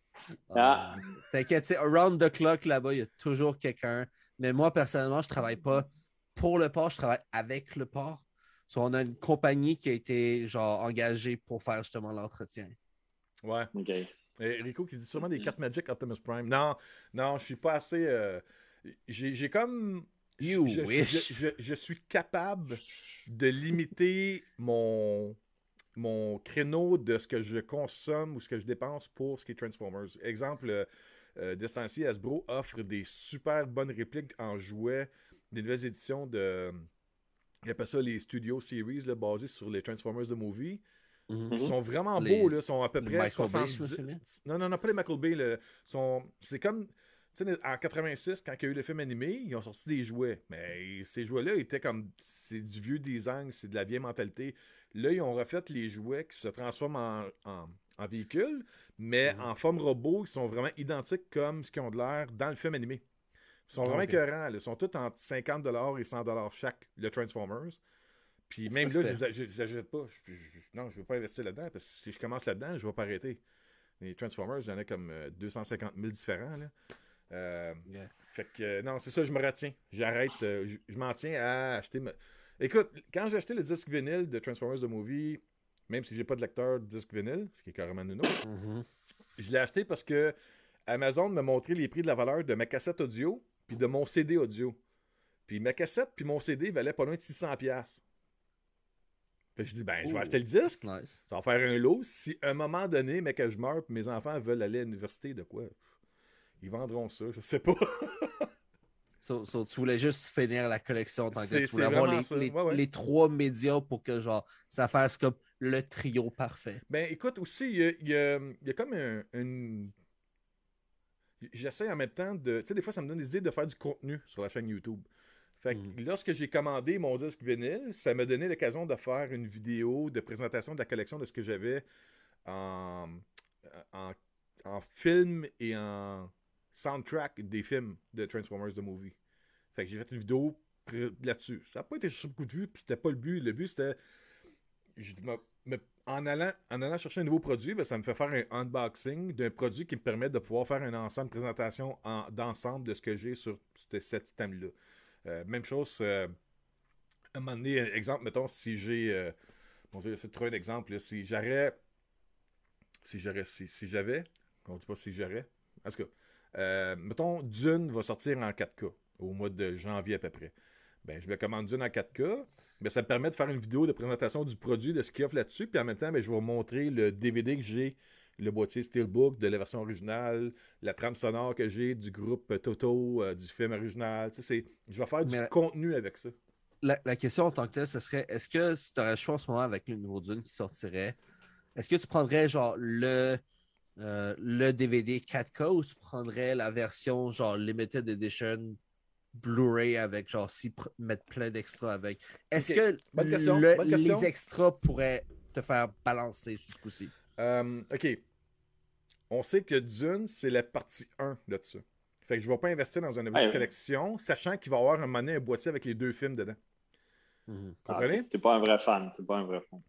Ah. Euh, T'inquiète, c'est around the clock là-bas, il y a toujours quelqu'un. Mais moi, personnellement, je travaille pas pour le port, je travaille avec le port. So, on a une compagnie qui a été genre engagée pour faire justement l'entretien. Ouais. OK. Et Rico qui dit sûrement des cartes Magic Optimus Prime. Non, non, je suis pas assez. euh, J'ai j'ai comme. You je, wish. Je, je- je suis capable de limiter mon, mon créneau de ce que je consomme ou ce que je dépense pour ce qui est Transformers. Exemple, euh, euh, de ce temps-ci, Hasbro offre des super bonnes répliques en jouets, des nouvelles éditions de. Ils appellent ça les Studio Series, là, basés sur les Transformers de movie. Mhm. Ils sont vraiment Les- beaux, là. Ils sont à peu les près Michael Bay, soixante-dix. je me souviens. Non, non, non, pas les Michael Bay. là. Sont... C'est comme. Tu sais, en quatre-vingt-six, quand il y a eu le film animé, ils ont sorti des jouets. Mais ces jouets-là étaient comme. C'est du vieux design, c'est de la vieille mentalité. Là, ils ont refait les jouets qui se transforment en, en, en véhicules, mais Mhm. en forme robot, qui sont vraiment identiques comme ce qu'ils ont de l'air dans le film animé. Ils sont vraiment Ok. écœurants. là. Ils sont tous entre cinquante dollars et cent dollars chaque, le Transformers. Puis C'est même pas là, je super. les, a- je les achète pas. Je- je- je- non, je veux pas investir là-dedans parce que si je commence là-dedans, je vais pas arrêter. Les Transformers, il y en a comme euh, deux cent cinquante mille différents. Là. Euh, Yeah. fait que euh, non, c'est ça, je me retiens. J'arrête. euh, je je m'en tiens à acheter. me- Écoute, quand j'ai acheté le disque vinyle de Transformers The Movie, même si j'ai pas de lecteur de disque vinyle, ce qui est carrément nounou, Mhm. je l'ai acheté parce que Amazon m'a montré les prix de la valeur de ma cassette audio puis de mon C D audio. Puis ma cassette puis mon C D valaient pas loin de six cents dollars. Puis je dis, ben, je vais Ouh, acheter le disque. that's nice. Ça va faire un lot. Si à un moment donné, mais que je meurs, puis mes enfants veulent aller à l'université, de quoi? Ils vendront ça, je sais pas. So, so, tu voulais juste finir la collection en tant que C'est- tel. Tu voulais c'est avoir vraiment les, ça. les, Ouais, ouais. les trois médias pour que genre ça fasse comme le trio parfait. Ben, écoute, aussi, il y a, il y a- il y a comme un, une... J'essaie en même temps de... Tu sais, des fois, ça me donne des idées de faire du contenu sur la chaîne YouTube. Fait que Mm. lorsque j'ai commandé mon disque vinyle, ça m'a donné l'occasion de faire une vidéo de présentation de la collection de ce que j'avais en, en, en film et en soundtrack des films de Transformers The Movie. Fait que j'ai fait une vidéo pr- là-dessus. Ça n'a pas été chercher beaucoup de vues, puis c'était pas le but. Le but, c'était... je me- me- en, allant, en allant chercher un nouveau produit, ben, ça me fait faire un unboxing d'un produit qui me permet de pouvoir faire un ensemble de présentation en- d'ensemble de ce que j'ai sur ce- cet item-là. Euh, même chose, euh, à un moment donné, exemple, mettons, si j'ai... Euh, bon, je vais essayer de trouver un exemple. Là, si j'aurais... Si j'aurais... Si, si j'avais... On dit pas si j'aurais. En tout cas, euh, mettons, Dune va sortir en quatre K au mois de janvier à peu près. Ben, je me commande Dune en quatre K. Ben, ça me permet de faire une vidéo de présentation du produit, de ce qu'il offre là-dessus. Puis en même temps, ben, je vais vous montrer le D V D que j'ai le boîtier Steelbook de la version originale, la trame sonore que j'ai du groupe Toto, euh, du film original. Tu sais, c'est, je vais faire du Mais contenu avec ça. la, la question en tant que telle, ce serait est-ce que si tu aurais le choix en ce moment avec le nouveau Dune qui sortirait, est-ce que tu prendrais genre le, euh, le D V D quatre K ou tu prendrais la version genre Limited Edition Blu-ray avec genre si pr- mettre plein d'extras avec? Est-ce Ok, que bonne question, le- bonne question. les extras pourraient te faire balancer sur ce coup-ci? Euh, ok, on sait que Dune, c'est la partie un de ça. Fait que je vais pas investir dans un objet Ouais, de ouais. collection, sachant qu'il va y avoir un moment donné un boîtier avec les deux films dedans. Mhm. Ah, Comprenez? ok. T'es pas un vrai fan. T'es pas un vrai fan.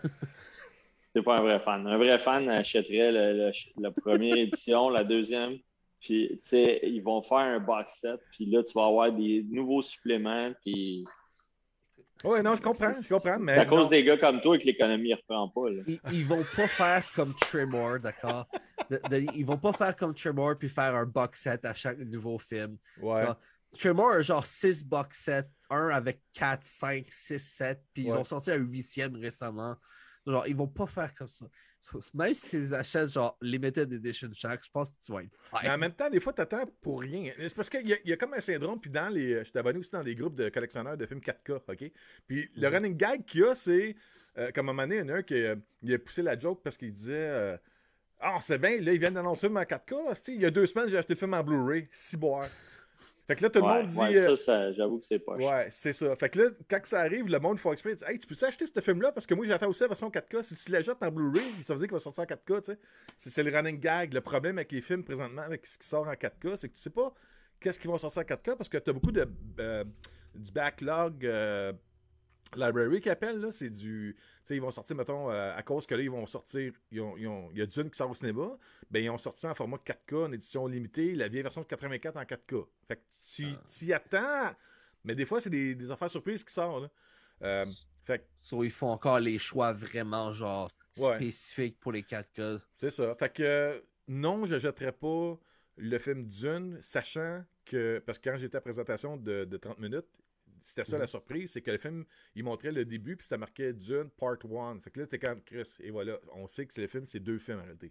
T'es pas un vrai fan. Un vrai fan achèterait le- le- la première édition, la deuxième. Puis, tu sais, ils vont faire un box set. Puis là, tu vas avoir des nouveaux suppléments. Puis, Ouais, non, je c'est comprends, je comprends, c'est à mais cause non. des gars comme toi que l'économie ne reprend pas. Là. Ils, ils vont pas faire comme Tremor, d'accord? De- de- ils vont pas faire comme Tremor puis faire un box set à chaque nouveau film. Ouais, Genre, Tremor a genre six box sets, un avec quatre, cinq, six, sept, puis ils Ouais. ont sorti un huitième récemment. Genre, ils vont pas faire comme ça. So, même si tu les achètes genre Limited Edition chaque, je pense que tu vas être mais en fine. même temps, des fois, t'attends pour rien. C'est parce qu'il y, a- il y a comme un syndrome, puis dans les. Je suis abonné aussi dans des groupes de collectionneurs de films quatre K, OK? Puis le Mhm. running gag qu'il y a, c'est. Euh, comme à un moment donné, il y en a un qui euh, il a poussé la joke parce qu'il disait. euh, Ah, c'est bien, là, ils viennent d'annoncer le film en quatre K. c'ti, Il y a deux semaines, j'ai acheté le film en Blu-ray. Si boire. Fait que là, tout le Ouais, monde dit. ouais, euh, ça, ça j'avoue que c'est poche. Ouais, c'est ça. Fait que là, quand ça arrive, le monde fait exprès. Il dit, hey, tu peux acheter ce film-là parce que moi, j'attends aussi la version quatre K. Si tu la jettes en Blu-ray, ça veut dire qu'il va sortir en quatre K, tu sais. C'est, c'est le running gag. Le problème avec les films présentement, avec ce qui sort en quatre K, c'est que tu sais pas qu'est-ce qui va sortir en quatre K parce que tu as beaucoup de euh, du backlog euh, library qu'ils appellent, là. C'est du. Tu sais, ils vont sortir, mettons, euh, à cause que là, ils vont sortir. Ils ont, ils ont- il y a Dune qui sort au cinéma. Ben, ils ont sorti en format quatre K, en édition limitée, la vieille version de quatre-vingt-quatre en quatre K. Fait que tu t'y attends. Mais des fois, c'est des, des affaires surprises qui sortent, là. Euh, fait que, So, ils font encore les choix vraiment genre ouais, spécifiques pour les quatre K. c'est ça. Fait que, euh, non, je jetterai pas le film Dune, sachant que. Parce que quand j'étais à la présentation de, de trente minutes, c'était ça Mhm. la surprise, c'est que le film, il montrait le début, puis ça marquait Dune Part un. Fait que là, t'es comme Chris. Et voilà, on sait que c'est le film, c'est deux films en réalité.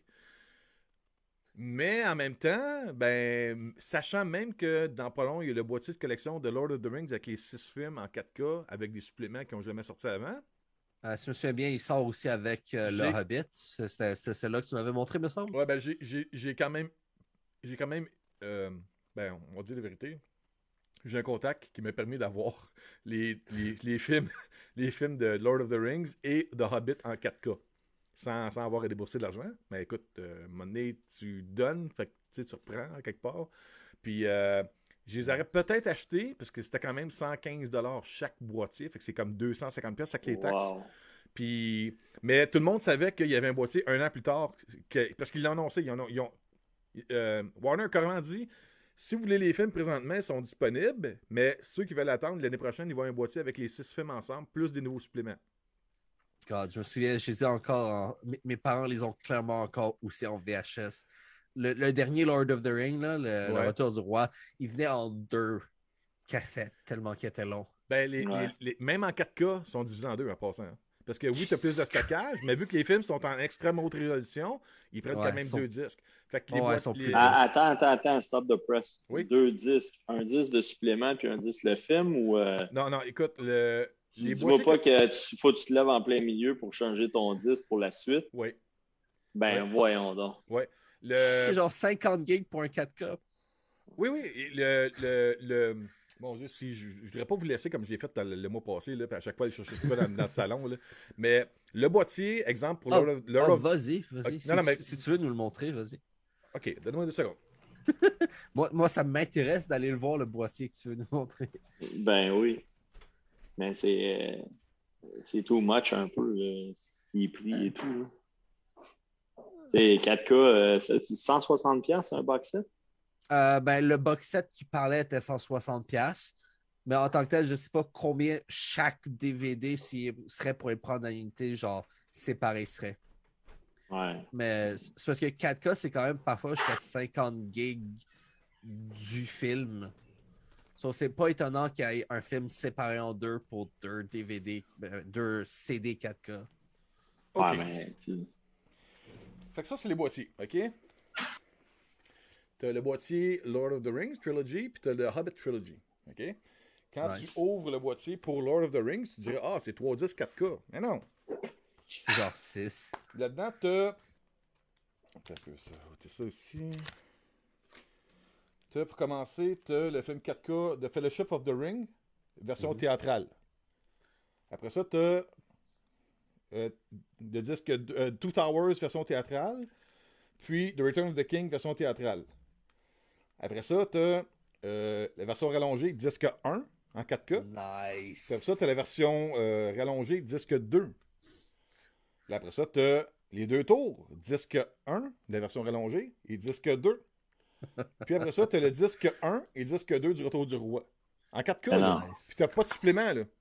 Mais en même temps, ben, sachant même que dans pas long, il y a le boîtier de collection de Lord of the Rings avec les six films en quatre K, avec des suppléments qui n'ont jamais sorti avant. Euh, si je me souviens bien, il sort aussi avec euh, le J'ai. Hobbit. C'était c'était celle-là que tu m'avais montré, me semble. Ouais, ben, j'ai, j'ai, j'ai quand même. J'ai quand même. euh, ben, on va dire la vérité. J'ai un contact qui m'a permis d'avoir les, les, les films, les films de Lord of the Rings et de Hobbit en quatre K. Sans, sans avoir à débourser de l'argent. Mais écoute, euh, monnaie, tu donnes, fait que tu sais, tu reprends quelque part. Puis euh, je les aurais peut-être achetés parce que c'était quand même cent quinze dollars chaque boîtier. Fait que c'est comme deux cent cinquante pièces avec les taxes. Wow. Puis, mais tout le monde savait qu'il y avait un boîtier un an plus tard. Que, parce qu'ils l'ont annoncé. Ils ont, ils ont, euh, Warner a carrément dit si vous voulez les films présentement, ils sont disponibles. Mais ceux qui veulent attendre, l'année prochaine, ils vont avoir un boîtier avec les six films ensemble, plus des nouveaux suppléments. God, je me souviens, je les ai encore en- mes, mes parents les ont clairement encore aussi en V H S. Le, le dernier Lord of the Ring, là, le, le Ouais. Retour du Roi, il venait en deux cassettes tellement qu'il était long. Ben, les, Ouais. les- les- même en quatre K, sont divisés en deux en passant. hein. Parce que oui, tu as plus de stockage, mais vu que les films sont en extrême haute résolution, ils prennent Ouais, quand même sont- deux disques. Fait que les Ouais, boîtes- ils sont les- plus- Ah, attends, attends, attends, stop the press. Oui. Deux disques. Un disque de supplément puis un disque le film ou. euh, Non, non, écoute, le... les Dis-moi boîtiers... pas que tu, faut que tu te lèves en plein milieu pour changer ton disque pour la suite. Oui, Ben, Ouais. voyons donc. oui. Le... C'est genre cinquante gigs pour un quatre K. Oui, oui, et le... le, le... Bon Dieu, si je ne voudrais pas vous laisser comme j'ai fait dans le, le mois passé, là, puis à chaque fois aller chercher tout dans, dans le salon. Là. Mais le boîtier, exemple, pour Ah, Lord of... Lord ah, of- vas-y, vas-y. Ok, Si, non, non, tu- mais- si tu veux nous le montrer, vas-y. OK, donne-moi deux secondes. Moi, moi ça m'intéresse d'aller le voir, le boîtier que tu veux nous montrer. Ben oui. Mais c'est. euh, c'est too much un peu, là. Les prix et tout. là. Tu sais, quatre K, euh, c'est c'est cent soixante pièces un box set? Euh, ben, le box set qui parlait était cent soixante pièces. Mais en tant que tel, je ne sais pas combien chaque D V D s'il serait pour les prendre en unité, genre séparé serait. Ouais. Mais c'est parce que quatre K, c'est quand même parfois jusqu'à cinquante gigs du film. So, c'est pas étonnant qu'il y ait un film séparé en deux pour deux D V D, ben, deux C D quatre K. OK. Ouais, mais tu Fait que ça, c'est les boîtiers, OK? T'as le boîtier Lord of the Rings Trilogy, puis t'as le Hobbit Trilogy, OK? Quand Nice. tu ouvres le boîtier pour Lord of the Rings, tu dirais, ah, c'est trois disques quatre K. Mais non. C'est genre six. Là-dedans, t'as... Attends un peu, ça. T'as ça ici. T'as, pour commencer, t'as le film quatre K de Fellowship of the Ring, version mm-hmm. théâtrale. Après ça, t'as euh, le disque euh, Two Towers, version théâtrale, puis The Return of the King, version théâtrale. Après ça, t'as euh, la version rallongée, disque un, en quatre K. Nice. Après ça, t'as la version euh, rallongée, disque deux. Puis après ça, t'as les deux tours, disque un, la version rallongée, et disque deux. Puis après ça, t'as le disque un et disque deux du Retour du Roi. En quatre K, là. Puis t'as pas de supplément, là.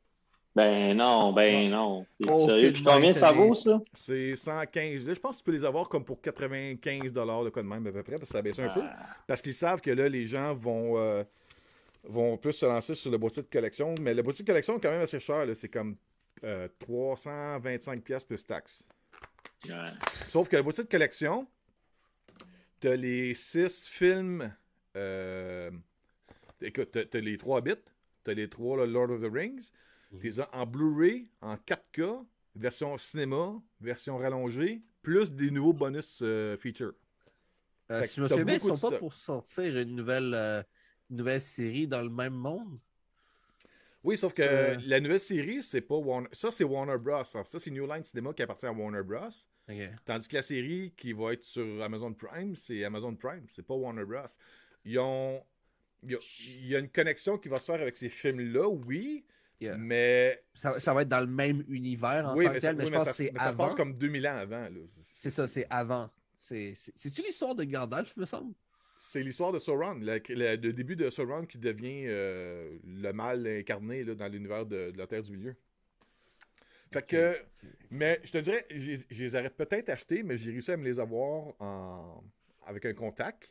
Ben non, ben non. T'es oh, sérieux? Puis combien ça vaut, ça? C'est cent quinze. Là, je pense que tu peux les avoir comme pour quatre-vingt-quinze dollars de quoi de même, à peu près, parce que ça baisse un ah. peu. Parce qu'ils savent que là, les gens vont, euh, vont plus se lancer sur le boîtier de collection. Mais le boîtier de collection est quand même assez cher, là. C'est comme euh, trois cent vingt-cinq dollars plus taxes. Ouais. Sauf que le boîtier de collection... T'as les six films. Euh, écoute, t'as, t'as les trois bits. T'as les trois là, Lord of the Rings. Mm-hmm. T'es en Blu-ray, en quatre K, version cinéma, version rallongée, plus des nouveaux bonus euh, features. Euh, si je me souviens bien, ils sont pas pour sortir une nouvelle, euh, une nouvelle série dans le même monde. Oui, sauf que ça... la nouvelle série, c'est pas Warner. Ça, c'est Warner Bros. Alors, ça, c'est New Line Cinema qui appartient à Warner Bros. Okay. Tandis que la série qui va être sur Amazon Prime, c'est Amazon Prime, c'est pas Warner Bros. Ils ont. Il y, a, il y a une connexion qui va se faire avec ces films-là, oui, yeah. mais. Ça, ça va être dans le même univers en oui, tant que tel, mais, oui, je mais pense ça, que c'est mais avant. Ça se passe comme deux mille ans avant. Là. C'est ça, c'est avant. C'est, c'est, c'est-tu l'histoire de Gandalf, me semble? C'est l'histoire de Sauron, le, le, le début de Sauron qui devient euh, le mal incarné là, dans l'univers de, de la Terre du Milieu. Fait okay. que, mais je te dirais, je les aurais peut-être achetés, mais j'ai réussi à me les avoir en, avec un contact.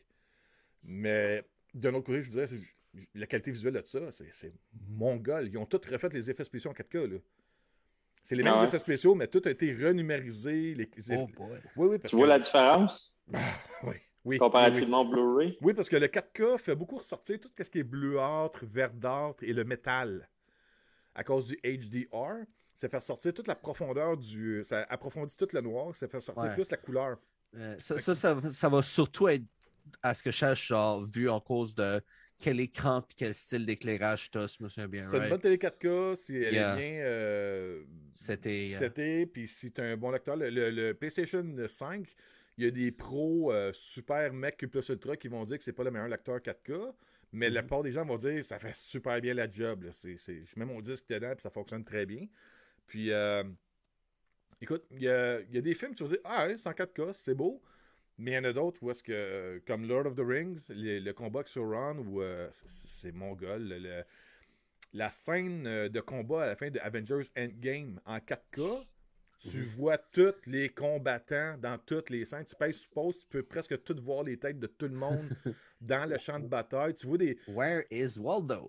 Mais d'un autre côté, je vous dirais, c'est, la qualité visuelle de ça, c'est, c'est mongol. Ils ont tous refait les effets spéciaux en quatre K. Là. C'est les mêmes ah. effets spéciaux, mais tout a été renumérisé. Les, les... Oh boy. Oui, oui, parce tu que... vois la différence? Ah, oui. Oui, comparativement oui, oui. au Blu-ray? Oui, parce que le quatre K fait beaucoup ressortir tout ce qui est bleuâtre, verdâtre et le métal. À cause du H D R, ça fait sortir toute la profondeur du... Ça approfondit tout le noir, ça fait sortir ouais. plus la couleur. Euh, ça, ça, ça, ça va surtout être, à ce que je cherche, genre, vu en cause de quel écran et quel style d'éclairage tu as, si je me souviens bien. C'est right? une bonne télé quatre K, si elle yeah. est bien... Euh, C'était... Yeah. C'était, puis si tu as un bon lecteur, le, le, le PlayStation cinq... Il y a des pros euh, super mecs plus ultra qui vont dire que c'est pas le meilleur lecteur quatre K, mais mm-hmm. la plupart des gens vont dire que ça fait super bien la job. C'est, c'est... Je mets mon disque dedans et ça fonctionne très bien. Puis, euh... écoute, il y a, y a des films qui vont dire ah, ouais, c'est en quatre K, c'est beau, mais il y en a d'autres où est-ce que, comme Lord of the Rings, le, le combat avec Sauron, où euh, c'est, c'est mongol. Le, le... La scène de combat à la fin de Avengers Endgame en quatre K. Tu vois tous les combattants dans toutes les scènes. Tu pèses sur pause, tu peux presque tout voir les têtes de tout le monde dans le champ de bataille. Tu vois des... Where is Waldo?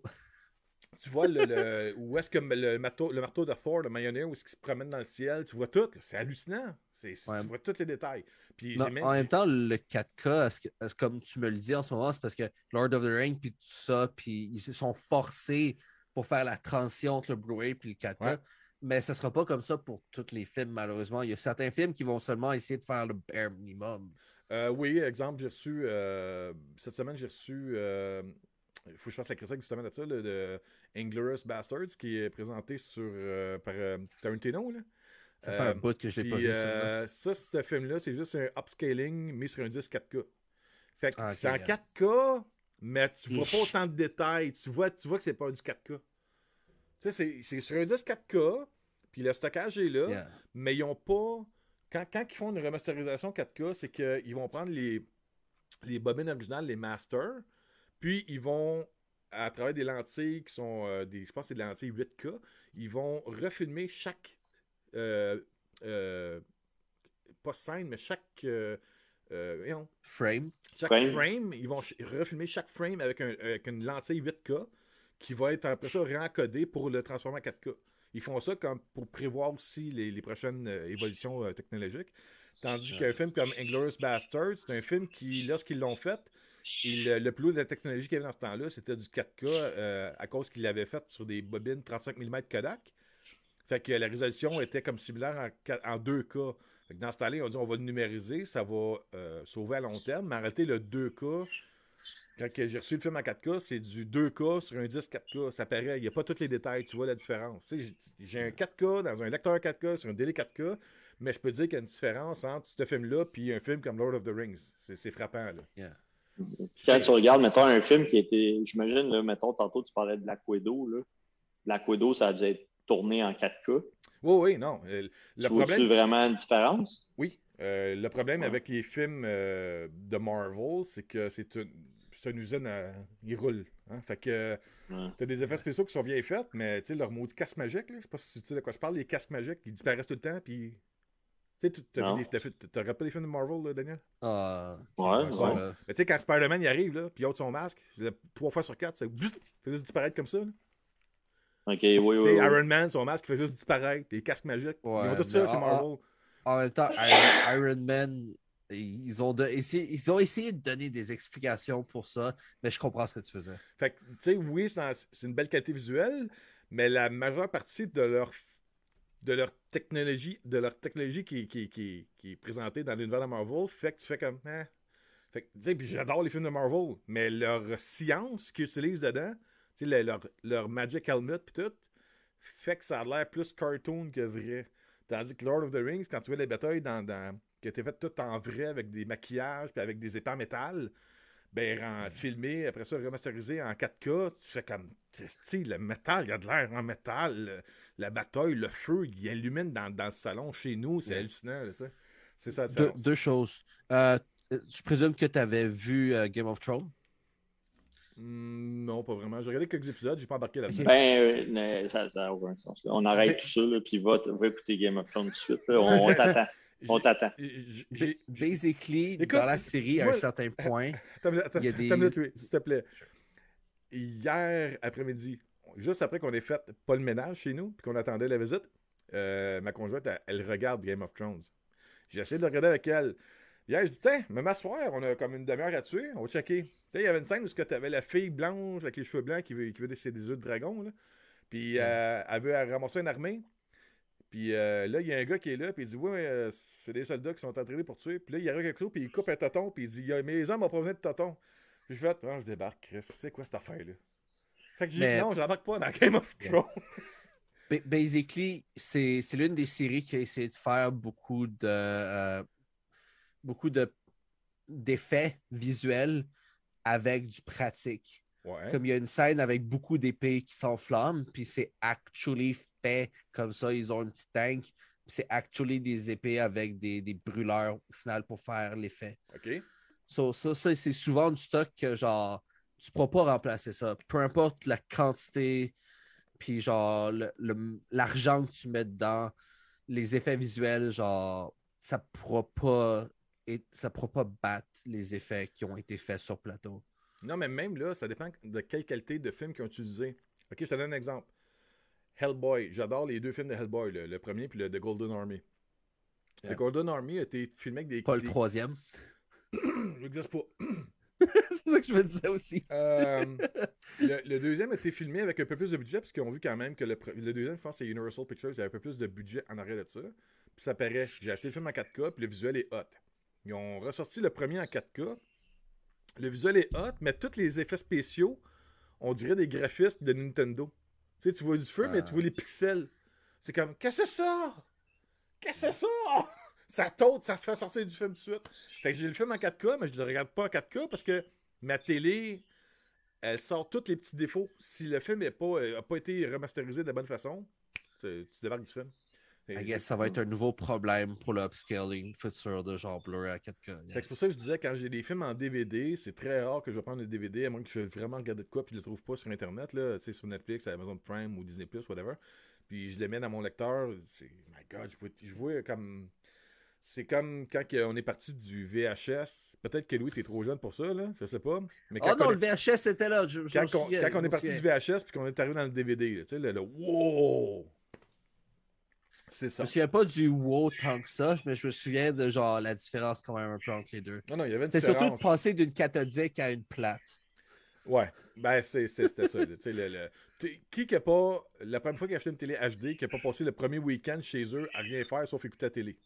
Tu vois le, le... où est-ce que le marteau, le marteau de Thor, le Mjolnir, où est-ce qu'il se promène dans le ciel. Tu vois tout. C'est hallucinant. C'est, c'est, ouais. Tu vois tous les détails. Puis non, j'ai même... En même temps, le quatre K, est-ce que, est-ce, comme tu me le dis en ce moment, c'est parce que Lord of the Rings puis tout ça, puis ils se sont forcés pour faire la transition entre le Blu-ray puis le quatre K. Ouais. Mais ce ne sera pas comme ça pour tous les films, malheureusement. Il y a certains films qui vont seulement essayer de faire le bare minimum. Euh, oui, exemple, j'ai reçu... Euh, cette semaine, j'ai reçu... Euh, il faut que je fasse la critique justement de ça, là, de Inglourious Basterds, qui est présenté sur, euh, par euh, Tarantino. Là. Ça fait euh, un bout que je l'ai pas vu. Euh, ça, ce film-là, c'est juste un upscaling mis sur un disque quatre K. Fait que ah, okay, c'est en quatre K, mais tu vois pas autant de détails. Tu vois, tu vois que c'est pas du quatre K. Tu sais, c'est, c'est sur un disque quatre K, puis le stockage est là, yeah. mais ils n'ont pas... Quand, quand ils font une remasterisation quatre K, c'est qu'ils vont prendre les, les bobines originales, les masters, puis ils vont, à travers des lentilles qui sont, euh, des, je pense que c'est des lentilles huit K, ils vont refilmer chaque... Euh, euh, pas scène, mais chaque... Euh, euh, frame. Chaque frame. frame, ils vont refilmer chaque frame avec, un, avec une lentille huit K, qui va être après ça réencodé pour le transformer en quatre K. Ils font ça comme pour prévoir aussi les, les prochaines euh, évolutions euh, technologiques. Tandis qu'un film comme Inglourious Basterds, c'est un film qui, lorsqu'ils l'ont fait, il, le plus haut de la technologie qu'il y avait dans ce temps-là, c'était du quatre K euh, à cause qu'il l'avait fait sur des bobines trente-cinq millimètres Kodak. Fait que la résolution était comme similaire en, en deux K. Fait que dans ce temps-là, ils ont dit on va le numériser, ça va euh, sauver à long terme, mais arrêter le deux K. Quand j'ai reçu le film en quatre K, c'est du deux K sur un disque quatre K. Ça paraît, il n'y a pas tous les détails, tu vois la différence. Tu sais, j'ai un quatre K dans un lecteur quatre K sur un délai quatre K, mais je peux te dire qu'il y a une différence entre ce film-là et un film comme Lord of the Rings. C'est frappant, là. Yeah. Quand tu regardes, mettons, un film qui était, j'imagine, là, mettons, tantôt, tu parlais de Black Widow, là. Black Widow, ça a dû être tourné en quatre K. Oui, oui, non. Le tu problème... vois-tu vraiment une différence? Oui. Euh, le problème ouais. avec les films euh, de Marvel, c'est que c'est une, une usine à... Ils roulent. Hein? Fait que ouais. t'as des effets spéciaux qui sont bien faits, mais tu sais, leur maudit casque magique, là, je sais pas si tu sais de quoi je parle, les casques magiques, ils disparaissent tout le temps, puis... Tu sais, t'as rappelé des films de Marvel, là, Daniel? Ah, uh, ouais, ouais. ouais. Mais tu sais, quand Spider-Man il arrive, là, puis il ôte son masque, trois fois sur quatre, ça fait juste disparaître comme ça, là. Ok, oui, oui, oui. Iron Man, son masque, il fait juste disparaître, les casques magiques. Ouais, ils ont tout ça chez en, Marvel. En même temps, Iron, Iron Man, ils ont, de, essayé, ils ont essayé de donner des explications pour ça, mais je comprends ce que tu faisais. Fait que, tu sais, oui, c'est une belle qualité visuelle, mais la majeure partie de leur de leur technologie, de leur technologie qui, qui, qui, qui est présentée dans l'univers de Marvel, fait que tu fais comme, hein. Fait que, tu sais, puis j'adore les films de Marvel, mais leur science qu'ils utilisent dedans, tu sais, leur, leur Magic Helmet pis tout, fait que ça a l'air plus cartoon que vrai. Tandis que Lord of the Rings, quand tu vois les batailles dans, dans, qui étaient faites toutes en vrai avec des maquillages puis avec des épées en métal, ben, en, filmé, après ça, remasterisé en quatre K, tu fais comme, tu sais, le métal, il y a de l'air en métal, le, la bataille, le feu, il illumine dans, dans le salon chez nous, c'est ouais. hallucinant, tu sais. C'est ça. De, deux choses. Euh, je présume que tu avais vu uh, Game of Thrones? Mm, non, pas vraiment. J'ai regardé quelques épisodes, j'ai pas embarqué là-dedans. Ben, euh, ça n'a aucun sens. Là. On arrête ben, tout ça, là, puis va, va écouter Game of Thrones tout de suite. Là. On, on t'attend. On t'attend. Basically, Écoute, dans la série, moi, à un certain point, attends, attends, il y a des... Attends, s'il te plaît. Hier après-midi, juste après qu'on ait fait pas le ménage chez nous, puis qu'on attendait la visite, euh, ma conjointe, elle, elle regarde Game of Thrones. J'ai essayé de le regarder avec elle. Hier, je dis, tiens, me m'asseoir, on a comme une demi-heure à tuer, on va checker. Il y avait une scène où tu avais la fille blanche avec les cheveux blancs qui veut, qui veut des, des œufs de dragon, là. Puis euh, elle veut ramasser une armée. Puis euh, là, il y a un gars qui est là, puis il dit, ouais, euh, c'est des soldats qui sont entraînés pour tuer. Puis là, il arrive avec un couteau, puis il coupe un toton, puis il dit, mes hommes ont pas besoin de toton. Puis je fais, oh, je débarque, Chris, c'est quoi cette affaire-là? Fait que j'ai dit, non, je n'embarque pas dans Game of Thrones. Yeah. Basically, c'est l'une des séries qui a essayé de faire beaucoup de euh, beaucoup de d'effets visuels avec du pratique. Ouais. Comme il y a une scène avec beaucoup d'épées qui s'enflamment, puis c'est actually fait comme ça. Ils ont un petit tank, puis c'est actually des épées avec des, des brûleurs au final pour faire l'effet. OK. So, ça, ça c'est souvent du stock que genre, tu ne pourras pas remplacer ça. Peu importe la quantité, puis genre l'argent le, le, que tu mets dedans, les effets visuels, genre, ça ne pourra pas. Et ça ne pourra pas battre les effets qui ont été faits sur plateau. Non, mais même là, ça dépend de quelle qualité de film qu'ils ont utilisé. Ok, je te donne un exemple. Hellboy, j'adore les deux films de Hellboy, le, le premier puis le The Golden Army. Yeah. The Golden Army a été filmé avec des... Pas des... le troisième. Je n'existe pas. C'est ça que je me disais aussi. euh, le, le deuxième a été filmé avec un peu plus de budget, parce qu'ils ont vu quand même que le, le deuxième, je pense, c'est Universal Pictures, il y avait un peu plus de budget en arrière de ça. Puis ça paraît. J'ai acheté le film en quatre K, puis le visuel est hot. Ils ont ressorti le premier en quatre K. Le visuel est hot, mais tous les effets spéciaux, on dirait des graphistes de Nintendo. Tu sais, tu vois du feu, ah. mais tu vois les pixels. C'est comme, qu'est-ce que c'est ça? Qu'est-ce que c'est ça? Ça taute, ça se fait sortir du film tout de suite. Fait que j'ai le film en quatre K, mais je le regarde pas en quatre K parce que ma télé, elle sort tous les petits défauts. Si le film n'a pas, euh, pas été remasterisé de la bonne façon, tu, tu débarques du film. I guess ça va être un nouveau problème pour le upscaling futur de genre Blu-ray à quatre K. Yeah. C'est pour ça que je disais, quand j'ai des films en D V D, c'est très rare que je vais prendre le D V D, à moins que je vais vraiment regarder de quoi puis je le trouve pas sur Internet, là, sur Netflix, Amazon Prime ou Disney plus, whatever. Puis je les mets dans mon lecteur. C'est, my God, je vois, je vois comme... c'est comme quand on est parti du V H S. Peut-être que Louis, t'es trop jeune pour ça, là. Je sais pas. Mais oh non, on le V H S c'était là. Je, quand, je on, souviens, quand on est parti du V H S puis qu'on est arrivé dans le D V D, tu sais, le, le wow! C'est ça. Je me souviens pas du wow tant que ça, mais je me souviens de genre la différence quand même un peu entre les deux. Non, non, il y avait une c'est différence. surtout de passer d'une cathodique à une plate. Ouais, ben c'est, c'est, c'était ça. Le, le, qui n'a pas, la première fois qu'il a acheté une télé H D, qui n'a pas passé le premier week-end chez eux à rien faire sauf écouter la télé?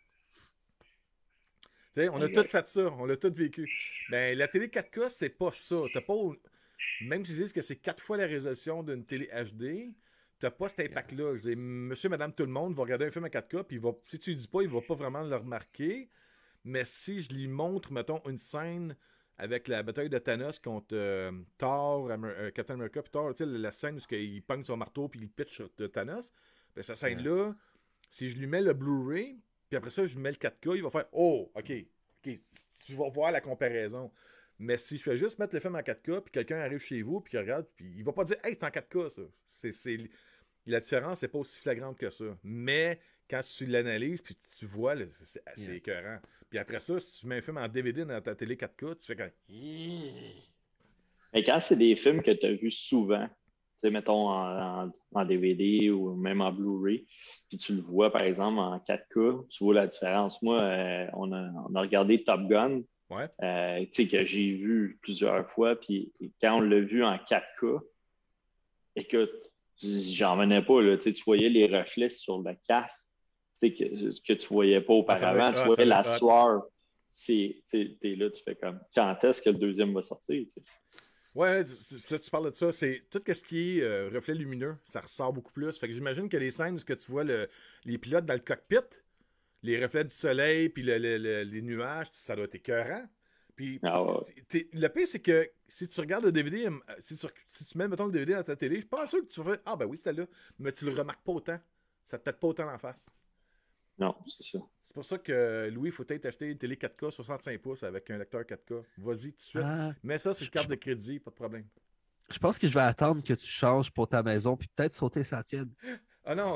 T'sais, on a okay. tout fait ça, on l'a tout vécu. Ben, la télé quatre K, c'est pas ça. T'as pas, même s'ils disent que c'est quatre fois la résolution d'une télé H D, t'as pas cet impact-là. Je dis, monsieur, madame, tout le monde va regarder un film à quatre K, puis il va, si tu lui dis pas, il va pas vraiment le remarquer. Mais si je lui montre, mettons, une scène avec la bataille de Thanos contre euh, Thor, euh, Captain America, puis Thor, la scène où il pogne son marteau puis il pitch de Thanos, ben, cette scène-là, ouais. si je lui mets le Blu-ray, puis après ça, je lui mets le quatre K, il va faire « Oh, OK, OK, tu vas voir la comparaison. » Mais si je fais juste mettre le film en quatre K, puis quelqu'un arrive chez vous, puis qu'il regarde, puis il va pas dire « Hey, c'est en quatre K, ça. » C'est, c'est... La différence n'est pas aussi flagrante que ça. Mais quand tu l'analyses, puis tu vois, là, c'est assez yeah. écœurant. Puis après ça, si tu mets un film en D V D dans ta télé quatre K, tu fais comme... Mais quand c'est des films que tu as vus souvent, tu sais, mettons en, en, en D V D ou même en Blu-ray, puis tu le vois, par exemple, en quatre K, tu vois la différence. Moi, euh, on, a, on a regardé Top Gun, ouais. euh, tu sais, que j'ai vu plusieurs fois, puis quand on l'a vu en quatre K, écoute, j'en venais pas, là, tu voyais les reflets sur le casque, que, que tu voyais pas auparavant, ah, tu voyais la hot. Sueur. C'est, t'es là, tu fais comme, quand est-ce que le deuxième va sortir? T'sais? Ouais, ça, tu parles de ça, c'est tout ce qui est euh, reflet lumineux, ça ressort beaucoup plus. Fait que j'imagine que les scènes où que tu vois le, les pilotes dans le cockpit, les reflets du soleil, puis le, le, le, les nuages, ça doit être écœurant. Puis, ah ouais. le pire, c'est que si tu regardes le D V D, si tu, si tu mets, mettons, le D V D dans ta télé, je suis pas sûr que tu vas faire « Ah, ben oui, c'était là », mais tu le remarques pas autant. Ça te pète pas autant en face. Non, c'est ça. C'est pour ça que, Louis, il faut peut-être acheter une télé quatre K soixante-cinq pouces avec un lecteur quatre K. Vas-y, tout de suite. Ah, mets ça sur une carte je... de crédit, pas de problème. Je pense que je vais attendre que tu changes pour ta maison, puis peut-être sauter sa tienne. Ah non!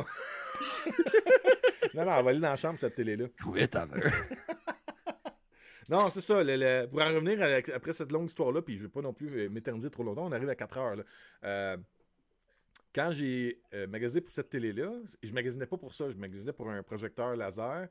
non, non, on va aller dans la chambre, cette télé-là. Oui, t'en veux. Non, c'est ça. Le, le, pour en revenir à, après cette longue histoire-là, puis je ne vais pas non plus m'éterniser trop longtemps, on arrive à quatre heures. Là. Euh, quand j'ai euh, magasiné pour cette télé-là, je magasinais pas pour ça, je magasinais pour un projecteur laser.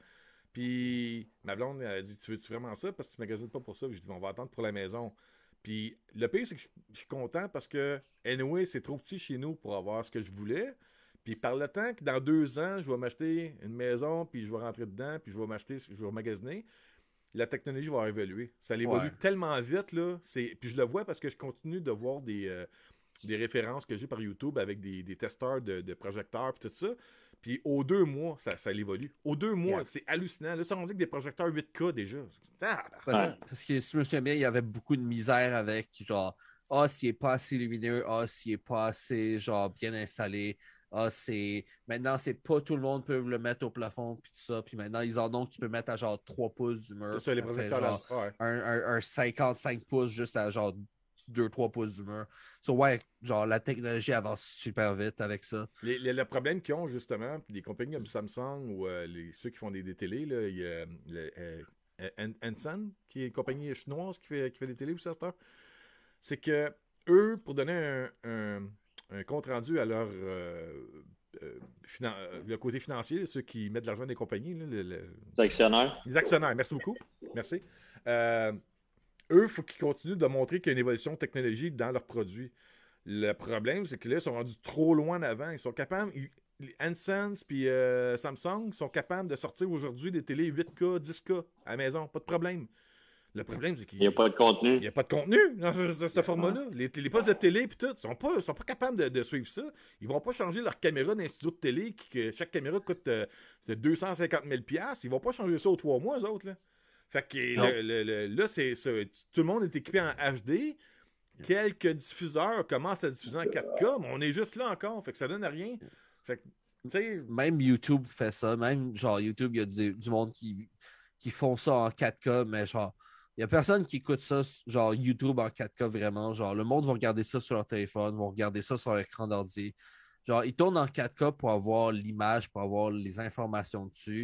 Puis ma blonde a dit « Tu veux-tu vraiment ça? » Parce que tu magasines pas pour ça. Puis je dis « On va attendre pour la maison. » Puis le pire, c'est que je, je suis content parce que, anyway, c'est trop petit chez nous pour avoir ce que je voulais. Puis par le temps que dans deux ans, je vais m'acheter une maison, puis je vais rentrer dedans, puis je vais m'acheter, je vais magasiner, la technologie va évoluer. Ça évolue ouais. tellement vite, là. C'est... Puis je le vois parce que je continue de voir des, euh, des références que j'ai par YouTube avec des, des testeurs de, de projecteurs et tout ça. Puis aux deux mois, ça, ça évolue. Aux deux mois, yeah. c'est hallucinant. Là, ça, on dit que des projecteurs huit K déjà. Ah, parce, ouais. parce que si je me souviens bien, il y avait beaucoup de misère avec genre ah, oh, s'il n'est pas assez lumineux, ah, oh, s'il n'est pas assez genre bien installé. Ah, c'est. Maintenant, c'est pas tout le monde peut le mettre au plafond, puis tout ça. Puis maintenant, ils en ont que tu peux mettre à genre trois pouces du mur. C'est ça, les ça projecteurs fait genre ouais. un, un, un cinquante-cinq pouces juste à genre deux trois pouces du mur. So, ouais, genre, la technologie avance super vite avec ça. Les, les, le problème qu'ils ont, justement, puis les compagnies comme Samsung ou euh, les, ceux qui font des, des télés, là, il y a le, euh, Henson, qui est une compagnie chinoise qui fait, qui fait des télés aussi à cette heure, c'est que eux, pour donner un. un un compte rendu à leur euh, euh, finan- le côté financier, ceux qui mettent de l'argent dans les compagnies. Là, le, le... Les actionnaires. Les actionnaires, merci beaucoup. Merci. Euh, eux, il faut qu'ils continuent de montrer qu'il y a une évolution technologique dans leurs produits. Le problème, c'est que là, ils sont rendus trop loin en avant. Ils sont capables... Ils, les Hisense puis euh, Samsung sont capables de sortir aujourd'hui des télés huit K, dix K à la maison. Pas de problème. Le problème, c'est qu'il n'y a pas de contenu. Il n'y a pas de contenu dans ce, ce, ce format-là. Les, les postes de télé et tout, ils ne sont pas, sont pas capables de, de suivre ça. Ils ne vont pas changer leur caméra d'un studio de télé, qui, que chaque caméra coûte euh, deux cent cinquante mille dollars. Ils ne vont pas changer ça aux trois mois, eux autres. Là, fait que le, le, le, là, c'est ça. Tout le monde est équipé en H D. Quelques diffuseurs commencent à diffuser en quatre K, mais on est juste là encore. Fait que ça donne à rien. Fait que, t'sais... Même YouTube fait ça. Même, genre, YouTube, il y a du, du monde qui, qui font ça en quatre K, mais genre, il n'y a personne qui écoute ça, genre YouTube en quatre K vraiment. Genre, le monde va regarder ça sur leur téléphone, vont regarder ça sur leur écran d'ordi. Genre, ils tournent en quatre K pour avoir l'image, pour avoir les informations dessus.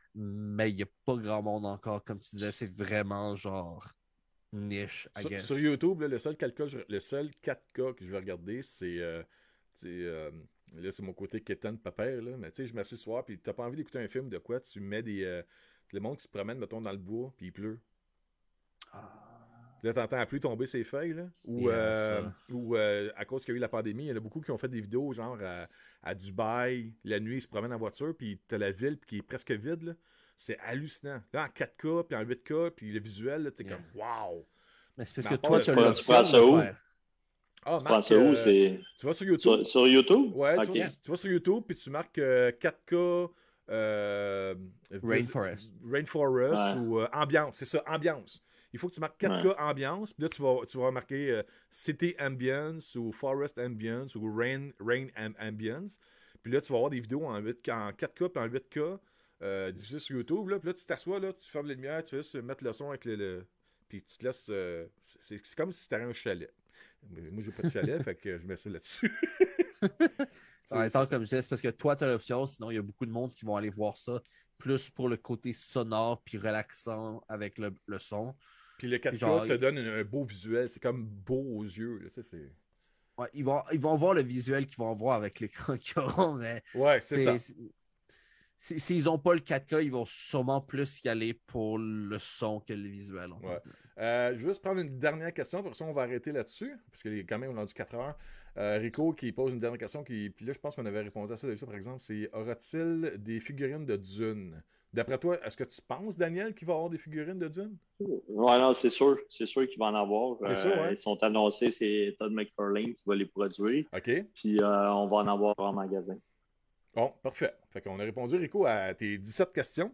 mais il n'y a pas grand monde encore. Comme tu disais, c'est vraiment genre niche, I Sur, guess. sur YouTube, là, le seul quatre K, je- le seul quatre K que je vais regarder, c'est. Euh, tu sais, euh, là, c'est mon côté quétaine papère, là. Mais tu sais, je m'assieds ce soir, puis t'as pas envie d'écouter un film de quoi, tu mets des. Euh, le monde qui se promène, mettons, dans le bois, puis il pleut. Ah, Là, t'entends la pluie tomber ses feuilles, là. Ou, yeah, euh, ça. ou euh, à cause qu'il y a eu la pandémie, il y en a beaucoup qui ont fait des vidéos, genre à, à Dubaï, la nuit, ils se promènent en voiture, puis t'as la ville qui est presque vide, là. C'est hallucinant. Là, en quatre K, puis en huit K, puis le visuel, là, t'es Yeah. comme, wow! Mais c'est parce Mais que à part toi, de tu as ça- Tu prends l'option ça de où? le faire. Ah, Tu prends Marc, ça où? euh, C'est tu vas sur YouTube. sur, sur YouTube? Ouais, tu, Ok. vas, tu vas sur YouTube, puis tu marques euh, quatre K euh, vis- Rainforest. Rainforest Ouais. ou euh, ambiance. C'est ça, ambiance. Il faut que tu marques quatre K Ouais. ambiance, puis là, tu vas, tu vas marquer euh, City Ambience ou Forest Ambience ou Rain, Rain Am- Ambience. Puis là, tu vas avoir des vidéos en, huit K en quatre K puis en huit K euh, diffusées sur YouTube. Là. Puis là, tu t'assois, là, tu fermes les lumières, tu vas juste mettre le son avec le. le- puis tu te laisses. euh, c'est c'est comme si c'était un chalet. Mais moi, j'ai pas de chalet, fait que je mets ça là-dessus. En C'est- même temps, c'est- comme je disais, c'est parce que toi, tu as l'option, sinon il y a beaucoup de monde qui vont aller voir ça plus pour le côté sonore puis relaxant avec le, le son. Puis le quatre Puis K genre, te donne un, un beau visuel. C'est comme beau aux yeux. Là, tu sais, c'est... ouais, ils, vont, ils vont voir le visuel qu'ils vont voir avec l'écran qu'ils auront, mais Ouais, c'est ça. c'est, c'est- s'ils n'ont pas le quatre K, ils vont sûrement plus y aller pour le son que le visuel. En Ouais. fait. Euh, je vais juste prendre une dernière question, pour ça on va arrêter là-dessus, parce qu'il est quand même rendu quatre heures. Euh, Rico qui pose une dernière question, qui... puis là je pense qu'on avait répondu à ça déjà, par exemple, c'est aura-t-il des figurines de Dune? D'après toi, est-ce que tu penses, Daniel, qu'il va y avoir des figurines de Dune? Ouais, non, c'est sûr. C'est sûr qu'il va en avoir. C'est Euh, sûr, ouais. Ils sont annoncés, c'est Todd McFarlane qui va les produire. OK. Puis euh, on va en avoir en magasin. Bon, parfait. Fait qu'on a répondu, Rico, à tes dix-sept questions.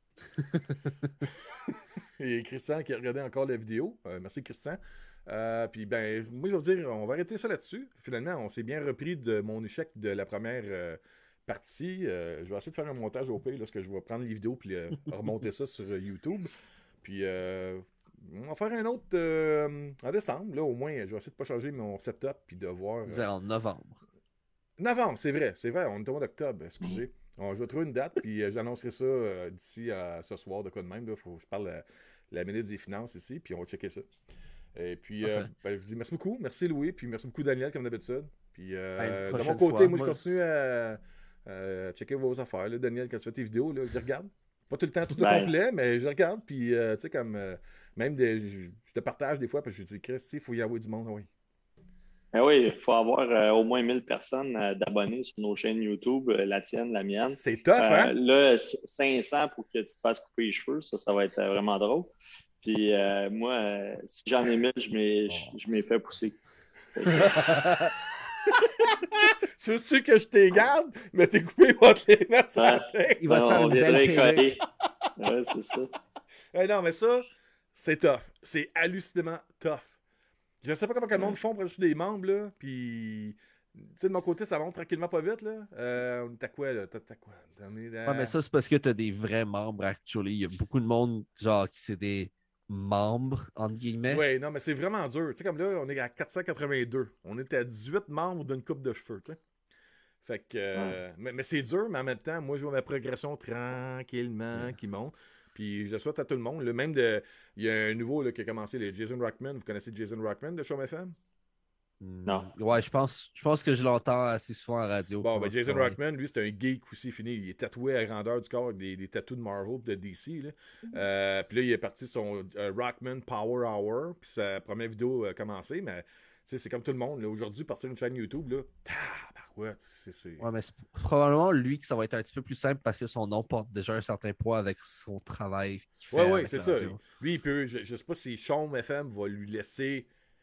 Et Christian qui a regardé encore la vidéo. Euh, merci, Christian. Euh, puis, ben, moi, je vais vous dire, on va arrêter ça là-dessus. Finalement, on s'est bien repris de mon échec de la première euh, partie. Euh, je vais essayer de faire un montage au pire, lorsque je vais prendre les vidéos puis euh, remonter ça sur euh, YouTube. Puis, euh, on va faire un autre euh, en décembre. Là, au moins, je vais essayer de pas changer mon setup puis de voir. Je disais en novembre. Novembre, c'est vrai, c'est vrai, on est au mois d'octobre, excusez. On, je vais trouver une date, puis euh, j'annoncerai ça euh, d'ici à ce soir, de quoi de même. Il faut que je parle à la ministre des Finances ici, puis on va checker ça. Et puis, euh, Parfait. ben, je vous dis merci beaucoup, merci Louis, puis merci beaucoup Daniel, comme d'habitude. Puis, euh, Ben, de mon prochaine côté, fois, moi, je moi- continue à, à checker vos affaires. Là. Daniel, quand tu fais tes vidéos, là, je les regarde. Pas tout le temps, tout au Ben, complet, mais je regarde, puis, euh, tu sais, comme, euh, même, des, je, je te partage des fois, parce que je dis, Christy, il faut y avoir du monde, oui. ben oui, il faut avoir euh, au moins mille personnes euh, d'abonnés sur nos chaînes YouTube, euh, la tienne, la mienne. C'est tough, hein? Euh, là, c- cinq cents pour que tu te fasses couper les cheveux, ça, ça va être euh, vraiment drôle. Puis euh, moi, euh, si j'en ai mille, je m'ai je- je m'ai fait pousser. Fait que, C'est sûr que je t'ai garde, mais t'es coupé, on va te les mettre sur la tête. Il va te non, faire on une viendrait belle perruque. coller. Ouais, c'est ça. Eh non, mais ça, c'est tough. C'est hallucinément tough. Je ne sais pas comment que le monde Ouais. font pour ajouter des membres, là. Puis, tu sais, de mon côté, ça monte tranquillement pas vite, là. Euh, on est à quoi, là? T'as t'as quoi? On est à- Ouais, mais ça, c'est parce que tu as des vrais membres, actually. Il y a beaucoup de monde, genre, qui c'est des membres, entre guillemets. Ouais, non, mais c'est vraiment dur. Tu sais, comme là, on est à quatre cent quatre-vingt-deux. On est à dix-huit membres d'une coupe de cheveux, tu sais. Fait que, euh, mais, mais c'est dur, mais en même temps, moi, je vois ma progression tranquillement Yeah. qui monte. Puis je le souhaite à tout le monde. Le même de, il y a un nouveau là, qui a commencé, le Jason Rockman. Vous connaissez Jason Rockman de Show F M? Non. Hmm. Ouais, je pense, je pense que je l'entends assez souvent en radio. Bon, pendant ben que je Jason travaille. Rockman, lui, c'est un geek aussi fini. Il est tatoué à grandeur du corps avec des, des tattoos de Marvel et de D C. Là. Euh, puis là, il est parti son euh, Rockman Power Hour. Puis sa première vidéo a commencé. Mais tu sais, c'est comme tout le monde. Là. Aujourd'hui, partir une chaîne YouTube, là, tabarouette, c'est. c'est- Ouais, mais c'est probablement lui que ça va être un petit peu plus simple parce que son nom porte déjà un certain poids avec son travail qu'il fait. Ouais, ouais, avec c'est la ça. radio. Lui, il peut. Je, je sais pas si Sean F M va lui laisser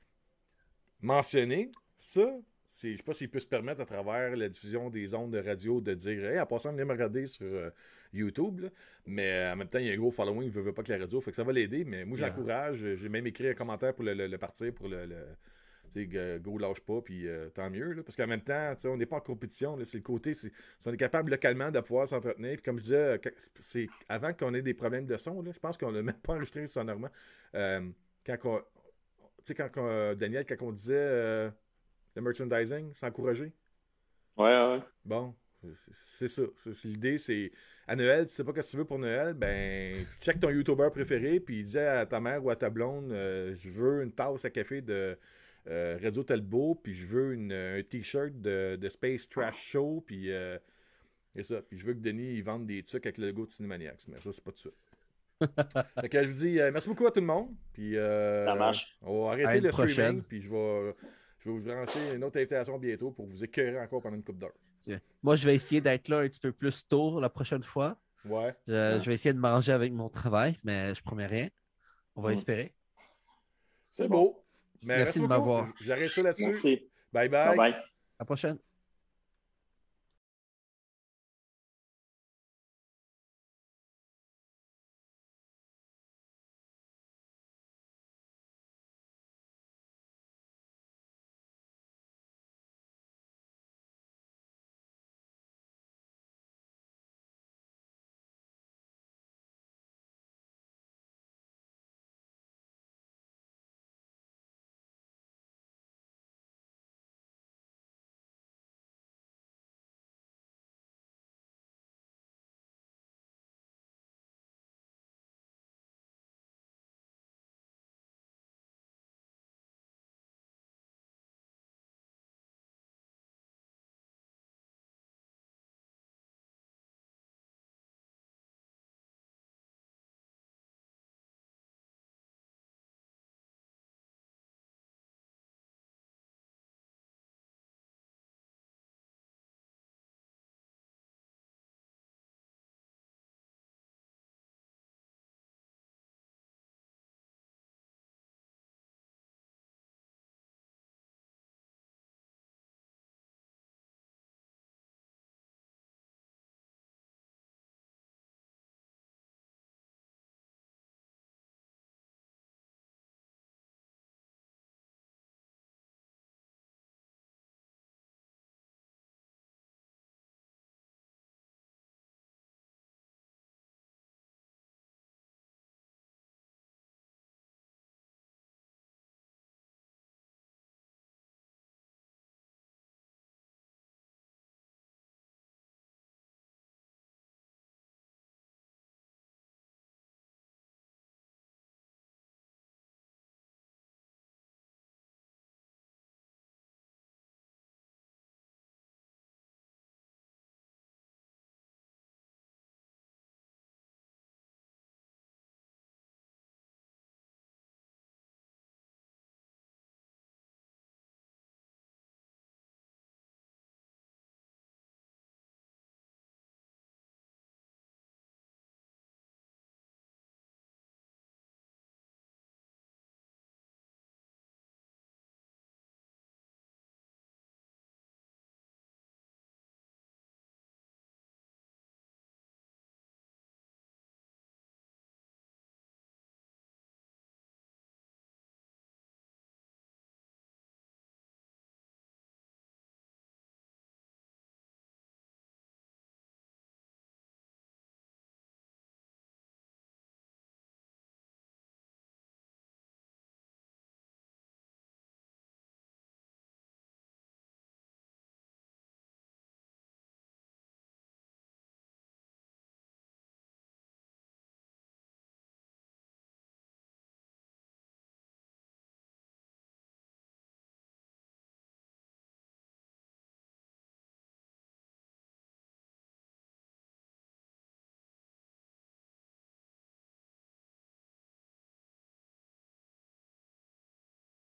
mentionner ça. C'est- Je sais pas s'il peut se permettre à travers la diffusion des ondes de radio de dire Hey, en passant, venez me regarder sur euh, YouTube. Là. Mais euh, en même temps, il y a un gros following, il veut, veut pas que la radio. Fait que ça va l'aider. Mais moi, Yeah. j'encourage. J'ai même écrit un commentaire pour le, le- le partir pour le. le tu sais, go- go, lâche pas, puis euh, tant mieux. Là, parce qu'en même temps, tu sais, on n'est pas en compétition. là, C'est le côté. c'est- Si on est capable localement de pouvoir s'entretenir. Puis comme je disais, euh, quand- c'est avant qu'on ait des problèmes de son, là, je pense qu'on l'a même pas enregistré sonorement. Euh, quand on- tu sais, quand on- euh, Daniel, quand on disait euh, le merchandising, c'est encouragé. Ouais, ouais. Bon, c'est c'est ça. C'est, l'idée, c'est à Noël, tu sais pas ce que tu veux pour Noël, ben, tu check ton YouTuber préféré, puis dis à ta mère ou à ta blonde, euh, je veux une tasse à café de euh, Radio Talbot, puis je veux une, un t-shirt de, de Space Trash Show, puis euh, et ça. Puis je veux que Denis il vende des trucs avec le logo de Cinémaniacs, mais ça, c'est pas tout ça. Fait que je vous dis euh, merci beaucoup à tout le monde, puis euh, Ça marche. on va arrêter À une le prochaine. streaming, puis je vais, je vais vous lancer une autre invitation bientôt pour vous écœurer encore pendant une coupe d'heure. Tiens. Moi, je vais essayer d'être là un petit peu plus tôt la prochaine fois. Ouais. Je, je vais essayer de manger avec mon travail, mais je promets rien. On va Mm. espérer. C'est C'est beau. bon. Mais Merci de beaucoup. m'avoir. J'arrête ça là-dessus. Merci. Bye bye. Bye bye. À la prochaine.